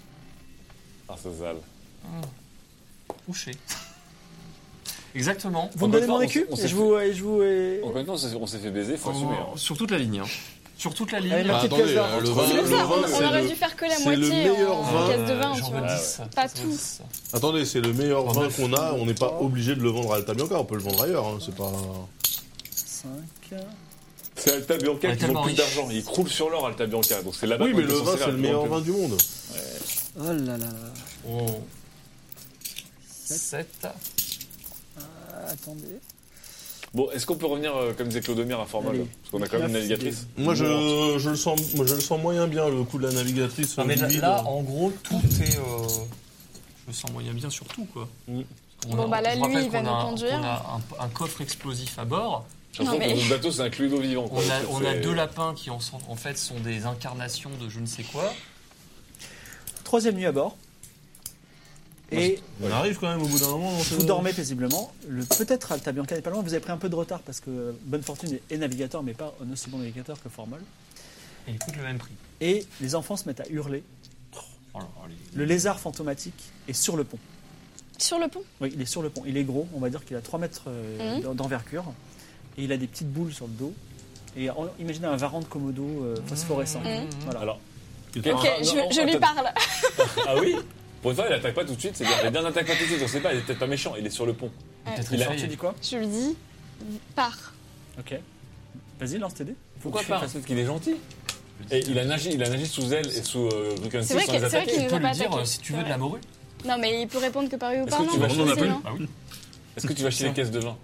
ah, ça sale. Touché. Exactement. Vous me Encore donnez une mon fois, écu on s'est- et je vous et je vous et... Encore une fois, on s'est- on s'est fait baiser, faut En- assumer. hein. Sur toute la ligne. hein. Sur toute la ligne. Allez, ma Ah, petite attendez, pièce d'or. euh, le C'est vin, C'est le pour ça, vin, on, on c'est aurait le- dû faire que la c'est le moitié meilleur en vin. caisse de vin, J'en tu veux vois. dix. Pas J'en veux tout. dix. Attendez, c'est le meilleur En vin neuf. qu'on a. On n'est pas obligé de le vendre à Alta Bianca. On peut le vendre ailleurs. hein, C'est pas. cinq. C'est Alta Bianca On est qui n'ont tellement plus riche. d'argent. Ils croulent sur l'or, Alta Bianca. Donc c'est là-bas Oui, qu'on mais est le censé vin, faire. c'est le meilleur Donc, vin du monde. Oh là là là. Oh. sept. Ah, attendez. Bon, est-ce qu'on peut revenir, euh, comme disait Clodomir, à Formol Allez. Parce qu'on a quand même une Neuf, navigatrice. Moi, je, je le sens, moi, je le sens moyen bien le coup de la navigatrice. Non, mais là, vivide. là, en gros, tout est. euh, Je me sens moyen bien sur tout, quoi. Mm. On Bon, a- bah là, je rappelle lui, il va qu'on nous a- conduire. On a un, un coffre explosif à bord. J'ai l'impression Non, mais- que notre bateau, c'est un cluedo vivant. quoi. On a, C'est- on a c'est- deux lapins qui, en, sont- en fait, sont des incarnations de je ne sais quoi. Troisième nuit à bord. Et On arrive quand même au bout d'un moment. dans ce- vous dormez paisiblement. Le peut-être Alta Bianca n'est pas loin. Vous avez pris un peu de retard parce que Bonne Fortune est navigateur, mais pas un aussi bon navigateur que Formol. Et ils coûtent le même prix. Et les enfants se mettent à hurler. Oh là là, les- Le lézard fantomatique est sur le pont. Sur le pont. Oui, il est sur le pont. Il est gros, on va dire qu'il a trois mètres euh, Mhm. d'en- d'envergure. Et il a des petites boules sur le dos. Et en- imaginez un varan de Komodo euh, phosphorescent. Mhm. Voilà. Alors, Ok, Ah, je, non, je lui attends. parle. ah oui Pour une fois, il attaque pas tout de suite. C'est bien. Il bien n'attaque pas tout de suite. On sait pas, il est peut-être pas méchant. Il est sur le pont. il est peut-être Il a- effrayé. Tu dis quoi? Je lui dis, pars. Ok. Vas-y, lance tes dés. Pourquoi que tu pas fasses- Parce qu'il est gentil. Et il a nagé, il a nagé sous elle et sous euh, Brukensis C'est vrai sans que- les c'est vrai attaquer. qu'il Tu nous peux a pas lui dire attaqué. euh, si tu veux C'est de la vrai. morue. Non, mais il peut répondre que par oui ou Est-ce par que non. tu vas mais chez- on en a c'est plus non. Ah oui. Est-ce que tu vas chez les caisses de vin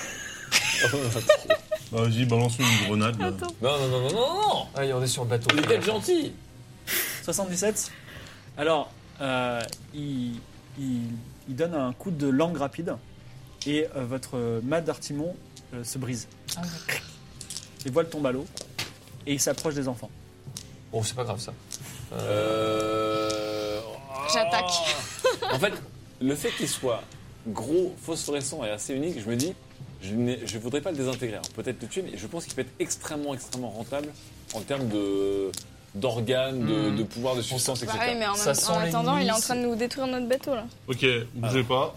Bah, vas-y, balance une grenade. là. Attends. Non, non, non, non, non, non Allez, on est sur le bateau. Il est peut-être gentil. soixante-dix-sept. Alors, euh, il, il, il donne un coup de langue rapide et euh, votre euh, mât d'artimon euh, se brise. Ah, ouais. Les voiles tombent à l'eau et il s'approche des enfants. Bon, c'est pas grave ça. Euh... J'attaque. En fait, le fait qu'il soit gros, phosphorescent et assez unique, je me dis, je ne voudrais pas le désintégrer. Alors, peut-être le tuer, mais je pense qu'il peut être extrêmement, extrêmement rentable en termes de d'organes, de, Mhm. de pouvoir, de substance, Bah et cetera. oui, mais en, Ça même, sent en attendant, il est en l'ennemi, train de nous détruire notre bateau là. Ok, bougez pas.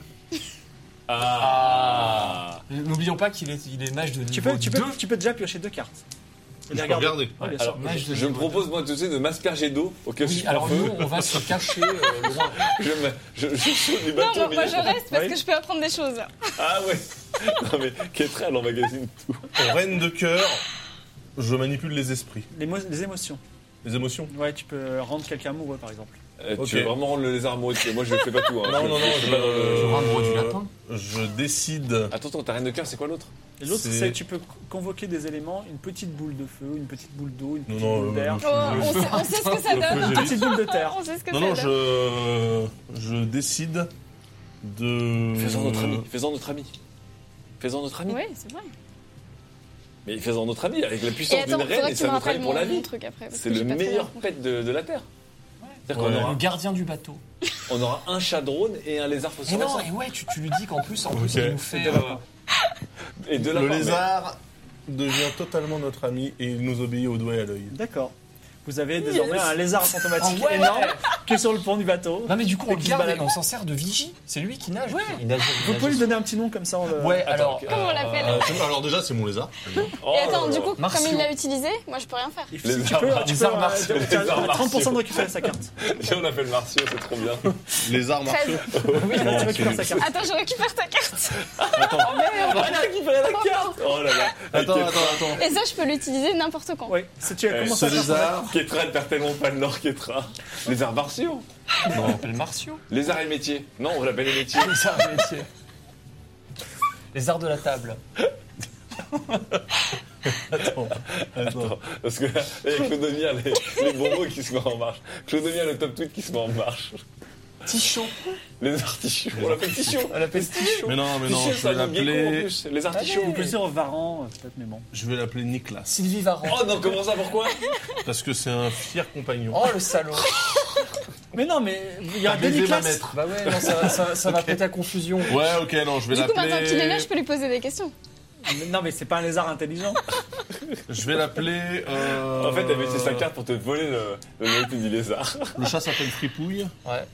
Ah, N'oublions pas qu'il est, il est mage de niveau Tu peux, tu, peux, deux. tu peux déjà piocher deux cartes. Et les Je peux regarder. regarder. Ouais, bien Alors, sûr. mage de je me niveau propose moi tout de suite de m'asperger d'eau au cas où je Oui, suis alors en feu. nous, on va se cacher euh, loin. Je, me, je, je saute du Non, bateau. moi, mais- moi, je reste parce Oui. que je peux apprendre des choses. Ah ouais. Non mais Ketra, elle emmagasine tout. Reine de cœur, je manipule les esprits. Les, mo- les émotions. Les émotions. Ouais, tu peux rendre quelqu'un amoureux par exemple. Euh, Ok. Tu veux vraiment rendre le lézard amoureux de- Moi, je fais pas tout. Hein. Non, non, non, je fais pas dans le- Je rends amoureux du je... lapin. je décide... Attends, attends, ta reine de cœur, c'est quoi l'autre? Et l'autre, C'est- c'est tu peux convoquer des éléments, une petite boule de feu, une petite boule d'eau, une petite Non, non, boule euh, d'air, le Oh, on, sait, on sait ce que ça Le donne. feu, une j'ai petite boule de terre. On sait ce que Non, ça non, donne. je... Je décide de... Faisons notre ami. Faisons notre ami. Faisons notre ami. Oui, c'est vrai. Mais faisons notre ami avec la Et puissance attends, d'une reine faudrait et que tu me ça nous rappelles travaille pour mon, la mon vie. truc après. parce C'est que le j'ai pas très meilleur bien pet de, de la Terre. C'est-à-dire qu'on Ouais. aura, Le gardien du bateau. on aura un chat drone et un lézard Et non, phosphorescent. et ouais, tu, tu lui dis qu'en plus, en plus, Ok. il nous fait. Et de euh, lapin. Et de Le lapin, mais- lézard devient totalement notre ami et il nous obéit au doigt et à l'œil. D'accord. Vous avez désormais un lézard fantomatique Ah ouais. énorme qui est sur le pont du bateau. Non, mais du coup, Et on qui le se garde balade. et on s'en sert de vigie. C'est lui qui nage. Ouais. Il nage, il Vous nage pouvez lui aussi. donner un petit nom comme ça. on le- Ouais, Attends, alors. Comment on l'appelle Euh, c'est- alors déjà, c'est mon lézard. Oh Et attends, là du là. coup, Martio. comme il l'a utilisé, moi je peux rien faire. Et si Les tu arts peux, martiaux. tu Les peux, arts euh, martiaux. tu as Les arts trente pour cent de martiaux. récupérer sa carte. Viens, on appelle Martio, c'est trop bien. Lézard martiaux. Oui, là, tu récupères sa carte. Attends, je récupère ta carte. Attends, On va récupérer la carte. Oh là là. attends, attends, attends. Et ça, je peux l'utiliser n'importe quand. Oui, si tu as Eh, commencé Ce à faire ça. lézard... Kétra, elle perd tellement pas de l'or, Kétra. Les arts martiaux. On l'appelle Martio. Les arts et métiers. Non, on l'appelle les métiers. Les arts de métier. Les arts de la table. Attends, attends. Parce que là, il y a Clodomir, les, les bons mots qui se mettent en marche. Clodomir, le top tweet qui se met en marche. Tichon. Les artichauts. On l'appelle Tichon. On l'appelle Tichon. Mais non, mais non, Tichon, je c'est vais un nom gecko en l'appeler... plus. Les artichauts. On peut dire Varan, euh, peut-être, mais bon. Je vais l'appeler Nicolas. Sylvie Varant. Oh non, comment ça, pourquoi? Parce que c'est un fier compagnon. Oh, le salaud. Mais non, mais il y a T'as des baisé ma classes. maître. Bah ouais, non, ça, va- ça, ça va péter à confusion. Ouais, ok, non, je vais Du coup, maintenant qu'il est là, l'appeler... je peux lui poser des questions. Mais Non, mais c'est pas un lézard intelligent. Je vais l'appeler... euh, En fait, elle avait utilisé sa carte pour te voler le, le mérite du lézard. Le chat s'appelle Fripouille. Ouais.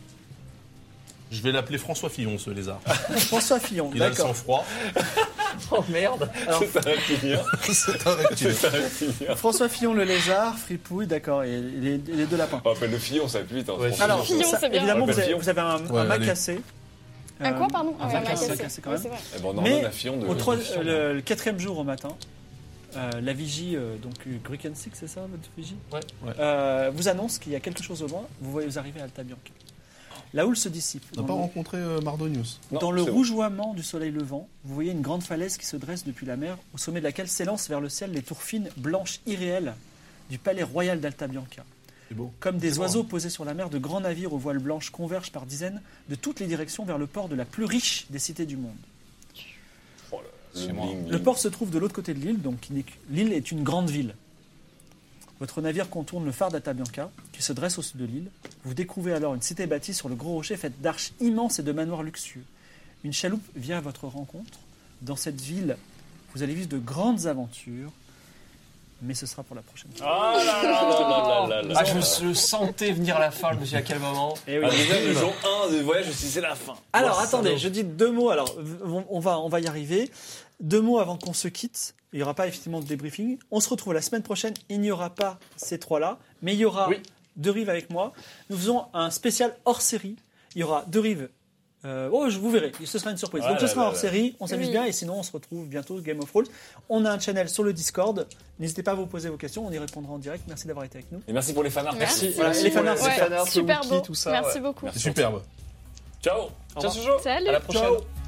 Je vais l'appeler François Fillon, ce lézard. François Fillon, Il a le d'accord. sang-froid. Oh merde. Alors, C'est un reptilien. C'est un reptile. C'est un reptilien. François Fillon, le lézard, Fripouille, d'accord, et les, et les deux lapins. On appelle le Fillon, ça va plus vite. Hein, Ouais, franchement. Alors, Fillon, ça, c'est bien. évidemment, On vous appelle avez, Fillon. vous avez un, Ouais, un mât allez. cassé. Un Euh, quoi, pardon un Ah, mât ouais, cassé, cassé. cassé quand Oui, même. c'est vrai. Eh ben, on en Mais donne à Fillon de. Au trois- de- euh, le, le quatrième jour au matin, euh, la vigie, euh, donc Gruken Six, c'est ça votre vigie Ouais. Ouais. Euh, vous annonce qu'il y a quelque chose au loin. Vous voyez, vous arrivez à Alta Bianca. La houle se dissipe. On n'a Dans pas le- rencontré euh, Mardonius. Non, Dans le c'est bon. rougeoiement du soleil levant, vous voyez une grande falaise qui se dresse depuis la mer, au sommet de laquelle s'élancent vers le ciel les tours fines, blanches, irréelles du palais royal d'Alta Bianca. C'est beau. Comme des beau, oiseaux posés sur la mer, de grands navires aux voiles blanches convergent par dizaines de toutes les directions vers le port de la plus riche des cités du monde. Oh là, le Chez moi. bling, bling. Le port se trouve de l'autre côté de l'île, donc qui n'est que- l'île est une grande ville. Votre navire contourne le phare d'Alta Bianca, qui se dresse au sud de l'île. Vous découvrez alors une cité bâtie sur le gros rocher faite d'arches immenses et de manoirs luxueux. Une chaloupe vient à votre rencontre. Dans cette ville, vous allez vivre de grandes aventures, mais ce sera pour la prochaine fois. Ah là là là là là là. Ah, je le sentais venir à la fin, je me suis dit à quel moment. Eh oui. Ah, déjà, le jour un de voyage, je me suis dit, c'est la fin. Alors Oh, attendez, salaud. je dis deux mots. Alors on on va, on va y arriver. Deux mots avant qu'on se quitte. Il n'y aura pas effectivement de débriefing. On se retrouve la semaine prochaine. Il n'y aura pas ces trois-là, mais il y aura Oui. deux rives avec moi. Nous faisons un spécial hors série. Il y aura deux rives. Euh, oh, je vous verrai. Ce sera une surprise. Ah Donc ce là sera là hors là. série. On s'amuse Oui. bien et sinon on se retrouve bientôt Game of Thrones. On a un channel sur le Discord. N'hésitez pas à vous poser vos questions. On y répondra en direct. Merci d'avoir été avec nous. Et merci pour les fanarts. Merci. Voilà, et les fanarts, Ouais, c'est fanarts, super Wookie, beau. tout ça, Merci ouais. beaucoup. Merci. C'est superbe. Ciao. Au Ciao, revoir. Jojo. Salut. À la prochaine. Ciao.